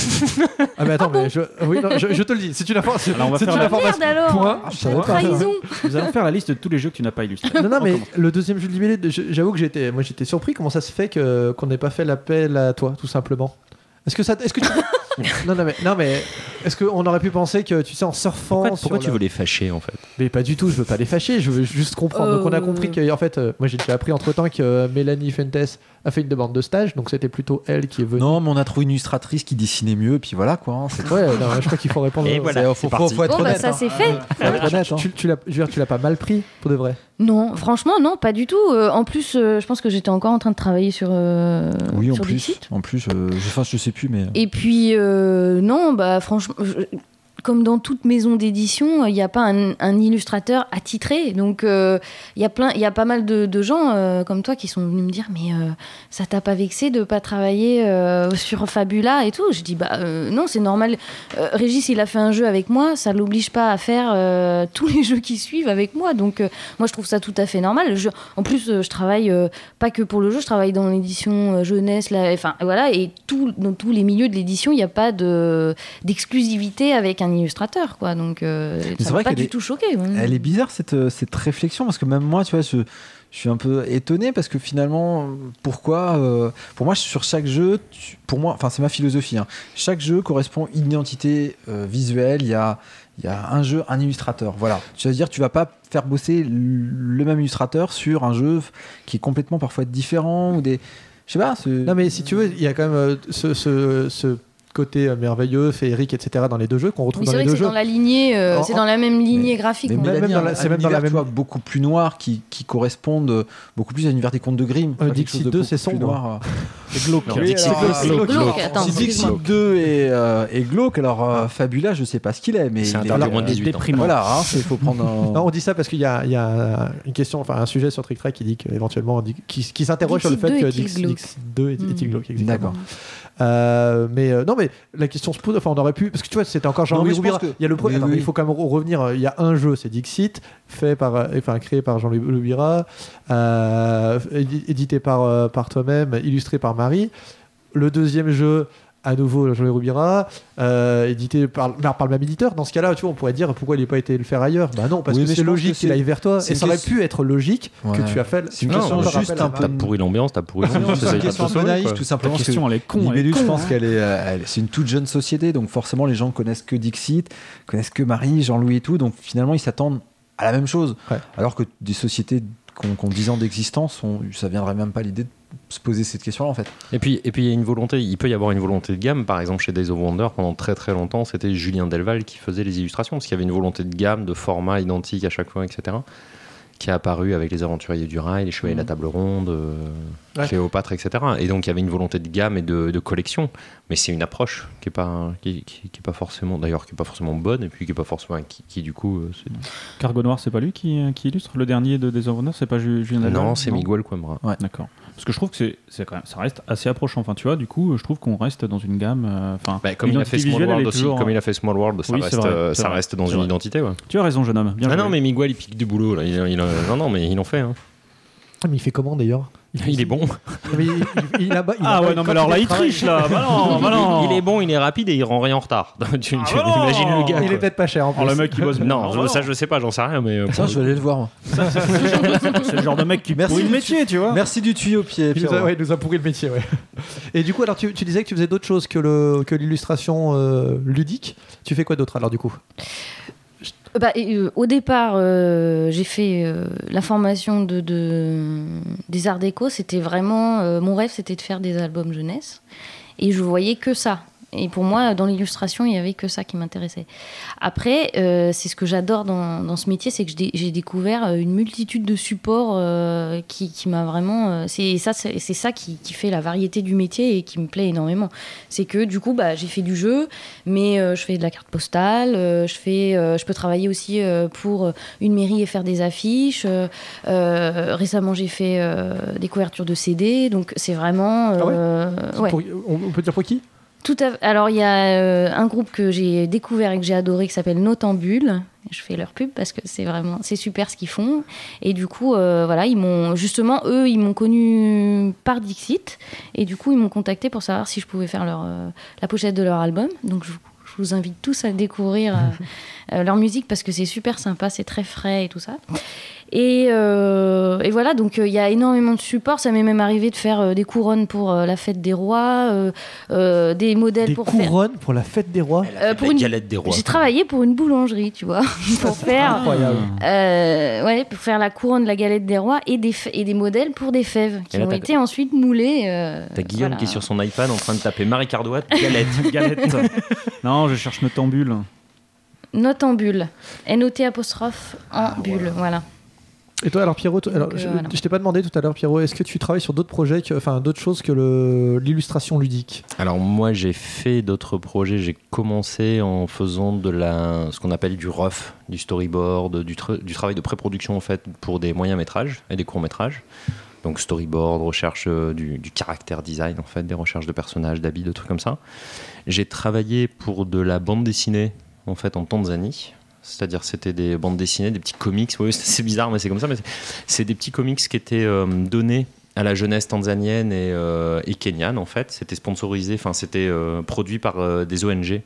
Ah, mais attends, mais je, oui, non, je, je te le dis, c'est une, infor- c'est- Alors, on va c'est faire une la- information. Merde alors Point. Je savais pas. Trahison. Nous allons faire la liste de tous les jeux que tu n'as pas illustrés. Non, non, On mais commence. le deuxième jeu de libellé, je- j'avoue que j'étais, moi j'étais surpris. Comment ça se fait que qu'on n'ait pas fait l'appel à toi, tout simplement? Est-ce que ça, est-ce que tu... non, non, mais, non, mais est-ce qu'on aurait pu penser que tu sais en surfant Pourquoi, sur pourquoi tu le- veux les fâcher en fait? Mais pas du tout. Je veux pas les fâcher. Je veux juste comprendre. Donc on a Euh. compris que en fait, euh, moi j'ai déjà appris entre temps que euh, Mélanie Fuentes a fait une demande de stage. Donc c'était plutôt elle qui est venue. Non, mais on a trouvé une illustratrice qui dessinait mieux, et puis voilà quoi. hein, c'est- Ouais, non, je crois qu'il faut répondre. Et aux- voilà. C'est- c'est faut, faut, parti. faut être Bon, bah honnête. ça hein. c'est fait. Faut être honnête. hein. Tu, tu l'as, je veux dire, tu l'as pas mal pris pour de vrai. Non, franchement, non, pas du tout. Euh, en plus, euh, je pense que j'étais encore en train de travailler sur, euh, Oui, en sur plus. Dixit. En plus, euh, je, enfin, je sais plus, mais. Et puis, euh, non, bah franchement, je- comme dans toute maison d'édition, il n'y a pas un, un illustrateur attitré. Donc, euh, il y a plein, il y a pas mal de, de gens euh, comme toi qui sont venus me dire, mais euh, ça t'a pas vexé de pas travailler euh, sur Fabula et tout. Je dis, bah euh, non, c'est normal. Euh, Régis, il a fait un jeu avec moi, ça l'oblige pas à faire euh, tous les jeux qui suivent avec moi. Donc, euh, moi, je trouve ça tout à fait normal. Je- en plus, euh, je travaille euh, pas que pour le jeu, je travaille dans l'édition euh, jeunesse, là, enfin voilà, et tout, dans tous les milieux de l'édition, il n'y a pas de d'exclusivité avec un illustrateur, quoi. Donc, euh, c'est ça vrai m'a pas qu'elle du est- tout choqué. Elle est bizarre cette, euh, cette réflexion parce que même moi, tu vois, je, je suis un peu étonné parce que finalement, pourquoi euh, pour moi, sur chaque jeu, tu- pour moi, enfin, c'est ma philosophie. hein, chaque jeu correspond à une identité euh, visuelle. Il y a, il y a un jeu, un illustrateur. Voilà. C'est-à-dire, tu vas pas faire bosser le même illustrateur sur un jeu qui est complètement parfois différent ou des. Je sais pas. c'est- Non, mais si tu veux, il y a quand même euh, ce, ce, ce côté euh, merveilleux, féerique, et cetera dans les deux jeux qu'on retrouve Oui, dans c'est les vrai que deux c'est jeux. dans la lignée, euh, En- c'est dans la même lignée graphique. Mais moi. même Mélanie, dans la- un- c'est un même dans la univers, tu même- vois, beaucoup plus noir qui, qui correspondent euh, beaucoup plus à l'univers des contes de Grimm. Tu vois, quelque Dixit chose de deux, beaucoup c'est plus sombre. noir, euh. C'est glauque. Non, Oui, Dixit alors, deux, euh, c'est glauque. glauque. Attends, Si excuse-moi. Dixit deux est, euh, est glauque, alors euh, Fabula, je sais pas ce qu'il est, mais C'est il est- interdit au moins de euh, dix-huit ans. déprimant. Voilà, hein, il faut prendre un. Non, on dit ça parce qu'il y a, il y a une question, enfin un sujet sur Trick Track qui dit qu'éventuellement, on dit- qui, qui s'interroge sur le Dixit fait deux que est-il Dix- glauque Dixit deux est, est-il Hmm. glauque, exactement. D'accord. Euh, mais euh, non, mais la question se pose. Enfin, on aurait pu, parce que tu vois, c'était encore Jean-Louis Non, mais je Roubira. pense que- Il y a le pro- mais Attends, oui. mais il faut quand même re- revenir. euh, Il y a un jeu, c'est Dixit, fait par, euh, enfin créé par Jean-Louis Roubira, euh, édi- édité par euh, par toi-même, illustré par Marie. Le deuxième jeu, à nouveau Jean-Louis Roubira, euh, édité par, par par le même éditeur. Dans ce cas-là, tu vois, on pourrait dire pourquoi il n'est pas été le faire ailleurs. Bah non, parce Oui, que mais c'est je pense logique que qu'il c'est- aille vers toi. c'est Et une ça aurait question- pu être logique que Ouais. tu as fait. C'est une tu as question fait juste appel à un Marie. peu- T'as pourri l'ambiance, t'as pourri Non, l'ambiance. c'est t'essayes une pas de question te un peu sauver, naïve, quoi. tout La simplement. parce que question, elle est con. elle est Libellus, je con, pense hein. qu'elle est, euh, elle- c'est une toute jeune société, donc forcément les gens connaissent que Dixit, connaissent que Marie, Jean-Louis et tout, donc finalement ils s'attendent à la même chose. Ouais. Alors que des sociétés qui ont, qui ont dix ans d'existence, on- ça viendrait même pas l'idée de se poser cette question-là en fait. Et puis, et puis il y a une volonté, il peut y avoir une volonté de gamme. Par exemple, chez Days of Wonder, pendant très très longtemps, c'était Julien Delval qui faisait les illustrations, parce qu'il y avait une volonté de gamme, de format identique à chaque fois, et cetera, qui est apparu avec les Aventuriers du Rail, les Chevaliers de la Table Ronde, euh, Ouais. Cléopâtre, et cetera. Et donc il y avait une volonté de gamme et de, de collection, mais c'est une approche qui est pas, qui, qui- qui est pas forcément, d'ailleurs, qui est pas forcément bonne, et puis qui est pas forcément, qui, qui du coup, euh, c'est- Cargo Noir, c'est pas lui qui, qui illustre le dernier de Days of Wonder, c'est pas Ju- Julien Delval non, c'est Miguel Coimbra. D'accord. Parce que je trouve que c'est, c'est quand même, ça reste assez approchant. Enfin, tu vois, du coup, je trouve qu'on reste dans une gamme. euh, Enfin, Bah, comme il a fait l'identité Small visuelle, elle World est aussi, toujours- comme il a fait Small World, ça Oui, reste, c'est vrai, euh, c'est ça vrai, reste dans c'est une vrai. identité. Ouais. Tu as raison, jeune homme. Bien Ah joué. non, mais Miguel il pique du boulot là. Il, il- non, non, mais il en fait. Hein. Ah, mais il fait comment d'ailleurs? Il est bon. Mais il, il, il a, il Ah a ouais, non, mais alors là, il triche, là. Bah non, bah non. Il est bon, il est rapide et il rend rien en retard. tu Ah tu bah non. imagines le gars. Il quoi. est peut-être pas cher en plus. Alors, le mec qui bosse. Non, bah ça je sais pas, j'en sais rien, mais. euh, Ça, je vais aller le voir. Moi. C'est le genre de mec qui Merci pourrit le du métier, tu vois. Merci du tuyau pied. Il nous, a, ouais, il nous a pourri le métier, ouais. Et du coup, alors tu, tu disais que tu faisais d'autres choses que, le, que l'illustration euh, ludique. Tu fais quoi d'autre alors du coup? Bah, et, euh, au départ, euh, j'ai fait euh, la formation de, de, des arts déco. C'était vraiment... euh, mon rêve, c'était de faire des albums jeunesse. Et je voyais que ça. Et pour moi, dans l'illustration, il n'y avait que ça qui m'intéressait. Après, euh, c'est ce que j'adore dans, dans ce métier, c'est que j'ai, j'ai découvert une multitude de supports euh, qui, qui m'a vraiment... Euh, c'est ça, c'est, c'est ça qui, qui fait la variété du métier et qui me plaît énormément. C'est que du coup, bah, j'ai fait du jeu, mais euh, je fais de la carte postale, euh, je, fais, euh, je peux travailler aussi euh, pour une mairie et faire des affiches. Euh, euh, récemment, j'ai fait euh, des couvertures de C D, donc c'est vraiment... Euh, ah ouais, ouais. Pour, on, on peut dire pour qui? Tout à... Alors, il y a euh, un groupe que j'ai découvert et que j'ai adoré qui s'appelle Notambule. Je fais leur pub parce que c'est vraiment c'est super ce qu'ils font. Et du coup, euh, voilà, ils m'ont justement, eux, ils m'ont connu par Dixit. Et du coup, ils m'ont contacté pour savoir si je pouvais faire leur, euh, la pochette de leur album. Donc, je, je vous invite tous à découvrir euh, euh, leur musique parce que c'est super sympa, c'est très frais et tout ça. Et, euh, et voilà, donc il euh, y a énormément de supports. Ça m'est même arrivé de faire euh, des couronnes pour euh, la fête des rois, euh, euh, des modèles des pour couronnes faire... pour la fête des rois. Euh, pour une galette des rois. J'ai travaillé pour une boulangerie, tu vois, pour faire, Incroyable. euh, ouais, pour faire la couronne de la galette des rois et des, f- et des modèles pour des fèves qui Et là, ont t'as- été ensuite moulés. Euh, T'as Guillaume voilà. qui est sur son iPad en train de taper Marie Cardouat, galette. Galette. Non, je cherche Notambule. Note en bulle, N O T apostrophe en bulle, voilà. Et toi, alors Pierrot, toi- alors, Donc, euh, je, voilà. je t'ai pas demandé tout à l'heure, Pierrot, est-ce que tu travailles sur d'autres projets, que, enfin d'autres choses que le, l'illustration ludique? Alors moi j'ai fait d'autres projets, j'ai commencé en faisant de la, ce qu'on appelle du rough, du storyboard, du, tra- du travail de pré-production en fait pour des moyens métrages et des courts métrages. Donc storyboard, recherche euh, du, du caractère design en fait, des recherches de personnages, d'habits, de trucs comme ça. J'ai travaillé pour de la bande dessinée en fait en Tanzanie. C'est-à-dire c'était des bandes dessinées, des petits comics, oui, c'est, c'est bizarre mais c'est comme ça, mais c'est, c'est des petits comics qui étaient euh, donnés à la jeunesse tanzanienne et, euh, et kenyane en fait. C'était sponsorisé, enfin c'était euh, produit par euh, des O N G.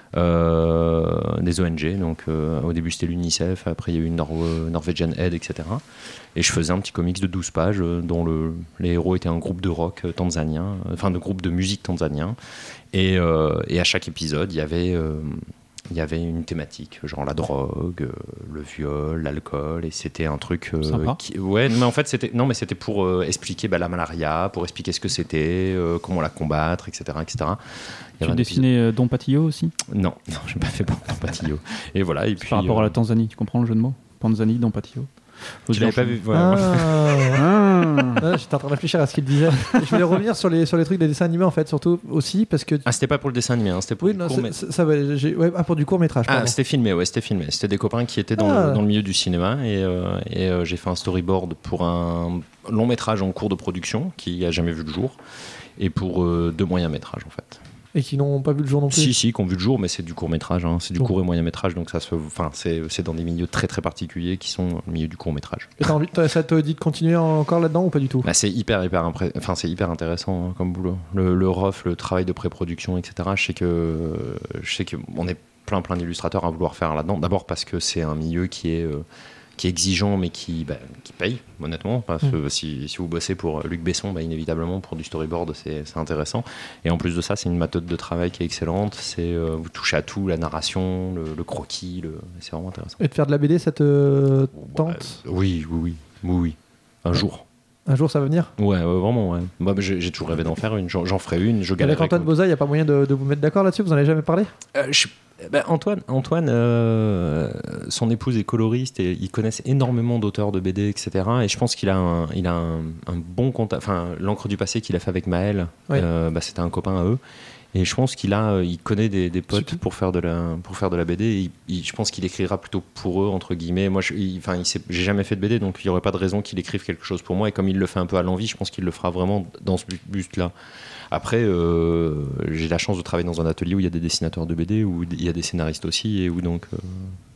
Euh, des O N G, donc euh, au début c'était l'UNICEF, après il y a eu Nor- Norwegian Aid, et cetera. Et je faisais un petit comics de douze pages euh, dont le, les héros étaient un groupe de rock euh, tanzanien, euh, enfin de groupe de musique tanzanien. Et, euh, et à chaque épisode, il y avait euh, il y avait une thématique, genre la drogue, euh, le viol, l'alcool, et c'était un truc euh, Sympa. qui, ouais, mais en fait c'était non, mais c'était pour euh, expliquer bah, la malaria, pour expliquer ce que c'était, euh, comment la combattre, et cetera, et cetera. Il y Tu avait un dessinais euh, Don Patillo aussi épisode- Non, non, j'ai pas fait Don Patillo. Et voilà, et puis par rapport à euh, la Tanzanie, tu comprends le jeu de mots? Tanzanie, Don Patillo. Faut tu dire, l'avais pas je- vu. Ouais, Ah. ouais. Ah. Ah, j'étais en train de réfléchir à ce qu'il disait. Et je voulais revenir sur les, sur les trucs des dessins animés en fait, surtout aussi parce que. Ah, c'était pas pour le dessin animé, hein, c'était pour Oui, du non, court c'est- métrage. c'est- ça va. j'ai- Ouais, ah, pour du court métrage. Ah, pardon. c'était filmé, ouais, c'était filmé. C'était des copains qui étaient dans, Ah. le, dans le milieu du cinéma et, euh, et euh, j'ai fait un storyboard pour un long métrage en cours de production qui a jamais vu le jour et pour euh, deux moyens métrages en fait. Et qui n'ont pas vu le jour non plus. Si, si, qui ont vu le jour, mais c'est du court métrage, hein, c'est du Bon. court et moyen métrage, donc ça se, enfin, c'est, c'est dans des milieux très très particuliers qui sont le milieu du court métrage. Et t'as envie, t'as- ça te dit de continuer encore là-dedans ou pas du tout? Bah, c'est hyper hyper impré- enfin c'est hyper intéressant hein, comme boulot. Le, le rough, le travail de pré-production, et cetera. Je sais que je sais que on est plein plein d'illustrateurs à vouloir faire là-dedans. D'abord parce que c'est un milieu qui est euh, qui est exigeant mais qui bah, qui paye honnêtement. Parce que Mm. si, si vous bossez pour Luc Besson, bah, inévitablement pour du storyboard c'est, c'est intéressant. Et en plus de ça, c'est une méthode de travail qui est excellente. C'est euh, vous touchez à tout, la narration, le, le croquis, le... c'est vraiment intéressant. Et de faire de la B D, ça te tente? Ouais, oui, oui, oui, oui, oui. Un jour. Un jour ça va venir? Ouais, ouais, vraiment, ouais. Bah, j'ai, j'ai toujours rêvé d'en faire une. J'en, j'en ferai une. Je Et galère. avec Antoine Boza, il n'y a pas moyen de, de vous mettre d'accord là-dessus? Vous en avez jamais parlé? Euh, je- ben, Antoine, Antoine euh, son épouse est coloriste et ils connaissent énormément d'auteurs de B D, et cetera. Et je pense qu'il a un, il a un, un bon contact. Enfin, l'encre du passé qu'il a fait avec Maël, Oui. euh, bah, c'était un copain à eux. Et je pense qu'il a, il connaît des, des potes Super. pour faire de la, pour faire de la B D. Et il- il- je pense qu'il écrira plutôt pour eux entre guillemets. Moi, je, il- enfin, il sait- j'ai jamais fait de B D, donc il n'y aurait pas de raison qu'il écrive quelque chose pour moi. Et comme il le fait un peu à l'envie, je pense qu'il le fera vraiment dans ce but- but-là. Après, euh, j'ai la chance de travailler dans un atelier où il y a des dessinateurs de B D, où il y a des scénaristes aussi, et où donc, euh,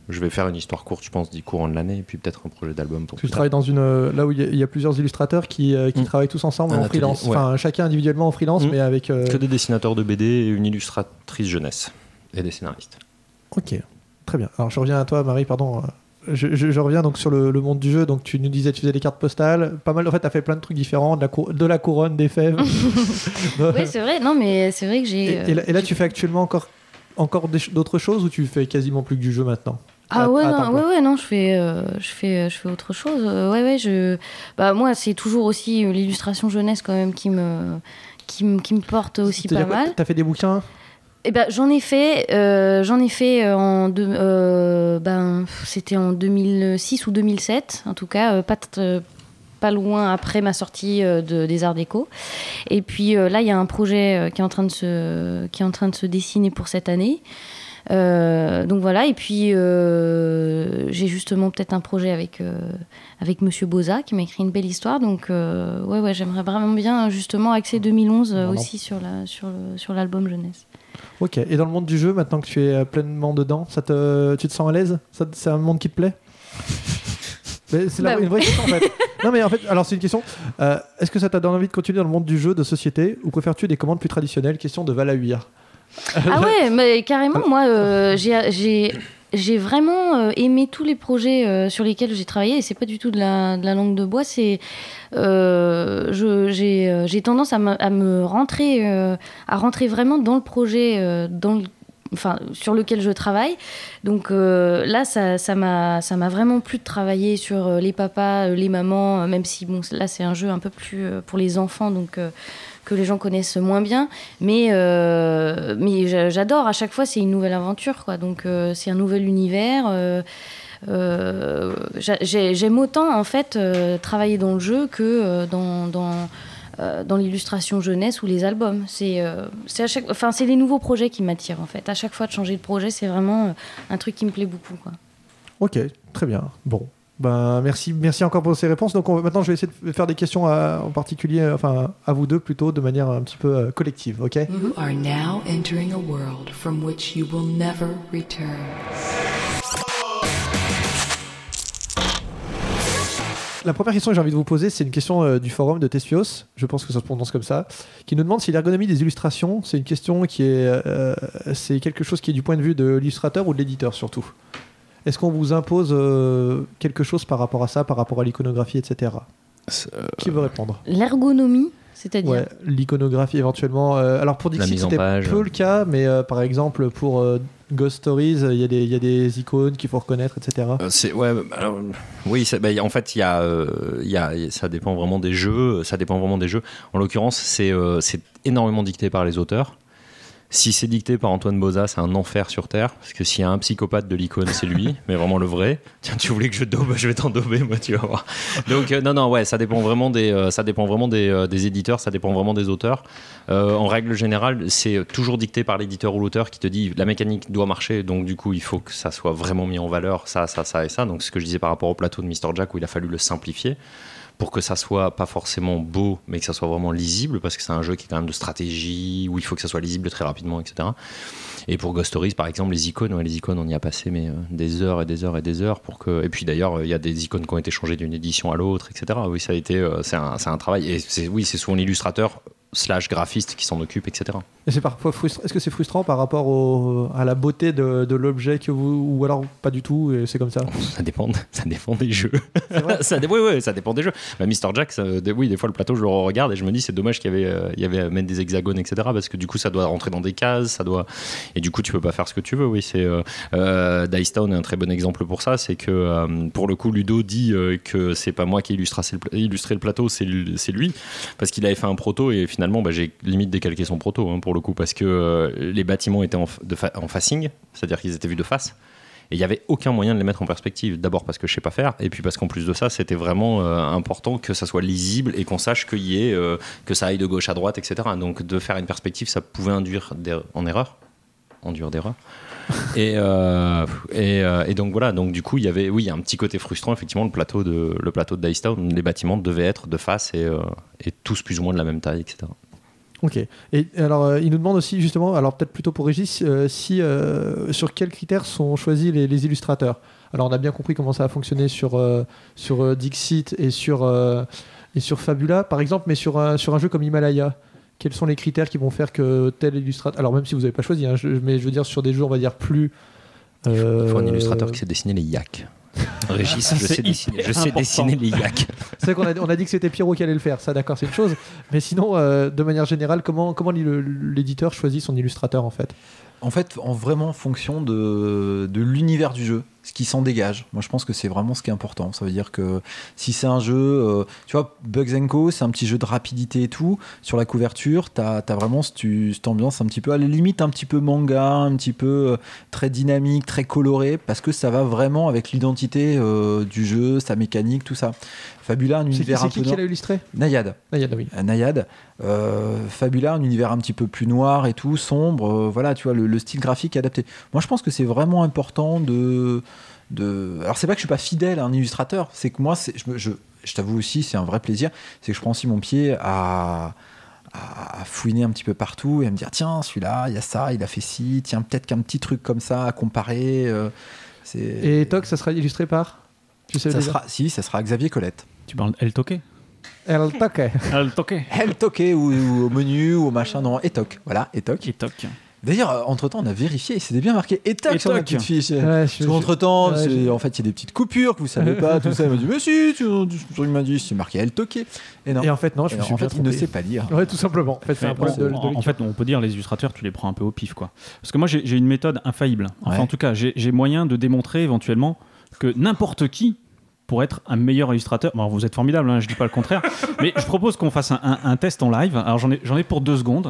Je vais faire une histoire courte, je pense, dix courants de l'année, et puis peut-être un projet d'album. Pour tu travailles dans une euh, là où il y, y a plusieurs illustrateurs qui, euh, qui mmh. travaillent tous ensemble un en atelier, freelance, ouais. enfin chacun individuellement en freelance, mmh. mais avec euh... que des dessinateurs de B D et une illustratrice jeunesse et des scénaristes. Ok, très bien. Alors je reviens à toi, Marie, pardon. Je, je, je reviens donc sur le, le monde du jeu. Donc tu nous disais, tu faisais des cartes postales, pas mal. En fait, tu as fait plein de trucs différents, de la, cou- de la couronne, des fèves. Oui, c'est vrai. Non, mais c'est vrai que j'ai. Et, et là, et là tu fais actuellement encore, encore des, d'autres choses ou tu fais quasiment plus que du jeu maintenant? Ah ouais, non, ouais, ouais, non, je fais, euh, je fais, je fais autre chose. Euh, ouais, ouais, je. Bah moi, c'est toujours aussi l'illustration jeunesse quand même qui me, qui me, qui me porte aussi pas mal. T'as fait des bouquins? Eh ben, j'en ai fait, euh, j'en ai fait en deux, euh, ben, c'était en deux mille six ou deux mille sept, en tout cas, euh, pas, t- pas loin après ma sortie euh, de, des Arts Déco. Et puis euh, là, il y a un projet euh, qui est en train de se, qui est en train de se dessiner pour cette année. Euh, donc voilà, et puis euh, j'ai justement peut-être un projet avec, euh, avec Monsieur Boza qui m'a écrit une belle histoire. Donc euh, ouais, ouais, j'aimerais vraiment bien justement axer deux mille onze euh, aussi sur, la, sur, le, sur l'album jeunesse. Ok, et dans le monde du jeu, maintenant que tu es pleinement dedans, ça te, tu te sens à l'aise? ça, C'est un monde qui te plaît? Mais c'est la, bah, une vraie question en fait. Non mais en fait, alors c'est une question. Euh, est-ce que ça t'a donné envie de continuer dans le monde du jeu de société ou préfères-tu des commandes plus traditionnelles? Question de Valahuir. Ah ouais, mais carrément, moi euh, j'ai, j'ai, j'ai vraiment euh, aimé tous les projets euh, sur lesquels j'ai travaillé et c'est pas du tout de la, de la langue de bois, c'est... Euh, je, j'ai, euh, j'ai tendance à me, à me rentrer, euh, à rentrer vraiment dans le projet, euh, dans le, enfin, sur lequel je travaille. Donc euh, là, ça, ça, m'a, ça m'a vraiment plu de travailler sur euh, les papas, euh, les mamans, euh, même si bon, là, c'est un jeu un peu plus euh, pour les enfants, donc euh, que les gens connaissent moins bien. Mais, euh, mais j'adore, à chaque fois, c'est une nouvelle aventure, quoi. Donc euh, c'est un nouvel univers. Euh, Euh, j'ai, j'aime autant en fait euh, travailler dans le jeu que euh, dans, dans, euh, dans l'illustration jeunesse ou les albums. C'est, euh, c'est, à chaque, enfin, c'est les nouveaux projets qui m'attirent en fait. À chaque fois de changer de projet, c'est vraiment euh, un truc qui me plaît beaucoup, quoi. Ok, très bien. Bon, ben merci, merci encore pour ces réponses. Donc on, maintenant, je vais essayer de faire des questions à, en particulier, enfin à vous deux plutôt, de manière un petit peu euh, collective, ok? You are now entering a world from which you will never return. La première question que j'ai envie de vous poser, c'est une question euh, du forum de Thespios, je pense que ça se prononce comme ça, qui nous demande si l'ergonomie des illustrations, c'est une question qui est, euh, c'est quelque chose qui est du point de vue de l'illustrateur ou de l'éditeur surtout. Est-ce qu'on vous impose euh, quelque chose par rapport à ça, par rapport à l'iconographie, et cetera. Euh... Qui veut répondre? L'ergonomie, c'est-à-dire ouais, l'iconographie éventuellement. Euh, alors pour Dixit, c'était peu le cas, mais euh, par exemple pour euh, Ghost Stories, il y, y a des icônes qu'il faut reconnaître, et cetera. Euh, c'est, ouais, alors, oui, ça, bah, en fait, il y a, euh, y a, ça dépend vraiment des jeux. Ça dépend vraiment des jeux. En l'occurrence, c'est, euh, c'est énormément dicté par les auteurs. Si c'est dicté par Antoine Boza, c'est un enfer sur Terre. Parce que s'il y a un psychopathe de l'icône, c'est lui, mais vraiment le vrai. Tiens, tu voulais que je daube, je vais t'en dauber, moi, tu vas voir. Donc, euh, non, non, ouais, ça dépend vraiment des, euh, ça dépend vraiment des, euh, des éditeurs, ça dépend vraiment des auteurs. Euh, en règle générale, c'est toujours dicté par l'éditeur ou l'auteur qui te dit la mécanique doit marcher, donc du coup, il faut que ça soit vraiment mis en valeur, ça, ça, ça et ça. Donc, ce que je disais par rapport au plateau de mister Jack, où il a fallu le simplifier pour que ça soit pas forcément beau, mais que ça soit vraiment lisible, parce que c'est un jeu qui est quand même de stratégie, où il faut que ça soit lisible très rapidement, et cetera. Et pour Ghost Stories, par exemple, les icônes, ouais, les icônes, on y a passé mais, euh, des heures et des heures et des heures pour que. Et puis d'ailleurs, il euh, y a des icônes qui ont été changées d'une édition à l'autre, et cetera. Oui, ça a été, euh, c'est un, c'est un travail. Et c'est, oui, c'est souvent l'illustrateur slash graphiste qui s'en occupe, et cetera. Et c'est parfois frustrant. Est-ce que c'est frustrant par rapport au, à la beauté de, de l'objet que vous, ou alors pas du tout et c'est comme ça? Ça dépend, ça dépend des jeux. ça, oui, oui, ça dépend des jeux. Bah, mister Jack, ça, des, oui, des fois le plateau, je le regarde et je me dis c'est dommage qu'il y avait, euh, il y avait à mettre des hexagones, et cetera. Parce que du coup, ça doit rentrer dans des cases, ça doit, et du coup, tu peux pas faire ce que tu veux. Oui, c'est euh, euh, Dice Town est un très bon exemple pour ça. C'est que euh, pour le coup, Ludo dit euh, que c'est pas moi qui ai illustré le, illustré le plateau, c'est, c'est lui, parce qu'il avait fait un proto et finalement, bah, j'ai limite décalqué son proto hein, pour le coup, parce que euh, les bâtiments étaient en, de fa- en facing, c'est-à-dire qu'ils étaient vus de face. Et il n'y avait aucun moyen de les mettre en perspective. D'abord parce que je ne sais pas faire, et puis parce qu'en plus de ça, c'était vraiment euh, important que ça soit lisible et qu'on sache qu'il y ait, euh, que ça aille de gauche à droite, et cetera. Donc de faire une perspective, ça pouvait induire en erreur. Induire d'erreur. et, euh, et, euh, et donc voilà, donc du coup, il y avait oui, un petit côté frustrant, effectivement, le plateau de, le plateau de Dice Town. Les bâtiments devaient être de face et, euh, et tous plus ou moins de la même taille, et cetera. Ok. Et alors, euh, il nous demande aussi, justement, alors peut-être plutôt pour Régis, euh, si, euh, sur quels critères sont choisis les, les illustrateurs. Alors, on a bien compris comment ça a fonctionné sur, euh, sur euh, Dixit et sur, euh, et sur Fabula, par exemple, mais sur un, sur un jeu comme Himalaya, quels sont les critères qui vont faire que tel illustrateur... Alors, même si vous n'avez pas choisi, hein, je, mais je veux dire, sur des jeux, on va dire, plus... Euh... Il faut un illustrateur euh, qui sait dessiner les yaks. Régis, je C'est sais dessiner, je sais important. dessiner les yaks. C'est vrai qu'on a, on a dit que c'était Pierrot qui allait le faire, ça d'accord, c'est une chose. Mais sinon, euh, de manière générale, comment, comment le- l'éditeur choisit son illustrateur en fait? En fait, en vraiment en fonction de, de l'univers du jeu, ce qui s'en dégage. Moi, je pense que c'est vraiment ce qui est important. Ça veut dire que si c'est un jeu, euh, tu vois, Bugs and Co, c'est un petit jeu de rapidité et tout. Sur la couverture, t'as as vraiment cette, cette ambiance un petit peu, à la limite, un petit peu manga, un petit peu euh, très dynamique, très coloré, parce que ça va vraiment avec l'identité euh, du jeu, sa mécanique, tout ça. Fabula, un C'est qui, univers c'est un qui peu qui noir. l'a illustré? Nayad. Nayad, oui. Euh, Nayad. Euh, Fabula, un univers un petit peu plus noir et tout, sombre. euh, voilà, tu vois, le, le style graphique est adapté. Moi, je pense que c'est vraiment important de, de. Alors, c'est pas que je suis pas fidèle à un illustrateur, c'est que moi, c'est, je, me- je, je t'avoue aussi, c'est un vrai plaisir, c'est que je prends aussi mon pied à. à à fouiner un petit peu partout et à me dire tiens, celui-là, il y a ça, il a fait ci, tiens, peut-être qu'un petit truc comme ça à comparer. euh, c'est... Et Toc, ça sera illustré par? Tu sais ça déjà sera, si, ça sera Xavier Colette. Tu parles El Toque El Toc. El Toque. El Toqué ou, ou au menu ou au machin, non, Etoc. Voilà, Etoc. Et Toque. D'ailleurs, entre temps, on a vérifié, c'était bien marqué Etoc sur la Etoc. petite fiche. Ouais, je- Parce je- qu'entre temps, ouais, je- en fait, il y a des petites coupures que vous savez pas, tout ça. Il m'a dit, mais si, tu, tu- il m'a dit, c'est marqué El Toqué. Et non. Et en fait, non, je Et me en suis bien fait, il ne trompé. sait pas lire. Ouais, tout simplement. En fait, c'est Mais un problème bon, de, de en, en lecture. fait, on peut dire les illustrateurs, tu les prends un peu au pif, quoi. Parce que moi, j'ai j'ai une méthode infaillible. Enfin, Ouais. en tout cas, j'ai j'ai moyen de démontrer éventuellement que n'importe qui pourrait être un meilleur illustrateur. Bon, vous êtes formidable, hein, je dis pas le contraire. Mais je propose qu'on fasse un, un- un test en live. Alors, j'en ai, j'en ai pour deux secondes.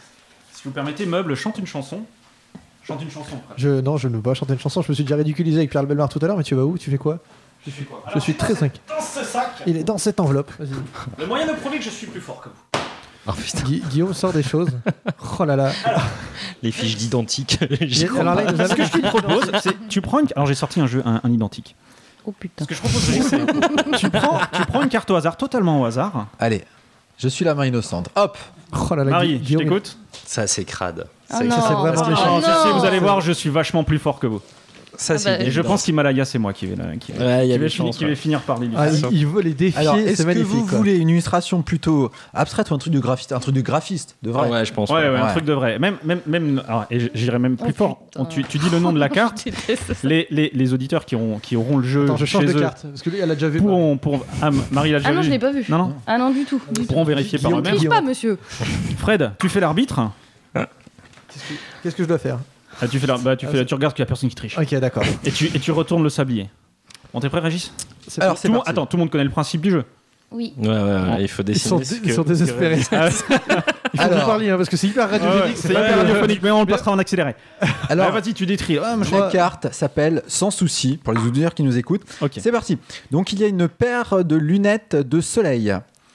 Si vous permettez, Meuble, chante une chanson. Chante une chanson. Fred. Je, non, je ne veux pas chanter une chanson. Je me suis déjà ridiculisé avec Pierre Bellemare tout à l'heure, mais tu vas où? Tu fais quoi? Je suis quoi Je suis très inquiet. Dans ce sac, Il est dans cette enveloppe. Vas-y. le moyen de prouver que je suis plus fort que vous. Oh putain, Gui- Guillaume sort des choses. Oh là là. les fiches d'identique. Il y a- alors là, il nous a- Ce que je te propose, c'est tu prends une... Alors, j'ai sorti un jeu, un, un identique. Oh putain. Ce que je propose, c'est tu prends, tu prends une carte au hasard, totalement au hasard. Allez, je suis la main innocente. Hop. Oh là là, Marie, Gui- je Guillaume, t'écoute. Ça, c'est crade. Ah Ça, non. ça, c'est vraiment Oh méchant. non. Si vous allez voir, je suis vachement plus fort que vous. ça, Ah c'est bah, Et je évident. pense qu'Himalaya, c'est moi qui vais, la- qui vais, Ouais, il y a qui vais des finir, chances, qui vais ouais. finir par Ah, l'illustration. il, il veut les défier, Alors, est-ce c'est que magnifique. vous quoi. voulez une illustration plutôt abstraite ou un truc de graphiste, un truc de graphiste, de vrai? Ouais, je pense. Ouais, ouais, ouais. un Ouais. truc de vrai. Même, même, même. Alors, et j'irais même plus Oh, fort. putain. On- tu, tu dis le nom de la carte. Je déteste ça. les, les, les auditeurs qui, ont, qui auront le jeu Attends, je change chez de eux carte. Parce que lui, elle a déjà vu. pourront. Pour, ah, Marie l'a déjà Ah non, vu. je l'ai pas vu. Non, non. Ah non, du tout. Du tout. Pourront vérifier par Guillaume, eux-mêmes. Triche pas, monsieur. Fred, tu fais l'arbitre. Qu'est-ce que je dois faire? Ah, tu, fais la- bah, tu, fais, tu regardes qu'il n'y a personne qui triche. Ok, d'accord. Et, tu, et tu retournes le sablier. On t'es prêt, Régis? C'est Alors, pas- c'est Tout le monde- parti. Attends, tout le monde connaît le principe du jeu. Oui. Ouais, ouais, ouais, il faut Ils sont, dessiner. ce ils que- sont désespérés. Ah, Il faut que Alors. vous parliez, hein, parce que c'est hyper radiogénique. c'est hyper radiophonique, mais on le passera en accéléré. Alors, Ouais, vas-y, tu détries. Ah, moi, je- la carte s'appelle Sans souci, pour les auditeurs qui nous écoutent. Ok. C'est parti. Donc, il y a une paire de lunettes de soleil.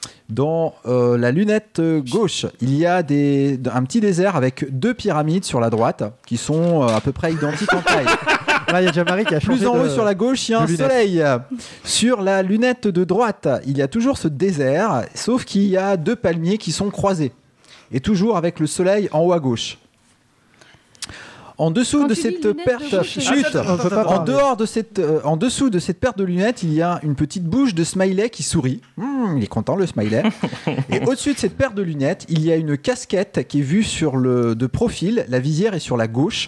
Dans euh, la lunette euh, gauche, il y a des, un petit désert avec deux pyramides sur la droite qui sont euh, à peu près identiques en taille. Là, il y a déjà Marie qui a changé Plus en haut de- sur la gauche, il y a de un lunettes. soleil. Sur la lunette de droite, il y a toujours ce désert, sauf qu'il y a deux palmiers qui sont croisés. Et toujours avec le soleil en haut à gauche. En dessous Quand de tu dis cette lunettes de perte, gauche, c'est- chut, On peut pas en parler. dehors de cette, euh, en dessous de cette paire de lunettes, il y a une petite bouche de smiley qui sourit. Mmh, il est content le smiley. Et au-dessus de cette paire de lunettes, il y a une casquette qui est vue sur le de profil. La visière est sur la gauche.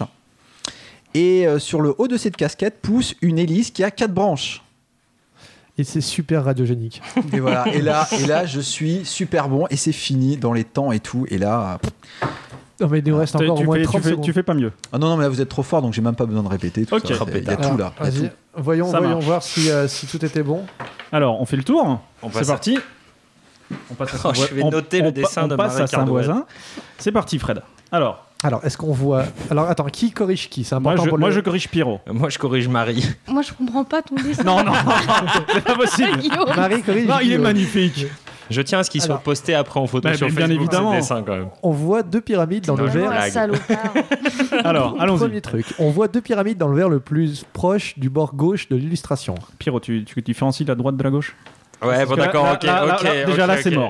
Et euh, sur le haut de cette casquette pousse une hélice qui a quatre branches. Et c'est super radiogénique. Et voilà. Et là, et là, je suis super bon et c'est fini dans les temps et tout. Et là, pff. Non, mais il nous reste Tu- encore au tu, moins fais, trente tu, fais, secondes. tu fais pas mieux. ah non non mais là vous êtes trop fort donc j'ai même pas besoin de répéter tout Ok. ça. Il y a tout là. Il y a Vas-y, tout. voyons, Ça voyons marche. voir si, euh, si tout était bon. Alors, on fait le tour. On C'est passe à- parti. On passe à Oh, je Saint-Voi- vais on- noter le on pa- dessin on de passe Marie à Cardouel. Saint-Voisin. C'est parti, Fred. Alors, Alors, est-ce qu'on voit. Alors, attends, qui corrige qui? C'est moi important je, pour moi le. je corrige Pierrot. Moi, je corrige Marie. Moi, je comprends pas ton dessin. Non, non, c'est pas possible. Guillaume. Marie corrige. Non, il est Guillaume. magnifique. Je Je tiens à ce qu'ils soient Alors. postés après en photo Bah, sur bien Facebook, évidemment. ces dessins, quand même. On voit deux pyramides dans le Vraiment, verre. la salopard. Alors, allons-y. Premier truc, on voit deux pyramides dans le verre le plus proche du bord gauche de l'illustration. Pierrot, tu, tu différencies la droite de la gauche? Ouais, Parce bon, que là- d'accord, là- ok, là- là- ok. là, déjà ok, là, c'est ok. mort.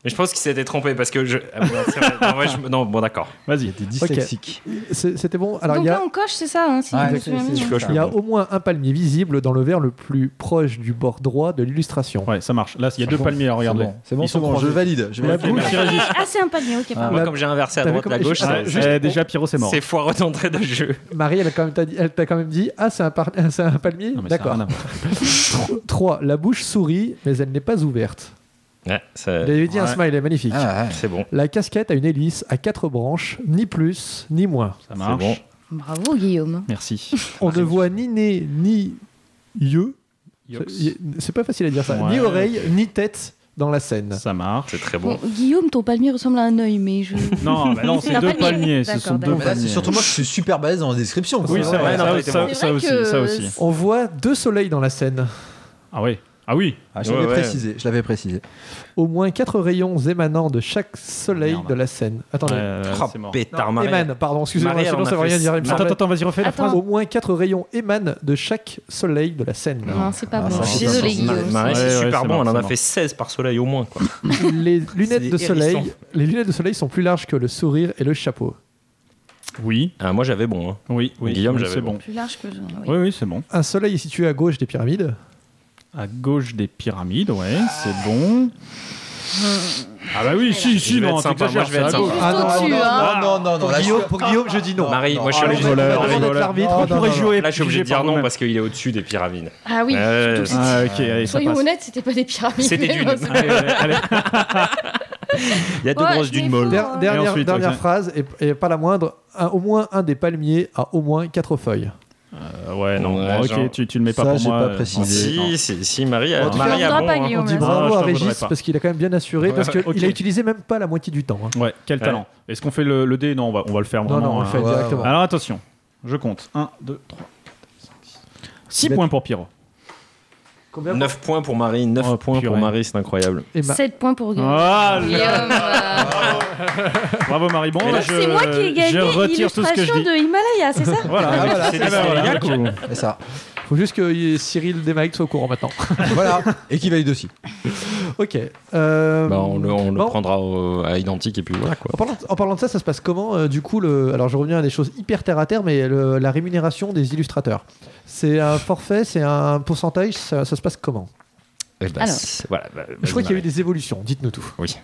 Mais je pense qu'il s'était trompé parce que je. Ah, bon, c'est vrai. Non, ouais, je... non, bon, d'accord. Vas-y. T'es dyslexique. C'est- C'était bon. Alors, Donc il y là, a, on coche, c'est ça hein, si Ouais, je me c'est- souviens c'est- bien. Tu coches il y a le bon. au moins un palmier visible dans le verre le plus proche du bord droit de l'illustration. Ouais, ça marche. Là, il y a deux bon. palmiers, alors, C'est regarde-les. bon, c'est bon, Ils c'est sont bon, je croisés. valide. Je La valide. bouche- Ah, c'est un palmier, ok. pardon. Moi, La- comme j'ai inversé à T'avais droite, comme- à gauche, Ah, ça- juste- ça- Eh, déjà, Pierrot, c'est mort. c'est foireux d'entrée de jeu. Marie, elle a quand même t'a dit- elle t'a quand même dit ah c'est un, par- c'est un palmier. Non, mais ça a D'accord. rien à voir. trois. La bouche sourit mais elle n'est pas ouverte. Ouais, ça- Vous avez dit un Ouais. smile, magnifique. Ah, ouais. c'est bon. La casquette a une hélice à quatre branches, ni plus ni moins. Ça marche. bon. Bravo, Guillaume. Merci. On ne voit ni nez ni yeux. Yox. C'est- C'est pas facile à dire ça. Ouais. Ni oreille ni tête dans la scène. Ça marche. C'est très Bon, bon. Guillaume, ton palmier ressemble à un œil, mais je. Non, bah non, c'est Un deux palmier. palmiers. Ce D'accord, sont deux d'accord. Mais là, c'est palmiers. surtout moi qui suis super balèze dans la description. quoi. Oui, c'est Ouais, vrai. non, Ça, mais ça, c'est ça vrai aussi. que- Ça aussi. On voit deux soleils dans la scène. Ah oui. Ah oui. Ah, je l'avais Ouais, ouais. précisé. Je l'avais précisé. Au moins quatre rayons émanant de chaque soleil Merde. de la scène. Attendez. Euh, Oh, c'est mort. pétard, Non, Marie. émanent, pardon, excusez-moi, Marie, elle sinon en a ça veut fait rien dire. il me Attends, semblait. attends, vas-y, refais la Attends. phrase. Au moins quatre rayons émanent de chaque soleil de la scène. Non, c'est pas Ah, bon. ça, Je suis c'est désolée, ça. Guillaume. Marie, Ouais, c'est ouais, super c'est bon. mort, On en c'est a mort. fait seize par soleil au moins. Quoi. Les lunettes de hérissant. soleil, les lunettes de soleil sont plus larges que le sourire et le chapeau. Oui. Ah, moi, j'avais bon. Hein. Oui, oui. Guillaume, oui, j'avais c'est bon. bon. Plus large que je. oui. Oui, oui, c'est bon. Un soleil est situé à gauche des pyramides. À gauche des pyramides, ouais, c'est bon. Ah bah oui, si, si, Je vais non, être sympa, t'exagères, moi, je vais être c'est à gauche. sympa. Ah non, au-dessus, non, hein. non, non, non. Pour là, je Guillaume, suis- pour Guillaume, je dis non. Marie, moi, je suis Ah, obligé de- rigoleur, Avant d'être rigoleur. l'arbitre, On non, pourrait non, jouer. Là, je suis obligé de piégé par dire non vous-même. parce qu'il est au-dessus des pyramides. Ah oui, Euh, surtout que Ah, ok, allez, ça soyons passe. honnêtes, c'était pas des pyramides. C'est des mais dunes. bon, c'est- Allez, allez, allez. Il y a deux Ouais, grosses mais dunes faut- molles. Der- Et dernière ensuite, dernière ok. phrase, et, et pas la moindre, un- au moins un des palmiers a au moins quatre feuilles. Euh, ouais, non, Ouais, bon, ok, genre- tu, tu le mets pas Ça, pour j'ai moi. pas euh, précisé. non. Si, si, si, Marie a, En tout cas, Marie a on bon. pas, hein. Guillaume. On dit là. bravo Ah, je à t'en Régis voudrais pas. parce qu'il a quand même bien assuré, parce qu'il ok. a utilisé même pas la moitié du temps. hein. Ouais, quel talent. Est-ce qu'on fait le, le dé? Non, on va, on va le faire Non, vraiment. non, on le hein. fait ouais, directement. ouais. Alors attention, je compte. un, deux, trois, quatre, cinq, six. six Mais- points pour Pierrot. Combien neuf points pour Marie, neuf Oh, points purée. pour Marie, c'est incroyable. Et ma- sept points pour Guillaume. Ah, Guillaume, voilà. bravo Marie. Bon, Donc, je, c'est moi qui ai gagné je retire tout ce que je l'illustration dis. de Himalaya, c'est ça? Voilà, Ah, voilà, c'est c'est ça, voilà. génial, quoi. C'est ça. faut juste que y- Cyril Desmaïc soit au courant maintenant. Voilà. Et qui valide aussi. Ok. euh, Bah, on le, on le bon. prendra au- à identique et puis voilà quoi. En parlant, en parlant de ça, ça se passe comment euh, du coup le, alors je reviens à des choses hyper terre à terre, mais le- la rémunération des illustrateurs, c'est un forfait, c'est un pourcentage, ça, ça se passe comment? Eh bah, Alors. c'est- voilà, bah, Je crois vas-y, qu'il y a eu Marie. des évolutions. Dites-nous tout. Oui.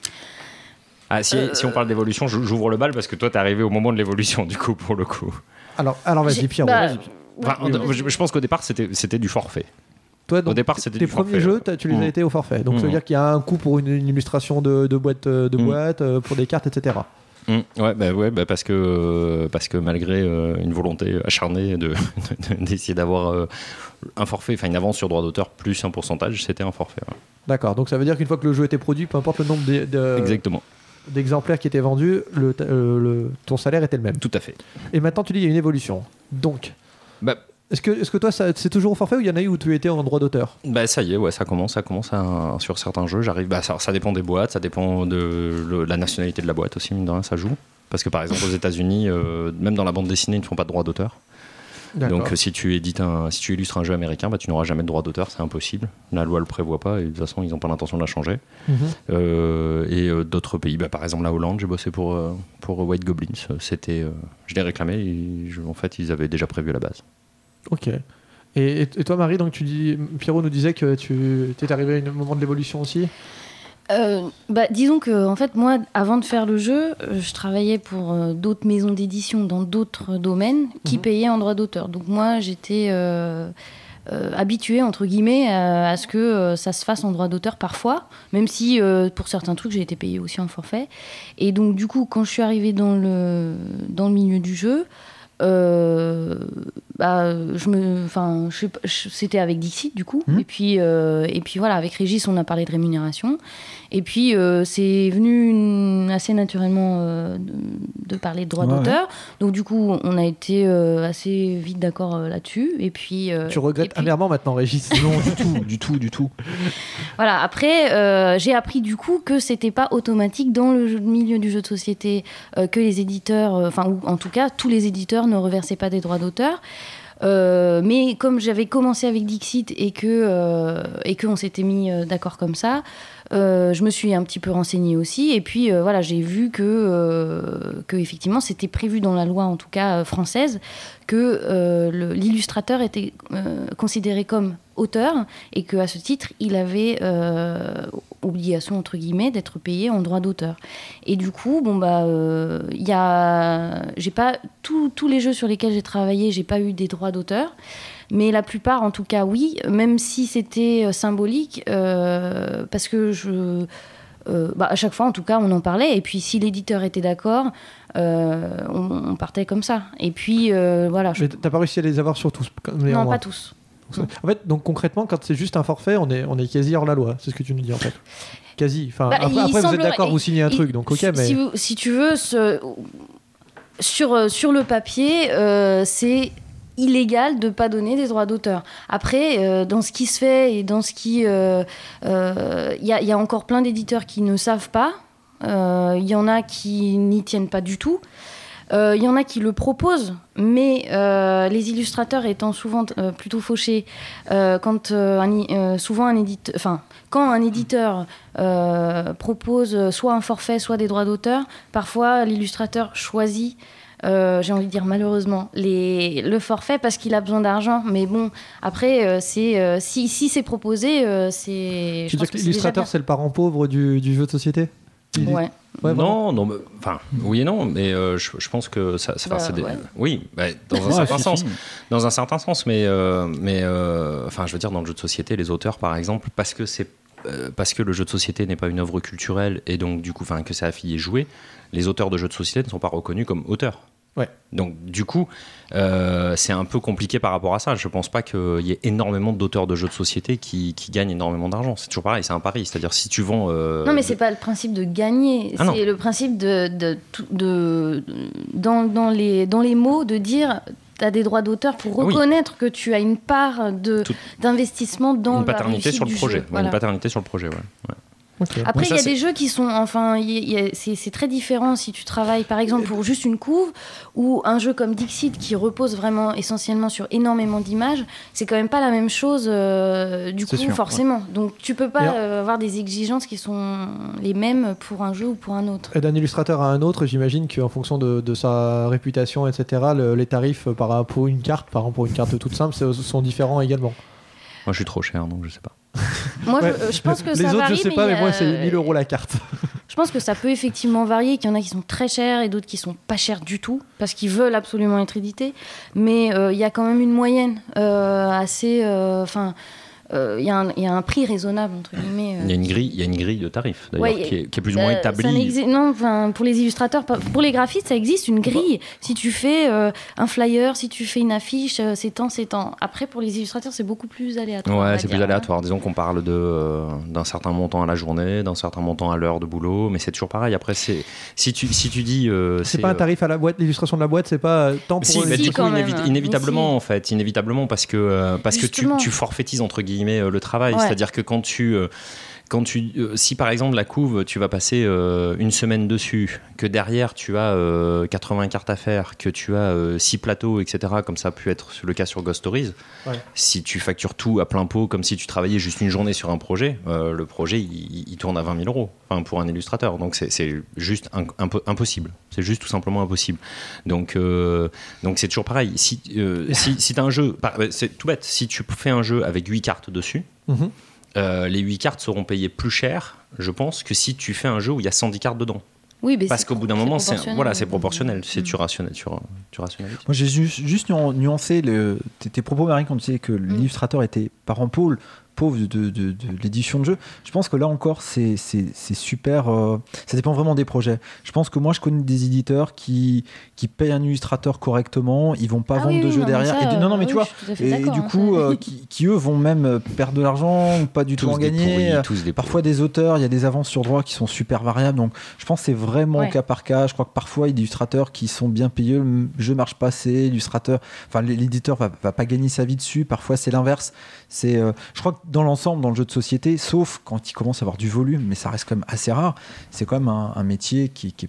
Ah, si, si on parle d'évolution, je- j'ouvre le bal parce que toi t'es arrivé au moment de l'évolution du coup pour le coup. Alors, alors vas-y J'ai- Pierrot. bah, vas-y. Enfin, ouais, on- je, je pense qu'au départ c'était c'était du forfait. Toi, donc, au départ, c'était tes du premiers forfait, jeux, ouais. t'as- tu les as Mmh. été au forfait. Donc ça veut Mmh. dire qu'il y a un coût pour une, une illustration de, de boîte, euh, de Mmh. boîte, euh, pour des cartes, et cetera. Mm, ouais, bah, ouais bah parce, que, parce que malgré euh, une volonté acharnée de, de- d'essayer d'avoir euh, un forfait, enfin une avance sur droit d'auteur plus un pourcentage, c'était un forfait. ouais. D'accord. Donc ça veut dire qu'une fois que le jeu était produit, peu importe le nombre de- de- Exactement, d'exemplaires qui étaient vendus, le, ta- euh, le- ton salaire était le même. tout à fait. Et maintenant, tu dis il y a une évolution. Donc, Bah, est-ce que, est-ce que toi, ça- c'est toujours au forfait ou il y en a eu où tu étais en droit d'auteur? bah ça y est, ouais, ça commence, ça commence à- sur certains jeux. J'arrive, bah, ça, ça dépend des boîtes, ça dépend de le- la nationalité de la boîte aussi, mine de rien, ça joue. Parce que par exemple aux États-Unis, euh, même dans la bande dessinée, ils ne font pas de droit d'auteur. D'accord. Donc euh, si tu édites un, si tu illustres un jeu américain, bah, tu n'auras jamais de droit d'auteur, c'est impossible. La loi le prévoit pas et de toute façon ils n'ont pas l'intention de la changer. Mhm. Euh, et euh, d'autres pays, bah, par exemple la Hollande, j'ai bossé pour, euh, pour White Goblins. C'était, euh, je l'ai réclamé et je- en fait ils avaient déjà prévu à la base. Ok. Et, et toi, Marie, donc tu dis, Pierrot nous disait que tu étais arrivé à un moment de l'évolution aussi. Euh, bah, disons que en fait moi avant de faire le jeu euh, je travaillais pour euh, d'autres maisons d'édition dans d'autres domaines qui Mhm. payaient en droit d'auteur, donc moi j'étais euh, euh, habituée entre guillemets à, à ce que euh, ça se fasse en droit d'auteur parfois, même si euh, pour certains trucs j'ai été payée aussi en forfait. Et donc du coup quand je suis arrivée dans le, dans le milieu du jeu, euh, bah, je me, enfin, je sais pas, je- c'était avec Dixit du coup, Mhm. et puis euh, et puis voilà, avec Régis on a parlé de rémunération, et puis euh, c'est venu une- assez naturellement euh, de, de parler de droit Ouais, d'auteur. Donc du coup on a été euh, assez vite d'accord euh, là-dessus, et puis euh, Tu regrettes et puis- amèrement maintenant, Régis. Non, du tout, du tout, du tout. Voilà, après, euh, j'ai appris du coup que c'était pas automatique dans le jeu- milieu du jeu de société, euh, que les éditeurs, euh, enfin, ou en tout cas, tous les éditeurs ne reversaient pas des droits d'auteur. Euh, mais comme j'avais commencé avec Dixit et que euh, et qu'on s'était mis euh, d'accord comme ça, Euh, je me suis un petit peu renseignée aussi, et puis euh, voilà, j'ai vu que, euh, que effectivement, c'était prévu dans la loi, en tout cas euh, française, que euh, le, l'illustrateur était euh, considéré comme auteur et qu'à ce titre, il avait euh, obligation, entre guillemets, d'être payé en droit d'auteur. Et du coup, bon, bah, euh, y a... j'ai pas... Tous, tous les jeux sur lesquels j'ai travaillé, j'ai pas eu des droits d'auteur. Mais la plupart, en tout cas, oui, même si c'était symbolique, euh, parce que je... Euh, bah, à chaque fois, en tout cas, on en parlait. Et puis, si l'éditeur était d'accord, euh, on, on partait comme ça. Et puis, euh, voilà. Mais t'as pas réussi à les avoir sur tous? Non, pas tous. Donc, en fait, donc concrètement, quand c'est juste un forfait, on est, on est quasi hors la loi. C'est ce que tu nous dis, en fait. Quasi. Enfin, bah, après, après vous êtes d'accord, il, vous signez un il, truc, donc ok, mais... Si, vous, si tu veux, ce, sur, sur le papier, euh, c'est illégal de ne pas donner des droits d'auteur. Après, euh, dans ce qui se fait et dans ce qui... Il euh, euh, y, y a encore plein d'éditeurs qui ne savent pas. Il euh, y en a qui n'y tiennent pas du tout. Il euh, y en a qui le proposent, mais euh, les illustrateurs étant souvent euh, plutôt fauchés, euh, quand, euh, un, euh, souvent un éditeur, enfin, quand un éditeur euh, propose soit un forfait, soit des droits d'auteur, parfois l'illustrateur choisit, euh, j'ai envie de dire malheureusement, les, le forfait parce qu'il a besoin d'argent. Mais bon, après, euh, c'est, euh, si, si c'est proposé, euh, c'est... Tu veux dire que l'illustrateur, c'est le parent pauvre du, du jeu de société? Ouais. Ouais, non, non, enfin, oui et non, mais euh, je, je pense que ça, ça bah, c'est des... ouais. oui, bah, dans un certain sens, dans un certain sens, mais, euh, mais, euh, enfin, je veux dire, dans le jeu de société, les auteurs, par exemple, parce que c'est, euh, parce que le jeu de société n'est pas une œuvre culturelle et donc du coup, enfin, que c'est affilié jouer, les auteurs de jeux de société ne sont pas reconnus comme auteurs. Ouais. Donc du coup, euh, c'est un peu compliqué par rapport à ça. Je pense pas qu'il y ait énormément d'auteurs de jeux de société qui, qui gagnent énormément d'argent. C'est toujours pareil, c'est un pari. C'est-à-dire si tu vends... Euh, non mais de... c'est pas le principe de gagner, ah, c'est non. le principe de, de, de, de dans, dans, les, dans les mots de dire... Tu as des droits d'auteur pour reconnaître oui. que tu as une part de, Tout... d'investissement dans une paternité la sur le projet. Jeu. Voilà. Une paternité sur le projet, ouais. ouais. Okay. Après, il y a c'est... des jeux qui sont... Enfin, y, y a, c'est, c'est très différent si tu travailles, par exemple, pour juste une couve, ou un jeu comme Dixit, qui repose vraiment essentiellement sur énormément d'images, c'est quand même pas la même chose, euh, du c'est coup, sûr, forcément. Ouais. Donc, tu peux pas euh, avoir des exigences qui sont les mêmes pour un jeu ou pour un autre. Et d'un illustrateur à un autre, j'imagine qu'en fonction de, de sa réputation, et cetera, le, les tarifs par rapport pour une carte, par exemple, pour une carte toute simple, sont différents également. Moi, je suis trop cher, donc je sais pas. Moi, ouais. je, je pense que les ça autres, varie. Je sais pas, mais, mais moi, euh, c'est mille euros la carte. Je pense que ça peut effectivement varier, qu'il y en a qui sont très chers et d'autres qui sont pas chers du tout, parce qu'ils veulent absolument être édités. Mais il euh, y a quand même une moyenne euh, assez... Enfin... Il euh, y, y a un prix raisonnable, entre guillemets. Il euh. y a une grille, il y a une grille de tarifs, d'ailleurs, ouais, qui, est, qui est plus ou moins euh, établie. Exi- non, pour les illustrateurs, pour les graphistes, ça existe une grille. Si tu fais euh, un flyer, si tu fais une affiche, euh, c'est temps, c'est temps. Après, pour les illustrateurs, c'est beaucoup plus aléatoire. Ouais, c'est dire, plus aléatoire. Hein. Disons qu'on parle de, euh, d'un certain montant à la journée, d'un certain montant à l'heure de boulot, mais c'est toujours pareil. Après, c'est, si, tu, si tu dis... Euh, c'est, c'est pas un tarif à la boîte, l'illustration de la boîte, c'est pas tant pour... Si, mais du coup, inévi- inévitablement, si. en fait, inévitablement, parce que, euh, parce que tu, tu forfaitises, entre guillemets, le travail. Ouais. C'est-à-dire que quand tu, euh, quand tu euh, si par exemple la couve, tu vas passer euh, une semaine dessus, que derrière tu as euh, quatre-vingts cartes à faire, que tu as euh, six plateaux, et cetera, comme ça a pu être le cas sur Ghost Stories, ouais. si tu factures tout à plein pot, comme si tu travaillais juste une journée sur un projet, euh, le projet il, il tourne à vingt mille euros, enfin, pour un illustrateur. Donc c'est, c'est juste un, un peu impossible. C'est juste tout simplement impossible. Donc, euh, donc c'est toujours pareil. Si, euh, si, si tu as un jeu, c'est tout bête, si tu fais un jeu avec huit cartes dessus, Mmh. Euh, les huit cartes seront payées plus cher, je pense, que si tu fais un jeu où il y a cent dix cartes dedans. Oui, mais parce qu'au bout d'un moment, c'est, voilà, c'est proportionnel. Mmh. C'est tu rationnel, tu, tu rationalises. Moi, j'ai juste, juste nuancé le, tes propos, Marie, quand tu disais que mmh. l'illustrateur était parent pôle pauvre de, de, de, de l'édition de jeu. Je pense que là encore, c'est, c'est, c'est super... Euh, ça dépend vraiment des projets. Je pense que moi, je connais des éditeurs qui, qui payent un illustrateur correctement, ils vont pas ah vendre oui, de oui, jeu non, derrière. Ça, et, non, non, mais oui, tu vois, et du coup, euh, qui, qui eux vont même perdre de l'argent, ou pas du tous tout en gagner. Pourris, des parfois des auteurs, il y a des avances sur droit qui sont super variables. Donc, je pense que c'est vraiment ouais. au cas par cas. Je crois que parfois, il y a des illustrateurs qui sont bien payés, le jeu marche pas assez, l'illustrateur, enfin, l'éditeur va, va pas gagner sa vie dessus. Parfois, c'est l'inverse. C'est, euh, je crois que dans l'ensemble, dans le jeu de société, sauf quand il commence à avoir du volume, mais ça reste quand même assez rare, c'est quand même un, un métier qui, qui est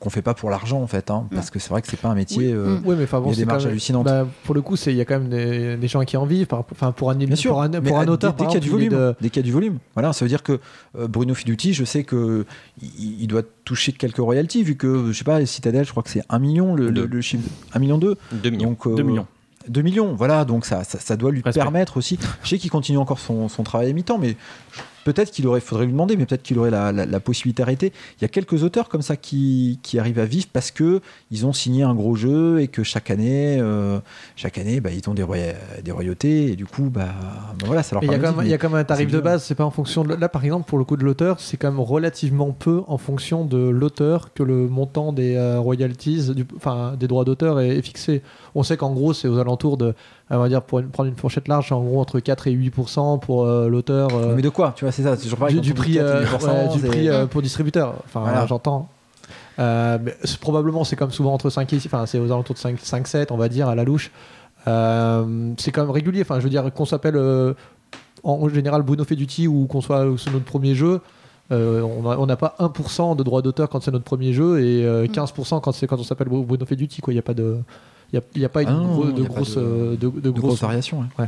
qu'on fait pas pour l'argent en fait, hein, parce que c'est vrai que c'est pas un métier. Oui, euh, oui mais enfin bon, il y a c'est des quand marges même- hallucinantes. bah, pour le coup, c'est il y a quand même des, des gens qui en vivent. Par, enfin, pour un, Bien sûr, pour un, mais pour un à- auteur, dès, par dès qu'il y a du exemple, il est volume, de- dès qu'il y a du volume, voilà, ça veut dire que euh, Bruno Fiduti, je sais que il, il doit toucher quelques royalties vu que je sais pas, Citadel, je crois que c'est un million le, le, Deux. le chiffre, un million deux. deux millions. Donc, euh, deux millions. deux millions, voilà, donc ça, ça, ça doit lui Respect. permettre aussi. Je sais qu'il continue encore son, son travail à mi-temps, mais peut-être qu'il aurait, faudrait lui demander, mais peut-être qu'il aurait la, la, la possibilité d'arrêter. Il y a quelques auteurs comme ça qui, qui arrivent à vivre parce que ils ont signé un gros jeu et que chaque année, euh, chaque année, bah, ils ont des, roya- des royautés et du coup, bah, bah voilà, ça leur Mais il y a permet quand de même, il y a quand même un tarif c'est de bien. base, c'est pas en fonction de. Là, par exemple, pour le coup de l'auteur, c'est quand même relativement peu en fonction de l'auteur que le montant des euh, royalties, du, enfin des droits d'auteur est, est fixé. On sait qu'en gros, c'est aux alentours de, on va dire, pour une- prendre une fourchette large, c'est en gros entre quatre et huit pour cent pour euh, l'auteur. euh, Mais de quoi, tu vois, c'est ça, c'est toujours pareil. du, quand du on dit prix, quatre et euh, huit pour cent, ouais, du c'est- prix euh, pour distributeur. Enfin, Voilà. j'entends. Euh, mais c'est- probablement, c'est comme souvent entre cinq et six, enfin, c'est aux alentours de cinq, cinq sept, on va dire, à la louche. Euh, c'est quand même régulier. Enfin, je veux dire, qu'on s'appelle euh, en, en général Bruno Fiduti ou qu'on soit sur notre premier jeu, euh, on a- on n'a pas un pour cent de droits d'auteur quand c'est notre premier jeu et euh, quinze pour cent quand, c'est, quand on s'appelle Bruno Fiduti. Il n'y a pas de. Il n'y a, a pas une Ah non, gro- il de, y a pas grosse, de- euh, de, de de grosses- grosses variations. ouais.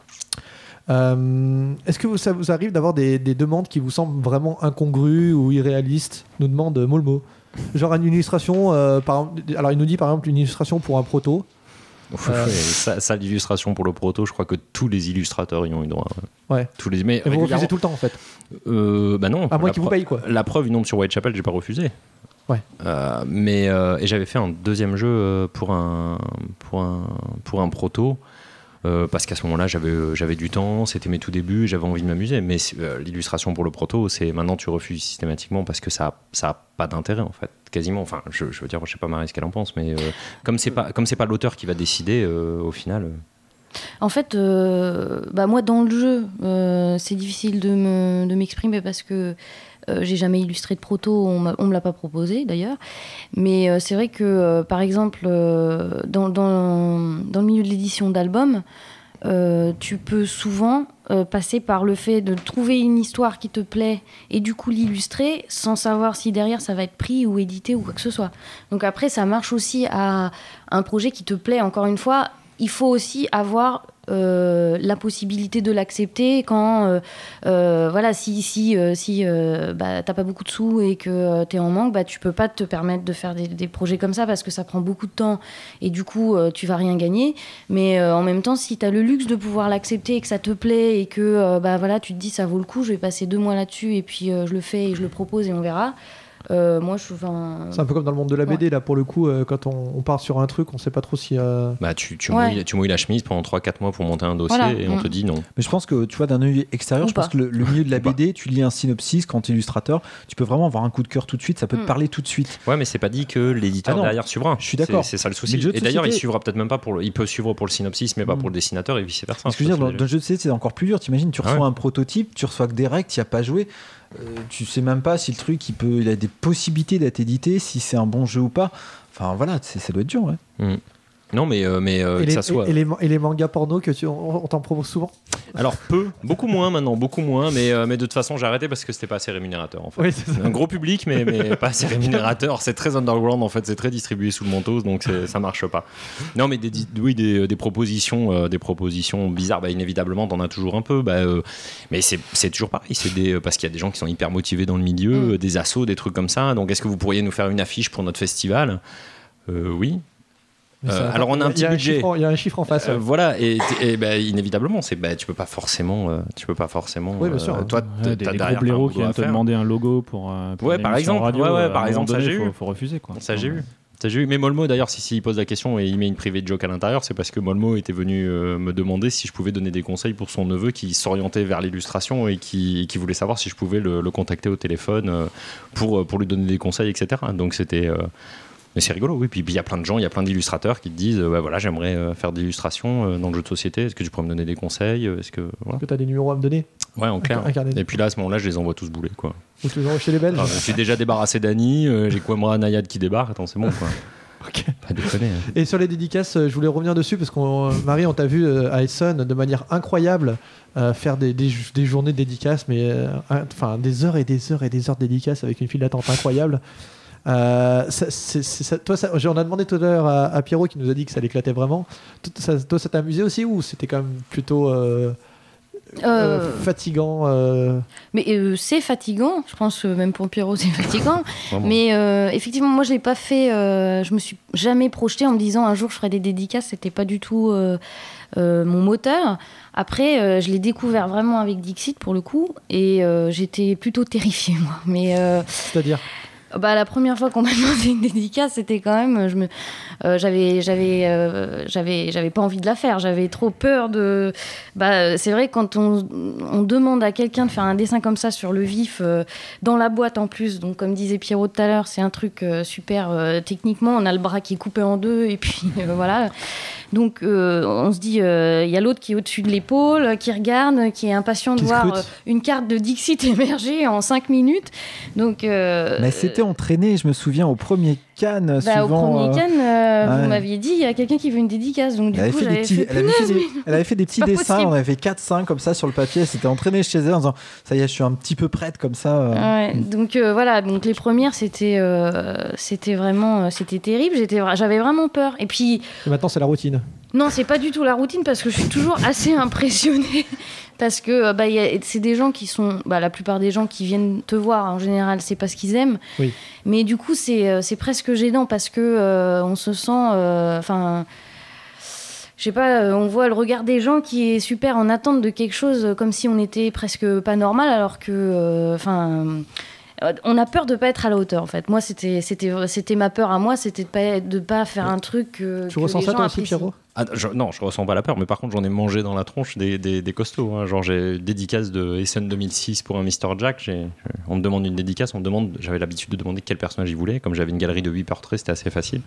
Euh, Est-ce que vous- ça vous arrive d'avoir des, des demandes qui vous semblent vraiment incongrues ou irréalistes? Nous demande Molmo. Genre une illustration, euh, par, alors il nous dit par exemple une illustration pour un proto. Ouf, Euh, ouais, ça, ça, l'illustration pour le proto, je crois que tous les illustrateurs y ont eu droit. ouais. Ouais. Tous les, mais Et vous régulièrement- refusez tout le temps en fait. Euh, bah non. À moins la qu'ils vous preu- payent, quoi. La preuve, une ombre sur Whitechapel, j'ai pas refusé. Ouais. Euh, mais euh, et j'avais fait un deuxième jeu euh, pour un pour un pour un proto. Euh, parce qu'à ce moment-là, j'avais, euh, j'avais du temps, c'était mes tout débuts, et j'avais envie de m'amuser. Mais euh, l'illustration pour le proto, c'est maintenant tu refuses systématiquement parce que ça, ça a pas d'intérêt en fait, quasiment. Enfin, je, je veux dire, je sais pas Marie ce qu'elle en pense, mais euh, comme c'est pas comme c'est pas l'auteur qui va décider, euh, au final. euh, En fait, euh, bah moi, dans le jeu, euh, c'est difficile de, me, de m'exprimer parce que euh, j'ai jamais illustré de proto, on, m'a, on me l'a pas proposé d'ailleurs. Mais euh, c'est vrai que, euh, par exemple, euh, dans, dans, dans le milieu de l'édition d'albums, euh, tu peux souvent euh, passer par le fait de trouver une histoire qui te plaît et du coup l'illustrer sans savoir si derrière ça va être pris ou édité ou quoi que ce soit. Donc après, ça marche aussi à un projet qui te plaît, encore une fois. Il faut aussi avoir euh, la possibilité de l'accepter quand, euh, euh, voilà, si, si, euh, si euh, bah, t'as pas beaucoup de sous et que euh, t'es en manque, bah, tu peux pas te permettre de faire des, des projets comme ça parce que ça prend beaucoup de temps et du coup, euh, tu vas rien gagner. Mais euh, en même temps, si t'as le luxe de pouvoir l'accepter et que ça te plaît et que euh, bah, voilà, tu te dis ça vaut le coup, je vais passer deux mois là-dessus et puis euh, je le fais et je le propose et on verra. Euh, moi, je, enfin, C'est un peu comme dans le monde de la B D, là, pour le coup, euh, quand on, on part sur un truc, on sait pas trop si. euh, Bah, tu, tu, Ouais. mouilles, tu mouilles la chemise pendant trois quatre mois pour monter un dossier Voilà. et on Mm. te dit non. Mais je pense que, tu vois, d'un œil extérieur, Ou je pense pas. que le, le milieu de la Ou pas. B D, tu lis un synopsis quand tu es illustrateur, tu peux vraiment avoir un coup de cœur tout de suite, ça peut te Mm. parler tout de suite. Ouais, mais c'est pas dit que l'éditeur Ah non, derrière suivra. je suis d'accord. C'est, c'est ça le souci. Mais le jeu de Et d'ailleurs, il société- suivra peut-être même pas pour le. Il peut suivre pour le synopsis, mais pas Mm. pour le dessinateur et vice versa. Parce que je veux dire, dans, dans le jeu de société, c'est encore plus dur. T'imagines, tu Ah reçois ouais. un prototype, tu reçois que des règles, tu n'y as pas joué. Euh, tu sais même pas si le truc il peut, il a des possibilités d'être édité, si c'est un bon jeu ou pas. Enfin voilà, c'est- ça doit être dur, ouais. Mm. Non, mais, euh, mais euh, et, que les, ça soit. et, et les, et les mangas porno que tu, on, on t'en propose souvent. Alors peu, beaucoup moins maintenant, beaucoup moins, mais, euh, mais de toute façon j'ai arrêté parce que c'était pas assez rémunérateur en fait. Oui, c'est ça. Un gros public mais, mais pas assez rémunérateur, c'est très underground en fait, c'est très distribué sous le manteau donc c'est- ça marche pas. Non mais des, di- oui, des, des propositions euh, des propositions bizarres, bah, inévitablement t'en as toujours un peu, bah, euh, mais c'est, c'est toujours pareil, c'est des, parce qu'il y a des gens qui sont hyper motivés dans le milieu, Mm. euh, des assos, des trucs comme ça, donc est-ce que vous pourriez nous faire une affiche pour notre festival? Euh, Oui. Mais Euh, ça- alors, on a un il y petit budget. chiffre en- Il y a un chiffre en face. Euh, ouais. voilà et, et bah, inévitablement c'est bah, tu peux pas forcément euh, tu peux pas forcément Oui, bien sûr. euh, toi Ouais, t'as des, des derrière gros blaireaux un qui boulot viennent à te faire. demander un logo pour, euh, pour Ouais, une par émission exemple. radio, Ouais, ouais, euh, par à un exemple, moment ça, donné, j'ai faut, eu. faut refuser quoi. Ça j'ai eu. Ça, j'ai eu. Mais Molmo d'ailleurs si s'il pose la question et il met une privée de joke à l'intérieur c'est parce que Molmo était venu euh, me demander si je pouvais donner des conseils pour son neveu qui s'orientait vers l'illustration et qui, qui voulait savoir si je pouvais le, le contacter au téléphone euh, pour, pour lui donner des conseils etc. Donc c'était euh, mais c'est rigolo, oui. Puis puis il y a plein de gens, il y a plein d'illustrateurs qui te disent euh, ouais, voilà, j'aimerais euh, faire de l'illustration euh, dans le jeu de société. Est-ce que tu pourrais me donner des conseils? Est-ce que. Voilà. Que tu as des numéros à me donner. Ouais, en clair. Un carnet de- Et puis là, à ce moment-là, je les envoie tous bouler, quoi. Ou toujours chez les Belges. Alors, je suis déjà débarrassé d'Annie, euh, j'ai Quamra Nayad qui débarque. Attends, c'est bon, quoi. Ok. Pas déconner. hein. Et sur les dédicaces, euh, je voulais revenir dessus parce qu'on, Marie, on t'a vu euh, à Essen de manière incroyable euh, faire des, des, des journées de dédicaces, mais euh, un- enfin des heures et des heures et des heures de dédicaces avec une file d'attente incroyable. Euh, ça, c'est, c'est, ça, toi, ça, on a demandé tout à l'heure à, à Pierrot qui nous a dit que ça l'éclatait vraiment. Tout, ça, toi, ça t'a amusé aussi ou c'était quand même plutôt euh, euh, euh, fatigant euh... Mais euh, c'est fatigant, je pense euh, même pour Pierrot c'est fatigant. Mais euh, effectivement, moi je l'ai pas fait. Euh, je me suis jamais projetée en me disant un jour je ferai des dédicaces. C'était pas du tout euh, euh, mon moteur. Après, euh, je l'ai découvert vraiment avec Dixit pour le coup, et euh, j'étais plutôt terrifiée moi. Mais euh, c'est-à-dire. Bah, la première fois qu'on m'a demandé une dédicace, c'était quand même, je me, euh, j'avais, j'avais, euh, j'avais, j'avais pas envie de la faire. J'avais trop peur de. Bah, c'est vrai quand on, on demande à quelqu'un de faire un dessin comme ça sur le vif, euh, dans la boîte en plus. Donc, comme disait Pierrot tout à l'heure, c'est un truc euh, super euh, techniquement. On a le bras qui est coupé en deux et puis euh, voilà. Donc, euh, on se dit, il euh, y a l'autre qui est au-dessus de l'épaule, qui regarde, qui est impatient de qui voir euh, une carte de Dixit émerger en cinq minutes. Donc, euh, mais c'était entraîné, je me souviens, au premier Cannes. Bah, suivant, au premier euh... Cannes, euh, ouais. vous m'aviez dit, il y a quelqu'un qui veut une dédicace. Donc, du elle, coup, avait fait des petits, fait elle, avait fait des, elle avait fait des petits dessins, possible. on avait fait quatre cinq comme ça sur le papier. Elle s'était entraînée chez elle en disant ça y est, je suis un petit peu prête comme ça. Euh... Ouais, donc euh, voilà, donc les premières, c'était, euh, c'était vraiment, euh, c'était terrible. J'étais, j'avais vraiment peur. Et puis. Et maintenant, c'est la routine. Non, c'est pas du tout la routine parce que je suis toujours assez impressionnée. Parce que bah, y a, c'est des gens qui sont. Bah, la plupart des gens qui viennent te voir, en général, c'est pas ce qu'ils aiment. Oui. Mais du coup, c'est, c'est presque gênant parce que euh, on se sent. Enfin. Euh, je sais pas, euh, on voit le regard des gens qui est super en attente de quelque chose, comme si on était presque pas normal, alors que. Enfin. Euh, on a peur de ne pas être à la hauteur, en fait. Moi, c'était, c'était, c'était ma peur à moi, c'était de ne pas, de pas faire un truc euh, tu que ressens les ça, gens toi aussi, apprécient. Pierrot? Ah, je, non, je ressens pas la peur, mais par contre, j'en ai mangé dans la tronche des, des, des costauds. Hein. Genre, j'ai dédicace de Essen deux mille six pour un mister Jack. J'ai, on me demande une dédicace, on me demande, j'avais l'habitude de demander quel personnage il voulait. Comme j'avais une galerie de huit portraits, c'était assez facile.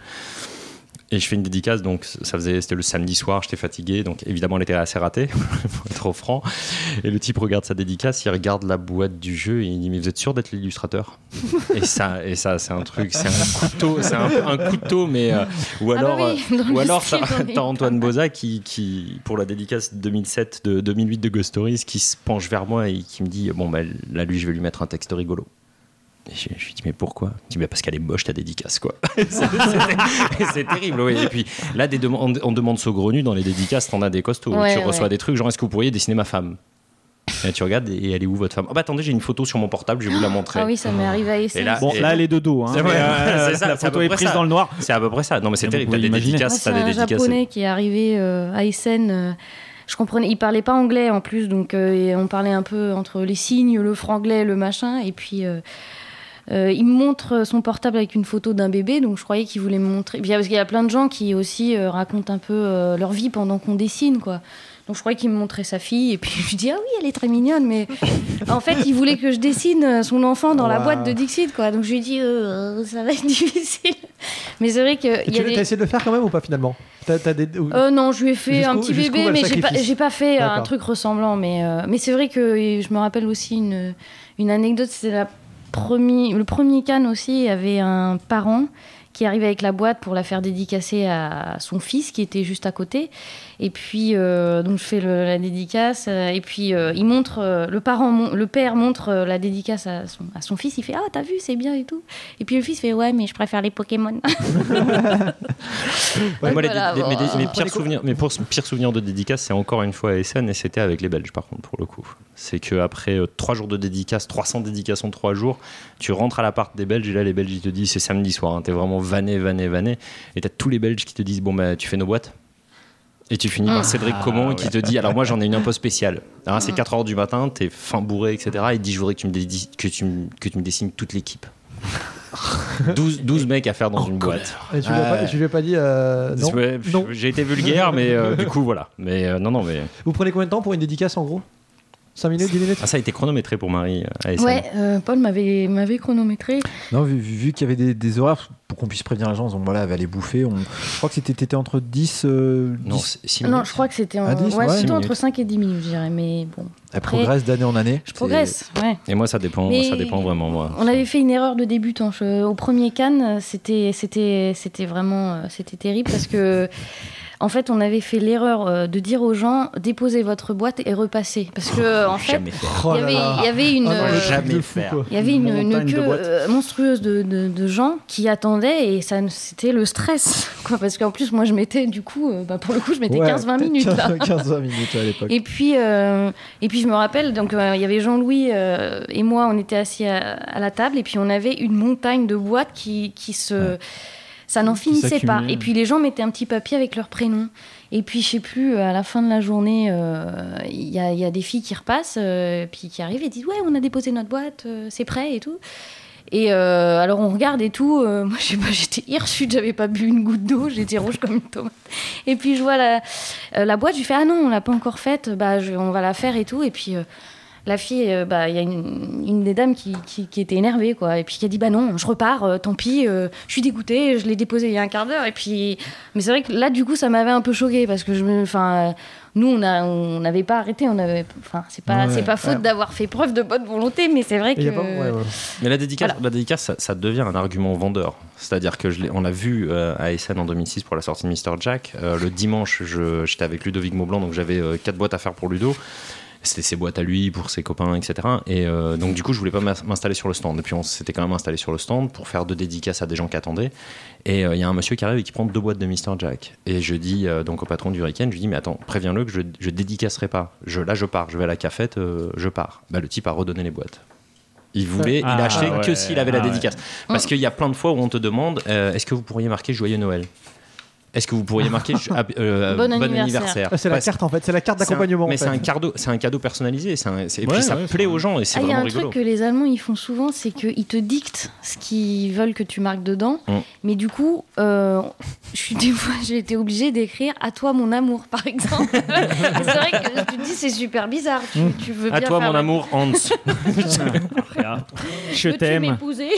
Et je fais une dédicace, donc ça faisait, c'était le samedi soir, j'étais fatigué, donc évidemment elle était assez ratée, pour être trop franc. Et le type regarde sa dédicace, il regarde la boîte du jeu et il dit mais vous êtes sûr d'être l'illustrateur? Et ça, et ça c'est un truc, c'est un couteau, c'est un, un couteau, mais euh, ou alors, ah bah oui, euh, ou alors t'as, t'as Antoine Boza qui, qui, pour la dédicace deux mille sept, de deux mille huit de Ghost Stories, qui se penche vers moi et qui me dit bon bah là lui je vais lui mettre un texte rigolo. Et je, je lui dis mais pourquoi? Il dit bah parce qu'elle est moche ta dédicace quoi. c'est, c'est, c'est terrible oui. Et puis là des dem- on, on demande saugrenue dans les dédicaces, t'en as des costauds, ouais, tu ouais. reçois des trucs genre est-ce que vous pourriez dessiner ma femme? Et tu regardes et elle est où votre femme? Oh bah attendez j'ai une photo sur mon portable, je vais vous la montrer. Ah oui ça m'est arrivé à Essen. Bon et... là elle est de dos hein. C'est, vrai, euh, c'est ça, la c'est photo est prise ça. Dans le noir. C'est à peu près ça. Non mais c'est terrible, t'as des dédicaces, Moi, t'as des dédicaces. C'est un japonais qui est arrivé euh, à Essen. Euh, je comprenais, il parlait pas anglais en plus donc euh, et on parlait un peu entre les signes, le franglais, le machin et puis. Euh, Euh, il me montre son portable avec une photo d'un bébé, donc je croyais qu'il voulait me montrer. Parce qu'il y a plein de gens qui aussi euh, racontent un peu euh, leur vie pendant qu'on dessine, quoi. Donc je croyais qu'il me montrait sa fille, et puis je lui dis ah oui, elle est très mignonne, mais en fait il voulait que je dessine son enfant dans wow. la boîte de Dixit, quoi. Donc je lui ai dit euh, ça va être difficile. Mais c'est vrai que tu y a as des... essayé de le faire quand même ou pas finalement? T'as, t'as des... euh, non, je lui ai fait jusqu'où, un petit bébé, mais j'ai pas, j'ai pas fait D'accord. un truc ressemblant. Mais euh, mais c'est vrai que je me rappelle aussi une une anecdote, c'était la Premier, le premier Cannes aussi, il y avait un parent qui arrivait avec la boîte pour la faire dédicacer à son fils qui était juste à côté. Et puis, euh, donc je fais le, la dédicace. Euh, et puis, euh, il montre, euh, le, parent, mon, le père montre euh, la dédicace à son, à son fils. Il fait « Ah, t'as vu, c'est bien et tout. » Et puis le fils fait « Ouais, mais je préfère les Pokémon. » Ouais, moi, les, voilà, les, bon, mes, mes, mes, pires souvenirs, mes pires souvenirs de dédicace, c'est encore une fois à Essen et c'était avec les Belges, par contre, pour le coup. C'est qu'après euh, trois jours de dédicace, trois cents dédicaces en trois jours, tu rentres à l'appart des Belges et là, les Belges, ils te disent c'est samedi soir, hein, t'es vraiment vanné, vanné, vanné. Et t'as tous les Belges qui te disent bon, bah, tu fais nos boîtes. Et tu finis par Cédric ah, Comon ouais. qui te dit alors moi j'en ai une un peu spéciale. Alors, c'est quatre heures du matin, t'es fin bourré, et cetera. Il dit je voudrais que tu me, dédi- que tu me, que tu me dessines toute l'équipe. douze, douze mecs à faire dans une boîte. Et tu euh... lui as pas dit euh, non, ouais, non. J'ai été vulgaire, mais euh, du coup voilà. Mais euh, non, non, mais. Vous prenez combien de temps pour une dédicace en gros? cinq minutes, dix minutes? Ah, ça a été chronométré pour Marie à S M. Ouais, euh, Paul m'avait, m'avait chronométré. Non, vu, vu qu'il y avait des, des horaires pour qu'on puisse prévenir les gens, donc voilà, elle va aller bouffer. On... Je crois que c'était, t'étais entre dix. Euh, non, dix... six minutes. Non, je crois que c'était en... ah, dix, ouais, ouais, plutôt entre cinq et dix minutes, je dirais. Mais bon. Elle après, progresse d'année en année. Je progresse, ouais. Et moi, ça dépend, ça dépend vraiment. Moi. On avait fait une erreur de débutant. Je... Au premier Cannes, c'était, c'était, c'était vraiment c'était terrible parce que. En fait, on avait fait l'erreur euh, de dire aux gens déposez votre boîte et repassez, parce que en fait, Jamais faire. Oh il y là avait, là. il y avait une, Oh non, le euh, truc jamais de fou, faire. quoi. il y avait une, une montagne de queue boîtes. euh, monstrueuse de, de, de gens qui attendaient et ça, c'était le stress, quoi, parce qu'en plus, moi, je mettais du coup, euh, bah, pour le coup, je mettais Ouais, quinze vingt minutes là. quinze vingt minutes à l'époque. Et puis, euh, et puis je me rappelle, donc euh, il y avait Jean-Louis euh, et moi, on était assis à, à la table, et puis on avait une montagne de boîtes qui, qui se, ça n'en finissait pas. s'accumulait. Et puis les gens mettaient un petit papier avec leur prénom. Et puis je sais plus, à la fin de la journée, euh, il y, a, il y a des filles qui repassent, euh, puis qui arrivent et disent ouais, on a déposé notre boîte, euh, c'est prêt et tout. Et euh, alors on regarde et tout, euh, moi je sais pas, j'étais hirsute, j'avais pas bu une goutte d'eau, j'étais rouge comme une tomate. Et puis je vois la, euh, la boîte, je lui fais ah non, on l'a pas encore faite, bah je- on va la faire et tout. Et puis euh, la fille, euh, bah il y a une, une des dames qui, qui, qui était énervée quoi, et puis qui a dit bah non, je repars, euh, tant pis, euh, je suis dégoûtée, je l'ai déposé il y a un quart d'heure. Et puis, mais c'est vrai que là du coup ça m'avait un peu choquée parce que je me, enfin. Euh, nous, on a- on n'avait pas arrêté, on avait, enfin, c'est pas, Ouais, c'est pas faute ouais. d'avoir fait preuve de bonne volonté, mais c'est vrai Et que. y a pas- ouais, ouais. Mais la dédicace, Voilà. la dédicace ça, ça devient un argument vendeur. C'est-à-dire que je l'ai- on l'a vu euh, à Essen en deux mille six pour la sortie de mister Jack. Euh, le dimanche, je- j'étais avec Ludovic Maublanc, donc j'avais euh, quatre boîtes à faire pour Ludo. C'était ses boîtes à lui, pour ses copains, et cetera. Et euh, donc du coup, je voulais pas m'as- m'installer sur le stand. Et puis on s'était quand même installé sur le stand pour faire deux dédicaces à des gens qui attendaient. Et il euh, y a un monsieur qui arrive et qui prend deux boîtes de mister Jack. Et je dis euh, donc au patron du Hurricane, je lui dis mais attends, préviens-le que je, je dédicacerai pas. Je, là, je pars, je vais à la cafette, euh, je pars. Bah, le type a redonné les boîtes. Il voulait, Ah, il a acheté ouais. que s'il avait la Ah, ouais. dédicace. Parce qu'il y a plein de fois où on te demande euh, est-ce que vous pourriez marquer Joyeux Noël ? Est-ce que vous pourriez marquer euh, euh, Bon bon anniversaire. anniversaire Ah, c'est la Parce- carte en fait, c'est la carte c'est un- d'accompagnement. Mais en c'est fait. un cadeau, c'est un cadeau personnalisé. C'est un- c'est- et Ouais, puis ça ouais, plaît c'est- aux gens et c'est Ah, il y a vraiment un rigolo. truc que les Allemands ils font souvent, c'est qu'ils te dictent ce qu'ils veulent que tu marques dedans. Mm. Mais du coup, euh, je suis des fois, j'ai été obligée d'écrire à toi mon amour, par exemple. Et c'est vrai que tu te dis c'est super bizarre. Tu, tu veux À bien toi faire mon le- amour, Hans. Je Veux-tu t'aime. m'épouser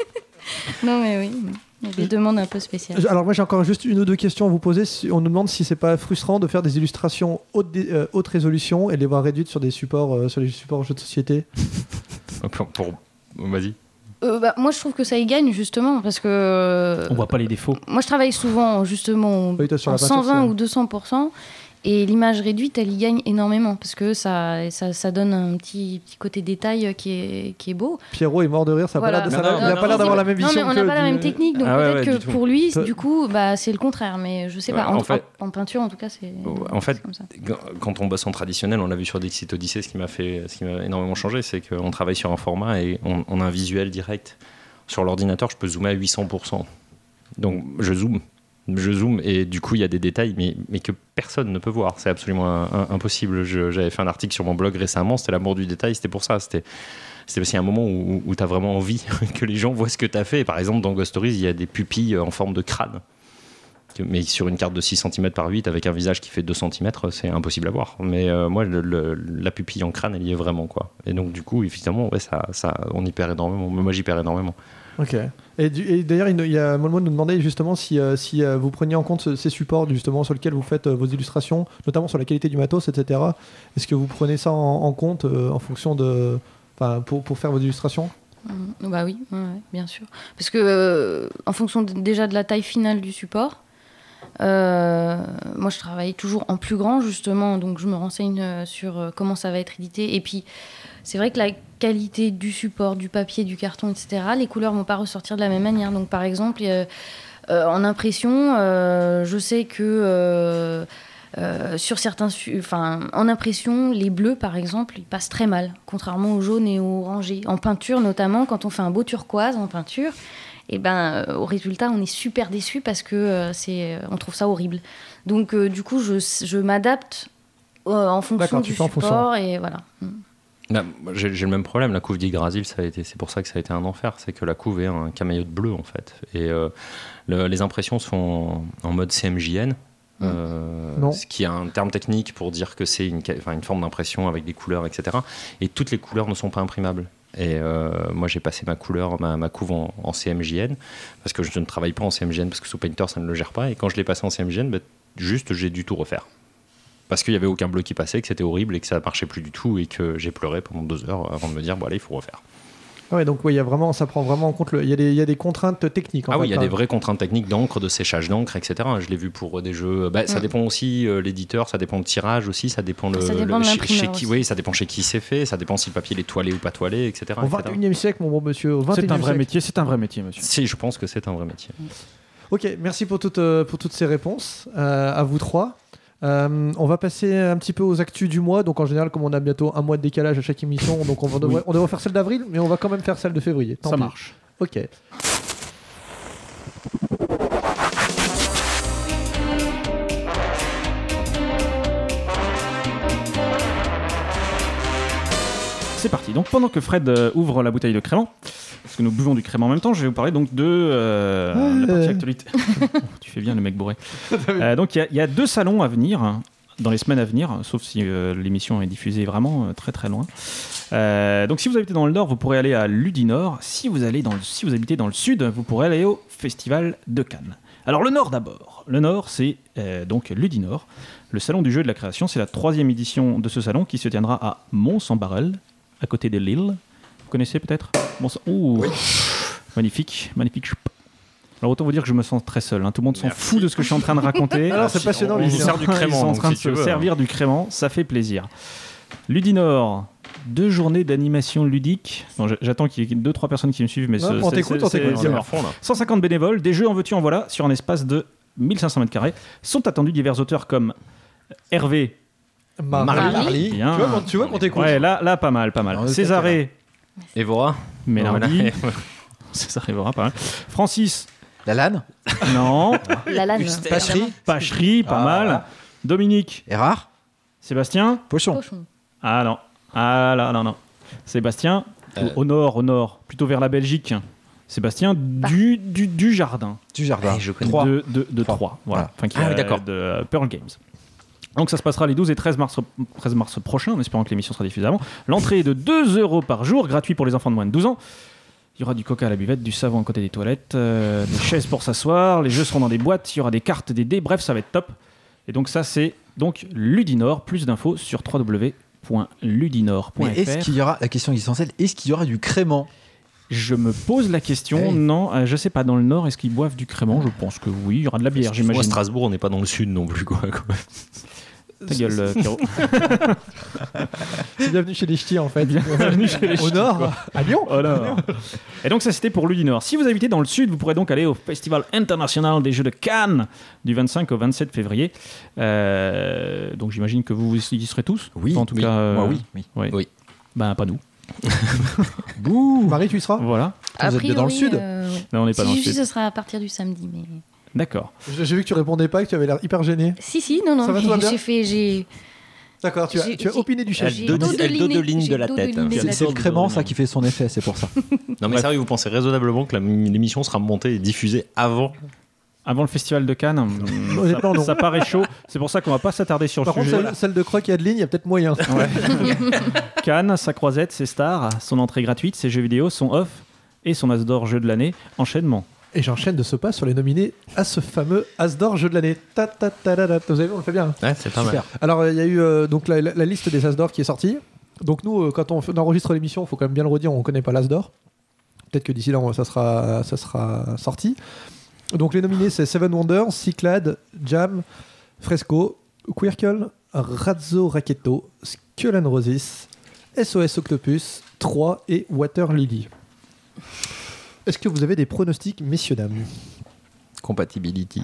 Non mais oui, il y a des demandes un peu spéciales. Alors moi j'ai encore juste une ou deux questions à vous poser. Si- On nous demande si c'est pas frustrant de faire des illustrations haute, dé- euh, haute résolution et de les voir réduites sur des supports, euh, sur les supports jeux de société. pour, pour- Vas-y. Euh, bah, moi je trouve que ça y gagne justement parce que On voit pas les défauts. moi je travaille souvent justement Oui, toi, sur en la peinture, cent vingt c'est- ou deux cents pour cent et l'image réduite elle y gagne énormément parce que ça, ça, ça donne un petit, petit côté détail qui est, qui est beau. Pierrot est mort de rire, ça a Voilà. pas l'air de- Non, ça n'a- non, il n'a non, pas l'air non, d'avoir non. la même Non vision mais on que n'a pas la du- même technique donc Ah ouais, peut-être ouais, que du tout. pour lui Toi- du coup bah, c'est le contraire mais je sais Ouais, pas. en En, fait- en- en peinture en tout cas c'est En fait, c'est comme ça. quand on bosse en traditionnel, on l'a vu sur Dixit Odyssey, ce qui m'a fait, ce qui m'a énormément changé, c'est qu'on travaille sur un format et on, on a un visuel direct. Sur l'ordinateur, je peux zoomer à huit cents pour cent. Donc je zoome, je zoome et du coup il y a des détails, mais, mais que personne ne peut voir. C'est absolument un- un- impossible. Je- j'avais fait un article sur mon blog récemment, c'était l'amour du détail, c'était pour ça. C'était c'est aussi un moment où, où tu as vraiment envie que les gens voient ce que tu as fait. Par exemple, dans Ghost Stories, il y a des pupilles en forme de crâne. Mais sur une carte de six centimètres par huit avec un visage qui fait deux centimètres, c'est impossible à voir. Mais euh, moi, le- le- la pupille en crâne, elle y est vraiment, quoi. Et donc, du coup, évidemment, ouais, ça, ça, on y perd énormément. Moi, j'y perds énormément. Ok. Et, du- et d'ailleurs, il, il y a Molmo nous demandait justement si, euh, si euh, vous preniez en compte ce- ces supports justement sur lesquels vous faites euh, vos illustrations, notamment sur la qualité du matos, et cetera. Est-ce que vous prenez ça en, en compte euh, en fonction de, enfin, pour, pour faire vos illustrations? Mm, Bah oui, ouais, ouais, bien sûr. Parce que euh, en fonction de- déjà de la taille finale du support, euh, moi je travaille toujours en plus grand justement, donc je me renseigne euh, sur euh, comment ça va être édité. Et puis c'est vrai que la qualité du support, du papier, du carton, et cetera, les couleurs vont pas ressortir de la même manière. Donc par exemple, euh, euh, en impression, euh, je sais que euh, euh, sur certains, su- enfin, en impression, les bleus, par exemple, ils passent très mal, contrairement aux jaunes et aux orangés. En peinture, notamment, quand on fait un beau turquoise en peinture, et ben, euh, au résultat, on est super déçu parce que euh, c'est, euh, on trouve ça horrible. Donc, euh, du coup, je, je m'adapte euh, en fonction D'accord, du tu fais en fonction. support et voilà. Mm. Là, j'ai, j'ai le même problème. La couve d'Yggdrasil, ça a été, c'est pour ça que ça a été un enfer. C'est que la couve est un camaïote bleu, en fait. Et euh, le- les impressions se font en, en mode C M J N. Euh, Non. ce qui est un terme technique pour dire que c'est une, ca- enfin, une forme d'impression avec des couleurs, et cetera. Et toutes les couleurs ne sont pas imprimables. Et euh, moi, j'ai passé ma couleur, ma, ma couve en, en C M J N, parce que je ne travaille pas en C M J N, parce que sous Painter, ça ne le gère pas. Et quand je l'ai passé en C M J N, bah, juste, j'ai dû tout refaire. Parce qu'il n'y avait aucun bleu qui passait, que c'était horrible et que ça ne marchait plus du tout, et que j'ai pleuré pendant deux heures avant de me dire, bon allez, il faut refaire. Ouais, donc ouais, il y a vraiment, ça prend vraiment en compte. le- Il y, a des- il y a des contraintes techniques. En Ah fait, oui, il y a hein. des vraies contraintes techniques d'encre, de séchage d'encre, et cetera. Je l'ai vu pour des jeux. Bah, ça Mm. dépend aussi euh, l'éditeur, ça dépend le tirage aussi, ça dépend le. Ça dépend le- de chez- l'imprimeur chez qui, aussi. oui, ça dépend chez qui c'est fait, ça dépend si le papier il est toilé ou pas toilé, et cetera. Au et cetera. vingt et unième siècle, mon bon monsieur. Au C'est un vingt et unième vrai siècle. métier, c'est un vrai métier, monsieur. Si, je pense que c'est un vrai métier. Ok, merci pour toutes, euh, pour toutes ces réponses. Euh, à vous trois. Euh, on va passer un petit peu aux actus du mois. Donc en général, comme on a bientôt un mois de décalage à chaque émission, donc on, va devrait, on devrait faire celle d'avril, mais on va quand même faire celle de février. Tant Ça pis. marche. Ok. C'est parti. Donc pendant que Fred euh, ouvre la bouteille de crément, parce que nous buvons du crément en même temps, je vais vous parler donc de euh, Ouais. la partie actualité. Tu fais bien le mec bourré. Euh, donc il y a- il y, a deux salons à venir hein, dans les semaines à venir, sauf si euh, l'émission est diffusée vraiment euh, très très loin. Euh, donc si vous habitez dans le nord, vous pourrez aller à Ludinor. Si vous allez dans le, si vous habitez dans le sud, vous pourrez aller au Festival de Cannes. Alors le nord d'abord. Le nord, c'est euh, donc Ludinor. Le salon du jeu et de la création, c'est la troisième édition de ce salon qui se tiendra à Mons-en-Barœul, à côté de Lille. Vous connaissez peut-être Mons- Ouh, magnifique, magnifique. Alors autant vous dire que je me sens très seul. hein. Tout le monde s'en Merci. fout de ce que je suis en train de raconter. Alors, c'est passionnant, On, on les vous gens. sert du Ils crément, sont en donc, train si de tu se veux. servir du crément, ça fait plaisir. Ludinor, deux journées d'animation ludique. Bon, j- j'attends qu'il y ait deux trois personnes qui me suivent, mais Ouais, ce- on c'est- t'écoute, c'est- on t'écoute, c'est- dis-moi. à fond, là. cent cinquante bénévoles, des jeux en veux-tu en voilà sur un espace de mille cinq cents mètres carrés. Sont attendus divers auteurs comme Hervé. Marley. Marley. Bien. Tu vois, qu'on- tu vois qu'on t'écoute. Ouais, là, là, pas mal, pas mal. Alors, le Césaré, Evora. Mélardi. Voilà. Césaré Evora, pas mal. Francis, La LAN, non. La lane. Pacherie, Pacherie, pas Ah, mal. voilà. Dominique, Erard, Sébastien. Pochon. Cochon. Ah non. Ah là, non, non. Sébastien, Euh. au nord, au nord, plutôt vers la Belgique. Sébastien du, du, du Jardin. Du Jardin. Ouais, je connais. Trois. De, de, de Trois. Troyes. Voilà. Voilà. Enfin, qui Ah est, oui, d'accord. De euh, Pearl Games. Donc ça se passera les douze et treize mars, treize mars prochains, en espérant que l'émission sera diffusée avant. L'entrée est de deux euros par jour, gratuit pour les enfants de moins de douze ans. Il y aura du coca à la buvette, du savon à côté des toilettes, euh, des chaises pour s'asseoir, les jeux seront dans des boîtes, il y aura des cartes, des dés, bref, ça va être top. Et donc ça, c'est donc Ludinor. Plus d'infos sur w w w point ludinor point Mais est-ce f r. qu'il y aura, la question existentielle, est-ce qu'il y aura du crément? Je me pose la question. Hey. Non, euh, je sais pas. Dans le Nord, est-ce qu'ils boivent du crément? Je pense que oui. Il y aura de la bière, Moi, j'imagine. Strasbourg, on n'est pas dans le sud non plus, quoi. quoi. Ta gueule, euh, Pierrot. C'est bienvenue chez les ch'tis en fait. Bienvenue chez les Au ch'tis, nord, quoi. à Lyon. Oh là. Et donc ça c'était pour Ludinor. Si vous habitez dans le sud, vous pourrez donc aller au Festival international des jeux de Cannes du vingt-cinq au vingt-sept février. Euh, donc j'imagine que vous y serez tous. Oui, Enfin, en tout oui. cas, euh, Moi, oui, oui. ouais. Oui. Ben pas nous. Bouh. Marie, tu y seras? Voilà. A Vous êtes bien dans le priori, sud euh, ouais. Non, on n'est pas Si dans le j'y suis, sud. ce sera à partir du samedi. Mais... D'accord. J'ai j'ai vu que tu répondais pas et que tu avais l'air hyper gêné. Si, si, non, non. Ça va, tout va mais bien j'ai fait. J'ai... D'accord, tu as, J'ai- tu as j'ai- opiné du chef. j'ai dodo- elle dodoliné, dodoline j'ai de la tête. dodoliné de C'est la c'est le tête. crément, ça, qui fait son effet, c'est pour ça. Non, mais sérieux, vous pensez raisonnablement que la- l'émission sera montée et diffusée avant? Avant le festival de Cannes, hum, Honnêtement, ça, non. ça paraît chaud. C'est pour ça qu'on va pas s'attarder sur Par le contre, sujet. celle, celle de Croc et Adeline, il y a peut-être moyen. Cannes, sa croisette, ses stars, son entrée gratuite, ses jeux vidéo, son off et son as d'or jeu de l'année. Enchaînement. Et j'enchaîne de ce pas sur les nominés à ce fameux As d'or jeu de l'année. Ta, ta, ta, ta, ta. Vous avez vu, on le fait bien. Ouais, c'est pas mal. Super. Alors, il y a eu euh, donc la, la- la liste des As d'or qui est sortie. Donc, nous, euh, quand on, fait- on enregistre l'émission, il faut quand même bien le redire, on ne connaît pas l'As d'or. Peut-être que d'ici là, on- ça sera, ça sera sorti. Donc, les nominés, c'est Seven Wonders, Cyclade, Jam, Fresco, Quirkle, Razzo Racketto, Skull and Roses, S O S Octopus, trois et Water Lily. Est-ce que vous avez des pronostics, messieurs, dames? Compatibility.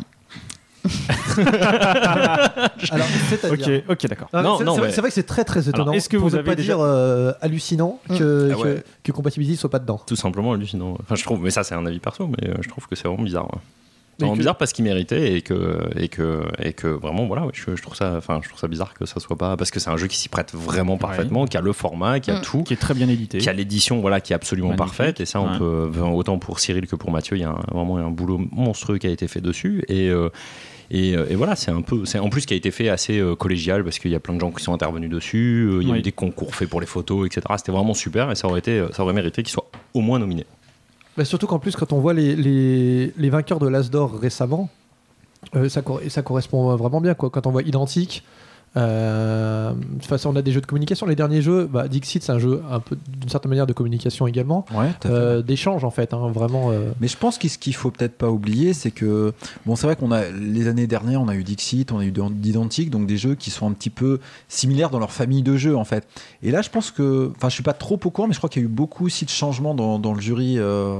Alors, c'est-à-dire... Ok, ok, d'accord. Non, Non, c'est, non, c'est vrai- mais- c'est vrai que c'est très très étonnant. Alors, est-ce que pour vous ne avez pas déjà- dire euh, hallucinant que, Ah ouais. que, que Compatibility soit pas dedans. Tout simplement hallucinant. Enfin, je trouve, mais ça, c'est un avis perso, mais euh, je trouve que c'est vraiment bizarre. ouais. Mais Vraiment que- bizarre parce qu'il méritait et que, et que, et que vraiment, voilà, ouais, je, je trouve ça, enfin, je trouve ça bizarre que ça soit pas. Parce que c'est un jeu qui s'y prête vraiment parfaitement, qui a le format, qui a Mm. tout. Qui est très bien édité. Qui a l'édition voilà, qui est absolument Magnifique. parfaite. Et ça, on Ouais. peut, enfin, autant pour Cyril que pour Mathieu, il y a un- vraiment un boulot monstrueux qui a été fait dessus. Et, euh, et, euh, et voilà, c'est un peu. C'est en plus qui a été fait assez euh, collégial parce qu'il y a plein de gens qui sont intervenus dessus. euh, il y a Oui. eu des concours faits pour les photos, et cetera. C'était vraiment super et ça aurait, été, ça aurait mérité qu'il soit au moins nominé. Bah, surtout qu'en plus, quand on voit les, les, les vainqueurs de l'As d'or récemment, euh, ça, cor- ça correspond vraiment bien. Quoi. Quand on voit Identique, Euh, de toute façon, on a des jeux de communication. Les derniers jeux, bah, Dixit, c'est un jeu un peu d'une certaine manière de communication également, Ouais, tout à fait. euh, d'échange en fait, hein, vraiment. euh. Mais je pense que ce qu'il faut peut-être pas oublier, c'est que bon, c'est vrai qu'on a les années dernières, on a eu Dixit, on a eu d'Identic, donc des jeux qui sont un petit peu similaires dans leur famille de jeux en fait. Et là, je pense que, enfin, je suis pas trop au courant, mais je crois qu'il y a eu beaucoup aussi de changements dans, dans le jury euh,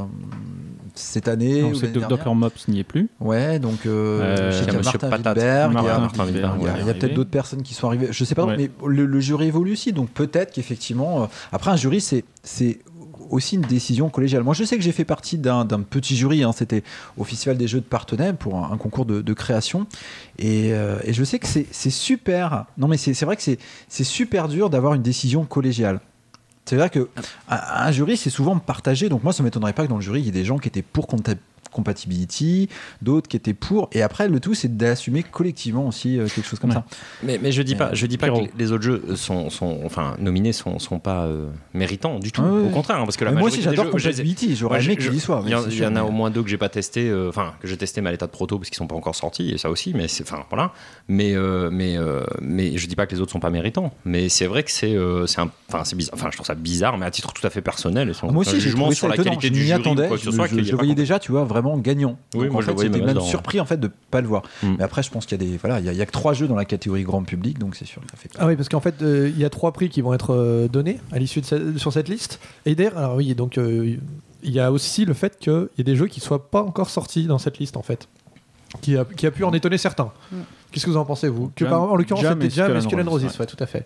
cette année. Non, ou c'est l'année que dernière. Docteur Mops n'y est plus. Ouais, donc euh, Euh, je sais il y a qu'il y a Monsieur Martin Patate. Wilberg, il y a- Martin Martin Wilberg, Wilberg, Il y a, ouais, il y a arrivé. peut-être d'autres personnes qui sont arrivées. Je sais pas, Ouais. mais le, le jury évolue aussi. Donc peut-être qu'effectivement, euh, après un jury, c'est c'est aussi une décision collégiale. Moi, je sais que j'ai fait partie d'un d'un petit jury. Hein, c'était au Festival des Jeux de Parthenay pour un, un concours de, de création. Et, euh, et je sais que c'est c'est super. Non, mais c'est c'est vrai que c'est c'est super dur d'avoir une décision collégiale. C'est vrai que un, un jury, c'est souvent partagé. Donc moi, ça m'étonnerait pas que dans le jury, il y ait des gens qui étaient pour compta- compatibility, d'autres qui étaient pour. Et après, le tout, c'est d'assumer collectivement aussi euh, quelque chose comme Ouais. ça. Mais, mais je dis pas, je dis pas Pierrot. que les autres jeux sont, sont enfin nominés sont, sont pas euh, méritants du tout. Ah ouais. Au contraire, hein, parce que la Mais moi aussi, majorité j'adore des jeux, je les ai- compatibility. J'aurais Moi, aimé je- qu'il y soit. Il y, en- mais c'est il y sûr, en a mais- au moins deux que j'ai pas testé, euh, enfin que j'ai testé mais à l'état de proto parce qu'ils sont pas encore sortis et ça aussi. Mais c'est, enfin voilà. Mais euh, mais euh, mais je dis pas que les autres sont pas méritants. Mais c'est vrai que c'est euh, c'est un, enfin c'est bizarre. Enfin je trouve ça bizarre, mais à titre tout à fait personnel. Et sans Ah, moi aucun aussi, j'ai jugement trouvé sur ça la étonnant. qualité Je du m'y jury ou attendais. quoi que ce Je, soit. je- qu'il y ait je le pas voyais encore. déjà, tu vois, vraiment gagnant. Oui, Donc, moi, en je fait, le voyais c'était même même dedans. surpris en fait de pas le voir. Mm. Mais après, je pense qu'il y a des, voilà, il y, a- il y a que trois jeux dans la catégorie grand public, donc c'est sûr que ça fait. Ah oui, parce qu'en fait, euh, il y a trois prix qui vont être euh, donnés à l'issue de cette- sur cette liste. Et d'ailleurs, alors oui, donc euh, il y a aussi le fait qu'il y ait des jeux qui ne soient pas encore sortis dans cette liste en fait, qui a, qui a pu en étonner certains. Mm. Qu'est-ce que vous en pensez vous que Jam- par, En l'occurrence, Jam c'était et Jam et Skull Skull and and Roses, Roses, ouais, tout à fait.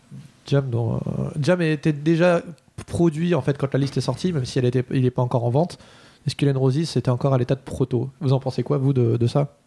Jam, dont, euh, Jam était déjà produit en fait quand la liste est sortie, même si elle était, il n'est pas encore en vente. Et Skull and Roses, c'était encore à l'état de proto. Vous en pensez quoi vous de, de ça?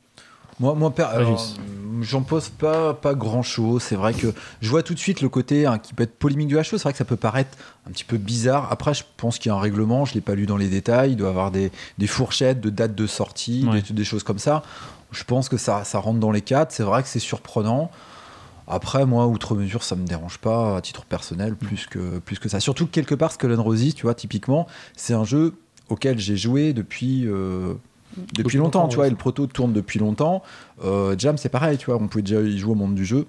Moi, moi per- alors, Régis. euh, j'en pose pas, pas grand chose. C'est vrai que je vois tout de suite le côté hein, qui peut être polémique du H O. C'est vrai que ça peut paraître un petit peu bizarre. Après, je pense qu'il y a un règlement. Je l'ai pas lu dans les détails. Il doit y avoir des, des fourchettes de date de sortie, Ouais. des, des choses comme ça. Je pense que ça, ça rentre dans les cadres. C'est vrai que c'est surprenant. Après, moi, outre mesure, ça me dérange pas à titre personnel plus que, plus que ça. Surtout que quelque part, Skull and Roses, tu vois, typiquement, c'est un jeu auquel j'ai joué depuis, euh, depuis Depuis longtemps, longtemps, tu vois, ouais. et le proto tourne depuis longtemps. Euh, Jam, c'est pareil, tu vois, on pouvait déjà y jouer au monde du jeu.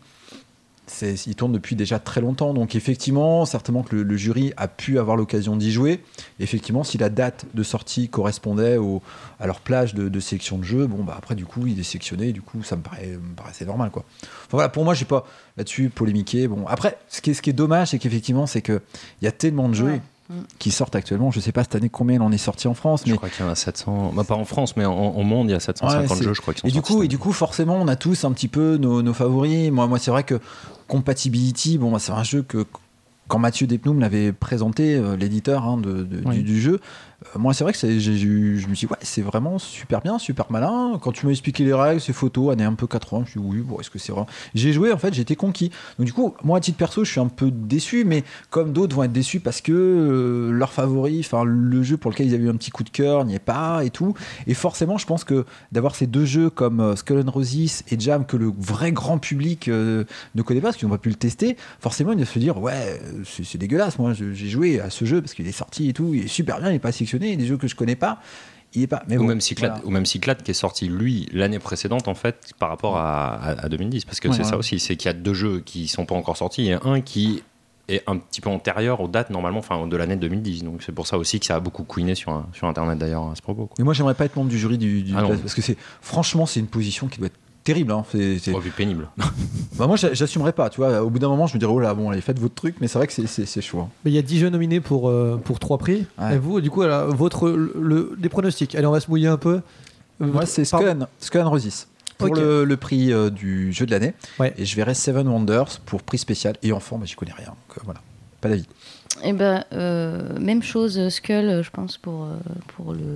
C'est, il tourne depuis déjà très longtemps, donc effectivement, certainement que le, le jury a pu avoir l'occasion d'y jouer. Effectivement, si la date de sortie correspondait au, à leur plage de, de sélection de jeu, bon, bah après, du coup, il est sélectionné, du coup, ça me, paraît, me paraissait normal, quoi. Enfin voilà, pour moi, j'ai pas là-dessus polémiqué. Bon, après, ce qui est, ce qui est dommage, c'est qu'effectivement, c'est qu'il y a tellement de jeux. Ouais. Qui sortent actuellement, je sais pas cette année combien il en est sorti en France, Je mais crois qu'il y en a sept cents, bah, pas en France, mais en- au monde, il y a sept cent cinquante Ouais, c'est- jeux, je crois, qui sont et du sortis coup, cette et du coup, forcément, on a tous un petit peu nos, nos favoris. Moi, moi, c'est vrai que Compatibility, bon, bah, c'est un jeu que quand Mathieu Despnous me l'avait présenté, euh, l'éditeur hein, de, de- Oui. du, du jeu, euh, moi, c'est vrai que c'est- j'ai, eu- je me suis dit, ouais, c'est vraiment super bien, super malin. Quand tu m'as expliqué les règles, ces photos, année un peu quatre-vingts, je me suis dit, oui, bon, est-ce que c'est vraiment. J'ai joué, en fait, j'ai été conquis. Donc, du coup, moi, à titre perso, je suis un peu déçu, mais comme d'autres vont être déçus parce que euh, leur favori, enfin, le jeu pour lequel ils avaient eu un petit coup de cœur n'y est pas et tout. Et forcément, je pense que d'avoir ces deux jeux comme euh, Skull and Roses et Jam que le vrai grand public euh, ne connaît pas parce qu'ils n'ont pas pu le tester, forcément, ils doivent se dire, ouais, c'est, c'est dégueulasse. Moi, je- j'ai joué à ce jeu parce qu'il est sorti et tout, il est super bien, il n'est pas sélectionné. Il y a des jeux que je connais pas, il est pas. Mais ou, bon, même Cyclade, voilà. ou même Cyclade qui est sorti lui l'année précédente en fait par rapport à, à- à deux mille dix parce que Ouais, c'est ouais. ça aussi, c'est qu'il y a deux jeux qui sont pas encore sortis et un qui est un petit peu antérieur aux dates normalement, enfin de l'année deux mille dix, donc c'est pour ça aussi que ça a beaucoup couiné sur, sur internet d'ailleurs à ce propos, quoi. Et moi, j'aimerais pas être membre du jury du, du Ah non. parce que c'est franchement, c'est une position qui doit être terrible. Hein. C'est, c'est- Revu pénible. Bah, moi, j'a- j'assumerais pas. Tu vois, au bout d'un moment, je me dirais, oh là, bon, allez, faites votre truc. Mais c'est vrai que c'est, c'est, c'est chaud. hein. Mais il y a dix jeux nominés pour, euh, pour trois prix. Ouais. Et vous, du coup, alors, votre, le, le- les pronostics. Allez, on va se mouiller un peu. Euh, Moi, votre- c'est pardon. Skull and- Skull and Roses pour Ok. le, le prix euh, du jeu de l'année. Ouais. Et je verrai Seven Wonders pour prix spécial. Et enfant, bah, j'y connais rien. Donc euh, voilà, pas d'avis. Et ben, euh, même chose, Skull, je pense, pour, euh, pour, le,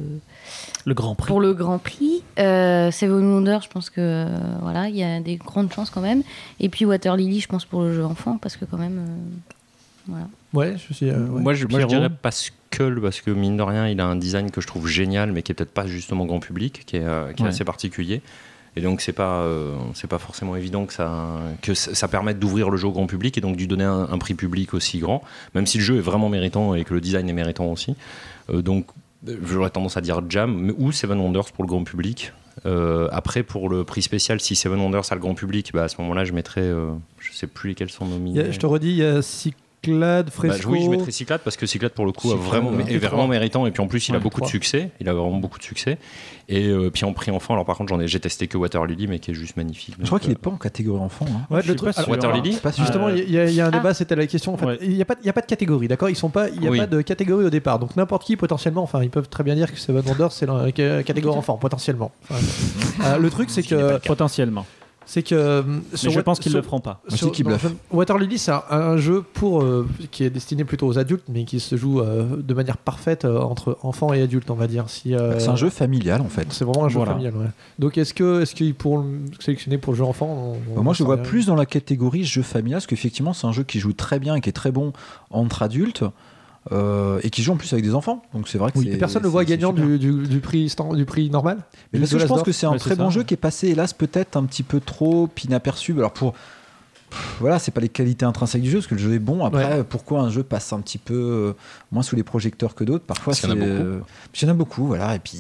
Le Grand Prix. pour le Grand Prix. Euh, Seven Wonders, je pense que euh, voilà, il y a des grandes chances quand même. Et puis Water Lily, je pense, pour le jeu enfant, parce que quand même. euh, voilà. Ouais, je suis. euh, ouais. Moi, je, moi, je Pierrot. dirais pas Skull parce que mine de rien, il a un design que je trouve génial, mais qui est peut-être pas justement grand public, qui est, euh, qui est Ouais. assez particulier. Et donc c'est pas euh, c'est pas forcément évident que ça que ça ça permette d'ouvrir le jeu au grand public et donc de lui donner un, un prix public aussi grand, même si le jeu est vraiment méritant et que le design est méritant aussi. Euh, donc euh, j'aurais tendance à dire Jam mais- ou Seven Wonders pour le grand public. Euh, après, pour le prix spécial, si Seven Wonders a le grand public, bah, à ce moment-là, je mettrais. Euh, je sais plus lesquels sont Il nominés. y a- je te redis, il y a Cyclade, Fresco. Bah, oui, je mettrais Cyclade parce que Cyclade, pour le coup, a Cyclade, vraiment, ouais. est vraiment méritant. Et puis en plus, il Ouais, a beaucoup trois. de succès. Il a vraiment beaucoup de succès. Et euh, puis en prix enfant, alors par contre, j'en ai, j'ai testé que Water Lily, mais qui est juste magnifique. Je crois Donc, qu'il est pas en catégorie enfant. Hein. Ouais, Je le suis truc- pas sûr. Water Lily Pas sûr. Justement, il y, a- il y a un Ah. débat, c'était la question. En fait, Ouais. il n'y a, pas- il y a pas de catégorie, d'accord. Ils sont pas, il n'y a Oui. pas de catégorie au départ. Donc n'importe qui potentiellement, enfin, ils peuvent très bien dire que Seven Wonders c'est la ca- catégorie enfant potentiellement. Enfin, euh, le truc, c'est que, Potentiellement. c'est que euh, Mais sur je Wat- pense qu'ils sur- le feront pas. Moi, je sur- dis qu'ils non, bluffent. je- Water Lily, c'est un, un jeu pour euh, qui est destiné plutôt aux adultes, mais qui se joue euh, de manière parfaite euh, entre enfants et adultes, on va dire. Si, euh, C'est un jeu familial en fait. C'est vraiment un jeu Voilà. familial. Ouais. Donc est-ce que est-ce qu'ils pourront le sélectionner pour le jeu enfant on- on Bah, moi, je le n'en vois sait rien. plus dans la catégorie jeu familial, parce qu'effectivement, c'est un jeu qui joue très bien et qui est très bon entre adultes. euh, et qui joue en plus avec des enfants. Donc c'est vrai que Oui, c'est. et personne ne le c'est- voit c'est gagnant super. du, du, du prix stand- du prix normal. Mais Du parce que je Glass pense d'Or. que c'est un Ouais, très c'est bon ça. jeu qui est passé, hélas, peut-être un petit peu trop inaperçu. Alors pour. Pff, Voilà, c'est pas les qualités intrinsèques du jeu, parce que le jeu est bon. Après, Ouais. pourquoi un jeu passe un petit peu euh, moins sous les projecteurs que d'autres? Parfois, Parce qu'il y en a c'est, beaucoup. euh, parce qu'il y en a beaucoup, voilà. Et puis.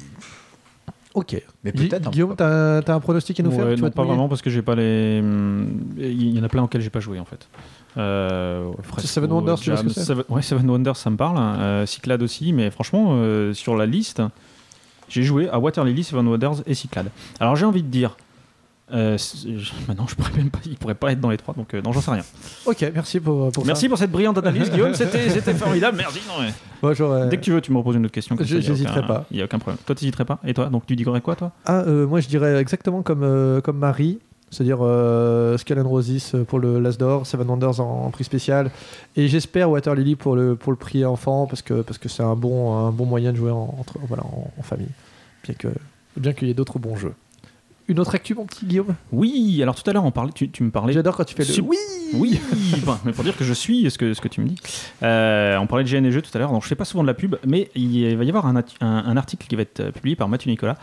Ok. Mais Gui- peut-être. hein, Guillaume, pourquoi pas. t'as t'as un pronostic à nous faire Ouais, Tu non, vas te pas mouiller vraiment parce que j'ai pas les. hum, Il y en a plein auxquels j'ai pas joué en fait. Euh, Fresco, Seven Wonders, tu vois ce que Jam, c'est Seven- Ouais, Seven Wonders, ça me parle. Euh, Cyclade aussi, mais franchement, euh, sur la liste, j'ai joué à Water Lily, Seven Wonders et Cyclade. Alors j'ai envie de dire. Euh, c'est- je- maintenant, je pourrais même pas, il pourrait pas être dans les trois, donc euh, non, j'en sais rien. Ok, merci pour, pour Merci ça. pour cette brillante analyse, Guillaume. C'était, c'était formidable. Merci. Non, mais- Moi, j'aurais- Dès que tu veux, tu me reposes une autre question. comme Je- ça, y a j'hésiterai aucun- pas. Il y a aucun problème. Toi, tu n'hésiterais pas. Et toi, donc tu dirais quoi, toi? Ah, euh, moi je dirais exactement comme, euh, comme Marie, c'est-à-dire euh, Skull and Roses pour le Last d'Or, Seven Wonders en, en prix spécial, et j'espère Water Lily pour le, pour le prix enfant, parce que, parce que c'est un bon, un bon moyen de jouer en, entre, voilà, en, en famille, bien que bien qu'il y ait d'autres bons jeux. Une autre actu, mon petit Guillaume? Oui, alors tout à l'heure, on parlait, tu, tu me parlais. J'adore quand tu fais le Sup- oui. Oui, bon, mais pour dire que je suis ce que, ce que tu me dis. Euh, on parlait de G N et jeux tout à l'heure, donc je fais pas souvent de la pub, mais il va y avoir un, ati- un, un article qui va être publié par Mathieu Nicolas.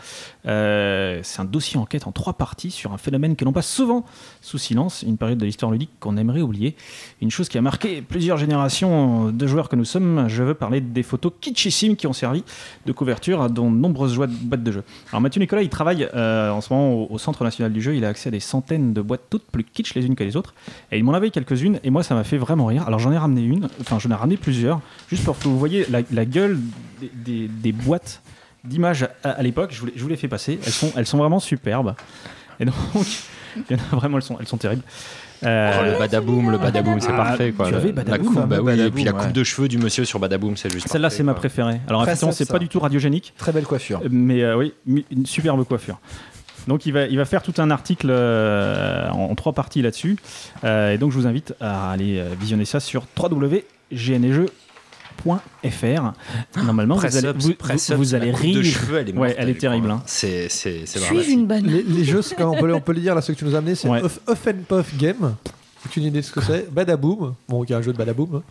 Euh, c'est un dossier enquête en trois parties sur un phénomène que l'on passe souvent sous silence, une période de l'histoire ludique qu'on aimerait oublier. Une chose qui a marqué plusieurs générations de joueurs que nous sommes, je veux parler des photos kitschissimes qui ont servi de couverture à de nombreuses joies- boîtes de jeux. Alors Mathieu Nicolas, il travaille euh, en ce moment au, au Centre National du Jeu, il a accès à des centaines de boîtes toutes plus kitsch les unes que les autres, et il m'en avait quelques-unes, et moi ça m'a fait vraiment rire. Alors j'en ai ramené une, enfin j'en ai ramené plusieurs, juste pour que vous voyez la, la gueule des, des- des boîtes d'images à, à l'époque, je vous, les, je vous les fais passer, elles sont, elles sont vraiment superbes, et donc il y en a vraiment, elles sont, elles sont terribles. Euh, Oh, le badaboom, le badaboom, c'est Ah, parfait quoi. tu avais La Badaboom, coupe, hein, bah oui, et puis la Badaboom, coupe ouais. de cheveux du monsieur sur badaboom, c'est juste. Celle-là parfait, c'est ma quoi. préférée. Alors Très effectivement soft, c'est ça. pas du tout radiogénique, Très belle coiffure. mais euh, oui, mi- une superbe coiffure. Donc il va, il va faire tout un article euh, en, en trois parties là-dessus. Euh, et donc je vous invite à aller euh, visionner ça sur w w w point g n e jeux point f r. Normalement, vous Press allez, up, vous, press vous- up, vous la allez coupe rire. de cheveux, elle est Ouais, elle est mortelle, terrible, quoi. hein. C'est c'est c'est Suis-je dramatique. une banane? Les, les jeux, c'est quand on peut, on peut le dire là, ce que tu nous as amené, c'est Ouais. Huff, Huff and Puff Game. Aucune idée de ce que c'est. Badaboom. Bon, il y a un jeu de Badaboom.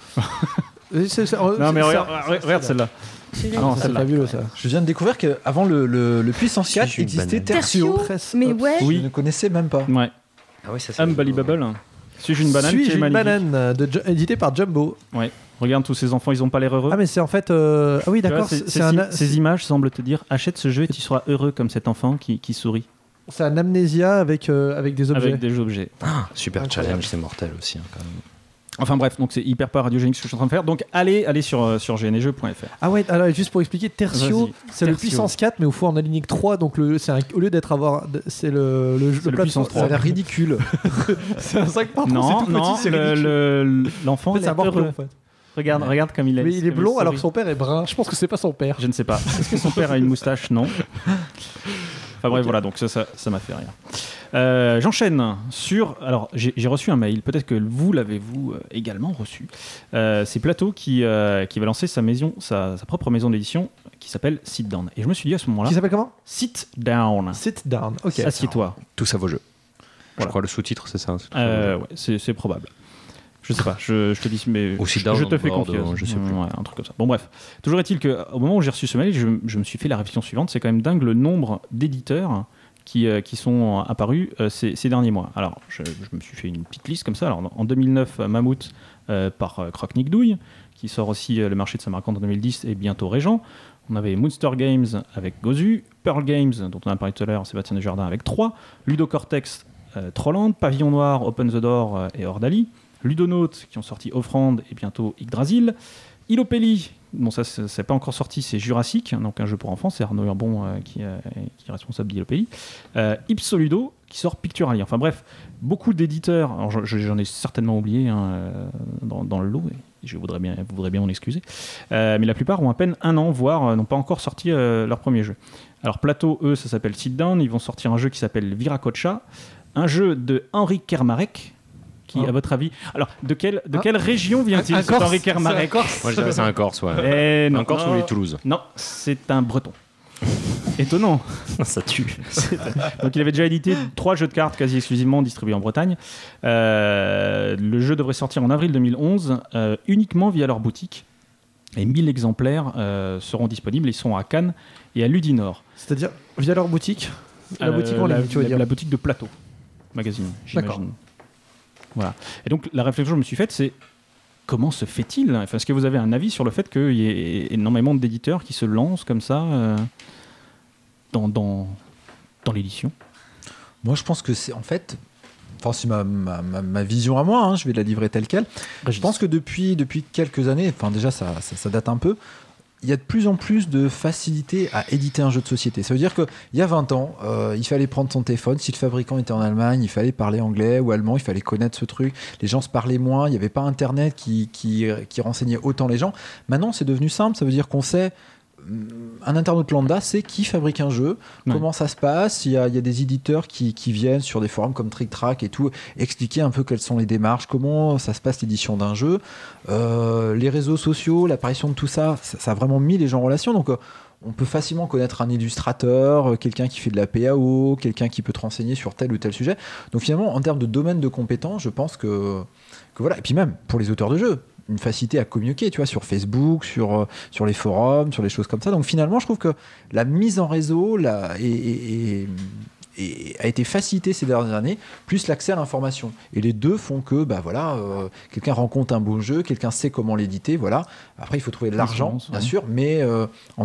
Et c'est- c'est- Non mais c'est- regarde, c'est- regarde celle-là. Celui-là, Ah non, C'est celle-là. fabuleux ça. Je viens de découvrir qu'avant le, le, le Puissance quatre Suis-je une existait banane Tertio. Tertio. Mais ouais. Je Oui. ne connaissais même pas. Ouais. Ah oui, ça c'est. Unbelievable. Suis-je une banane qui Suis-je est une magnifique. banane de Ju- édité par Jumbo. Ouais. Regarde tous ces enfants, ils ont pas l'air heureux. Ah mais c'est en fait euh, ah oui Tu vois, d'accord ces, c'est ces c'est un, im- a- ces images semblent te dire achète ce jeu et tu seras heureux comme cet enfant qui, qui sourit c'est un amnésia avec euh, avec des objets. avec des objets. Ah, super Incroyable. challenge, c'est mortel aussi hein, quand même. Enfin bref, donc c'est hyper pas radiogénique ce que je suis en train de faire. Donc allez, allez sur, euh, sur g n e jeux point f r. Ah ouais, alors juste pour expliquer, Tertio, Vas-y. c'est le Tertio. puissance quatre, mais au fond en aligné que trois, donc le, c'est un- au lieu d'être avoir, c'est le, le, C'est le plateforme- puissance Ça trois. a l'air ridicule. c'est un cinq par trois, Non, c'est tout non, petit, c'est le- ridicule. le- l'enfant En fait, il c'est un est morpion, heureux. en fait. Regarde, regarde comme il est. Mais il est comme blond sourit. alors que son père est brun. Je pense que c'est pas son père. Je ne sais pas. Est-ce que son père a une moustache? Non. Enfin bref, voilà, donc ça, ça, ça m'a fait rire. Euh, J'enchaîne sur. Alors, j'ai j'ai reçu un mail, peut-être que vous l'avez-vous euh, également reçu. Euh, c'est Plateau qui, euh, qui va lancer sa, maison, sa, sa propre maison d'édition qui s'appelle Sit Down. Et je me suis dit à ce moment-là, Qui s'appelle comment? Sit Down. Sit down. Ok. Assieds-toi. Tout ça vos jeux. Je Voilà. crois le sous-titre c'est ça. c'est Tout ça vos Euh, jeux. ouais, c'est c'est probable. Je sais pas, je, je te dis, mais Ou Sit je, Down je on te fais board, confiance. euh, je sais plus. Ouais, un truc comme ça. Bon, bref. Toujours est-il qu'au moment où j'ai reçu ce mail, je, je me suis fait la réflexion suivante c'est quand même dingue le nombre d'éditeurs qui, euh, qui sont apparus euh, ces, ces derniers mois. Alors, je, je me suis fait une petite liste comme ça. Alors, en deux mille neuf, Mammouth euh, par euh, Croque-Nick Douille, qui sort aussi euh, le marché de Samarcande en deux mille dix et bientôt Régent. On avait Moonster Games avec Gozu, Pearl Games, dont on a parlé tout à l'heure, Sébastien Desjardins avec trois, Ludocortex, euh, Trolland, Pavillon Noir, Open the Door euh, et Ordali, Ludonautes qui ont sorti Offrande et bientôt Yggdrasil, Ilopelli, bon ça c'est, c'est pas encore sorti, c'est Jurassic, donc un jeu pour enfants, c'est Arnaud Urbon euh, qui, euh, qui est responsable d'Ilopelli, euh, Ipsoludo qui sort Picturali, enfin bref, beaucoup d'éditeurs, alors je, j'en ai certainement oublié hein, euh, dans, dans le lot, et je voudrais bien, vous voudrais bien m'en excuser, euh, mais la plupart ont à peine un an, voire euh, n'ont pas encore sorti euh, leur premier jeu. Alors Plateau, eux, ça s'appelle Sit Down, ils vont sortir un jeu qui s'appelle Viracocha, un jeu de Henri Kermarek, qui, oh. à votre avis... Alors, de quelle, de ah. quelle région vient-il, un, un cet Henri Kermarek ? Moi, je dirais c'est un Corse, ouais. Et non, un Corse non, ou les Toulouse ? Non, c'est un Breton. Étonnant. Ça tue. Donc, il avait déjà édité trois jeux de cartes quasi exclusivement distribués en Bretagne. Euh, le jeu devrait sortir en avril deux mille onze, euh, uniquement via leur boutique. Et mille exemplaires euh, seront disponibles. Ils sont à Cannes et à Ludinor. C'est-à-dire via leur boutique La euh, boutique en la, ligne, tu veux la, dire la boutique de Plateau Magazine, j'imagine. D'accord. Voilà. Et donc, la réflexion que je me suis faite, c'est comment se fait-il ? Enfin, est-ce que vous avez un avis sur le fait qu'il y ait énormément d'éditeurs qui se lancent comme ça euh, dans, dans, dans l'édition ? Moi, je pense que c'est en fait... Enfin, c'est ma, ma, ma, ma vision à moi, hein, je vais la livrer telle quelle. Régis. Je pense que depuis, depuis quelques années, enfin déjà ça, ça, ça date un peu, il y a de plus en plus de facilité à éditer un jeu de société. Ça veut dire qu'il y a vingt ans, euh, il fallait prendre son téléphone, si le fabricant était en Allemagne, il fallait parler anglais ou allemand, il fallait connaître ce truc, les gens se parlaient moins, il n'y avait pas Internet qui, qui, qui renseignait autant les gens. Maintenant, c'est devenu simple, ça veut dire qu'on sait... Un internaute lambda sait qui fabrique un jeu, ouais. comment ça se passe. Il y a, il y a des éditeurs qui, qui viennent sur des forums comme Trick Track et tout, expliquer un peu quelles sont les démarches, comment ça se passe l'édition d'un jeu. Euh, les réseaux sociaux, l'apparition de tout ça, ça, ça a vraiment mis les gens en relation. Donc, euh, on peut facilement connaître un illustrateur, quelqu'un qui fait de la P A O, quelqu'un qui peut te renseigner sur tel ou tel sujet. Donc, finalement, en termes de domaine de compétences, je pense que, que voilà. Et puis même pour les auteurs de jeux. Une facilité à communiquer, tu vois, sur Facebook, sur, euh, sur les forums, sur les choses comme ça. Donc finalement, je trouve que la mise en réseau la, est, est, est, est, a été facilitée ces dernières années, plus l'accès à l'information. Et les deux font que, bah voilà, euh, quelqu'un rencontre un beau jeu, quelqu'un sait comment l'éditer, voilà. Après, il faut trouver de l'argent, bien ouais. sûr, mais euh, en,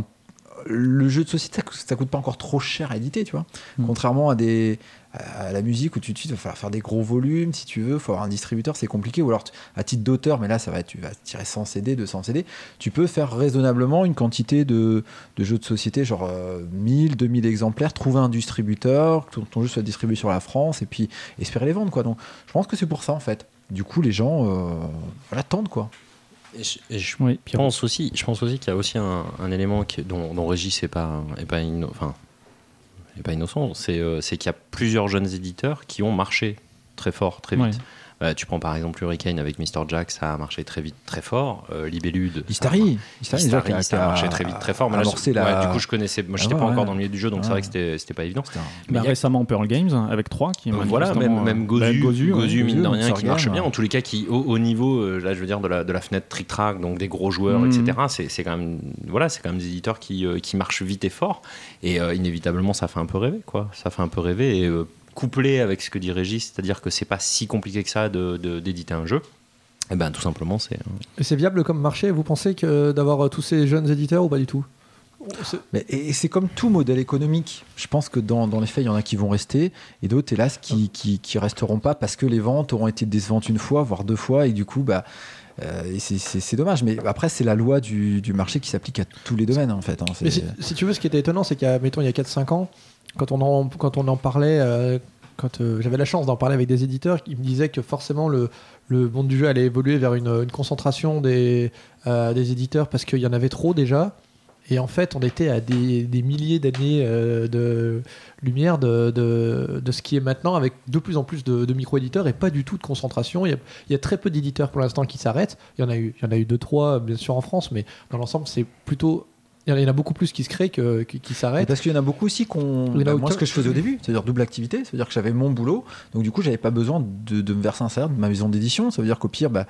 le jeu de société, ça coûte pas encore trop cher à éditer, tu vois. Mmh. Contrairement à des... à la musique où tu il va falloir faire des gros volumes si tu veux, il faut avoir un distributeur, c'est compliqué, ou alors à titre d'auteur, mais là ça va être, tu vas tirer cent C D, deux cents C D, tu peux faire raisonnablement une quantité de, de jeux de société, genre euh, mille, deux mille exemplaires, trouver un distributeur, ton, ton jeu soit distribué sur la France et puis espérer les vendre, quoi. Donc je pense que c'est pour ça en fait. Du coup les gens euh, voilà, tendent, quoi. Et je, et je oui, pense aussi, je pense aussi qu'il y a aussi un, un élément qui, dont, dont Régis n'est pas, est pas, inno, enfin, est pas innocent, c'est, euh, c'est qu'il y a plusieurs jeunes éditeurs qui ont marché très fort, très vite. Ouais. Euh, tu prends par exemple Hurricane avec mister Jack, ça a marché très vite, très fort. Euh, Libellude, Istari, ça, Istari, Istari, ça a marché très vite, très fort. Mais là, je, la... ouais, du coup, je connaissais, moi, j'étais ah, pas ouais. encore dans le milieu du jeu, donc ah, c'est vrai que c'était, c'était pas évident. Un... Mais a... récemment, Pearl Games avec trois qui euh, voilà, même, même Gozu, bah, Gozu, Gozu, mine de rien, qui marche bien. En tous les cas, qui au, au niveau, euh, là, je veux dire, de la, de la fenêtre Trick Track, donc des gros joueurs, mm. et cetera. C'est, c'est quand même, voilà, c'est quand même des éditeurs qui, euh, qui marchent vite et fort, et euh, inévitablement, ça fait un peu rêver, quoi. Ça fait un peu rêver et euh, couplé avec ce que dit Régis, c'est-à-dire que c'est pas si compliqué que ça de, de, d'éditer un jeu, et eh ben tout simplement c'est... Et c'est viable comme marché, vous pensez que d'avoir tous ces jeunes éditeurs ou pas du tout ? C'est... Mais, et c'est comme tout modèle économique. Je pense que dans, dans les faits, il y en a qui vont rester et d'autres, hélas, qui, qui, qui resteront pas parce que les ventes auront été décevantes une fois, voire deux fois, et du coup, bah, euh, et c'est, c'est, c'est dommage. Mais après, c'est la loi du, du marché qui s'applique à tous les domaines, en fait. Hein. Mais si, si tu veux, ce qui était étonnant, c'est qu'il y a, mettons, il y a quatre cinq ans, quand on en, quand on en parlait, euh, quand euh, j'avais la chance d'en parler avec des éditeurs, ils me disaient que forcément le, le monde du jeu allait évoluer vers une, une concentration des, euh, des éditeurs parce qu'il y en avait trop déjà. Et en fait, on était à des, des milliers d'années euh, de lumière de, de, de ce qui est maintenant, avec de plus en plus de, de micro-éditeurs et pas du tout de concentration. Il y a, il y a très peu d'éditeurs pour l'instant qui s'arrêtent. Il y en a eu, il y en a eu deux, trois, bien sûr, en France, mais dans l'ensemble, c'est plutôt... Il y en a beaucoup plus qui se créent que qui, qui s'arrêtent. Parce qu'il y en a beaucoup aussi qu'on. Bah, moi, ce que je faisais au début, c'est-à-dire double activité, c'est-à-dire que j'avais mon boulot, donc du coup, j'avais pas besoin de, de me verser un salaire de ma maison d'édition. Ça veut dire qu'au pire, bah,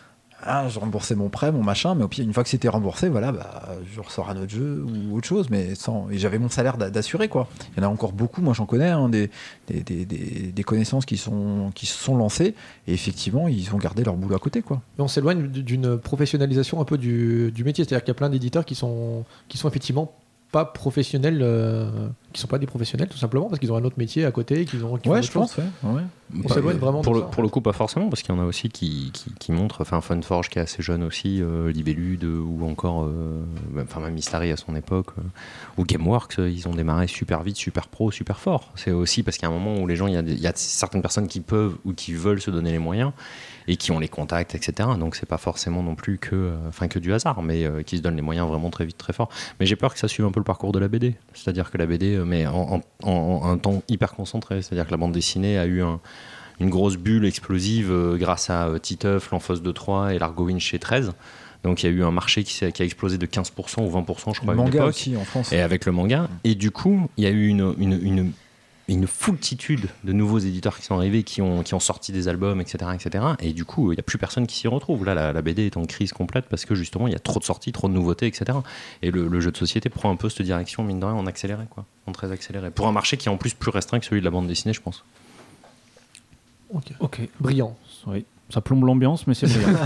ah, je remboursais mon prêt, mon machin, mais au pire, une fois que c'était remboursé, voilà, bah, je ressors un autre jeu ou autre chose, mais sans. Et j'avais mon salaire d'assuré, quoi. Il y en a encore beaucoup, moi j'en connais, hein, des, des, des, des, des connaissances qui sont qui se sont lancées et effectivement, ils ont gardé leur boulot à côté, quoi. Et on s'éloigne d'une professionnalisation un peu du, du métier, c'est-à-dire qu'il y a plein d'éditeurs qui sont qui sont effectivement pas professionnels, euh, qui sont pas des professionnels tout simplement parce qu'ils ont un autre métier à côté, qu'ils ont. Qui Ouais, font je autre pense. chose. Ouais. ouais. On s'éloigne vraiment pour de le, ça. pour le coup, pas forcément, parce qu'il y en a aussi qui, qui, qui montrent, enfin Funforge qui est assez jeune aussi, euh, Libellude euh, ou encore, euh, enfin même Mystary à son époque, euh, ou Gameworks, euh, ils ont démarré super vite, super pro, super fort. C'est aussi parce qu'il y a un moment où les gens, il y a, des- il y a certaines personnes qui peuvent ou qui veulent se donner les moyens et qui ont les contacts, et cetera. Donc c'est pas forcément non plus que, euh, enfin que du hasard, mais euh, qui se donnent les moyens vraiment très vite, très fort. Mais j'ai peur que ça suive un peu le parcours de la B D, c'est-à-dire que la B D, euh, mais en, en, en un temps hyper concentré, c'est-à-dire que la bande dessinée a eu un une grosse bulle explosive euh, grâce à euh, Titeuf, l'Enfos de Troyes et l'Argo Winch chez treize. Donc il y a eu un marché qui, s'est- qui a explosé de quinze pour cent ou vingt pour cent, je crois, Le à une manga époque. aussi en France. Et avec le manga. Et du coup, il y a eu une, une, une, une foultitude de nouveaux éditeurs qui sont arrivés, qui ont, qui ont sorti des albums, et cetera, et cetera. Et du coup, il n'y a plus personne qui s'y retrouve. Là, la, la B D est en crise complète parce que justement, il y a trop de sorties, trop de nouveautés, et cetera. Et le, le jeu de société prend un peu cette direction, mine de rien, en accéléré, quoi. En très accéléré. Pour un marché qui est en plus plus restreint que celui de la bande dessinée, je pense. Ok. Ok. Brillant. Oui, ça plombe l'ambiance, mais c'est brillant.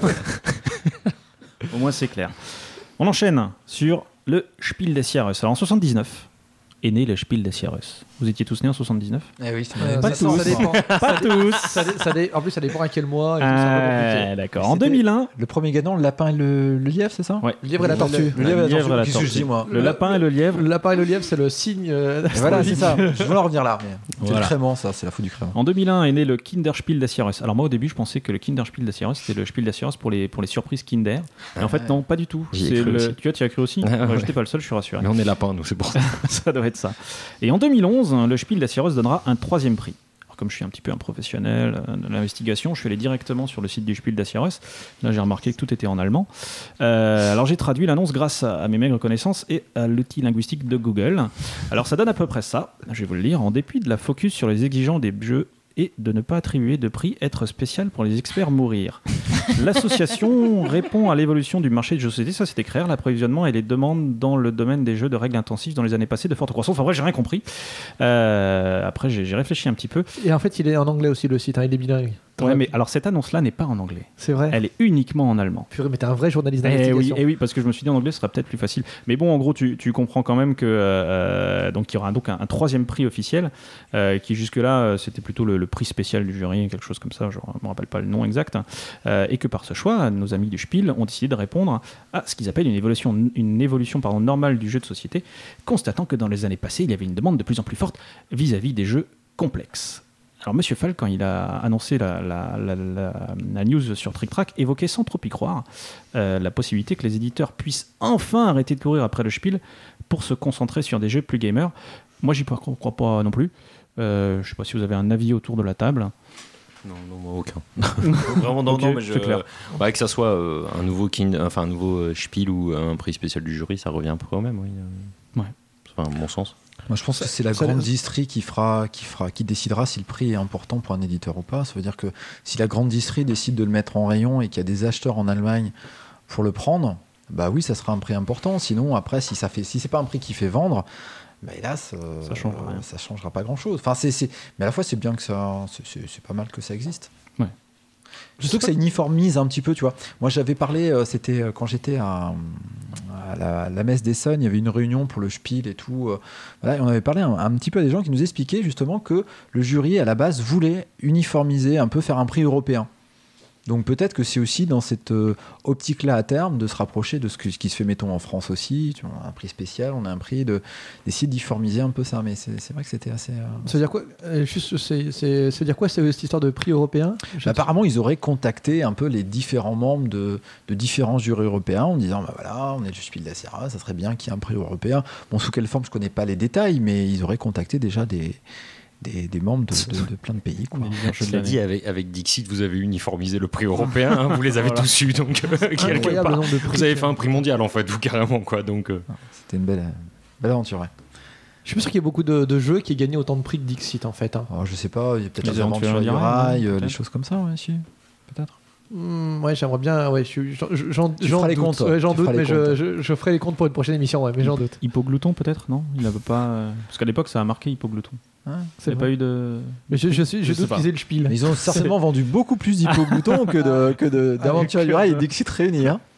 Au moins, c'est clair. On enchaîne sur le Spiel des Jahres. Alors, en soixante-dix-neuf est né le Spiel des Jahres. Vous étiez tous nés en soixante-dix-neuf? Eh oui, c'est Euh, Pas ça, tous. ça dépend. Pas tous. Ça dé- ça dé- En plus, ça dépend à quel mois. Et tout, c'est un peu compliqué. Ah, d'accord. En C'était- deux mille un, Le premier gagnant, le lapin et le, le lièvre, c'est ça? ouais. Le lièvre et la tortue. Le lièvre et la lièvre et la tortue. Qu'est-ce que je tortue. dis, moi? Le lapin et le lièvre. Le lapin et le lièvre, c'est le signe. euh, Et voilà, c'est astrologique. ça. Je veux en revenir là. mais C'est Voilà. le crément, ça. C'est la faute du crément. En deux mille un est né le Kinderspiel des Jahres. Alors moi au début je pensais que le Kinderspiel des Jahres c'était le Spiel des Jahres pour les, pour les surprises Kinder. Et en fait non, pas du tout. J'y ai C'est cru le... aussi. Tu vois, tu y as cru aussi. Ouais, Ouais, ouais. J'étais pas le seul, je suis rassuré. Mais on est lapin, nous, c'est pour ça. Ça doit être ça. Et en deux mille onze, le Spiel des Jahres donnera un troisième prix. Alors, comme je suis un petit peu un professionnel euh, de l'investigation, je suis allé directement sur le site du Spiel des Jahres. Là, j'ai remarqué que tout était en allemand. Euh, alors, j'ai traduit l'annonce grâce à, à mes maigres connaissances et à l'outil linguistique de Google. Alors, ça donne à peu près ça. Je vais vous le lire. En dépit de la focus sur les exigeants des jeux et de ne pas attribuer de prix être spécial pour les experts mourir. L'association répond à l'évolution du marché de jeux de société, ça c'était clair, l'approvisionnement et les demandes dans le domaine des jeux de règles intensives dans les années passées de forte croissance. Enfin, vrai, j'ai rien compris. Euh, après, j'ai j'ai réfléchi un petit peu. Et en fait, il est en anglais aussi, le site. Hein, il est bilingue. Ouais, mais alors cette annonce-là n'est pas en anglais. C'est vrai. Elle est uniquement en allemand. Purée, mais t'es un vrai journaliste Eh oui, d'investigation. eh oui, parce que je me suis dit en anglais ce sera peut-être plus facile. Mais bon, en gros, tu, tu comprends quand même que euh, donc il y aura donc un, un troisième prix officiel euh, qui jusque-là euh, c'était plutôt le, le prix spécial du jury, quelque chose comme ça. Je ne me rappelle pas le nom exact. Euh, et que par ce choix, nos amis du Spiel ont décidé de répondre à ce qu'ils appellent une évolution, une évolution pardon, normale du jeu de société, constatant que dans les années passées, il y avait une demande de plus en plus forte vis-à-vis des jeux complexes. Alors, Monsieur Fall, quand il a annoncé la, la, la, la, la news sur Trick Track, évoquait sans trop y croire euh, la possibilité que les éditeurs puissent enfin arrêter de courir après le Spiel pour se concentrer sur des jeux plus gamers. Moi, j'y crois pas non plus. Euh, je ne sais pas si vous avez un avis autour de la table. Non, non, moi, aucun. Vraiment, non, Ok, non, mais je, c'est clair. ouais, que ça soit euh, un nouveau kind, enfin un nouveau euh, Spiel ou un prix spécial du jury, ça revient un peu au même, oui. euh. Ouais. C'est un bon sens. Moi, je pense que c'est la ça- grande distrie qui fera, qui fera, qui décidera si le prix est important pour un éditeur ou pas. Ça veut dire que si la grande distrie décide de le mettre en rayon et qu'il y a des acheteurs en Allemagne pour le prendre, bah oui, ça sera un prix important. Sinon, après, si ça fait, si c'est pas un prix qui fait vendre, bah hélas, euh, Ça changera rien. ça changera pas grand-chose. Enfin, c'est, c'est, mais à la fois, c'est bien que ça, c'est, c'est- c'est pas mal que ça existe. Ouais. Surtout que ça uniformise un petit peu, tu vois. Moi, j'avais parlé, euh, c'était euh, quand j'étais à, à la, la messe d'Essonne, il y avait une réunion pour le Spiel et tout. euh, voilà, et on avait parlé un, un petit peu à des gens qui nous expliquaient justement que le jury, à la base, voulait uniformiser, un peu faire un prix européen. Donc peut-être que c'est aussi dans cette euh, optique-là à terme de se rapprocher de ce, que, ce qui se fait, mettons, en France aussi. Tu vois, on a un prix spécial, on a un prix de, d'essayer d'uniformiser un peu ça. Mais c'est, c'est vrai que c'était assez... euh, Ça veut dire quoi euh, juste, c'est, c'est, ça veut dire quoi c'est- cette histoire de prix européen Je- Bah, apparemment, ils auraient contacté un peu les différents membres de, de différents jurys européens en disant bah voilà, on est le Spiel des Jahres, ça serait bien qu'il y ait un prix européen. Bon, sous quelle forme, je connais pas les détails, mais ils auraient contacté déjà des, des, des membres de, de- de plein de pays. Quoi. Cela dit, avec, avec Dixit, vous avez uniformisé le prix européen, hein, vous les avez Voilà. tous eus, donc euh, quelque Incroyable part, le nombre de prix vous avez qu'il y fait a. un prix mondial en fait, vous carrément quoi. Donc, euh. C'était une belle, belle aventure. Ouais. Je suis pas sûr qu'il y ait beaucoup de, de jeux qui aient gagné autant de prix que Dixit en fait. Hein. Alors, je sais pas, il y a peut-être Les les aventures aventures du du rail, rail, euh, peut-être. les choses comme ça, ouais, si, peut-être. Hmm, ouais, j'aimerais bien. Ouais, je suis- j'en, j'en, Tu j'en feras les doute. comptes, toi. Ouais, j'en Tu doute, feras les mais je, comptes. je, je ferai les comptes pour une prochaine émission. Ouais, mais j'en doute. Hypoglouton peut-être, non? Il n'avait pas... euh, Parce qu'à l'époque ça a marqué Hypoglouton. Hein, C'est Il n'y a vrai. pas eu de... Mais je, je, suis, je, Je sais doute pas. qu'ils aient le spiel. Mais ils ont certainement vendu beaucoup plus d'hypogloutons que, de, que de, d'aventures du rail et d'Exit réunis. Hein.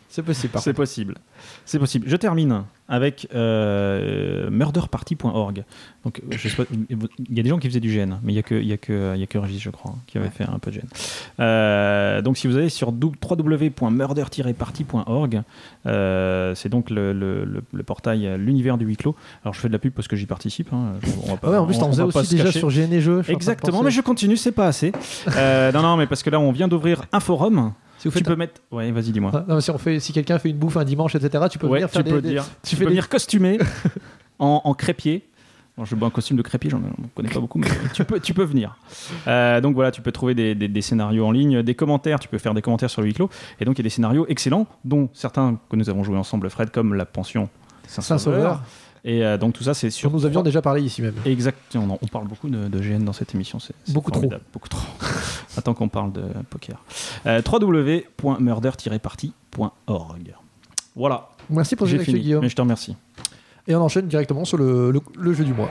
C'est possible. par C'est contre. possible. C'est possible. Je termine avec euh, murder party point org. Donc, je sais pas, il y a des gens qui faisaient du G N, mais il n'y a que, il y a que, il y a que Régis, je crois, hein, qui avait fait un peu de G N. Euh, donc, si vous allez sur w w w point murder party point org, euh, c'est donc le, le, le, le portail, l'univers du huis clos. Alors, je fais de la pub parce que j'y participe. Hein. On va pas, Ah ouais, en plus, on- t'en on faisais va pas aussi se déjà cacher. sur G N et Jeux. Exactement, mais je continue, c'est pas assez. Euh, non, non, mais parce que là, on vient d'ouvrir un forum. Si vous Tu faites peux mettre. Ouais, vas-y, dis-moi. Ah, non, mais si, on fait, si quelqu'un fait une bouffe un dimanche, et cetera, tu peux Ouais, venir faire tu des, peux des- dire. tu Tu fais peux des- venir costumé en, en crépier. Bon, je bois un costume de crépier, j'en j'en connais pas beaucoup, mais tu peux, tu peux venir. Euh, donc voilà, tu peux trouver des, des, des scénarios en ligne, des commentaires, tu peux faire des commentaires sur le huis clos. Et donc il y a des scénarios excellents, dont certains que nous avons joués ensemble, Fred, comme La Pension Saint-Sauveur. Saint-Sauveur. Et euh, donc tout ça, c'est sur. Nous avions déjà parlé ici même. Exactement, on parle beaucoup de, de G N dans cette émission. C'est, c'est Beaucoup formidable. Beaucoup trop. Attends qu'on parle de poker. Euh, w w w point murder party point org. Voilà. Merci pour J'ai cette actu, fini, Guillaume. mais je te remercie. Et on enchaîne directement sur le, le, le jeu du mois.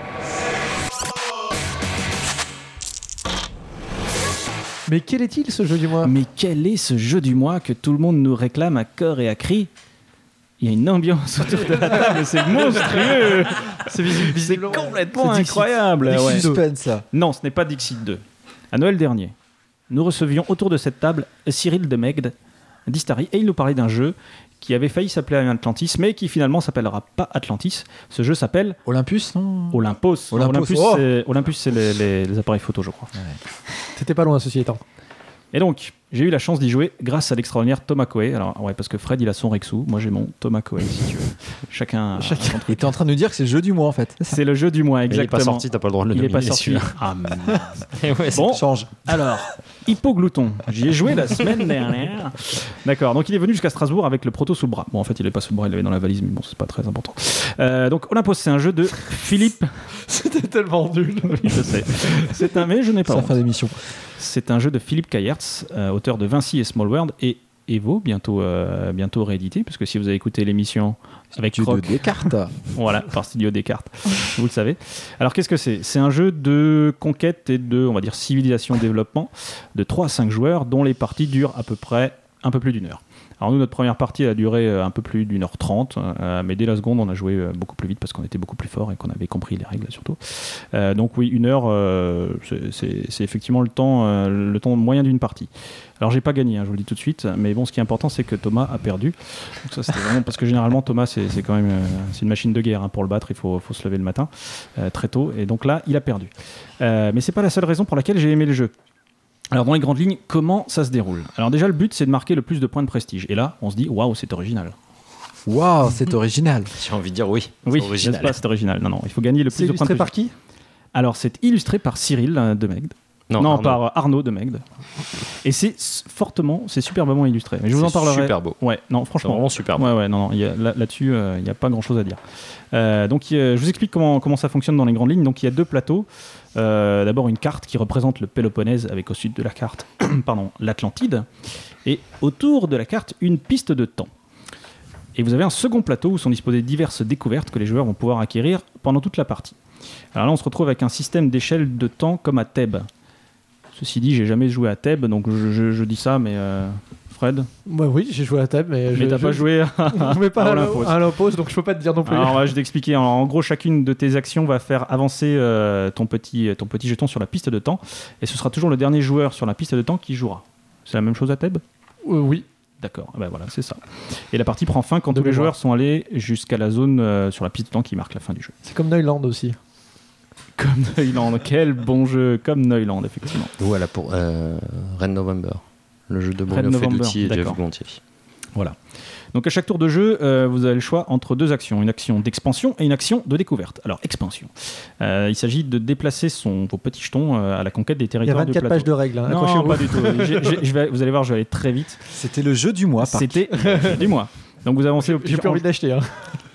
Mais quel est-il ce jeu du mois? Mais quel est ce jeu du mois que tout le monde nous réclame à corps et à cri? Il y a une ambiance autour de la table, c'est monstrueux. C'est visible, C'est visiblement. complètement C'est Dixit. incroyable. Dixit Ouais. suspense, ça. Non, ce n'est pas Dixit deux. À Noël dernier, nous recevions autour de cette table Cyril Demegde d'Istari et il nous parlait d'un jeu qui avait failli s'appeler Atlantis, mais qui finalement s'appellera pas Atlantis. Ce jeu s'appelle Olympus, non Olympos. Olympos. Olympus, Oh. c'est, Olympus, c'est les, les- les appareils photo, je crois. T'étais pas loin, ceci étant. Et donc, j'ai eu la chance d'y jouer grâce à l'extraordinaire Thomas Coe. Alors, ouais, parce que Fred, il a son Rexou. Moi, j'ai mon Thomas Coe, si tu veux. Chacun. a son truc. Il était en train de nous dire que c'est le jeu du mois en fait. C'est le jeu du mois, Mais il est exactement. pas sorti, t'as pas le droit de le Il est nominer. pas sorti. celui-là. Ah, merde. Et ouais, c'est- Bon, Change. alors, Hippoglouton, j'y ai joué la semaine dernière. D'accord, donc il est venu jusqu'à Strasbourg avec le proto sous le bras. Bon, en fait, il n'est pas sous le bras, il l'avait dans la valise, mais bon, c'est pas très important. Euh, donc, Olympos, c'est un jeu de Philippe. C'était tellement nul. Oui, je sais. C'est un, mais je n'ai pas C'est la honte. fin d'émission. C'est un jeu de Philippe Kayertz, euh, auteur de Vinci et Small World et Evo, bientôt, euh, bientôt réédité, puisque si vous avez écouté l'émission avec Tu de Croc, Descartes. voilà, par Studio Descartes, vous le savez. Alors qu'est-ce que c'est? C'est un jeu de conquête et de, on va dire, civilisation-développement de trois à cinq joueurs, dont les parties durent à peu près un peu plus d'une heure. Alors nous, notre première partie a duré euh, un peu plus d'une heure trente, euh, mais dès la seconde, on a joué euh, beaucoup plus vite parce qu'on était beaucoup plus fort et qu'on avait compris les règles surtout. Euh, donc oui, une heure, euh, c'est- c'est c'est effectivement le temps, euh, le temps moyen d'une partie. Alors j'ai pas gagné, hein, je vous le dis tout de suite, mais bon, ce qui est important, c'est que Thomas a perdu. Donc ça, c'était vraiment parce que généralement Thomas, c'est c'est quand même, euh, c'est une machine de guerre, hein. Pour le battre, il faut, faut se lever le matin euh, très tôt, et donc là, il a perdu. Euh, mais c'est pas la seule raison pour laquelle j'ai aimé le jeu. Alors dans les grandes lignes, comment ça se déroule? Alors déjà, le but, c'est de marquer le plus de points de prestige. Et là, on se dit, waouh, c'est original. Waouh, c'est original. J'ai envie de dire oui. Oui, c'est original. n'est-ce pas, c'est original. Non, non, il faut gagner le C'est plus de points de illustré par prestige. qui? Alors, c'est illustré par Cyril euh, Demegde. Non, Arnaud. par euh, Arnaud Demegde. Et c'est s- fortement, c'est superbement illustré. Mais je vous en C'est parlerai. super beau. Ouais, non, C'est franchement. vraiment super beau. Ouais, ouais, non, non, il y a- là- là-dessus, euh, il n'y a pas grand-chose à dire. Euh, donc, euh, je vous explique comment, comment ça fonctionne dans les grandes lignes. Donc, il y a deux plateaux. Euh, D'abord, une carte qui représente le Péloponnèse avec au sud de la carte, pardon, l'Atlantide. Et autour de la carte, une piste de temps. Et vous avez un second plateau où sont disposées diverses découvertes que les joueurs vont pouvoir acquérir pendant toute la partie. Alors là, on se retrouve avec un système d'échelle de temps comme à Thèbes. Ceci dit, j'ai jamais joué à Thèbes, donc je, je- je dis ça, mais euh, Fred, Moi, oui, j'ai joué à la table, mais. je- mais t'as je- pas joué à, Je mets pas à à Olympos. l'Olympos, à l'Olympos, donc je peux pas te dire non plus. Alors, ouais, je vais t'expliquer. En, en gros, chacune de tes actions va faire avancer euh, ton, petit, ton petit jeton sur la piste de temps, et ce sera toujours le dernier joueur sur la piste de temps qui jouera. C'est la même chose à Thèbes? Euh, oui. D'accord, ben voilà, c'est ça. Et la partie prend fin quand De tous les mémoire. joueurs sont allés jusqu'à la zone euh, sur la piste de temps qui marque la fin du jeu. C'est comme Neuland aussi. Comme Neuland, quel bon jeu, comme Neuland, effectivement. Voilà pour euh, Red November, le jeu de Red Bruno November, Feduti et Jeff d'accord. Gontier. Voilà. Donc à chaque tour de jeu, euh, vous avez le choix entre deux actions, une action d'expansion et une action de découverte. Alors expansion, Euh, il s'agit de déplacer son, vos petits jetons euh, à la conquête des Il y a territoires du vingt-quatre plateau. pages de règles. hein, Non, accrochez-vous. pas du tout. J'ai- j'ai- je vais- vous allez voir, je vais aller très vite. C'était le jeu du mois. par C'était le jeu du mois. Donc vous avancez au J'ai plus envie de l'acheter. Hein.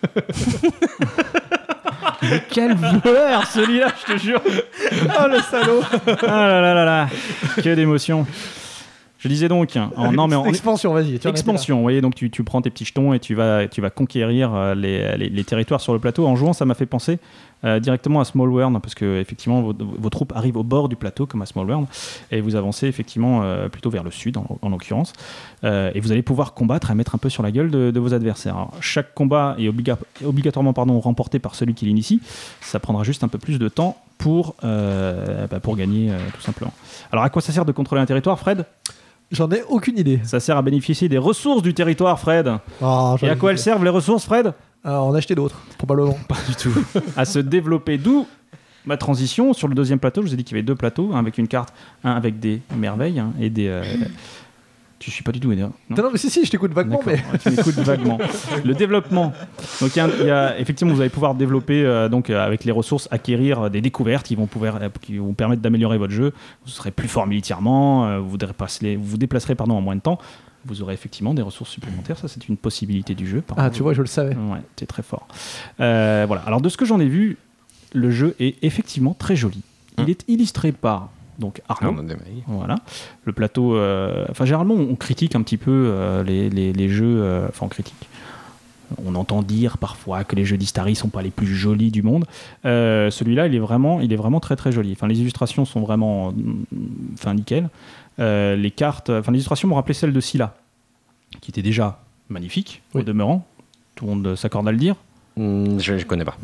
Mais quel voleur celui-là, je te jure. Oh le salaud. Ah là là là là, que d'émotion. Je disais donc, en, non, mais en expansion, vas-y. tu en expansion, vous voyez, donc tu, tu prends tes petits jetons et tu vas, tu vas conquérir euh, les, les, les territoires sur le plateau. En jouant, ça m'a fait penser euh, directement à Small World, parce que effectivement, vos, vos troupes arrivent au bord du plateau, comme à Small World, et vous avancez effectivement euh, plutôt vers le sud, en, en l'occurrence, euh, et vous allez pouvoir combattre et mettre un peu sur la gueule de, de vos adversaires. Alors, chaque combat est obliga- obligatoirement pardon, remporté par celui qui l'initie. Ça prendra juste un peu plus de temps pour, euh, bah, pour gagner, euh, tout simplement. Alors, à quoi ça sert de contrôler un territoire, Fred ? J'en ai aucune idée. Ça sert à bénéficier des ressources du territoire, Fred. Oh, Et à quoi elles servent, les ressources, Fred ? Alors, en acheter d'autres, probablement. Pas du tout. À se développer, d'où ma transition. Sur le deuxième plateau, je vous ai dit qu'il y avait deux plateaux, un avec une carte, un avec des merveilles hein, et des... Euh... Tu suis pas du tout aidé. Non, non, mais si, si, je t'écoute vaguement. Mais... Ouais, tu m'écoutes vaguement. Le développement. Donc, il y a, il y a, effectivement, vous allez pouvoir développer, euh, donc, euh, avec les ressources, acquérir des découvertes qui vont, pouvoir, euh, qui vont vous permettre d'améliorer votre jeu. Vous serez plus fort militairement, euh, vous, vous déplacerez, vous, vous déplacerez pardon, en moins de temps. Vous aurez effectivement des ressources supplémentaires. Ça, c'est une possibilité du jeu. Pardon. Ah, tu vois, je le savais. Ouais, t'es très fort. Euh, voilà. Alors, de ce que j'en ai vu, le jeu est effectivement très joli. Il est illustré par... Donc Arnaud, voilà. Le plateau. Euh, enfin, généralement, on critique un petit peu euh, les, les, les jeux. Euh, enfin, on critique. On entend dire parfois que les jeux d'Istari sont pas les plus jolis du monde. Euh, celui-là, il est vraiment, il est vraiment très très joli. Enfin, les illustrations sont vraiment, enfin, nickel. Euh, les cartes, enfin, les illustrations m'ont rappelé celles de Scylla, qui était déjà magnifique oui. au demeurant. Tout le monde s'accorde à le dire. Mmh, je ne connais pas.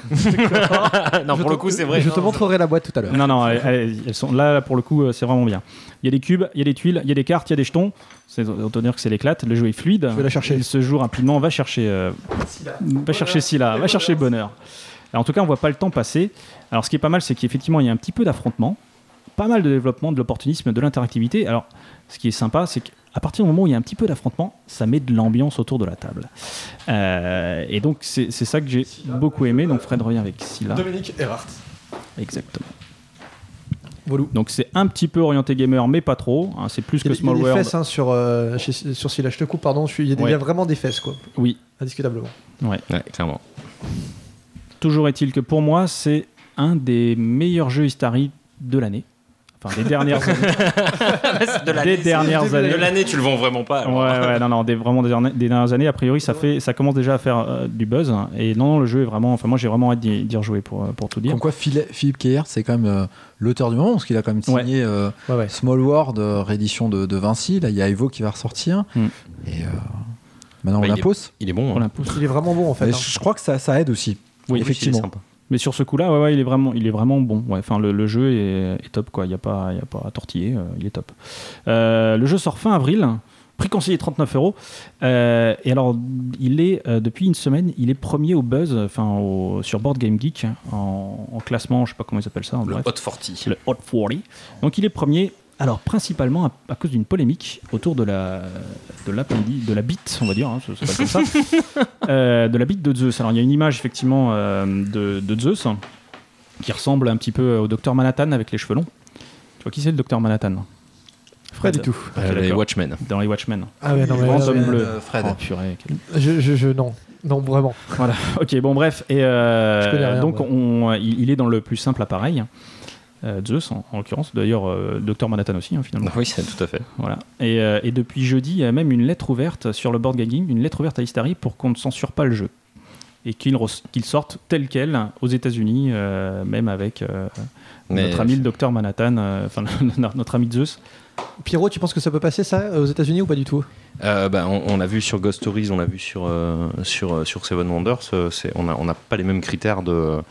non, je pour te, le coup, c'est vrai. Je te montrerai la boîte tout à l'heure. Non, non, elles, elles, elles sont là, pour le coup, c'est vraiment bien. Il y a des cubes, il y a des tuiles, il y a des cartes, il y a des jetons. C'est autant dire que c'est l'éclate. Le jeu est fluide. Je vais la chercher. Il se joue rapidement. Va chercher, euh, va chercher Scylla, va chercher bonheur. Alors, en tout cas, on voit pas le temps passer. Alors, ce qui est pas mal, c'est qu'effectivement, il y a un petit peu d'affrontement, pas mal de développement, de l'opportunisme, de l'interactivité. Alors, ce qui est sympa, c'est que à partir du moment où il y a un petit peu d'affrontement, ça met de l'ambiance autour de la table. Euh, et donc, c'est, c'est ça que j'ai beaucoup aimé. Donc, Fred revient avec Scylla. Dominique Erhardt. Exactement. Voilà. Donc, c'est un petit peu orienté gamer, mais pas trop. Hein, c'est plus que Small World. Il y a des fesses hein, sur, euh, chez, sur Scylla. Je te coupe, pardon. Il y, ouais. y a vraiment des fesses, quoi. Oui. Indiscutablement. Ouais. ouais, clairement. Toujours est-il que pour moi, c'est un des meilleurs jeux Istari de l'année. Enfin, des dernières années. de l'année, des dernières années. De l'année, tu le vends vraiment pas. Alors. Ouais, ouais, non, non, des, vraiment des, des dernières années. A priori, ça fait, ça commence déjà à faire euh, du buzz. Et non, non, le jeu est vraiment. Enfin, moi, j'ai vraiment hâte d'y, d'y rejouer pour, pour tout dire. Comme quoi, Philippe Keillert, c'est quand même euh, l'auteur du moment, parce qu'il a quand même signé ouais. Euh, ouais, ouais. Small World, euh, réédition de, de Vinci. Là, il y a Evo qui va ressortir. Mm. Et euh, maintenant, bah, on l'impose. Il est bon. On hein. Il est vraiment bon, en fait. Hein. Je crois que ça, ça aide aussi. Oui, effectivement. Mais sur ce coup-là, ouais, ouais, il est vraiment, il est vraiment bon. Ouais, enfin, le, le jeu est, est top, quoi. Il n'y a pas, il y a pas à tortiller. Euh, il est top. Euh, le jeu sort fin avril. Prix conseillé trente-neuf euros. Euh, et alors, il est euh, depuis une semaine, il est premier au buzz, enfin au, sur Board Game Geek en, en classement, je sais pas comment ils appellent ça. Le bref. Hot quarante. Le Hot quarante. Donc, il est premier. Alors principalement à, à cause d'une polémique autour de la de la de la bite, on va dire, hein, ça s'appelle comme ça, euh, de la bite de Zeus. Alors il y a une image effectivement euh, de, de Zeus qui ressemble un petit peu au docteur Manhattan avec les cheveux longs. Tu vois qui c'est le docteur Manhattan? Fred du tout. Euh, les Watchmen. Dans les Watchmen. Ah ouais, non, mais grand là, homme mais, bleu. Euh, Fred. Oh, purée, quel... je, je, je non. Non, vraiment. Voilà. Ok, bon bref. Et euh, rien, donc moi. on, il, il est dans le plus simple appareil. Euh, Zeus en, en l'occurrence, d'ailleurs euh, docteur Manhattan aussi hein, finalement. Oui, c'est tout à fait. Voilà. Et, euh, et depuis jeudi, il y a même une lettre ouverte sur le board gaming, une lettre ouverte à Istari pour qu'on ne censure pas le jeu et qu'il, re- qu'il sorte tel quel aux États-Unis, euh, même avec euh, notre ami le docteur Manhattan, enfin euh, notre ami Zeus. Pierrot, tu penses que ça peut passer ça aux États-Unis ou pas du tout? euh, bah, on, on a vu sur Ghost Stories, on l'a vu sur euh, sur sur Seven Wonders. Euh, c'est, on a on n'a pas les mêmes critères de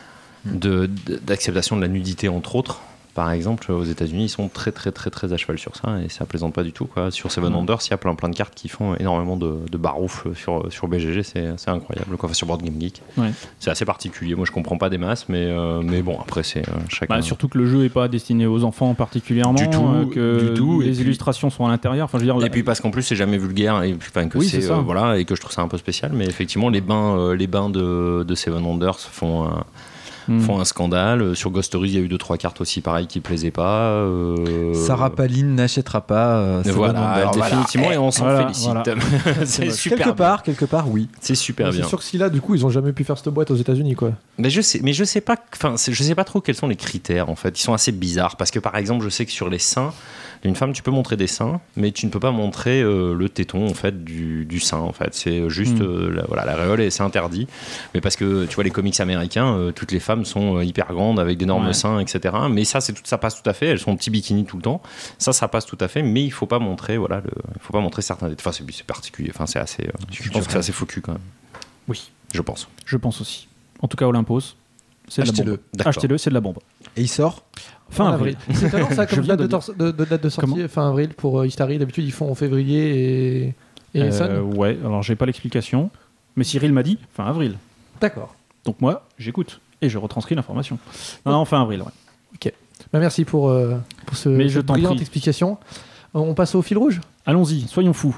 De, d'acceptation de la nudité entre autres. Par exemple, aux États-Unis, ils sont très très très très à cheval sur ça et ça plaisante pas du tout quoi. Sur Seven Wonders, il y a plein plein de cartes qui font énormément de, de baroufles sur sur B G G, c'est, c'est incroyable quoi. Enfin, sur Board Game Geek, ouais. C'est assez particulier. Moi, je comprends pas des masses, mais euh, mais bon, après c'est euh, chacun. Bah, surtout que le jeu est pas destiné aux enfants particulièrement, du tout, euh, que du tout. les et illustrations puis, sont à l'intérieur. Enfin, je veux dire, et la... puis parce qu'en plus c'est jamais vulgaire et puis, enfin, que oui, c'est, c'est euh, voilà et que je trouve ça un peu spécial. Mais effectivement, les bains euh, les bains de, de Seven Wonders font euh, font un scandale. Sur Ghost Stories, il y a eu deux trois cartes aussi pareilles qui plaisaient pas. Euh... Sarah Palin n'achètera pas. Euh, voilà, définitivement, voilà. Et on s'en voilà, félicite. Voilà. c'est super quelque bien. part, quelque part, oui. C'est super ouais, bien. C'est sûr que si là, du coup, ils ont jamais pu faire cette boîte aux États-Unis, quoi. Mais je sais, mais je sais pas. Enfin, je sais pas trop quels sont les critères en fait. Ils sont assez bizarres parce que par exemple, je sais que sur les seins, Une femme, tu peux montrer des seins, mais tu ne peux pas montrer euh, le téton en fait du, du sein. En fait, c'est juste mm. euh, la, voilà, l'aréole et c'est interdit. Mais parce que tu vois les comics américains, euh, toutes les femmes sont euh, hyper grandes avec d'énormes ouais. seins, et cetera. Mais ça, c'est tout, ça passe tout à fait. Elles sont en petit bikini tout le temps. Ça, ça passe tout à fait. Mais il faut pas montrer, voilà, le, il faut pas montrer certains. Enfin, c'est, c'est particulier. Enfin, c'est assez. Euh, je pense que c'est assez faux cul quand même. Oui, je pense. Je pense aussi. En tout cas, Olympos, c'est de Achetez-le. la bombe. Achetez-le, c'est de la bombe. Et il sort fin avril. avril. C'est étonnant ça comme date de, tor- de, de date de sortie. Comment fin avril pour euh, Istari. D'habitude, ils font en février et. Et euh, Sun. Ouais. Alors, j'ai pas l'explication, mais Cyril m'a dit fin avril. D'accord. Donc moi, j'écoute et je retranscris l'information. Non, non, fin avril. Ouais. Ok. Bah, merci pour euh, pour ce mais je cette brillante prie. explication. On passe au fil rouge. Allons-y, soyons fous.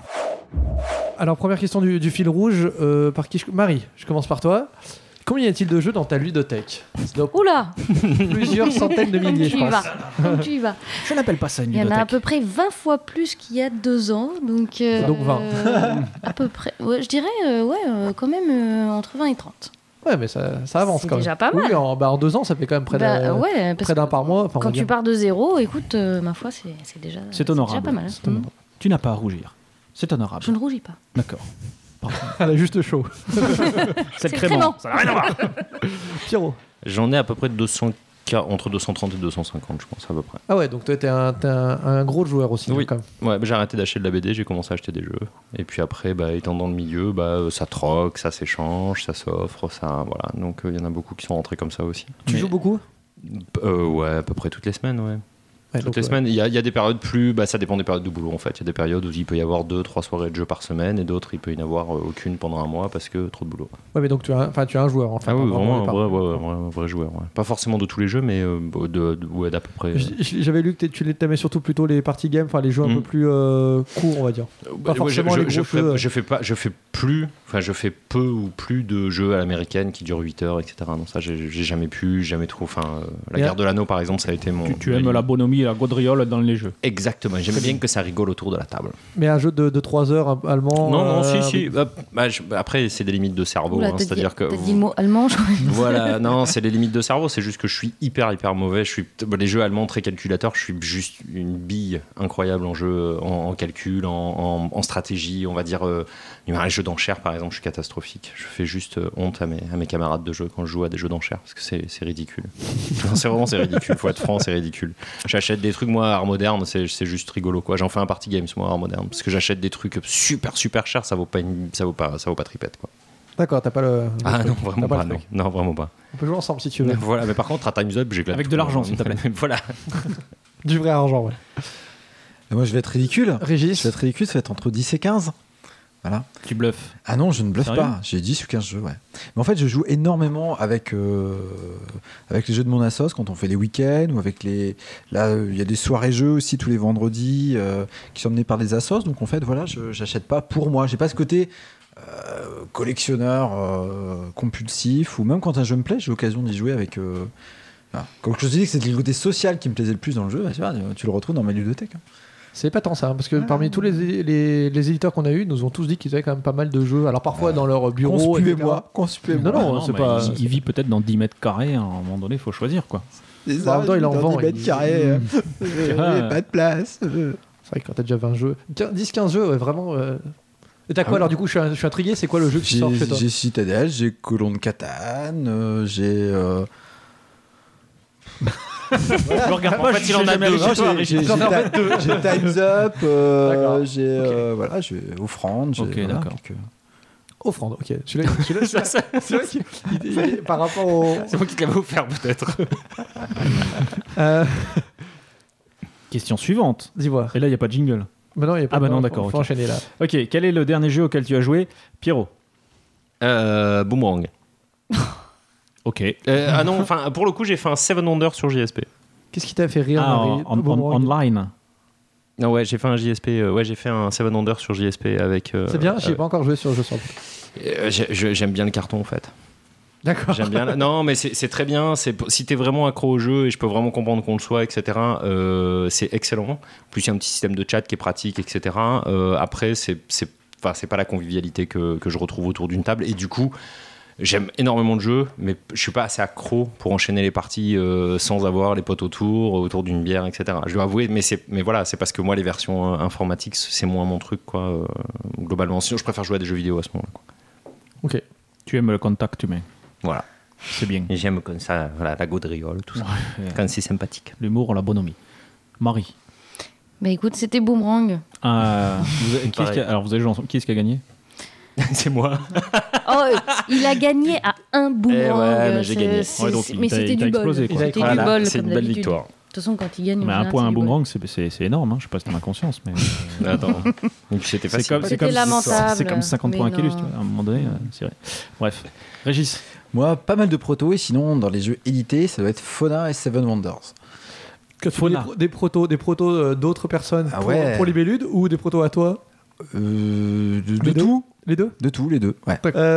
Alors, première question du, du fil rouge. Euh, par qui je... Marie, je commence par toi. Combien y a-t-il de jeux dans ta ludothèque? Donc, Oula. Plusieurs centaines de milliers, je tu y pense. vas. Donc tu y vas. Je n'appelle pas ça une Il y en a à ludothèque. peu près vingt fois plus qu'il y a deux ans. Donc, euh, Donc vingt. euh, à peu près. Ouais, je dirais, euh, ouais, euh, quand même euh, entre vingt et trente. Ouais, mais ça, ça avance C'est quand même. déjà pas mal. Oui, en, bah, en deux ans, ça fait quand même près Bah, d'un, ouais, parce près d'un que par mois. Enfin, on Quand va tu dire. pars de zéro, écoute, euh, ma foi, c'est, c'est déjà. C'est honorable. déjà pas mal. C'est honorable. Tu n'as pas à rougir. C'est honorable. Je ne rougis pas. D'accord. Elle a juste chaud. C'est le C'est le crément. crément. Ça n'a rien à voir. Pierrot. J'en ai à peu près deux cents, entre deux cent trente et deux cent cinquante, je pense, à peu près. Ah ouais, donc toi, t'es un, t'es un, un gros joueur aussi. Oui. Quand même. Ouais, bah, j'ai arrêté d'acheter de la B D, j'ai commencé à acheter des jeux. Et puis après, bah, étant dans le milieu, bah, euh, ça troque, ça s'échange, ça s'offre, ça, voilà. Donc il euh, y en a beaucoup qui sont rentrés comme ça aussi. Tu Mais- joues beaucoup? Euh, ouais, à peu près toutes les semaines, ouais. Ouais, Toutes donc, les ouais. semaines, il y, a- il y a des périodes plus. Bah, ça dépend des périodes de boulot en fait. Il y a des périodes où il peut y avoir deux, trois soirées de jeu par semaine et d'autres, il peut y en avoir euh, aucune pendant un mois parce que trop de boulot. Ouais, mais donc tu as, un- enfin, tu as un joueur. Enfin, Ah oui, pas vraiment, un pas- vrai, ouais, ouais, un vrai joueur. Ouais. Pas forcément de tous les jeux, mais euh, de, de- ouais, d'à peu près. J- j- J'avais lu que t'es- tu les- t'aimais surtout plutôt les party games, enfin les jeux un Mm. peu plus euh, courts, on va dire. Pas Ouais, forcément je, les je, gros je, jeux. fais, je fais pas, je fais plus, enfin je fais peu ou plus de jeux à l'américaine qui durent huit heures, et cetera. Non, ça j'ai, j'ai jamais pu, jamais trop. Enfin, euh, la Et guerre un- de l'anneau par exemple, ça a été mon. Tu, tu aimes la bonhomie et la gaudriole dans les jeux. Exactement. J'aime bien que ça rigole autour de la table. Mais un jeu de, de trois heures un- allemand. Non, non, euh, si, si. Bah, bah, je- bah, après, c'est des limites de cerveau, Oula, hein, t'as dit- c'est-à-dire que. T'as dit le mot allemand, je crois. Voilà, non, c'est les limites de cerveau. C'est juste que je suis hyper, hyper mauvais. Je suis bah, les jeux allemands très calculateurs. Je suis juste une bille incroyable en jeu, en, en calcul, en, en, en stratégie. On va dire euh, les jeux d'enchères, par exemple, je suis catastrophique. Je fais juste euh, honte à mes, à mes camarades de jeu quand je joue à des jeux d'enchères parce que c'est, c'est ridicule. Non, c'est vraiment c'est ridicule. Faut être franc, c'est ridicule. J'achète des trucs moi à Art Moderne, c'est, c'est juste rigolo quoi. J'en fais un party games moi à Art Moderne parce que j'achète des trucs super, super chers. Ça vaut pas, une, ça vaut pas, ça vaut pas tripette quoi. D'accord, t'as pas le. le Ah truc. non, T'as vraiment pas pas. le Non, truc. non, vraiment pas. On peut jouer ensemble si tu veux. Voilà, mais par contre, à Time's Up, j'éclate. Avec tout, de l'argent, hein. s'il te plaît. Voilà. Du vrai argent, ouais. Et moi, je vais être ridicule. Régis. Je vais être ridicule, ça va être entre dix et quinze. Voilà. Tu bluffes. Ah non, je ne bluffe Sérieux pas. J'ai dix ou quinze jeux, ouais. Mais en fait, je joue énormément avec, euh, avec les jeux de mon assos quand on fait les week-ends ou avec les. Là, euh, il y a des soirées jeux aussi tous les vendredis euh, qui sont menés par des assos. Donc en fait, voilà, je j'achète pas pour moi. J'ai pas ce côté euh, collectionneur euh, compulsif ou même quand un jeu me plaît, j'ai l'occasion d'y jouer avec. Euh, voilà. Comme je te dis que c'était le côté social qui me plaisait le plus dans le jeu, bah, tu, vois, tu le retrouves dans ma ludothèque. Hein. C'est pas tant ça, hein, parce que parmi tous les, les, les éditeurs qu'on a eu, ils nous ont tous dit qu'ils avaient quand même pas mal de jeux. Alors parfois dans leur bureau. et cetera. Consuez-moi. Non, non, Ah c'est mais pas. il, il vit peut-être dans dix mètres carrés. À un moment donné, il faut choisir quoi. C'est Bah, en même temps, il en vend, dix mètres il- carrés. Mm. J'ai Ah. pas de place. C'est vrai que quand t'as déjà vingt jeux. dix quinze jeux, ouais, vraiment. euh. Et t'as quoi Ah oui. alors du coup je suis, je suis intrigué, c'est quoi le jeu qui J'ai sort chez toi? j'ai Citadel, j'ai Colon de Catane, euh, j'ai. euh, Je regarde En fait, il en a deux. non, j'ai- j'ai- J'en ai en j'ai fait deux. Ti- j'ai Time's Up, euh, D'accord. j'ai euh, voilà, j'ai Offrande, j'ai Ok, voilà, d'accord. quelques- Offrande, ok. Celui-là, celui-là, celui-là, c'est vrai qu'il il- il- par rapport au. C'est moi qui te l'avais offert peut-être. Euh, Question suivante. Dis-moi. Et là, il n'y a pas de jingle. Bah non, il y a pas Ah bah de- non, faut- d'accord, Faut ok. enchaîner là. Ok, quel est le dernier jeu auquel tu as joué, Pierrot? Euh, Boomerang. Ok. Euh, ah non, enfin pour le coup, j'ai fait un Seven Wonders sur J S P. Qu'est-ce qui t'a fait rire, Ah, Marie en- en- Boomerang. online. Non, ouais, j'ai fait un J S P. euh, ouais, j'ai fait un Seven Wonders sur J S P avec. euh, C'est bien, j'ai euh, pas encore joué sur le jeu sur euh, j'ai- je- J'aime bien le carton en fait. D'accord. J'aime bien. la- Non, mais c'est c'est très bien. C'est si t'es vraiment accro au jeu et je peux vraiment comprendre qu'on le soit, et cetera. euh, c'est excellent. En plus, il y a un petit système de chat qui est pratique, et cetera. Euh, après, c'est c'est enfin c'est pas la convivialité que que je retrouve autour d'une table et du coup. j'aime énormément de jeux, mais je suis pas assez accro pour enchaîner les parties euh, sans avoir les potes autour, autour d'une bière, et cetera. Je dois avouer, mais, c'est, mais voilà, c'est parce que moi, les versions euh, informatiques, c'est moins mon truc, quoi, euh, globalement. Sinon, je préfère jouer à des jeux vidéo à ce moment-là, quoi. Ok. Tu aimes le contact humain. Voilà. C'est bien. Et j'aime comme ça, voilà, la gaudriole, tout ça. Ouais. Quand c'est sympathique. L'humour, la bonhomie. Marie. Bah écoute, c'était Boomerang. Euh, vous avez- qui est-ce qui a, alors, vous avez joué ensemble. Qui est-ce qui a gagné? C'est moi. Oh, il a gagné à un Boomerang. Eh ouais, mais j'ai C'est- gagné. c'est- Ouais, donc, c'est- il mais t'a- c'était il t'a du bol. explosé, quoi. C'était Voilà, du bol, c'est comme une belle d'habitude. victoire. De toute façon, quand il gagne, en Mais un général, point, c'est un du bol. boomerang, c'est, c'est, c'est énorme. Hein. Je sais pas si t'as ma conscience, mais. euh, Attends. Et puis c'était C'est facile. comme, c'est C'était comme, lamentable, c'est comme cinquante mais points à non. Kélus, tu vois. À un moment donné, euh, c'est vrai. Bref. Régis. Moi, pas mal de protos, et sinon, dans les jeux édités, ça doit être Fauna et Seven Wonders. Que tu dis des, pro- des protos, des protos euh, d'autres personnes Ah pour, ouais. pour Libellude ou des protos à toi? Euh, de, de Les deux tout. Les deux. De tout, les deux. Ouais.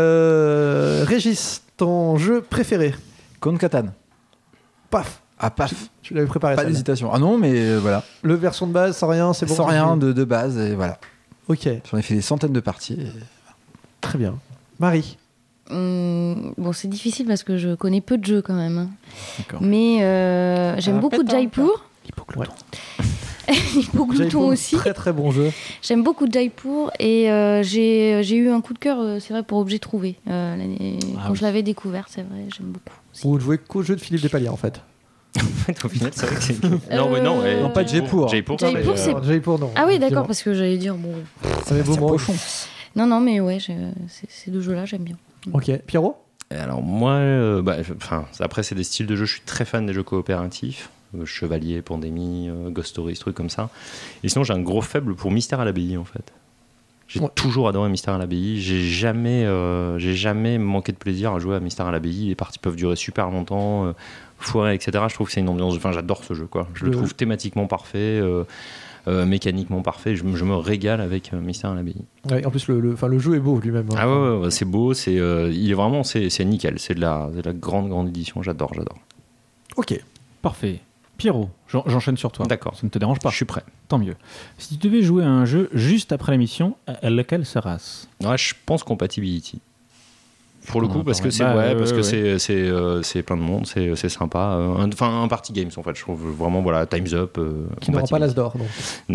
Euh, Régis, ton jeu préféré? Con Catan. Paf. Ah, paf. Tu l'avais préparé. Pas celle-là. d'hésitation. Ah non, mais euh, voilà. Le version de base, sans rien, c'est bon. Sans rien de, de base, et voilà. Ok, J'en ai fait des centaines de parties. et- très bien. Marie. Hum, bon, c'est difficile parce que je connais peu de jeux quand même. hein. D'accord. Mais euh, j'aime Ah, beaucoup pétanque. Jaipur. L'hypoglouton. Hypoglouton Jaipur, aussi. Très très bon jeu. J'aime beaucoup Jaipur et euh, j'ai, j'ai eu un coup de cœur, euh, c'est vrai, pour Objet Trouvé. Euh, l'année- Ah quand oui. je l'avais découvert, c'est vrai, j'aime beaucoup. aussi. Vous jouez qu'au jeu de Philippe Despaliers en fait. Au final, c'est vrai que c'est. Non, mais non. Euh, eh, Non, pas Jaipur. Jaipur, Jaipur, mais, c'est- euh, Jaipur, non. Ah oui, d'accord, effectivement. parce que j'allais dire, bon. Ça met beau mot. Non, non, mais ouais, j'ai- c'est- ces deux jeux-là, j'aime bien. Ok, Pierrot. Et alors moi, euh, bah, je- enfin, après c'est des styles de jeu, je suis très fan des jeux coopératifs, euh, Chevalier, Pandémie, euh, Ghost Stories, trucs comme ça. Et sinon j'ai un gros faible pour Mystère à l'abbaye en fait. J'ai Ouais. toujours adoré Mystère à l'abbaye. J'ai jamais, euh, j'ai jamais manqué de plaisir à jouer à Mystère à l'abbaye. Les parties peuvent durer super longtemps, euh, foirer, et cetera. Je trouve que c'est une ambiance. Enfin, j'adore ce jeu, quoi. Je le Le- trouve thématiquement parfait, euh, euh, mécaniquement parfait. Je, me- je me régale avec euh, Mystère à l'abbaye. Ouais, en plus, le, le, enfin, le jeu est beau lui-même. hein. Ah ouais, ouais, ouais, c'est beau, c'est, euh, il est vraiment, c'est, c'est nickel. C'est de la, c'est de la grande, grande édition. J'adore, j'adore. Ok. Parfait. Pierrot, j'en- j'enchaîne sur toi. D'accord. Ça ne te dérange pas? Je suis prêt. Tant mieux. Si tu devais jouer à un jeu juste après l'émission, à- à lequel sera-ce? Ouais, je pense Compatibility. Pour le Ah, coup, parce que ouais. c'est Bah, ouais, ouais, parce ouais, que ouais. c'est c'est euh, c'est plein de monde, c'est c'est sympa. Euh, un- Enfin, un party games en fait. Je trouve vraiment voilà, Times Up. Euh, Qui n'aura pas l'as d'or. donc.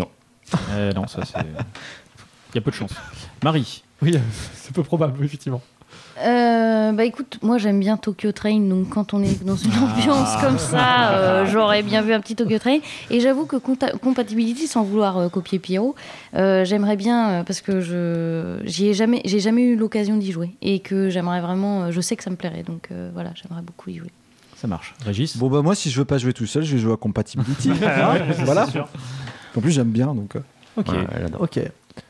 Eh non, ça c'est. Il y a peu de chance. Marie. Oui, c'est peu probable, effectivement. Euh, bah écoute, moi j'aime bien Tokyo Train, donc quand on est dans une ambiance comme ça, euh, j'aurais bien vu un petit Tokyo Train. Et j'avoue que compta- Compatibility, sans vouloir euh, copier Pierrot, euh, j'aimerais bien, euh, parce que je j'y ai jamais, j'ai jamais eu l'occasion d'y jouer. Et que j'aimerais vraiment, euh, je sais que ça me plairait, donc euh, voilà, j'aimerais beaucoup y jouer. Ça marche. Régis. Bon, bah, moi, si je veux pas jouer tout seul, je vais jouer à Compatibility. Hein, voilà. En plus, j'aime bien, donc. euh. Ok. Ouais, j'adore. Ok.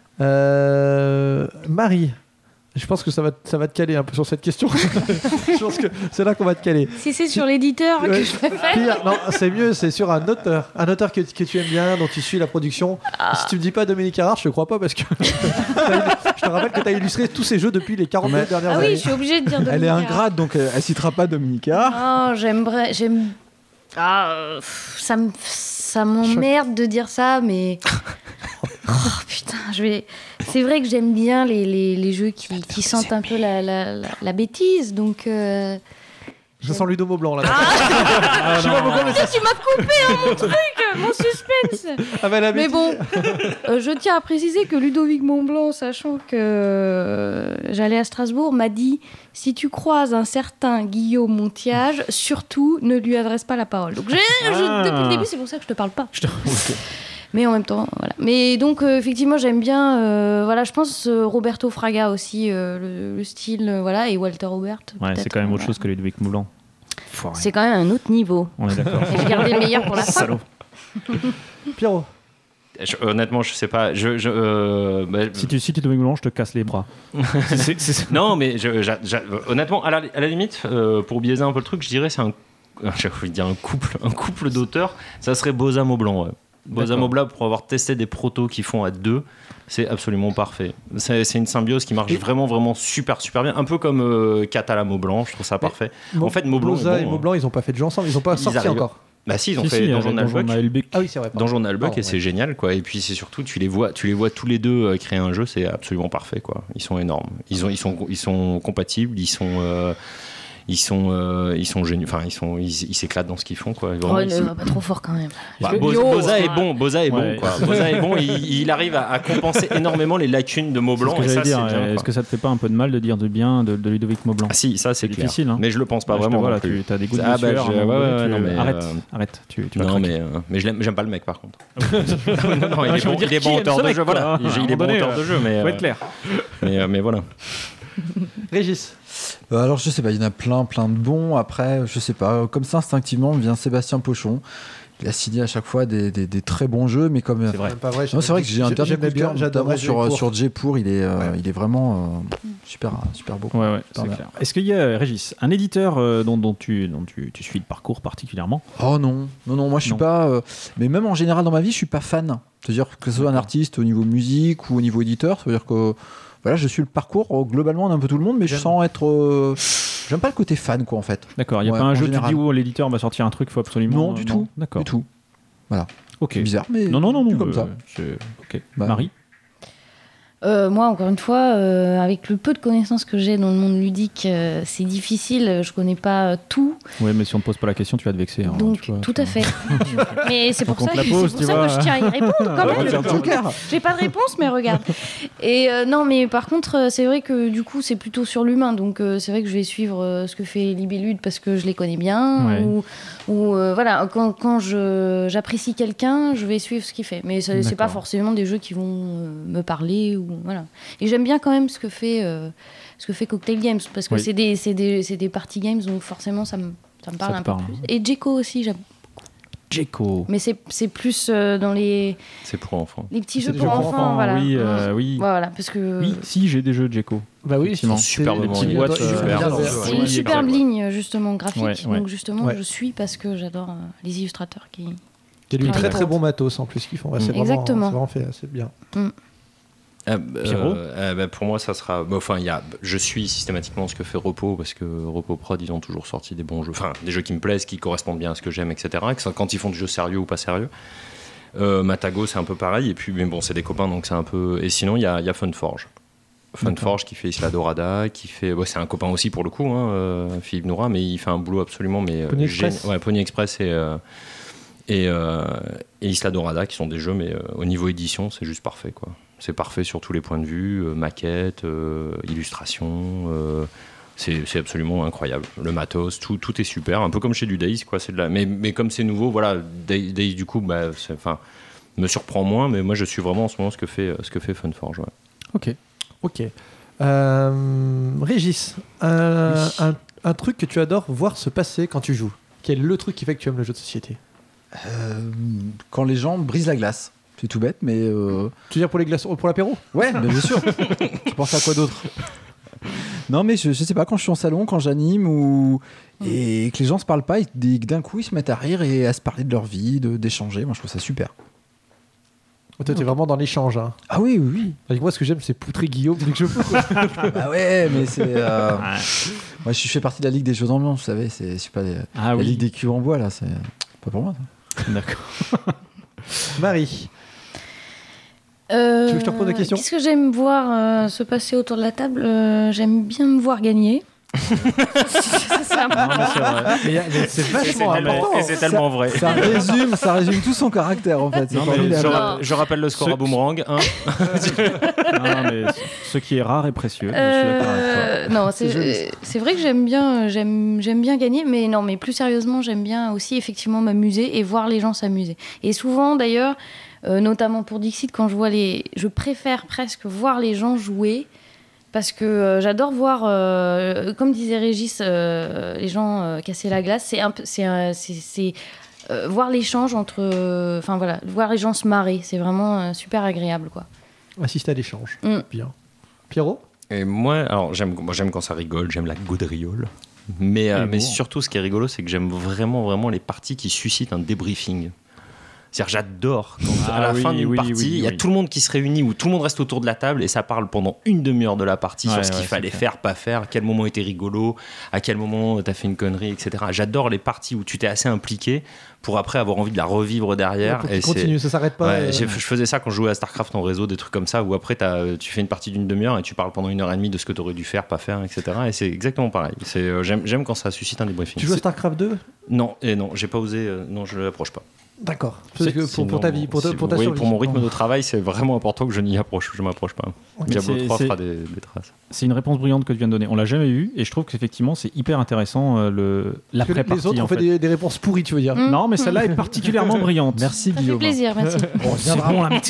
Euh, Marie. Je pense que ça va, ça va te caler un peu sur cette question. Je pense que c'est là qu'on va te caler. Si c'est sur l'éditeur que Ouais. je préfère. Pire, non, c'est mieux, c'est sur un auteur. Un auteur que, que tu aimes bien, dont tu suis la production. Si tu me dis pas Dominique Carrard, je te crois pas parce que je te rappelle que tu as illustré tous ces jeux depuis les quarante Mais- dernières Ah années. oui, je suis obligée de dire Dominique Elle est Carrard. ingrate, donc euh, elle citera pas Dominica. Oh, j'aimerais, j'aime. Ah, euh, pff, ça me, ça m'emmerde de dire ça, mais. Oh putain, je vais. C'est vrai que j'aime bien les, les, les jeux qui, qui sentent un peu la, la, la, la bêtise, donc. euh, Je sens Ludo Maublanc là. Ah, Je sais pas pourquoi, mais Putain, tu m'as coupé hein, mon truc, mon suspense. Ah, bah, la Mais bêtise. bon, euh, je tiens à préciser que Ludovic Montblanc, sachant que euh, j'allais à Strasbourg, m'a dit si tu croises un certain Guillaume Montiage, surtout ne lui adresse pas la parole. Donc j'ai, je- Ah. depuis le début, c'est pour ça que je te parle pas. Je te- ok. Mais en même temps, voilà. Mais donc euh, effectivement, j'aime bien. euh, voilà, je pense euh, Roberto Fraga aussi, euh, le, le style, euh, voilà, et Walter Robert. Ouais, c'est peut-être, quand même autre voilà. chose que Ludovic Moulin. Foiré. C'est quand même un autre niveau. On est d'accord. Et j'ai gardé le meilleur pour la fin. Salaud. Pierrot. Je- honnêtement, je sais pas. Je, je, euh, bah, Si tu cites Ludovic Moulin, je te casse les bras. C'est- c'est- c'est- Non, mais je, j'a- j'a- honnêtement, à la, à la limite, euh, pour biaiser un peu le truc, je dirais c'est un, j'ai envie de dire un couple, un couple d'auteurs. Ça serait Boza Maublanc. Ouais. Boza D'accord. Maublanc, pour avoir testé des protos qui font à deux, c'est absolument parfait. C'est, c'est une symbiose qui marche Et- vraiment, vraiment super, super bien. Un peu comme euh, Catala Maublanc, je trouve ça parfait. Mo- En fait, Maublanc, Boza est et bon, Maublanc, ils ont pas fait de jeu ensemble, ils ont pas Ils sorti arrivent. encore. Bah si, ils ont Si, fait si, Donjon avec Donjon Nullbuck. Nullbuck. Ah oui, c'est vrai. pardon. Donjon Nullbuck Pardon, et c'est ouais. génial quoi. Et puis c'est surtout tu les vois, tu les vois tous les deux euh, créer un jeu, c'est absolument parfait quoi. Ils sont énormes. Ils ont, ils sont, ils sont compatibles. Ils sont, euh, ils sont, euh, ils sont géniaux. Enfin, ils sont, ils, ils s'éclatent dans ce qu'ils font quoi. Vraiment, Oh, ils ne sont- va pas trop fort quand même. Bah, Je- Bo- Yo, Boza est ah. bon, Boza est Ouais. bon quoi. Boza est bon. Il, il arrive à, à compenser énormément les lacunes de C'est Maublanc ce que et ça j'allais c'est dire. bien. Est-ce quoi. que ça te fait pas un peu de mal de dire du bien de, de Ludovic Maublanc? Ah si, ça c'est C'est clair. difficile, hein. Mais je le pense pas Ouais, je te vraiment. vois, non là, plus. tu as des goûts de Ah, bah, sueur, je- à un ouais, moment donné, ouais, tu- non, mais, arrête, euh, arrête, tu, tu vas Non craquer. mais, euh, mais je l'aime- j'aime pas le mec par contre. non, non, il Ouais, est je veux bon, dire, il est qui bon aime auteur ce de mec, jeu, voilà. quoi, Il à un il est moment bon donné, auteur de jeu, mais Faut euh, être clair. mais euh, mais voilà. Régis. Euh, alors je sais pas, il y en a plein, plein de bons. Après, je sais pas, comme ça instinctivement me vient Sébastien Pochon. Il a signé à chaque fois des, des, des très bons jeux, mais comme C'est vrai. Même pas vrai. non, c'est vrai que j'ai un dernier coup de cœur, notamment sur sur sur J-Pour, il est euh, il est vraiment euh, super super beau. Ouais, ouais, Putain, c'est bien. clair. Est-ce qu'il y a, Régis, un éditeur euh, dont, dont, tu, dont tu, tu suis le parcours particulièrement? Oh non, non, non, moi je suis Non. pas. euh, mais même en général dans ma vie, je suis pas fan. C'est-à-dire que ce soit un artiste au niveau musique ou au niveau éditeur, c'est-à-dire que voilà, je suis le parcours euh, globalement d'un peu tout le monde, mais je J'aime. sens être. euh, J'aime pas le côté fan, quoi, en fait. D'accord, il n'y a Ouais, pas un en jeu où tu général. dis où l'éditeur va sortir un truc, il faut absolument. Non, euh, du tout. D'accord. Du tout. Ok. C'est bizarre, mais. Non, non, non, plus non. comme ça. euh, c'est- Ok. Bah, Marie? Euh, moi, encore une fois, euh, avec le peu de connaissances que j'ai dans le monde ludique, euh, c'est difficile. Je connais pas euh, tout. Oui, mais si on te pose pas la question, tu vas te vexer. hein, Donc, tu vois, tout tu à vois. fait. Mais c'est Faut pour qu'on ça, te la c'est pose, pour tu ça vois. que je tiens à y répondre quand Ouais, même. c'est un joker. J'ai pas de réponse, mais regarde. Et euh, non, mais par contre, euh, c'est vrai que du coup, c'est plutôt sur l'humain. Donc, euh, c'est vrai que je vais suivre euh, ce que fait Libellude parce que je les connais bien. Ouais. Ou, ou, euh, voilà, quand, quand je, j'apprécie quelqu'un, je vais suivre ce qu'il fait. Mais ça- c'est pas D'accord. forcément des jeux qui vont euh, me parler. Ou, voilà. Et j'aime bien quand même ce que fait, euh, ce que fait Cocktail Games parce que Oui. c'est des, c'est des, c'est des party games, donc forcément, ça me, ça me parle te un peu parle. plus. Et Djeko aussi, j'aime. Djeko. Mais c'est, c'est plus euh, dans les, C'est pour enfants. les petits C'est jeux des pour jeux pour enfants. enfants, voilà. oui, euh, Mm. oui. Voilà, parce que Oui, si, j'ai des jeux de Djeko. Bah oui, Effectivement. c'est Superbement les petites liés. boîtes, Ouais, euh, super. bien Ouais, vert. c'est ouais, une ouais, superbe ouais. ligne justement graphique. Ouais, ouais. Donc justement, Ouais. je suis parce que j'adore euh, les illustrateurs qui. Il y a du Ouais. très très bon matos en plus qu'ils font. Ouais, c'est Mm. vraiment, Exactement. c'est vraiment fait, c'est bien. Euh, Pierrot euh, euh, bah, pour moi, ça sera. bah, Enfin, il y a. Je suis systématiquement ce que fait Repos parce que Repos Prod, ils ont toujours sorti des bons jeux, enfin des jeux qui me plaisent, qui correspondent bien à ce que j'aime, et cetera. Que ça- Quand ils font du jeu sérieux ou pas sérieux. Euh, Matago, c'est un peu pareil. Et puis, mais bon, c'est des copains, donc c'est un peu. Et sinon, il y a, il y a Funforge. Funforge qui fait Isla Dorada, qui fait. Bon, c'est un copain aussi pour le coup, hein, euh, Philippe Noura, mais il fait un boulot absolument. Mais, euh, Pony génial. Express. Ouais, Pony Express et. euh, et, euh, et Isla Dorada qui sont des jeux, mais euh, au niveau édition, c'est juste parfait, quoi. C'est parfait sur tous les points de vue, euh, maquette, euh, illustration, euh, c'est c'est absolument incroyable. Le matos, tout, tout est super, un peu comme chez du Days, quoi. C'est de la... mais, mais comme c'est nouveau, voilà, Days, Days, du coup, bah, c'est- enfin, me surprend moins, mais moi je suis vraiment en ce moment ce que fait, ce que fait Funforge. Ouais. Ok. Ok. Euh, Régis, un, un, un truc que tu adores voir se passer quand tu joues. Quel est le truc qui fait que tu aimes le jeu de société? Euh, quand les gens brisent la glace. C'est tout bête, mais. euh, Tu veux dire pour les glaçons, pour l'apéro? Ouais, mais bien sûr. Tu penses à quoi d'autre? Non, mais je, je sais pas, quand je suis en salon, quand j'anime ou. Et que les gens se parlent pas, et que d'un coup ils se mettent à rire et à se parler de leur vie, de- d'échanger. Moi je trouve ça super. Toi, t'es vraiment dans l'échange. Hein. Ah oui, oui, oui. Avec moi, ce que j'aime, c'est poutrer Guillaume dès que je peux. quoi. Ah ouais, mais c'est. euh, Moi je fais partie de la Ligue des jeux d'ambiance, vous savez. C'est je sais pas, les- Ah la oui. Ligue des culs en bois là, c'est pas pour moi. ça. D'accord. Marie, Euh, Tu veux que je te repose la question? Qu'est-ce que j'aime voir euh, se passer autour de la table Euh, J'aime bien me voir gagner. Ça, c'est important. Non, mais c'est vrai. mais, y a- mais c'est vachement important. et c'est tellement vrai. Ça résume, ça résume tout son caractère en fait. C'est Non, mais formidable. Je, sur- ra- je rappelle le score Ce- à Boomerang. Hein. Non, mais ce qui est rare est précieux. Je suis d'accord avec toi. Euh, non, c'est C'est joli, euh, c'est vrai que j'aime bien, j'aime j'aime bien gagner, mais non, mais plus sérieusement, j'aime bien aussi effectivement m'amuser et voir les gens s'amuser. Et souvent, d'ailleurs, euh, notamment pour Dixit, quand je vois les, je préfère presque voir les gens jouer. Parce que euh, j'adore voir, euh, comme disait Régis, euh, les gens euh, casser la glace. C'est un peu, c'est, un- c'est, c'est, euh, voir l'échange entre, enfin voilà, voir les gens se marrer. C'est vraiment euh, super agréable, quoi. Assister à l'échange. Mm. Bien. Pierrot? Et moi, alors j'aime, moi, j'aime quand ça rigole, j'aime la gaudriole. Mais, euh, Et mais bon. surtout, ce qui est rigolo, c'est que j'aime vraiment, vraiment les parties qui suscitent un débriefing. C'est-à-dire, j'adore quand Ah à la oui, fin d'une oui, partie, oui, il y a oui. tout le monde qui se réunit, où tout le monde reste autour de la table et ça parle pendant une demi-heure de la partie Ouais, sur ce qu'il ouais, fallait c'est faire, pas faire, à quel moment était rigolo, à quel moment t'as fait une connerie, et cetera. J'adore les parties où tu t'es assez impliqué pour après avoir envie de la revivre derrière. Pour et qu'il c'est- continue, ça s'arrête pas. Ouais, euh, j'ai- je faisais ça quand je jouais à StarCraft en réseau, des trucs comme ça, où après t'as- tu fais une partie d'une demi-heure et tu parles pendant une heure et demie de ce que tu aurais dû faire, pas faire, et cetera. Et c'est exactement pareil. C'est, euh, j'aime, j'aime quand ça suscite un débriefing. Tu joues à C'est- StarCraft deux? Non, et non, j'ai pas osé, euh, non, je l'approche pas. D'accord. Parce C'est- que pour, pour ta sinon, vie, pour, ta- si pour vous ta voyez, survie. pour mon rythme de travail, c'est vraiment important que je n'y approche, je m'approche pas. Diablo c'est- trois c'est- fera des, des traces. C'est une réponse brillante que tu viens de donner. On l'a jamais eu et je trouve qu'effectivement c'est hyper intéressant euh, le Parce que l'après-partie. les autres ont en fait, fait. Des, des réponses pourries, tu veux dire. Mm. Non, mais celle-là est particulièrement brillante. Merci Ça fait Guillaume. plaisir, merci. Bon, c'est bon, là.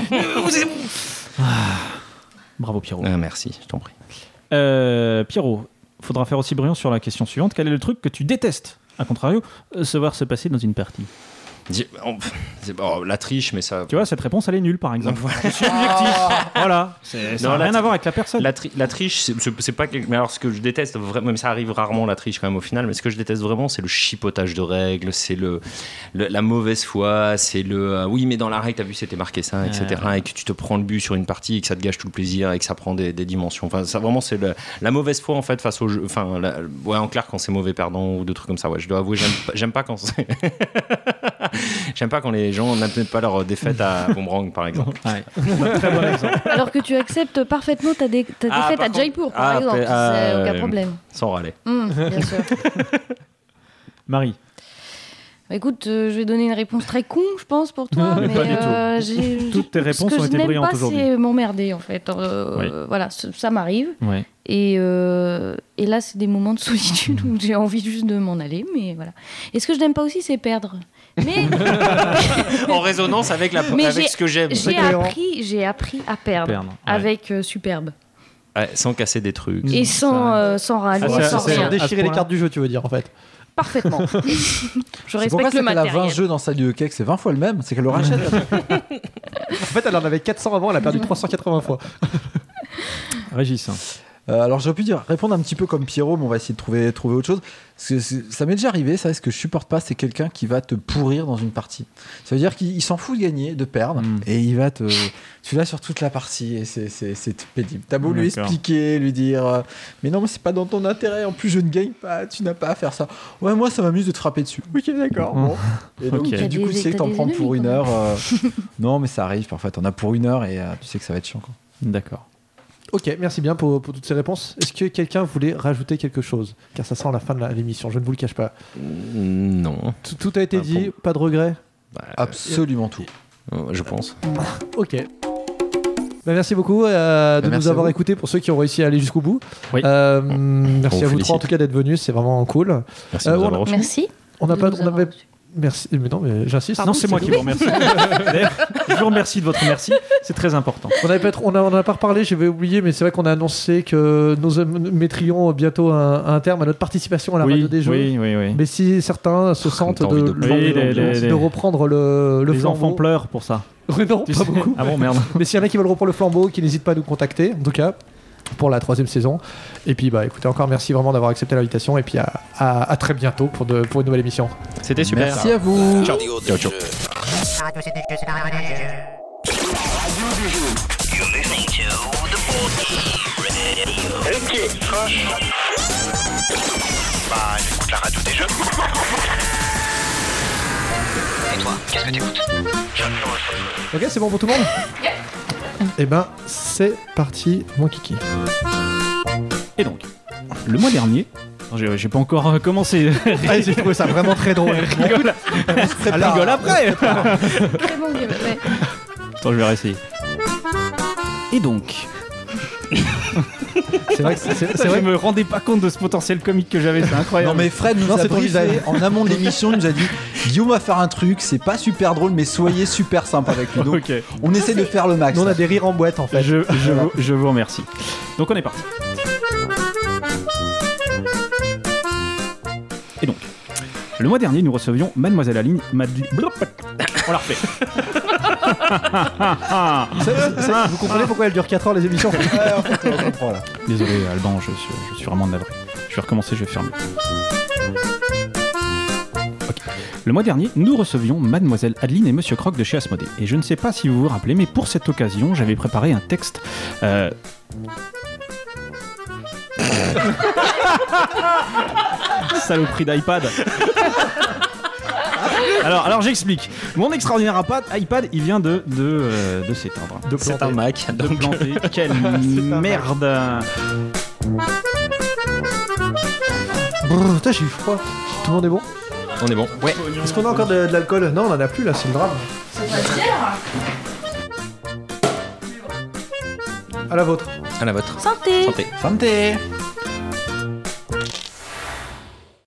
Ah, bravo Pierrot. Ah, merci, je t'en prie. Euh, Pierrot, faudra faire aussi brillant sur la question suivante. Quel est le truc que tu détestes, à contrario, euh, se voir se passer dans une partie? Dis- oh, c'est, oh, la triche, mais ça. Tu vois, cette réponse, elle est nulle, par exemple. Non, voilà. C'est subjectif. Voilà. C'est- Ça Non, n'a la rien tri- à voir avec la personne. La, tri- la triche, c'est, c'est- c'est pas quelque... Mais alors, ce que je déteste vraiment, même ça arrive rarement la triche quand même au final, mais ce que je déteste vraiment, c'est le chipotage de règles, c'est le, le- la mauvaise foi, c'est le euh, oui, mais dans la règle, t'as vu, c'était marqué ça, et cetera. Et que tu te prends le but sur une partie et que ça te gâche tout le plaisir et que ça prend des, des dimensions. Enfin, ça vraiment, c'est le- la mauvaise foi en fait face au jeu. Enfin, la- ouais, en clair, quand c'est mauvais perdant ou des trucs comme ça, ouais, je dois avouer, j'aime, pas- j'aime pas quand c'est. J'aime pas quand les gens n'admettent pas leur défaite à Boomerang, par exemple. Ouais. Très bon exemple. Alors que tu acceptes parfaitement ta, dé- ta Ah, défaite par à contre- Jaipur, par ah, exemple. après- ah, c'est aucun ouais. problème. Sans râler. Hum, bien sûr. Marie. Bah, écoute, euh, je vais donner une réponse très con, je pense, pour toi. mais Pas du tout. euh, j'ai- Toutes tes ce réponses que ont je été n'aime brillantes pas, aujourd'hui. c'est m'emmerder, en fait. Euh, Oui. Voilà, c- ça m'arrive. Ouais. Et, euh, et là, c'est des moments de solitude où j'ai envie juste de m'en aller. Mais voilà. Et ce que je n'aime pas aussi, c'est perdre. Mais, En résonance avec, la, Mais avec j'ai- ce que j'aime. j'ai cohérent. appris, j'ai appris à perdre, Perdre, ouais. avec euh, Superbe. Ouais, sans casser des trucs. Et ça sans, va. euh, sans râler, Ah, ça, sans c'est- rien. Sans à ce déchirer les point-là. cartes du jeu, tu veux dire, en fait. Parfaitement. je C'est pourquoi respecte c'est le qu'elle a vingt matériel. jeux dans sa bibliothèque, c'est vingt fois le même, c'est qu'elle le rachète. En fait, elle en avait quatre cents avant, elle a perdu trois cent quatre-vingts fois. Régis. Euh, alors j'aurais pu dire répondre un petit peu comme Pierrot, mais on va essayer de trouver, trouver autre chose. Parce que c'est- ça m'est déjà arrivé, ça, ce que je supporte pas, c'est quelqu'un qui va te pourrir dans une partie. Ça veut dire qu'il il s'en fout de gagner, de perdre, Mm. et il va te. Tu l'as sur toute la partie, et c'est, c'est, c'est pénible. T'as beau lui D'accord. expliquer, lui dire euh, mais non, mais c'est pas dans ton intérêt, en plus je ne gagne pas, tu n'as pas à faire ça. Ouais, moi ça m'amuse de te frapper dessus. Ok, d'accord, bon. Et donc, Ok. du T'as coup, des- tu sais que t'as t'en des prends ennemis, pour une quand même. heure. euh, Non, mais ça arrive, parfois t'en as pour une heure, et euh, tu sais que ça va être chiant, quoi. D'accord. Ok, merci bien pour, pour toutes ces réponses. Est-ce que quelqu'un voulait rajouter quelque chose? Car ça sent la fin de la- l'émission, je ne vous le cache pas. Non. Tout, tout a été Ah, dit, pas de regrets. Bah, Absolument tout. euh, je pense. Ok. Bah, merci beaucoup euh, de Bah, nous merci à avoir vous. écoutés pour ceux qui ont réussi à aller jusqu'au bout. Oui. Euh, merci On à vous félicite. trois en tout cas d'être venus, c'est vraiment cool. Merci Euh, de nous on- avoir reçus. Merci. On n'a de pas, nous on avoir avait. reçus. Merci, mais non, mais j'insiste. Non, c'est moi tout. qui vous remercie. D'ailleurs, je vous remercie de votre merci. C'est très important. On n'avait pas trop- on a- on en a pas reparlé, j'avais oublié, mais c'est vrai qu'on a annoncé que nous euh, mettrions bientôt un, un terme à notre participation à la Oui, radio des jeux. oui, oui, oui. Mais si certains se sentent t'as de, envie de de- plomber de- l'ambiance. de reprendre le, le Les flambeau. enfants pleurent pour ça. Oui, non, Tu pas sais. beaucoup. Ah bon, merde. Mais s'il y en a qui veulent reprendre le flambeau, qui n'hésitent pas à nous contacter, en tout cas, pour la troisième saison. Et puis, bah, écoutez, encore merci vraiment d'avoir accepté l'invitation. Et puis, à, à- à très bientôt pour, de, pour une nouvelle émission. C'était super. Merci à vous. Ciao, ciao. Radio c'est des jeux, c'est la radio des jeux. You're listening to the Board Radio. Ok, Crush. Bah, j'écoute la radio des jeux. Et toi, qu'est-ce que t'écoutes? Ok, c'est bon pour tout le monde. Et ben, c'est parti, mon kiki. Et donc, le mois dernier, non, j'ai j'ai pas encore euh, commencé. Ah, j'ai trouvé ça vraiment très drôle. Elle rigole. Elle rigole après. Très bon, Guillaume, ouais. Attends, je vais réessayer. Et donc, C'est vrai que c'est, c'est- c'est je vrai que- me rendais pas compte de ce potentiel comique que j'avais, c'est incroyable. Non mais Fred nous Non, a c'est ton briefé visage. en amont de l'émission, il nous a dit Guillaume va faire un truc, c'est pas super drôle mais soyez super simple avec lui. Donc Ok. on essaie de faire le max. nous, on a des rires en boîte en fait. Je, je, vous, je vous remercie. Donc on est parti. Et donc, le mois dernier, nous recevions Mademoiselle Aline. Madu... On la refait. C'est- c'est- vous comprenez pourquoi elle dure quatre heures les émissions? Ouais, en fait, on comprend là. Désolé, Alban, je suis, je suis vraiment navré. Je vais recommencer, je vais faire mieux. Ok. Le mois dernier, nous recevions Mademoiselle Adeline et Monsieur Croc de chez Asmodée. Et je ne sais pas si vous vous rappelez, mais pour cette occasion, j'avais préparé un texte... Euh... Saloperie d'iPad. Alors, alors j'explique. Mon extraordinaire iPad, iPad il vient de, de, euh, de s'éteindre. De C'est un Mac. De planter. Quelle merde. Brrr, putain, j'ai eu froid. Tout le monde est bon? On est bon. Ouais. Est-ce qu'on a encore de, de l'alcool? Non, on en a plus là, c'est le drame. C'est pas bière. À la vôtre. À la vôtre. Santé. Santé. Santé.